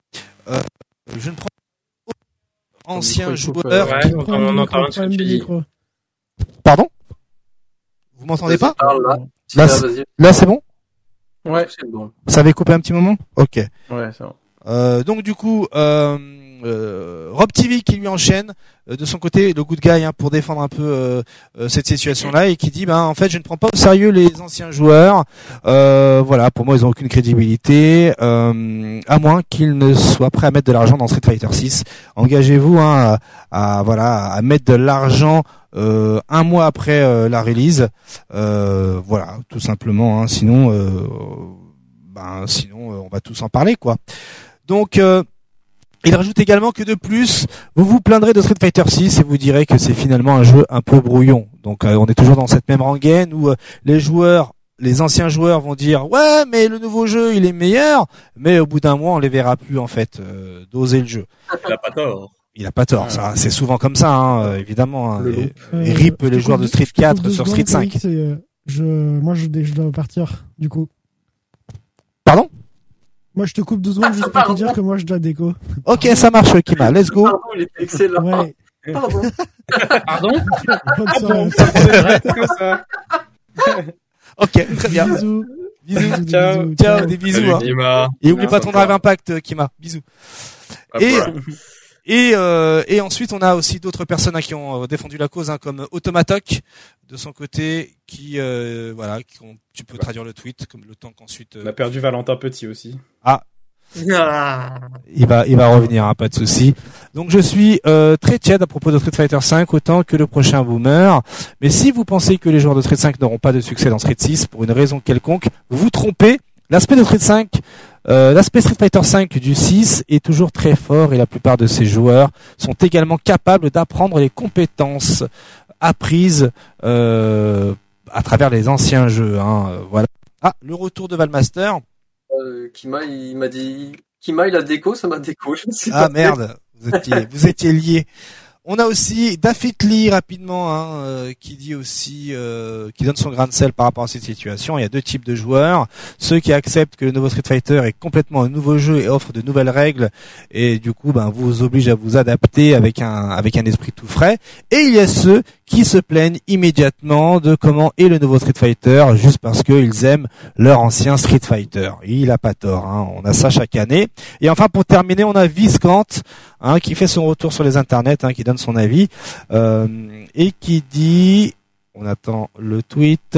euh, je ne prends pas ancien micro, il coupe, joueur. Ouais, on, on entend rien de ce que tu dis. Pardon? Vous m'entendez pas? Parle, là. Si, Là, là, c'est- vas-y. Là, c'est bon? Ouais. C'est bon. Ça avait coupé un petit moment? Ok. Ouais, c'est bon. Euh, donc du coup, euh, euh, Rob T V qui lui enchaîne euh, de son côté le good guy hein, pour défendre un peu euh, euh, cette situation-là et qui dit ben en fait je ne prends pas au sérieux les anciens joueurs. Euh, voilà, pour moi ils ont aucune crédibilité euh, à moins qu'ils ne soient prêts à mettre de l'argent dans Street Fighter six. Engagez-vous hein, à, à voilà à mettre de l'argent euh, un mois après euh, la release. Euh, voilà, tout simplement. Hein, sinon, euh, ben sinon euh, on va tous en parler quoi. Donc, euh, il rajoute également que de plus, vous vous plaindrez de Street Fighter six et vous direz que c'est finalement un jeu un peu brouillon. Donc, euh, on est toujours dans cette même rengaine où euh, les joueurs, les anciens joueurs vont dire ouais, mais le nouveau jeu il est meilleur, mais au bout d'un mois on les verra plus en fait euh, doser le jeu. Il a pas tort. Il a pas tort, ça, c'est souvent comme ça, hein, euh, évidemment. Hein, et, Euh, et rip je te les joueurs coupe de deux- Street je te coupe quatre deux sur secondes, Street cinq. Loïc, c'est, euh, je, moi, je, je dois partir, du coup. Pardon? Moi, je te coupe deux secondes juste pour te dire que moi, je dois déco. Ok, ça marche, Kima. Let's go. Pardon, il était excellent. Ouais. Pardon. Pardon? Bonne soirée. C'est comme ça. Ok, très bien. Bisous. Bisous. Bisous, Ciao. bisous, Ciao, des bisous. Salut, Hein. Kima. Et oublie Non, pas ça ton va. Drive Impact, euh, Kima. Bisous. Hop Et, là. et, euh, et ensuite, on a aussi d'autres personnes hein, qui ont euh, défendu la cause, hein, comme Automatoc, de son côté, qui, euh, voilà, qui ont, tu peux traduire le tweet, comme le temps qu'ensuite, On a euh, perdu Valentin Petit aussi. Ah. il va, il va revenir, hein, pas de souci. Donc, je suis euh, très tiède à propos de Street Fighter cinq, autant que le prochain boomer. Mais si vous pensez que les joueurs de Street cinq n'auront pas de succès dans Street six pour une raison quelconque, vous vous trompez. L'aspect de Street cinq, euh, l'aspect Street Fighter cinq du six est toujours très fort et la plupart de ces joueurs sont également capables d'apprendre les compétences apprises euh, à travers les anciens jeux. Hein, euh, voilà. Ah, le retour de Valmaster. Euh, Kima, il m'a dit, Kima, il a déco, ça m'a déco. Je me suis Ah pas merde, vous étiez, vous étiez liés. On a aussi Daffitli rapidement hein, euh, qui dit aussi euh, qui donne son grain de sel par rapport à cette situation. Il y a deux types de joueurs, ceux qui acceptent que le nouveau Street Fighter est complètement un nouveau jeu et offre de nouvelles règles et du coup ben vous oblige à vous adapter avec un avec un esprit tout frais, et il y a ceux qui se plaignent immédiatement de comment est le nouveau Street Fighter juste parce qu'ils aiment leur ancien Street Fighter. Et il a pas tort, hein, on a ça chaque année. Et enfin pour terminer, on a Viscant hein, qui fait son retour sur les internets, hein, qui donne son avis euh, et qui dit, on attend le tweet,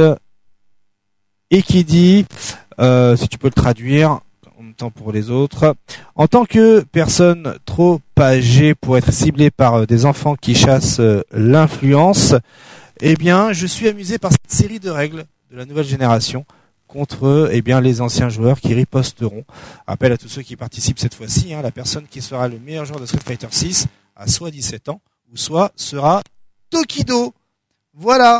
et qui dit, euh, si tu peux le traduire en même temps pour les autres, en tant que personne trop âgée pour être ciblée par euh, des enfants qui chassent euh, l'influence, eh bien je suis amusé par cette série de règles de la nouvelle génération contre eh bien les anciens joueurs qui riposteront. Appel à tous ceux qui participent cette fois-ci, hein, la personne qui sera le meilleur joueur de Street Fighter six a soit dix-sept ans ou soit sera Tokido. Voilà.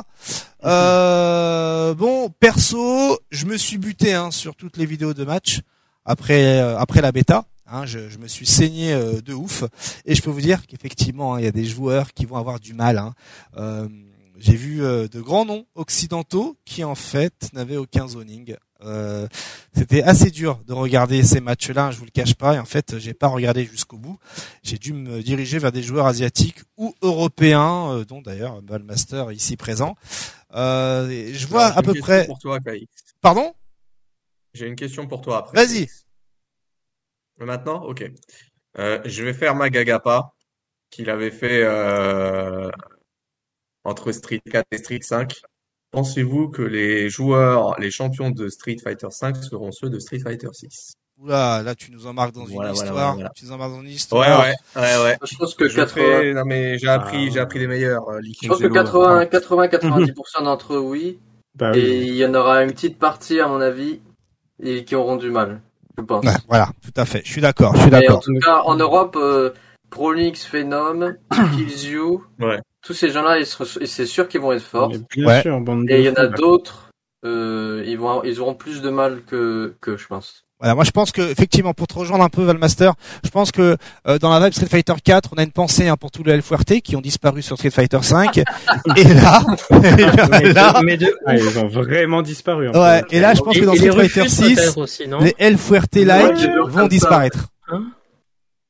Euh, bon, perso, je me suis buté hein, sur toutes les vidéos de match après euh, après la bêta. Hein, je, je me suis saigné euh, de ouf et je peux vous dire qu'effectivement, hein, il y a des joueurs qui vont avoir du mal. Hein. Euh, j'ai vu euh, de grands noms occidentaux qui en fait n'avaient aucun zoning. Euh, c'était assez dur de regarder ces matchs-là, je vous le cache pas. Et en fait, j'ai pas regardé jusqu'au bout. J'ai dû me diriger vers des joueurs asiatiques ou européens, euh, dont d'ailleurs Ballmaster ici présent. Euh, et je vois Alors, à j'ai peu une près. question pour toi, K X. Pardon? J'ai une question pour toi après. Vas-y. Maintenant, ok. Euh, je vais faire ma gagapa qu'il avait fait euh, entre Street quatre et Street cinq. Pensez-vous que les joueurs, les champions de Street Fighter cinq seront ceux de Street Fighter six? Oula, là tu nous embarques dans Voilà, une voilà, histoire. voilà, voilà. Tu nous embarques dans une Ouais, histoire. ouais, ouais, ouais. Je pense que Je quatre-vingts, fais- non mais j'ai appris, Ah. j'ai appris les meilleurs. euh, Lee je pense que King Zero, quatre-vingts, euh, quatre-vingts, quatre-vingt-dix pour cent d'entre eux, oui. Bah Et oui. il y en aura une petite partie, à mon avis, et qui auront du mal, je pense. Ouais, voilà, tout à fait. Je suis d'accord. Je suis Mais en d'accord. tout cas, en Europe, euh, Prolix, Phenom, Killzoo, Ouais. tous ces gens-là, ils seront- et c'est sûr qu'ils vont être forts. Mais bien Ouais. sûr, bande de Et il y en a fous. d'autres, euh, ils vont, ils auront plus de mal que, que je pense. Voilà, moi je pense que effectivement pour te rejoindre un peu Valmaster, je pense que euh, dans la vibe Street Fighter quatre, on a une pensée hein, pour tous les L F T qui ont disparu sur Street Fighter cinq. Et là, et là, Mais de Ah, ils ont vraiment disparu. hein. ouais, et là je pense et, que dans et les Street Fighter refus six, peut-être aussi, non? les L F T like Ouais, vont disparaître. Hein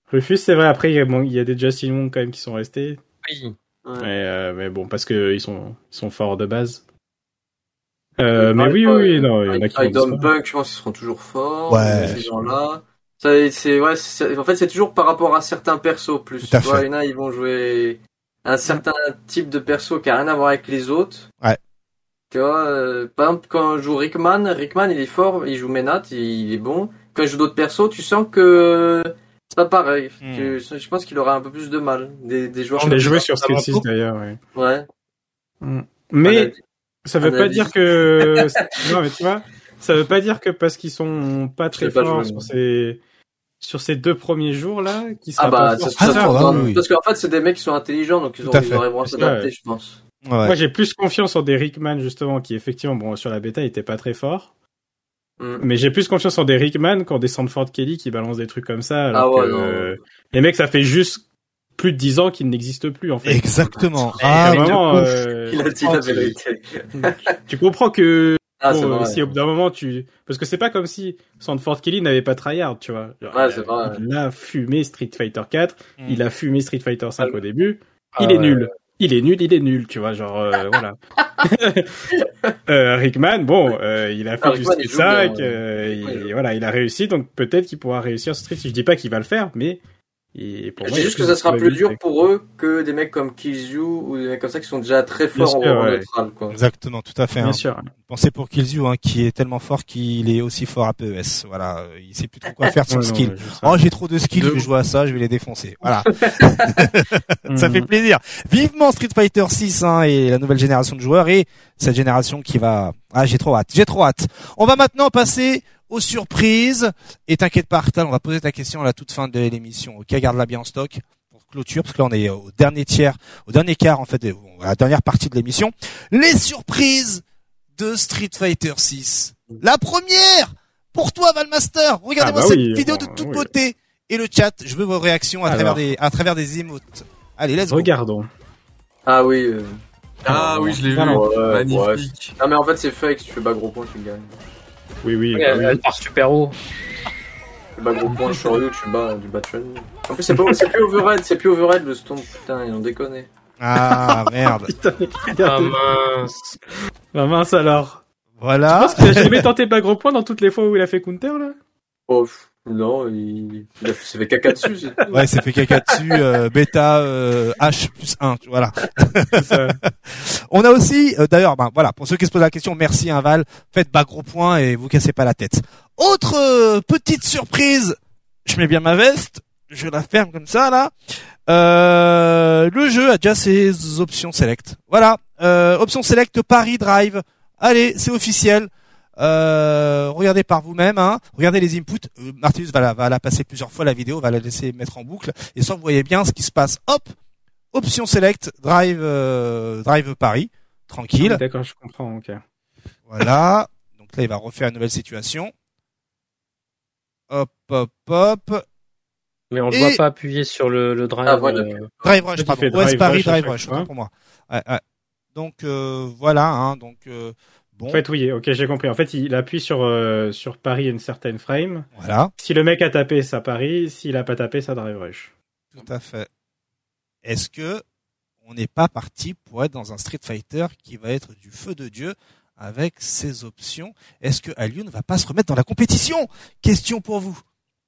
Rufus, c'est vrai. Après, il y a, bon, il y a des Justin Wong quand même qui sont restés. Oui. Ouais. Mais, euh, mais bon, parce que ils sont, ils sont forts de base. Euh, mais pareil, oui, ouais, oui, non, il y en a qui vont Idom disparaître. Punk, je pense qu'ils seront toujours forts. Ouais. Ces gens-là. Ça, c'est, ouais, c'est, en fait, c'est toujours par rapport à certains persos plus. Tout à Tu vois, fait. il y en a, ils vont jouer un certain type de perso qui a rien à voir avec les autres. Ouais. Tu vois, euh, par exemple, quand je joue Rickman, Rickman, il est fort, il joue Menat, il, il est bon. Quand je joue d'autres persos, tu sens que c'est pas pareil. Hmm. Que, je pense qu'il aura un peu plus de mal. Des, des joueurs. On a comme joué ça, sur Street avant six tout. d'ailleurs, ouais. Ouais. Mais ça veut un pas avis. dire que non, mais tu vois, ça veut pas dire que parce qu'ils sont pas très l'ai pas forts joué, sur moi. ces sur ces deux premiers jours là, qui Ah sera bah, pas ça, fort. Ah ça, non, ça, bah dans- oui, oui. parce qu'en fait, c'est des mecs qui sont intelligents, donc ils, Tout auront, à ils fait. arriveront à C'est ça, s'adapter, ouais. je pense. Ouais. Moi, j'ai plus confiance en des Rickman justement qui effectivement bon sur la bêta il était pas très fort. Mm. Mais j'ai plus confiance en des Rickman qu'en des Sanford Kelly qui balancent des trucs comme ça alors Ah ouais, que non. euh, les mecs ça fait juste plus de dix ans qu'ils n'existent plus en fait. Exactement. Et Ah, vraiment, de ouf. euh, Il a dit la vérité. tu comprends que Ah, bon, c'est euh, vrai. si au bout d'un moment tu parce que c'est pas comme si Sanford Kelly n'avait pas tryhard, tu vois. Genre, Ouais, il, c'est a, vrai. il a fumé Street Fighter quatre, Mm. il a fumé Street Fighter cinq Ah, au début, Ah, il est ouais. nul. Il est nul, il est nul, tu vois, genre euh, voilà. euh, Rickman, bon, euh, il a fait Ah, du Rickman, Street il joue cinq, bien, euh, ouais. il- voilà, il a réussi, donc peut-être qu'il pourra réussir sur Street. Je dis pas qu'il va le faire, mais et pour Je moi, dis il y a juste que plus ça de sera plus probabilité. dur pour eux que des mecs comme Killzoo ou des mecs comme ça qui sont déjà très Bien forts sûr, en, en ouais. neutral, quoi. Exactement, tout à fait. Bien Hein. sûr. Pensez pour Killzoo, hein, qui est tellement fort qu'il est aussi fort à P E S. Voilà, euh, il sait plus trop quoi faire de son Ouais, non, skill. je sais. Oh, j'ai trop de skills, De je vais jouer à ça, je vais les défoncer. Voilà, ça Mhm. fait plaisir. Vivement Street Fighter six hein, et la nouvelle génération de joueurs et cette génération qui va... Ah, j'ai trop hâte, j'ai trop hâte. On va maintenant passer aux surprises. Et t'inquiète pas, Artal, on va poser ta question à la toute fin de l'émission. Ok, garde-la bien en stock pour clôture, parce que là on est au dernier tiers, au dernier quart en fait, de- à la dernière partie de l'émission. Les surprises de Street Fighter six. La première pour toi, Valmaster. Regardez-moi Ah bah cette oui, vidéo bon, de toute oui. beauté et le chat. Je veux vos réactions à travers Alors. des à travers des émotes. Allez, let's go. Regardons. Ah oui. euh. Ah oui, je l'ai vu. Alors, ouais, Magnifique. Non, mais en fait, c'est fake. Si tu fais pas gros point, tu gagnes. Oui, oui, Oui, bah elle, oui. elle part super haut. Tu fais pas gros point sur Ryu, tu bats du bas de Chun. En plus, c'est pas, c'est plus overhead, c'est plus overhead le stomp. Putain, ils ont déconné. Ah merde. Putain, Ah regarde. mince. Bah mince alors. Voilà. Parce qu'il a jamais tenté pas gros point dans toutes les fois où il a fait counter là. Oh, pff, non, il, il a fait, s'est fait caca dessus. C'est tout. Ouais, c'est fait caca dessus. Euh, bêta euh, H plus un. Voilà. C'est ça. On a aussi, euh, d'ailleurs, ben voilà, pour ceux qui se posent la question, merci hein, Val. Faites bas gros point et vous cassez pas la tête. Autre euh, petite surprise. Je mets bien ma veste. Je la ferme comme ça là. Euh, le jeu a déjà ses options select. Voilà. Euh, option select Paris Drive. Allez, c'est officiel. Euh, regardez par vous-même. Hein. Regardez les inputs. Euh, Martinus va la, va la passer plusieurs fois la vidéo, va la laisser mettre en boucle. Et ça, vous voyez bien ce qui se passe. Hop, option select Drive euh, Drive Paris. Tranquille. Ah, d'accord, je comprends. Ok. Voilà. Donc là, il va refaire une nouvelle situation. Hop, hop, hop. Mais on ne Et- voit pas appuyer sur le, le drive. Ah, voilà. euh, Drive Rush, Il pardon. fait O S Drive Paris, Rush à Drive chaque Rush, fois. autant pour moi. Ouais, ouais. Donc euh, voilà, hein, donc euh, bon, En fait, oui, ok, j'ai compris. En fait, il appuie sur euh, sur Paris une certaine frame. voilà, Si le mec a tapé, ça Paris. S'il a pas tapé, ça drive rush. tout à fait. Est-ce que on n'est pas parti pour être dans un Street Fighter qui va être du feu de Dieu avec ses options? Est-ce que Alliu ne va pas se remettre dans la compétition? Question pour vous.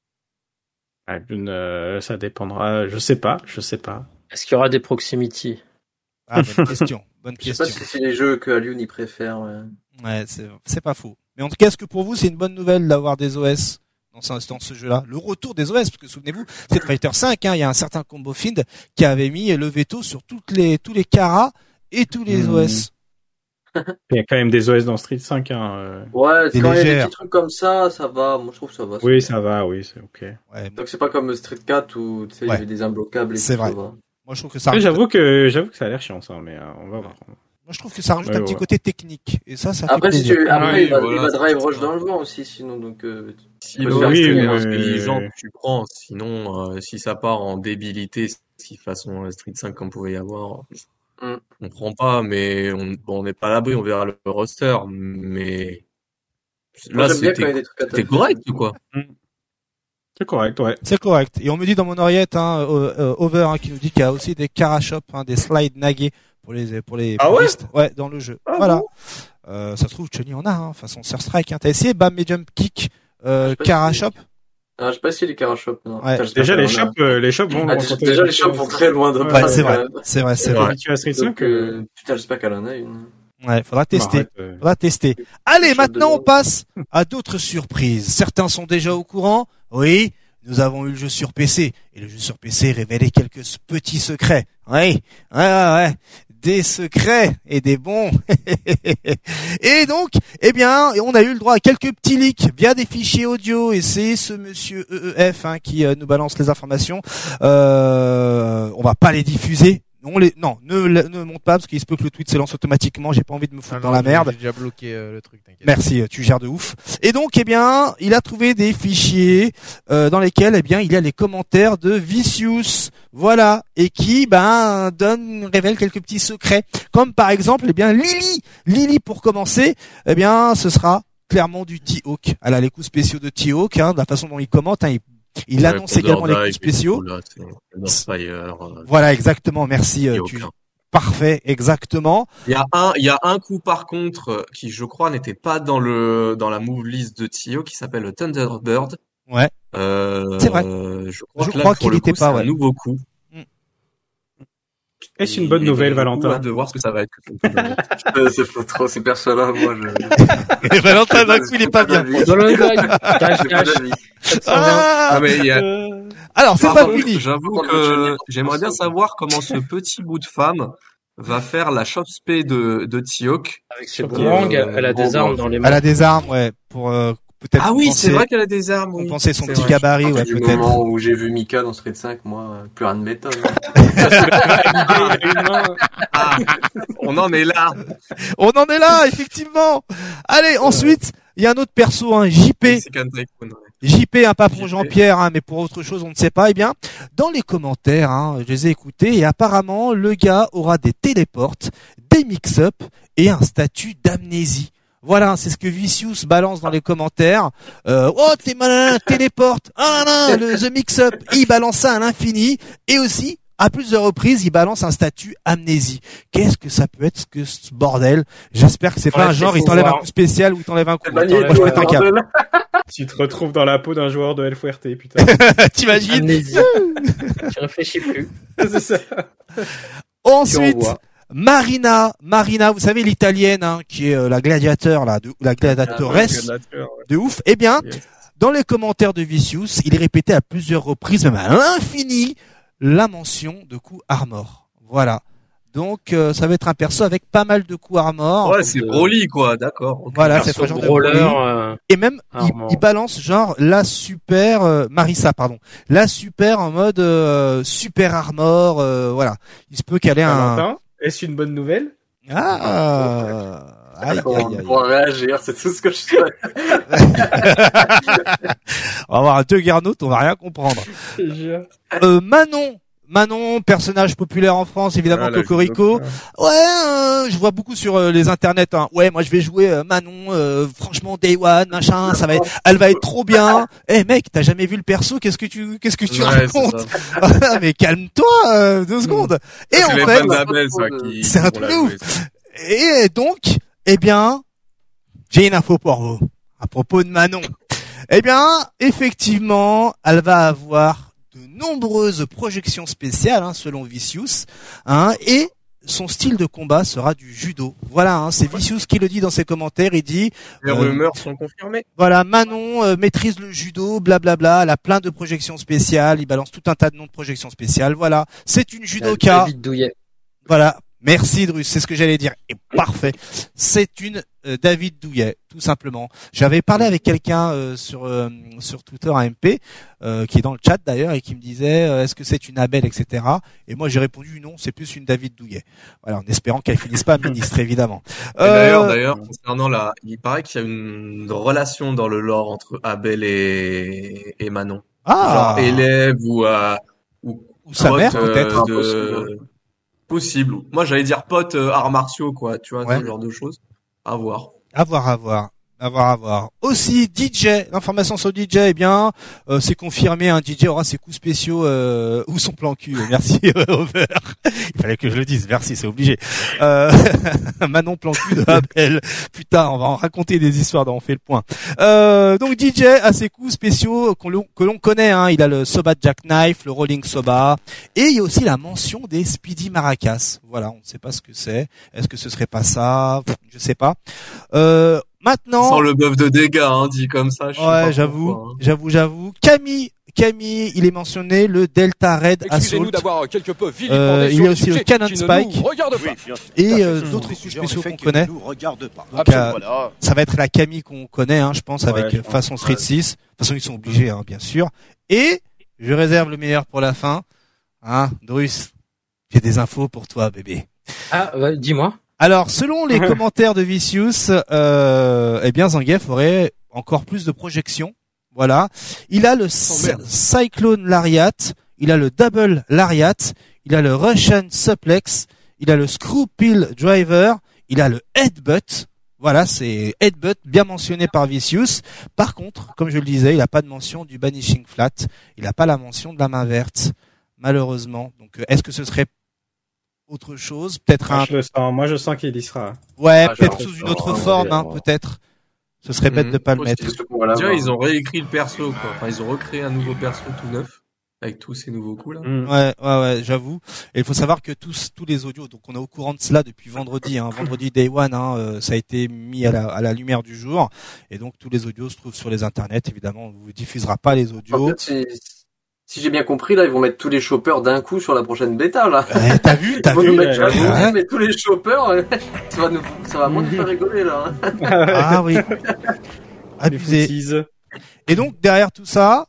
Ah, une, euh, ça dépendra. Je sais pas, je sais pas. Est-ce qu'il y aura des proximity? Ah, bonne question, bonne Je sais question. pas si c'est les jeux que Alioun y préfère. Ouais. Ouais, c'est c'est pas faux. Mais en tout cas, est-ce que pour vous c'est une bonne nouvelle d'avoir des O S dans ce, dans ce jeu-là? Le retour des O S, parce que souvenez-vous, Street Fighter cinq, hein, il y a un certain Combo Find qui avait mis le veto sur toutes les tous les Kara et tous les Hmm. O S. Il y a quand même des O S dans Street cinq. Hein. euh. Ouais, Des quand il y a des légères. petits trucs comme ça, ça va. Moi, je trouve que ça va. Oui, ça va, oui, c'est ok. Ouais, Donc, c'est pas comme Street quatre où tu sais, il y Ouais. avait des imbloquables et C'est tout, vrai. ça va. moi je trouve que ça Après, rajoute, j'avoue que j'avoue que ça a l'air chiant ça, mais euh, on va voir. moi je trouve que ça rajoute Ouais, un petit ouais. côté technique et ça ça fait Après, si plaisir. tu, après, Oui, il va, voilà, il va c'est drive ça. rush dans le vent aussi, sinon, donc, euh, Si Oui, le oui, reste est mais- intelligent, tu prends. Sinon, euh, si ça part en débilité, si façon euh, Street cinq comme pouvait y avoir, Mm. on prend pas, mais on bon, on n'est pas à l'abri, on verra le roster. Mais moi, là, j'aime bien quand il y a c'était des trucs à c'était taper. correct, quoi. C'est correct, ouais. C'est correct. Et on me dit dans mon oreillette, hein, euh, euh, Over, hein, qui nous dit qu'il y a aussi des Karashop, hein, des slide nagués pour les pour les Ah puristes. Ouais, ouais, dans le jeu. Ah voilà. bon Euh, ça se trouve, Chun-Li en a, hein, façon Sur Strike. Hein. T'as essayé Bam et Jump Kick, euh, Je sais pas Karashop? Ah, je sais pas si les Karashop, non. Ouais. Putain, j'espère Déjà, qu'il y les en a. shops, euh, les shops vont Ah, loin. déjà, Quand déjà, t'es- les shops vont très loin de Ouais, Ouais, base, c'est vrai. euh, C'est vrai, c'est T'es vrai. habitué à Street Donc, cinq, euh, euh, putain, j'espère qu'elle en a une. Ouais, faudra tester. arrête, euh. Faudra tester. Allez, Shot maintenant de on passe à d'autres surprises. Certains sont déjà au courant. Oui, nous avons eu le jeu sur P C. Et le jeu sur P C révélait quelques petits secrets. Oui, ouais, ouais, ouais. Des secrets et des bons. Et donc, eh bien, on a eu le droit à quelques petits leaks via des fichiers audio. Et c'est ce monsieur E E F hein, qui euh, nous balance les informations. Euh, on va pas les diffuser. On les, non, ne, ne monte pas parce qu'il se peut que le tweet se lance automatiquement. J'ai pas envie de me foutre Ah dans non, la j'ai- merde. J'ai déjà bloqué euh, le truc, t'inquiète. Merci, tu gères de ouf. Et donc, eh bien, il a trouvé des fichiers euh, dans lesquels, eh bien, il y a les commentaires de Vicious, voilà, et qui, ben, donne, révèle quelques petits secrets, comme par exemple, eh bien, Lily, Lily pour commencer, eh bien, ce sera clairement du T-Hawk. Elle a les coups spéciaux de T-Hawk, hein, de la façon dont il commente, hein, il, il annonce également les coups spéciaux. Fire, Voilà, exactement. Merci. euh, tu... Parfait, exactement. Il y a un, il y a un coup par contre euh, qui, je crois, n'était pas dans le dans la move list de Tio, qui s'appelle le Thunderbird. Ouais. Euh, C'est vrai. Je crois, Je que là, crois pour qu'il le était coup, pas, c'est ouais. un nouveau coup. Est-ce une bonne Et nouvelle, donc, du coup, Valentin? hâte de voir ce que ça va être. Euh, C'est pas trop ces persos-là, moi, je... Et Valentin, d'un coup, il est pas bien. Dans le gag. Cache, J'ai pas cache. d'avis. Ah Ah, mais il y a, Euh, Alors, c'est Par pas contre, fini. j'avoue Par contre, que le j'aimerais bien savoir comment ce petit bout de femme va faire la shop spé de, de T-Hawk. Avec ses Ok. boomerangs, Euh, elle a des bon, armes bon. dans les mains. Elle a des armes, ouais, pour euh, peut-être Ah oui, compenser, c'est vrai qu'elle a des armes, oui. compenser son C'est petit vrai. gabarit, À ouais, partir du peut-être. moment où j'ai vu Mika dans Street cinq, moi, plus rien ne m'étonne. il a une main. Ah, on en est là. On en est là, effectivement. Allez, ensuite, il y a un autre perso, un J P. Mexican Tycoon, ouais. J P, hein, pas pour J P. Jean-Pierre, hein, mais pour autre chose, on ne sait pas. Eh bien, dans les commentaires, hein, je les ai écoutés et apparemment, le gars aura des téléportes, des mix-up et un statut d'amnésie. Voilà, c'est ce que Vicious balance dans les commentaires. Euh, oh, t'es malin, téléporte. Ah non, le The Mix-up, il balance ça à l'infini. Et aussi, à plusieurs reprises, il balance un statut amnésie. Qu'est-ce que ça peut être que ce bordel? J'espère que c'est pas Enlève un genre, tes il t'enlève un pouvoirs. coup spécial ou il t'enlève un coup. Bah, Attends, moi, je pète un câble. Tu te retrouves dans la peau d'un joueur de L F R T, putain. T'imagines? Amnésie. Tu réfléchis plus. C'est ça. Ensuite, Tu envoies. Marina, Marina, vous savez l'italienne, hein, qui est euh, la gladiateur là, de, la gladiatoresse de ouf. Eh bien, Yes. dans les commentaires de Vicious, il est répété à plusieurs reprises, même à l'infini, la mention de coups armor. Voilà. Donc, euh, ça va être un perso avec pas mal de coups armor. Ouais, c'est Broly, quoi, d'accord. ok. Voilà, c'est Perso un genre de brawler, Broly. euh, Et même, il, Armor. il balance genre la super euh, Marissa, pardon, la super en mode euh, super armor. Euh, voilà, il se peut qu'elle ait un. Valentin, est-ce une bonne nouvelle? Ah. Aïe, Pour, aïe, aïe. pour réagir, c'est tout ce que je souhaite. On va avoir un deux Garnout, on va rien comprendre. Euh, Manon. Manon, personnage populaire en France, évidemment, Ah, la Cocorico. judoka. Ouais, euh, je vois beaucoup sur euh, les internets. Hein. Ouais, moi je vais jouer euh, Manon. Euh, franchement, Day One, machin, ça va, être, elle va être trop bien. Eh mec, t'as jamais vu le perso Qu'est-ce que tu, qu'est-ce que tu Ouais, racontes c'est ça. Ah, mais calme-toi, euh, deux secondes. Et C'est en les fait, fans d'Abel, ça, qui- c'est un qui truc vont de la ouf. jouer, ça. Et donc, eh bien, j'ai une info pour vous à propos de Manon. Eh bien, effectivement, elle va avoir de nombreuses projections spéciales, hein, selon Vicious, hein, et son style de combat sera du judo. Voilà, hein, c'est Vicious qui le dit dans ses commentaires. Il dit, Les Euh, rumeurs sont confirmées. voilà, Manon euh, maîtrise le judo, blablabla. Elle a plein de projections spéciales. Il balance tout un tas de noms de projections spéciales. Voilà, c'est une judoka. David Douillet. Voilà. Merci Drus, c'est ce que j'allais dire. Et parfait. C'est une euh, David Douillet, tout simplement. J'avais parlé avec quelqu'un euh, sur euh, sur Twitter à M P, euh, qui est dans le chat d'ailleurs, et qui me disait euh, est-ce que c'est une Abel, et cetera. Et moi j'ai répondu non, c'est plus une David Douillet. Voilà, en espérant qu'elle finisse pas ministre, évidemment. Et D'ailleurs, Euh, d'ailleurs, concernant la, il paraît qu'il y a une relation dans le lore entre Abel et, et Manon. ah, Genre élève ou, euh, ou ou sa pote, mère euh, peut-être. de... Possible. Moi, j'allais dire pote euh, arts martiaux, quoi. Tu vois, Ouais. ce genre de choses. À voir. À voir, à voir. À voir, à voir. Aussi, D J, l'information sur D J, eh bien, euh, c'est confirmé, un D J aura ses coups spéciaux euh, ou son plan cul. Merci, Over. Il fallait que je le dise, merci, c'est obligé. Euh, Manon plan cul de Abel. Putain, on va en raconter des histoires dans On fait le point. Euh, donc D J a ses coups spéciaux qu'on l'on- que l'on connaît. Hein. Il a le Soba Jackknife, le Rolling Soba, et il y a aussi la mention des Speedy Maracas. Voilà, on ne sait pas ce que c'est. Est-ce que ce serait pas ça? Je sais pas. Euh, Maintenant, Sans le buff de dégâts, hein, dit comme ça. Je sais pas ouais, j'avoue, pourquoi, hein. j'avoue, j'avoue. Camille, Camille, il est mentionné le Delta Red Assault. Excusez-nous d'avoir quelque peu vilipendé Euh, il sur y a le aussi le sujet Cannon qui ne Spike. nous regarde pas. et euh, d'autres coups spéciaux qu'on connaît. Donc, euh, ça va être la Camille qu'on connaît, hein, je pense, Ouais, avec je euh, pense. façon Street six. De toute façon, ils sont obligés, hein, bien sûr. Et je réserve le meilleur pour la fin. Hein, Drus, j'ai des infos pour toi, bébé. Ah, ouais, dis-moi. Alors, selon les commentaires de Vicious, euh, eh bien, Zangief aurait encore plus de projections. Voilà. Il a le Cy- merde. Cyclone Lariat, il a le Double Lariat, il a le Russian Suplex, il a le Screw Pill Driver, il a le Headbutt. Voilà, c'est Headbutt bien mentionné par Vicious. Par contre, comme je le disais, il n'a pas de mention du Banishing Flat, il n'a pas la mention de la main verte, malheureusement. Donc, euh, est-ce que ce serait autre chose? Peut-être Moi, un je le sens, moi, je sens qu'il y sera. Ouais, Ah, peut-être genre, sous une genre, autre ouais, forme, hein, ouais. peut-être. Ce serait bête Mhm. de pas le Aussi. mettre. Voilà, Déjà, voilà. ils ont réécrit le perso, quoi. Enfin, ils ont recréé un nouveau perso tout neuf. Avec tous ces nouveaux coups, là. Mm. Ouais, ouais, ouais, j'avoue. Et il faut savoir que tous, tous les audios, donc on est au courant de cela depuis vendredi, hein, vendredi day one, hein, euh, ça a été mis à la, à la lumière du jour. Et donc tous les audios se trouvent sur les internets. Évidemment, on vous diffusera pas les En audios. fait, si, si j'ai bien compris, là, ils vont mettre tous les choppers d'un coup sur la prochaine bêta, là. Ouais, t'as vu, t'as Ils vont nous vu. mettre, j'avoue, Ouais. mais tous les choppers, ça va nous, ça va moins nous faire rigoler, là. hein. Ah oui. Les Abusé. footies. Et donc derrière tout ça,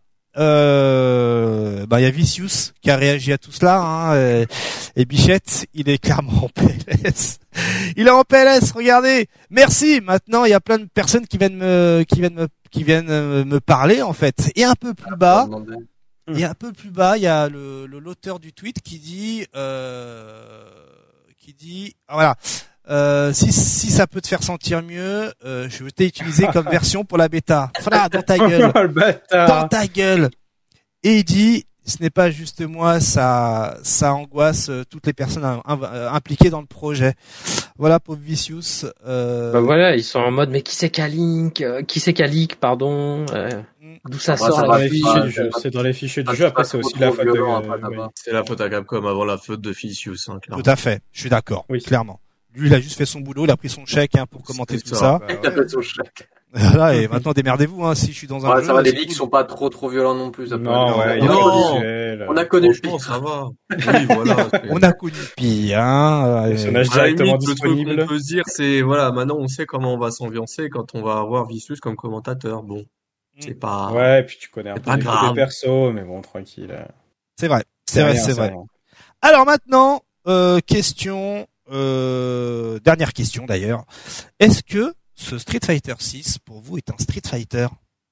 euh, bah il y a Vicious qui a réagi à tout cela, hein, euh, et Bichette, il est clairement en P L S. Il est en P L S, regardez. Merci. Maintenant, il y a plein de personnes qui viennent me, qui viennent me, qui viennent euh, me parler en fait. Et un peu plus bas, et un peu plus bas, il y a le, le l'auteur du tweet qui dit, euh, qui dit, ah, voilà. Euh, si, si ça peut te faire sentir mieux, euh, je vais t'utiliser comme version pour la bêta. Voilà, dans ta gueule. Oh, le bâtard. Dans ta gueule. Et il dit, ce n'est pas juste moi, ça, ça angoisse euh, toutes les personnes im- im- euh, impliquées dans le projet. Voilà pour Vicious. Euh... Bah voilà, ils sont en mode, mais qui c'est qu'à Link, euh, qui c'est qu'à Leak, pardon, euh, d'où ça Ouais, sort ça C'est la dans va, les c'est fichiers pas- du jeu. c'est C'est dans les fichiers pas- du jeu. c'est Après, pas c'est trop, aussi la trop faute de. violent, après, oui. là-bas. C'est la faute à Capcom avant la faute de Vicious, hein, clairement. Tout à fait. Je suis d'accord. Oui. Clairement. Lui, il a juste fait son boulot, il a pris son chèque hein, pour commenter C'est tout ça. ça. Bah, Il a ouais. fait son chèque. Voilà, et maintenant démerdez-vous. Hein, si je suis dans un Ouais, jeu, ça va, les c'est leaks cool. sont pas trop trop violents non plus. ça peut Non, aller. ouais, il y a Non. pas de visuel. On a connu Franchement, pire. ça va. Oui, voilà. c'est- On a connu pire. Hein, Personnage À la limite, directement le truc disponible. qu'on peut se dire, c'est, voilà, maintenant on sait comment on va s'ambiancer quand on va avoir Vicious comme commentateur. Bon, c'est pas... Ouais, et puis tu connais un C'est peu pas les grave. des persos, mais bon, tranquille. C'est vrai. C'est vrai, rien, c'est ça, vrai. hein. Alors maintenant, euh, question, euh, dernière question d'ailleurs. Est-ce que ce Street Fighter six pour vous est un Street Fighter?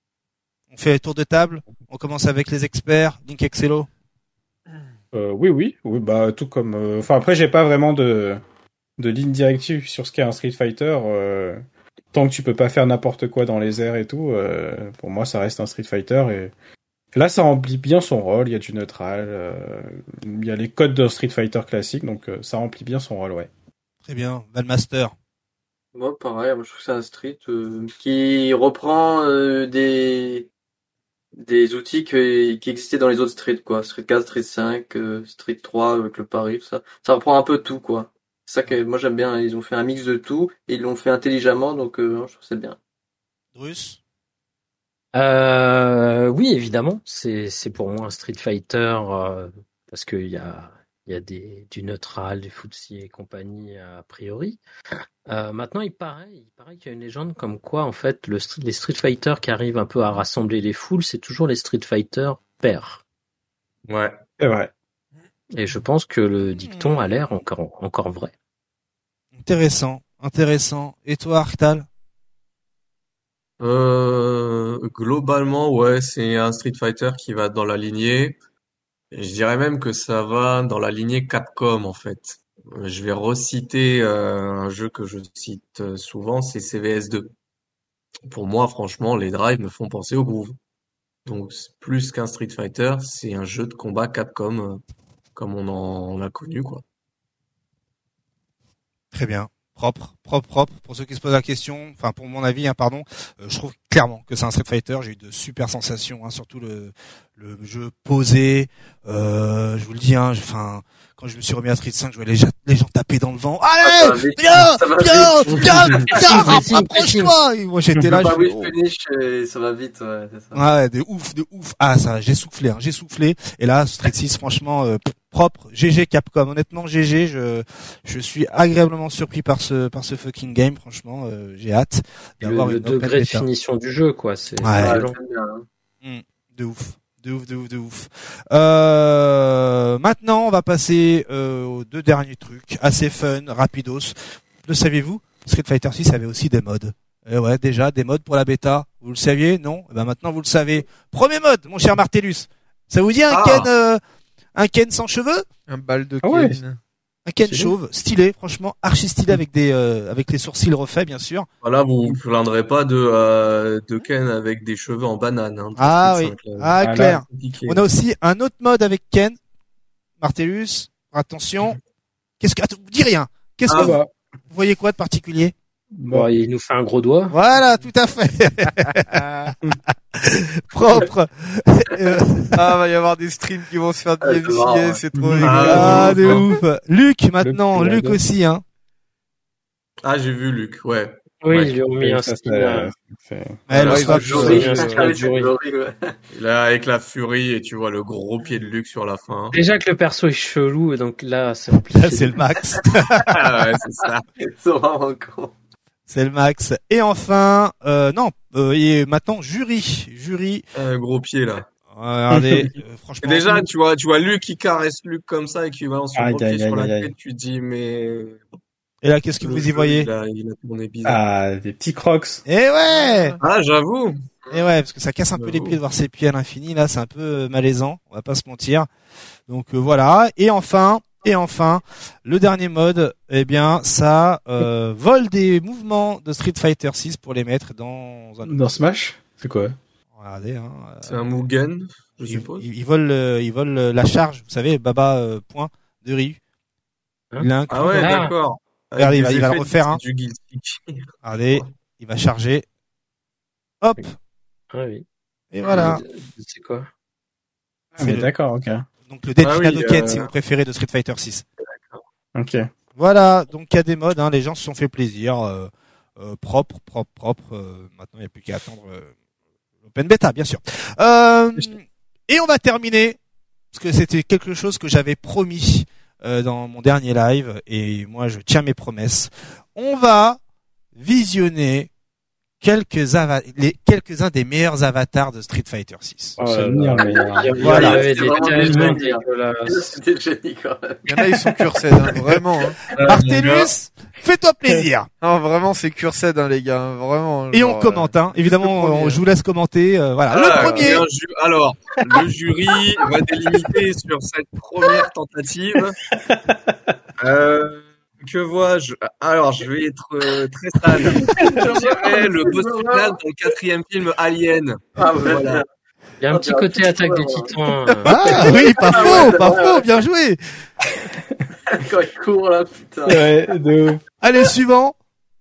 On fait le tour de table. On commence avec les experts. Link Excello. Euh, oui, oui, oui, bah tout comme. euh, Enfin, après, j'ai pas vraiment de de ligne directive sur ce qu'est un Street Fighter. euh, Tant que tu peux pas faire n'importe quoi dans les airs et tout, euh, pour moi, ça reste un Street Fighter. Et là, ça remplit bien son rôle. Il y a du neutral, euh, il y a les codes d'un Street Fighter classique, donc euh, ça remplit bien son rôle, ouais. Très bien. Valmaster. Moi, pareil, moi, je trouve que c'est un street euh, qui reprend euh, des des outils que, qui existaient dans les autres streets, quoi. Street quatre, Street cinq, euh, Street trois avec le pari, tout ça. Ça reprend un peu tout, quoi. C'est ça que moi j'aime bien. Ils ont fait un mix de tout et ils l'ont fait intelligemment, donc euh, je trouve que c'est bien. Drus. Euh, oui, évidemment, c'est c'est pour moi un Street Fighter euh, parce qu'il y a il y a des du neutral, du footsie et compagnie a priori. Euh, maintenant, il paraît il paraît qu'il y a une légende comme quoi en fait le street- les Street Fighter qui arrivent un peu à rassembler les foules, c'est toujours les Street Fighter pairs. Ouais. C'est vrai. Et je pense que le dicton a l'air encore encore vrai. Intéressant. Intéressant. Et toi, Arctal? Euh, globalement, ouais, c'est un Street Fighter qui va dans la lignée. Je dirais même que ça va dans la lignée Capcom, en fait. Euh, Je vais reciter euh, un jeu que je cite euh, souvent, c'est C V S deux. pour moi, franchement, les drives me font penser au groove. Donc, c'est plus qu'un Street Fighter, c'est un jeu de combat Capcom, euh, comme on en on a connu, quoi. Très bien. Propre, propre, propre. Pour ceux qui se posent la question, enfin pour mon avis, hein, pardon, euh, je trouve clairement que c'est un Street Fighter. J'ai eu de super sensations, hein, surtout le le jeu posé. Euh, je vous le dis, hein, enfin quand je me suis remis à Street cinq, je voyais les gens, les gens taper dans le vent. Ah, ça va Allez, vite, viens, ça va viens, vite. viens, viens, Pressing, rapproche-toi. Et moi j'étais là, Bah je oui, fais, oh. finish, et ça va vite, ouais, c'est ça. Ouais, de ouf, de ouf. Ah ça, j'ai soufflé, hein, j'ai soufflé. Et là, Street six, franchement, euh, propre. G G Capcom. Honnêtement, G G. Je, je suis agréablement surpris par ce, par ce fucking game. Franchement, euh, j'ai hâte Le, d'avoir le une open degré de beta. finition du jeu, quoi. C'est Ouais. c'est Ouais, violent. c'est bien, hein. Mm, de ouf. De ouf, de ouf, de ouf. Euh, maintenant, on va passer euh, aux deux derniers trucs, assez fun, rapidos. Le saviez-vous? Street Fighter six avait aussi des modes. Et ouais, déjà des modes pour la bêta. Vous le saviez? Non? Eh ben maintenant vous le savez. Premier mode, mon cher Martellus. Ça vous dit un Ah. Ken, euh, un Ken sans cheveux? Un bal de Ah ouais. Ken. Un Ken Stylé. chauve, stylé, franchement archi stylé avec des, euh, avec les sourcils refaits bien sûr. Voilà, vous vous plaindrez pas de, euh, de Ken avec des cheveux en banane, hein, dans Ah Street oui, cinq, là. ah Voilà. clair. Compliqué. On a aussi un autre mode avec Ken. Martellus, attention. Qu'est-ce que, attends, dis rien. Qu'est-ce Ah que bah. vous voyez quoi de particulier? Bon, il nous fait un gros doigt. Voilà, tout à fait. Propre. Euh, Ah, va y avoir des streams qui vont se faire Ah, D c'est marrant, M C S, ouais. c'est trop Ah, rigolo. ah, de ouais. ouf. Luc, maintenant, Le Luc petit aussi, hein. Ah, j'ai vu Luc, ouais. Oui, Ouais. ils lui ont mis un Ça, style. c'est- euh, c'est- Ouais, Ouais, le ils ont swap, joué, euh, un Ah style oui, c'est jury. Glory, ouais. Et là, avec la furie, et tu vois le gros pied de Luc sur la fin. Déjà que le perso est chelou, et donc là, c'est compliqué. Là, c'est le max. Ah ouais, c'est ça. C'est vraiment con. C'est le max. Et enfin, euh, non, euh, et maintenant, jury. Jury. Un gros pied, là. Euh, regardez, euh, Et franchement. déjà, tu vois, tu vois Luc qui caresse Luc comme ça et qui balance son Aïe, gros pied aïe, sur la aïe, aïe. tête, tu te dis, mais... Et là, qu'est-ce que le vous y jeu, voyez? Il a, il a tourné bizarre. Ah, des petits crocs. Eh ouais! Ah, j'avoue. Et ouais, parce que ça casse un peu les J'avoue. pieds de voir ses pieds à l'infini, là, c'est un peu euh, malaisant, on va pas se mentir. Donc euh, voilà, et enfin, et enfin, le dernier mode, eh bien, ça euh, vole des mouvements de Street Fighter six pour les mettre dans un... Dans Smash? C'est quoi? Regardez, hein, euh, C'est un Mugen, je ils, suppose. ils, ils volent, euh, ils volent euh, la charge, vous savez, Baba euh, point de Ryu. Hein Il l'a inclus Ah ouais, dans- Ah. d'accord. Avec Regardez, il va- des il va le effets, refaire, c'est hein. Du guilty. Regardez, il va charger. Hop, Ah oui. et voilà. C'est quoi? Ah, C'est mais le- d'accord, ok. Donc le Denji Ah oui, Hadoken, euh, si vous préférez, de Street Fighter six. Ok. Voilà, donc il y a des modes, hein, les gens se sont fait plaisir, euh, euh, propre, propre, propre. euh, maintenant, il n'y a plus qu'à attendre euh, l'open beta, bien sûr. Euh, et on va terminer, parce que c'était quelque chose que j'avais promis euh, dans mon dernier live, et moi je tiens mes promesses. On va visionner quelques ava- les, quelques-uns des meilleurs avatars de Street Fighter six. Oh là là, mais, euh, Il y Voilà. avait C'est des vraiment tellement génial. dégueulasses. C'était le génie, quand même. Il y en a, ils sont cursed, hein, vraiment. Hein. Martellus, fais-toi plaisir. Non, vraiment, c'est cursed, hein, les gars, hein, vraiment. Et genre, on commente, hein. Évidemment, le premier, on- je vous laisse commenter. euh, voilà, Ah, le premier. bien ju- Alors, le jury va délimiter sur cette première tentative. Euh, que vois-je? Alors, je vais être euh, très sale. Je dirais le boss final dans le quatrième film Alien. Ah, ouais, Voilà. bien. Il y a un Ah, petit bien, côté petit attaque des joueur, titans. euh, Ah oui, pas Ah faux, ouais, pas ouais, faux, ouais. bien joué. Quand il court, là, putain. Ouais, de ouf. Allez, suivant.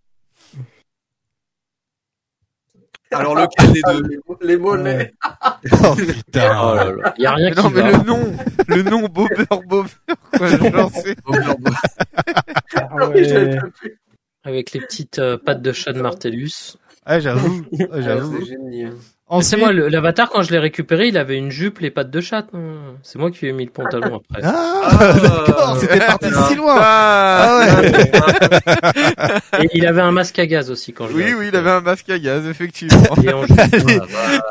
Alors, lequel des deux? Les, les mollets. Oh putain. Oh là là. Il y a rien Mais qui non, mais va. le nom, le nom Bobber Bobber, quoi, genre, c'est... Ah Oui, j'avais ouais. pas vu. Avec les petites euh, pattes de chat de Martellus. Ouais, j'avoue, ouais, Ouais, j'avoue. c'est génial. Mais c'est Ensuite, moi, le- l'avatar, quand je l'ai récupéré, il avait une jupe, les pattes de chat. hein. C'est moi qui lui ai mis le pantalon après. ah, Ah, d'accord, c'était parti si loin. Ah, Ah ouais. Et il avait un masque à gaz aussi quand je l'ai oui, oui, il récupéré. avait un masque à gaz, effectivement. Et en jupe. Allez.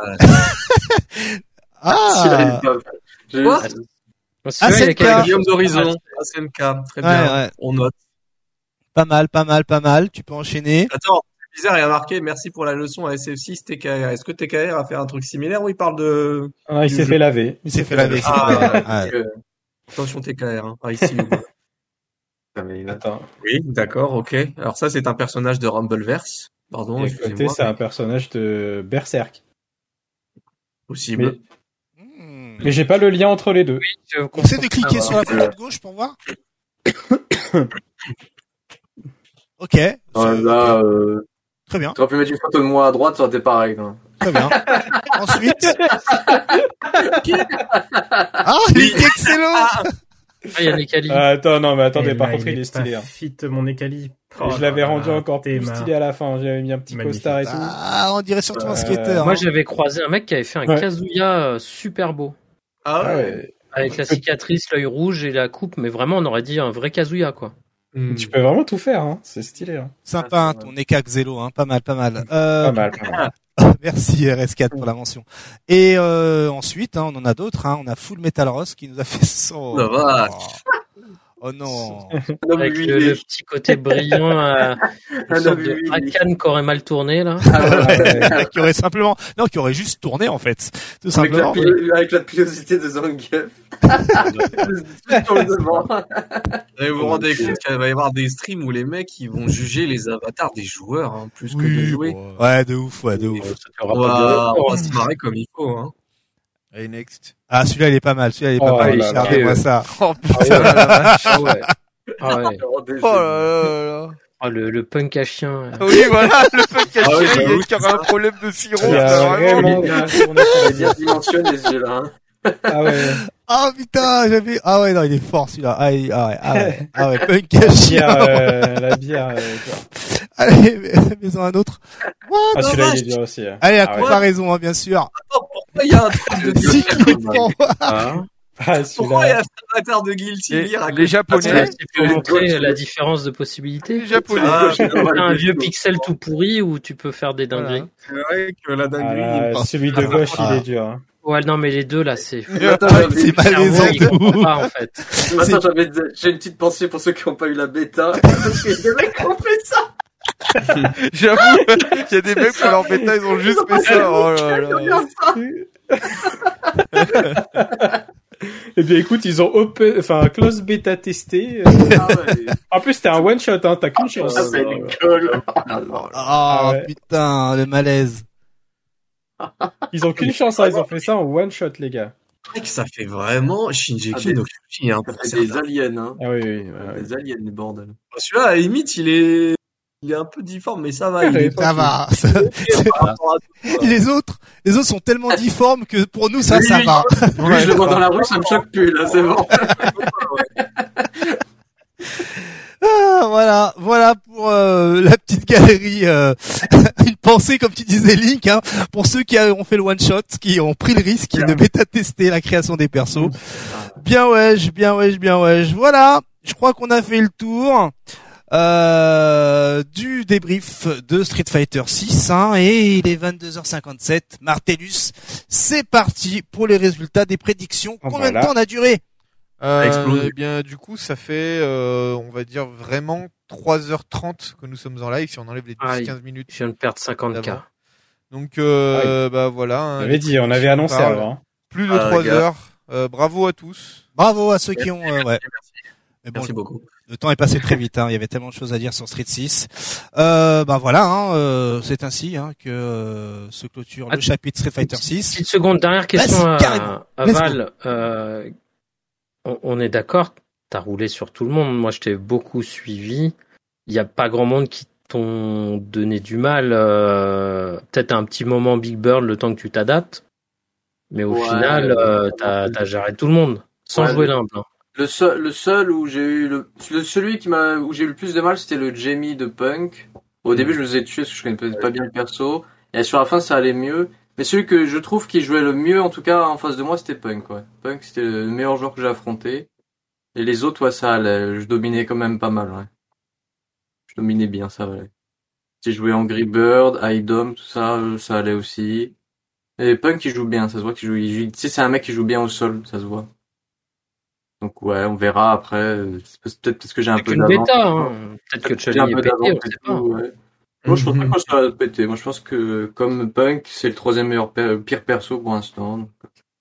Si, là, il est Ah. pas mal. J'ai Quoi vu- Ah, celui-là, il a c'est le cas. quelque Guillaume chose. d'Horizon, A S N K, très Ouais, bien. ouais. On note. Pas mal, pas mal, pas mal. Tu peux enchaîner. Attends, c'est bizarre, il y a marqué merci pour la leçon à S F six T K R. Est-ce que T K R a fait un truc similaire ou il parle de Ah, il s'est fait laver. Il s'est fait laver. c'est Ah, vrai. parce Ouais. que- attention T K R hein. Ah, ici. Ah, mais il a- Attends. Oui, d'accord, ok. Alors ça, c'est un personnage de Rumbleverse. Pardon, Et à côté, excusez-moi. c'est un personnage de Berserk. Possible. Mais, Hmm. mais j'ai pas le lien entre les deux. Essaie de cliquer sur la photo de gauche pour voir. Ok. Ouais, c'est- là, euh, Très bien. t'aurais pu mettre une photo de moi à droite, ça aurait été pareil, quoi. Très bien. Ensuite. Ah, Link Excello. Ah, il y a Nekali. Ah, attends, non, mais attendez, Eh par là, contre, il est pas stylé. Hein. fit mon Ekali. Et je l'avais Oh là rendu là, encore plus t'es stylé à la fin. J'avais mis un petit Magnifique. costard et tout. Ah, on dirait surtout un Euh, skater. Moi, hein. j'avais croisé un mec qui avait fait un Ouais. Kazuya euh, super beau. Ah Ah ouais. ouais. Avec la cicatrice, l'œil rouge et la coupe, mais vraiment, on aurait dit un vrai Kazuya, quoi. Hmm. Tu peux vraiment tout faire, hein. C'est stylé. Hein. Sympa, hein, ton Eka Xelo, hein. Pas mal, pas mal. Euh, Pas mal, pas mal. Merci R S quatre pour la mention. Et euh, ensuite, hein, on en a d'autres. Hein. On a Full Metal Ross qui nous a fait son. La vache. Oh non. Un homme Avec le, huilé. le petit côté brillant, euh, une Un sorte homme de huilé. Rakan qui aurait mal tourné, là. Ah ouais. Qui aurait simplement, non, qui aurait juste tourné en fait, tout Avec la, simplement. pi- avec la pilosité de Zangief. Sur le devant. Et vous vous rendez compte qu'il va y avoir des streams où les mecs ils vont juger les avatars des joueurs hein, plus que de Oui, jouer. bon, ouais, de ouf, ouais, de ouf. On va, on va se marrer comme il faut. Hein. Allez, next. Ah, celui-là, il est pas mal. Celui-là, il est pas Oh mal. là là. Regardez-moi ça. Oh putain, la vache. Ah ouais. Ah ouais. Oh là là là. Ah, le, le punk à chien. euh. Oui, voilà, le punk caché, Ah oui, il y j'avoue, a qui aurait un problème de sirop. Il y a ça, vraiment. vraiment bien tourné sur Il les est bien dimensionné ce jeu-là. Hein. Ah ouais. Ah putain, j'avais. Ah ouais, non, il est fort celui-là. Ah, il- ah ouais, ah ouais, ah ouais, punk La caché. bière, euh, la bière. Euh, quoi. Allez, mais-en un autre. What Ah, the celui-là, il vache. est bien aussi. hein. Allez, la Ah ouais. comparaison, hein, bien sûr. Attends, pourquoi il y a un truc de Guilty Cycliquement. Ah. Ah, Pourquoi il y celui-là. a un avatar de Guilty Les, Gear à les côté japonais, C'est pour montrer la différence de possibilités. les japonais. Ah, T'as un vieux pixel tout pourri où tu peux faire des dingueries. C'est vrai que la Ah, dinguerie. là, il passe. celui de gauche, Ah. il est dur. Hein. Ouais, non, mais les deux, là, c'est fou. Attends, Ouais, j'avais- c'est malaisant Cerveau, il de comprend ouf. pas, en fait. Attends, j'avais, j'ai une petite pensée pour ceux qui n'ont pas eu la bêta. Parce qu'il y a des mecs qui ont fait ça. J'avoue, il y a des mecs pour leur bêta, ils ont juste fait ça. Oh là là. Regarde ça. Eh bien, écoute, ils ont open, enfin, close bêta testé. euh. Ah ouais. En plus, c'était un one shot, hein. T'as qu'une chance. Ça fait une gueule. Oh là là. Ah Ah ouais. putain, le malaise. Ils ont qu'une chance, hein. Ils ont fait ça en one shot, les gars. C'est vrai que ça fait vraiment Shinji Ah, des- no Kyojin. Hein, Ça pour fait certains. des aliens, hein. Ah oui, oui. ouais, ouais. Des aliens, les bordel. Celui-là, à la limite, il est, il est un peu difforme, mais ça va. Il est Ça va. Ça- par rapport à- Les autres, les autres sont tellement difformes que pour nous, ça, ça Oui. va. Lui, je le vois dans la rue, ça me choque plus, là, c'est bon. Ah, voilà, voilà pour euh, la petite galerie. Euh, une pensée, comme tu disais, Link, hein, pour ceux qui ont fait le one shot, qui ont pris le risque de bêta tester la création des persos. Bien wesh, bien wesh, bien wesh. Voilà, je crois qu'on a fait le tour euh, du débrief de Street Fighter six, hein, et il est vingt-deux heures cinquante-sept. Martellus, c'est parti pour les résultats des prédictions. Oh, Combien voilà. de temps on a duré? Euh, explosé. eh bien, du coup, ça fait, euh, on va dire vraiment trois heures trente que nous sommes en live, si on enlève les Aïe. dix quinze minutes. Je viens de perdre cinquante K. D'avant. Donc, euh, bah voilà. On hein, avait les dit, on avait prédictions annoncé parlent. avant. hein. Plus de Ah, trois gars. heures. Euh, bravo à tous. Bravo à ceux qui ont, euh, ouais. Mais bon, Merci beaucoup. le temps est passé très vite, hein. Il y avait tellement de choses à dire sur Street six. Euh, bah voilà, hein, euh, c'est ainsi hein, que euh, se clôture le Att- chapitre Street Fighter six. Petite seconde, dernière question Vas-y, à, carrément. à Let's Val. Euh, on, on est d'accord, t'as roulé sur tout le monde. Moi, je t'ai beaucoup suivi. Il n'y a pas grand monde qui t'ont donné du mal. Euh, peut-être un petit moment Big Bird, le temps que tu t'adaptes. Mais au Ouais, final, euh, t'as, t'as géré tout le monde. Sans Ouais, jouer le- l'imple. hein. Le seul, le seul où j'ai eu le, le- celui qui m'a, où j'ai eu le plus de mal, c'était le Jamie de Punk. Au début, je me faisais tuer parce que je connaissais pas bien le perso. Et sur la fin, ça allait mieux. Mais celui que je trouve qui jouait le mieux, en tout cas, en face de moi, c'était Punk, ouais. Punk, c'était le meilleur joueur que j'ai affronté. Et les autres, ouais, ça allait. Je dominais quand même pas mal, ouais. Je dominais bien, ça allait. J'ai joué Angry Bird, Idom, tout ça, euh, ça allait aussi. Et Punk, il joue bien, ça se voit qu'il joue, il joue- tu sais, c'est un mec qui jout bien au sol, ça se voit. Donc ouais, on verra après. euh, C'est peut-être parce que j'ai un C'est peu qu'une d'avance. bêta. Hein. Peut-être que J'ai Chali un est peu pété, d'avance on et sait tout, pas. ouais. Moi, je pense pas que ça va péter. Moi, je pense que, comme Punk, c'est le troisième meilleur, per- pire perso pour l'instant. donc.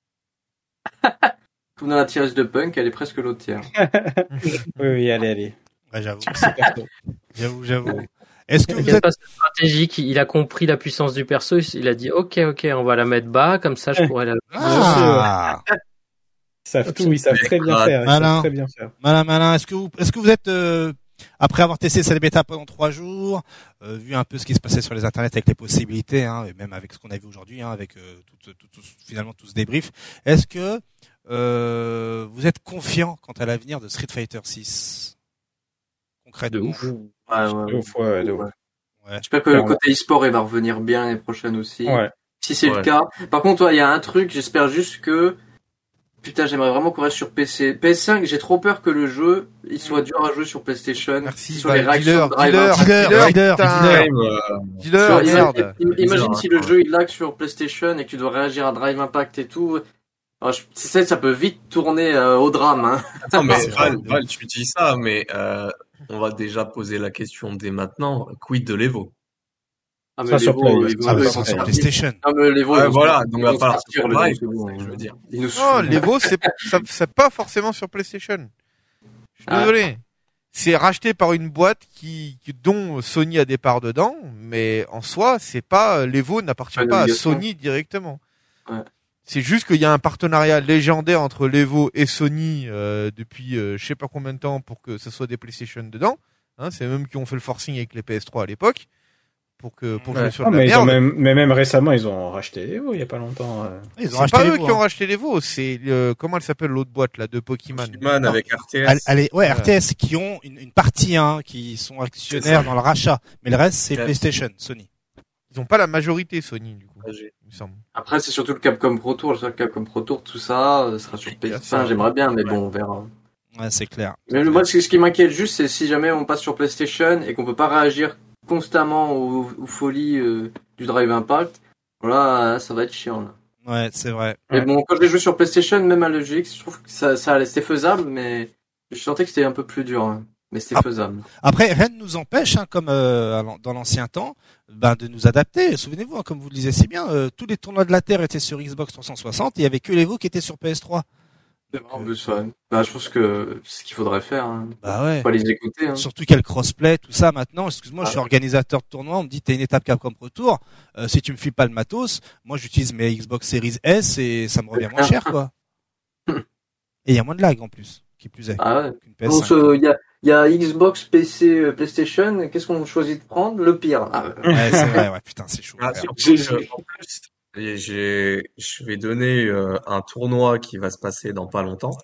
Comme dans la tirage de Punk, elle est presque l'autre tiers. Oui, oui, allez, allez. Ouais, j'avoue, Super tôt. j'avoue, j'avoue. Est-ce que Il vous y a êtes pas cette stratégie, qui- il a compris la puissance du perso, il a dit ok ok on va la mettre bas, comme ça je pourrais la... ah, Ils savent tout, ils savent très bien faire. Ils Malin. savent très bien faire. malin malin. Est-ce que vous est-ce que vous êtes euh, après avoir testé cette bêta pendant trois jours, euh, vu un peu ce qui se passait sur les internets avec les possibilités, hein, et même avec ce qu'on a vu aujourd'hui, hein, avec euh, tout, tout, tout- finalement tout ce débrief, est-ce que euh, vous êtes confiant quant à l'avenir de Street Fighter six concrètement? De ouf. Ouais, ouais, De ouf, ouais, de ouf. ouais. Ouais. J'espère que le côté e-sport il va revenir bien l'année prochaine aussi. Ouais. Si c'est Ouais. le cas. Par contre, ouais, il y a un truc, j'espère juste que putain, j'aimerais vraiment qu'on reste sur P C. P S cinq, j'ai trop peur que le jeu il soit dur à jouer sur PlayStation. Merci, sur les bah, réactions dealer, de drive. dealer, Dealer, dealer, dealer, putain. dealer. Même, euh, Dealer, Sur- merde. im- Imagine Bizarre, si le hein. jeu il lag sur PlayStation et que tu dois réagir à Drive Impact et tout. Alors, je- tu sais, ça peut vite tourner euh, au drame. Hein. Attends, mais C'est vrai. Val, Val, tu dis ça, mais euh, on va déjà poser la question dès maintenant. Quid de l'Evo? Ah, Ça, sur l'Evo, Play. ils vont- Ah, ils bah, vont ça sur sortir. PlayStation. Ah, mais l'Evo, Ouais, ils vont voilà, sortir- donc ils va vont falloir sortir sur le Drive, jeu, c'est bon. c'est ce que je veux dire. Ils nous Non, saoulent. l'Evo, c'est ça, c'est pas forcément sur PlayStation. Je suis Ah. désolé. C'est racheté par une boîte qui, qui- dont Sony a des parts dedans, mais en soi, c'est pas l'Evo n'appartient Pas une pas à obligation. Sony directement. Ouais. C'est juste qu'il y a un partenariat légendaire entre l'Evo et Sony euh, depuis euh, je sais pas combien de temps pour que ce soit des PlayStation dedans. Hein, c'est eux-mêmes qui ont fait le forcing avec les P S trois à l'époque pour que pour Ouais. jouer sur Ah, de la mais, ils ont merde. même, mais même récemment, ils ont racheté Evo il y a pas longtemps. euh. Ils ont C'est racheté pas les eux mots, qui ont hein. racheté l'Evo, c'est euh, comment elle s'appelle l'autre boîte là de Pokémon. Pokémon Non. avec R T Allez, S. allez, ouais, Ouais. R T S qui ont une, une partie, hein, qui sont actionnaires dans le rachat, mais le reste c'est Ouais. PlayStation, Sony. Ils ont pas la majorité Sony du coup, J'ai- il me semble. Après, c'est surtout le Capcom Pro Tour. Le Capcom Pro Tour, tout ça, euh, sera sur Il y a P S. ça. Enfin, j'aimerais bien, mais bon, on verra. Ouais, c'est clair. Mais moi, ce ce qui m'inquiète juste, c'est si jamais on passe sur PlayStation et qu'on peut pas réagir constamment aux, aux folies euh, du Drive Impact, voilà, ça va être chiant. Là. Ouais, c'est vrai. Mais bon, quand j'ai joué sur PlayStation, même à L G X, je trouve que ça, ça allait- c'était faisable, mais je sentais que c'était un peu plus dur. Hein. Mais c'était Ah. faisable. Après, rien ne nous empêche, hein, comme euh, dans l'ancien temps, ben, de nous adapter. Souvenez-vous, hein, comme vous le disiez si bien, euh, tous les tournois de la Terre étaient sur Xbox trois cent soixante et il y avait que l'Evo qui était sur P S trois. En plus, ouais. Bah, je pense que c'est ce qu'il faudrait faire. Hein. Bah ouais. Faut pas les écouter. Hein. Surtout qu'il y a le crossplay, tout ça maintenant. Excuse-moi, je Ah. suis organisateur de tournoi. On me dit t'as une étape Capcom Pro Tour. Euh, si tu me files pas le matos, moi j'utilise mes Xbox Series S et ça me revient moins cher, quoi. Et il y a moins de lag en plus, qui plus est. Ah ouais. qu'une P S Bon, cinq. ce- il y a, il y a Xbox, P C, euh, PlayStation. Qu'est-ce qu'on choisit de prendre? Le pire. Ah, ouais. Ouais, c'est vrai. Ouais, putain, c'est chaud. Ah, frère. surtout J'ai- que, en plus, et j'ai, je vais donner euh, un tournoi qui va se passer dans pas longtemps,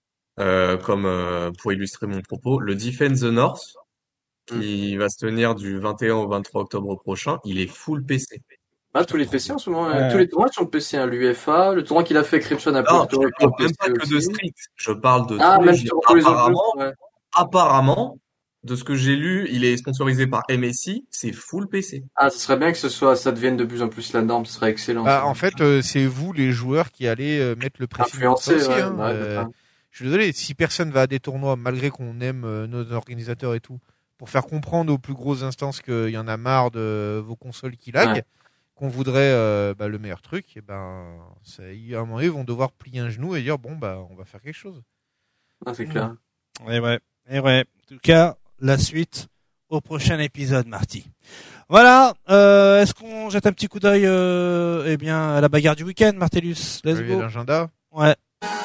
euh, comme euh, pour illustrer mon propos, le Defend the North, qui va se tenir du vingt et un au vingt-trois octobre prochain. Il est full P C. Ah, tous les P C en ce moment, euh, Ouais. tous les tournois sont P C, hein. L'U F A, le tournoi qu'il a fait Crimson à Non, Porto je Rico, parle P même C pas que de aussi. Street. Je parle de Ah, tous même les jeux. sur tous les autres Apparemment, jeux, ouais. apparemment, de ce que j'ai lu, il est sponsorisé par M S I. C'est full P C. Ah, ce serait bien que ce soit, ça devienne de plus en plus la norme, ce serait excellent. Bah, ça. en fait, euh, c'est vous les joueurs qui allez euh, mettre le pressing sur ça Influencer, aussi. ouais, hein. ouais, Euh, ouais. je suis désolé, si personne va à des tournois, malgré qu'on aime euh, nos organisateurs et tout, pour faire comprendre aux plus grosses instances qu'il y en a marre de vos consoles qui lag, Ouais. qu'on voudrait euh, bah, le meilleur truc, et ben, ça, à un moment donné, ils vont devoir plier un genou et dire bon bah on va faire quelque chose. Ah, c'est clair. Et ouais, et ouais. En tout cas, la suite au prochain épisode, Marty. Voilà. Euh, est-ce qu'on jette un petit coup d'œil, euh, eh bien, à la bagarre du week-end, Martellus? Let's Relevé go. l'agenda. Ouais.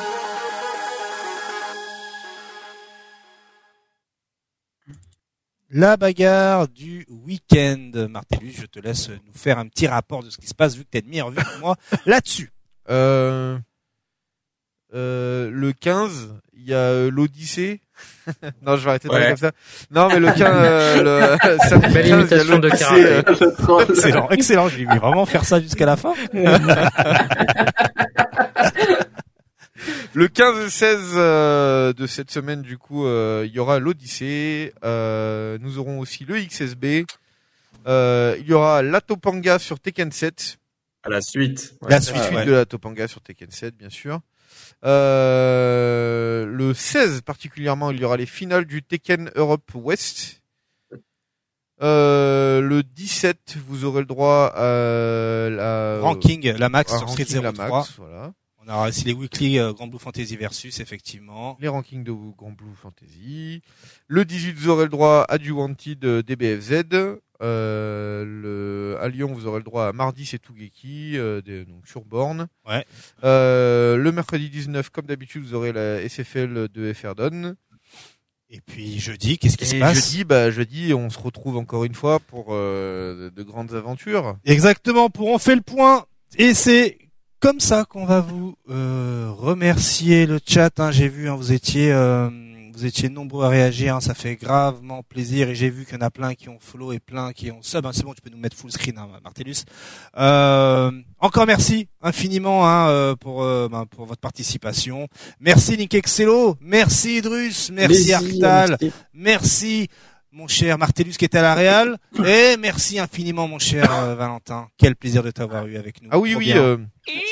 La bagarre du week-end, Martellus. Je te laisse nous faire un petit rapport de ce qui se passe vu que t'es de meilleure vue que moi là-dessus. Euh, euh, le quinze, il y a euh, l'Odyssée. non, je vais arrêter de parler Ouais. comme ça. Non, mais le quinze, euh, le samedi Belle quinze, il y a imitation de l'Odyssée, karaté. euh, Excellent, excellent. Je vais vraiment faire ça jusqu'à la fin. Le quinze et seize euh, de cette semaine, du coup, euh, il y aura l'Odyssée. Euh, nous aurons aussi le X S B. Euh, il y aura la Topanga sur Tekken sept. À la suite. La Suite suite, ouais. de la Topanga sur Tekken sept, bien sûr. Euh, le seize particulièrement, il y aura les finales du Tekken Europe West. Euh, le dix-sept, vous aurez le droit à la Ranking, la max à sur Street ranking, zéro la trois. max, voilà. On aura aussi les weekly euh, Grand Blue Fantasy versus, effectivement. Les rankings de Grand Blue Fantasy. Le dix-huit, vous aurez le droit à du Wanted euh, D B F Z. Euh, le... À Lyon, vous aurez le droit à mardi, c'est Tougeki, euh, des... donc sur borne. Ouais. Euh, le mercredi dix-neuf, comme d'habitude, vous aurez la S F L de Efferdon. Et puis jeudi, qu'est-ce qui Et se passe? jeudi, bah, jeudi, on se retrouve encore une fois pour euh, de, de grandes aventures. Exactement, pour On fait le point. Et c'est comme ça qu'on va vous euh, remercier le chat. Hein. J'ai vu, hein, vous étiez... Euh... Vous étiez nombreux à réagir, hein, ça fait gravement plaisir et j'ai vu qu'il y en a plein qui ont follow et plein qui ont sub. Hein, c'est bon, tu peux nous mettre full screen, hein, Martellus. Euh, encore merci infiniment hein, euh, pour euh, ben, pour votre participation. Merci Nick Excello, merci Idrus, merci Arctal, merci. merci mon cher Martellus qui était à la Real et merci infiniment mon cher euh, Valentin. Quel plaisir de t'avoir eu avec nous. Ah oui, Trop oui. Euh...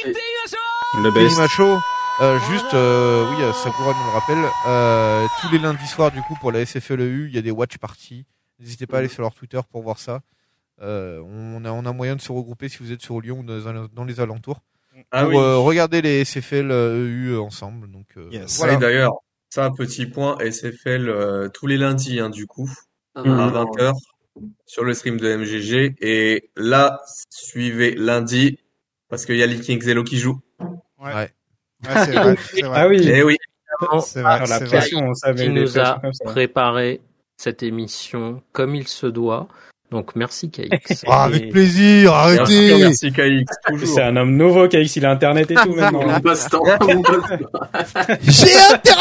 Le best. Macho. Euh, juste, euh, oui, Sakura nous le rappelle, euh, tous les lundis soirs, du coup, pour la S F L E U, il y a des watch parties. N'hésitez pas à aller sur leur Twitter pour voir ça. Euh, on a, on a moyen de se regrouper si vous êtes sur Lyon ou dans, dans les alentours. Ah pour oui. euh, regarder les S F L E U ensemble. Donc, euh, yes. voilà. Et d'ailleurs, ça, un petit point, S F L euh, tous les lundis, hein, du coup, Mmh. à vingt heures, sur le stream de M G G. Et là, suivez lundi, parce qu'il y a Leaking Xelo qui joue. Ouais. Ouais, c'est vrai, c'est vrai. Ah oui. Eh oui. C'est vrai, Alors, la c'est vrai. pression, on savait Qui les nous a pressions comme ça. préparé cette émission comme il se doit. Donc merci K X. Ah, avec Et- plaisir, Merci, arrêtez. merci K X, toujours. C'est un homme nouveau, K X, il a internet et tout maintenant. Mon passe-temps, mon passe-temps. J'ai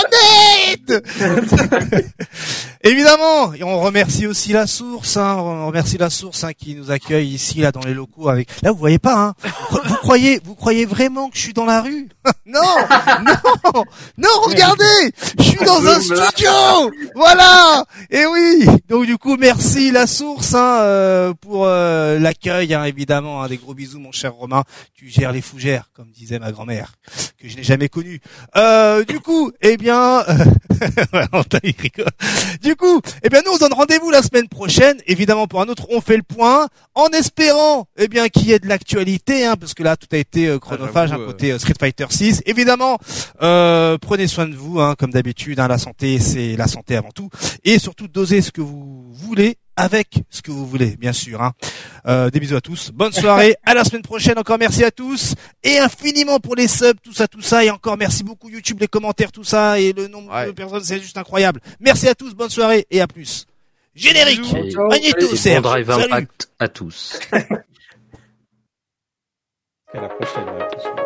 Internet. Évidemment, et on remercie aussi la source, hein, on remercie la source hein, qui nous accueille ici là dans les locaux avec. Là, vous voyez pas, hein. Vous croyez, vous croyez vraiment que je suis dans la rue? Non, non, non. Regardez, je suis dans un studio. Voilà. Et oui. Donc du coup, merci la source hein, euh, pour euh, l'accueil, hein, évidemment. Hein, des gros bisous, mon cher Romain. Tu gères les fougères, comme disait ma grand-mère, que je n'ai jamais connue. Euh, du coup, eh bien, euh... Valentin, il rigole. Du coup, eh bien, nous on se donne rendez-vous la semaine prochaine, évidemment pour un autre On fait le point, en espérant, eh bien, qu'il y ait de l'actualité, hein, parce que là tout a été euh, chronophage, Ah, hein, j'avoue, côté euh, Street Fighter six. Évidemment, euh, prenez soin de vous, hein, comme d'habitude. Hein, la santé, c'est la santé avant tout, et surtout dosez ce que vous voulez avec ce que vous voulez, bien sûr. Hein. Euh, des bisous à tous, bonne soirée, à la semaine prochaine. Encore merci à tous et infiniment pour les subs, tout ça, tout ça, et encore merci beaucoup YouTube, les commentaires, tout ça, et le nombre Ouais. de personnes, c'est juste incroyable. Merci à tous, bonne soirée et à plus. Générique, Et- Magnéto, et bon Serge, Drive salut. Impact à tous. À la prochaine. attention.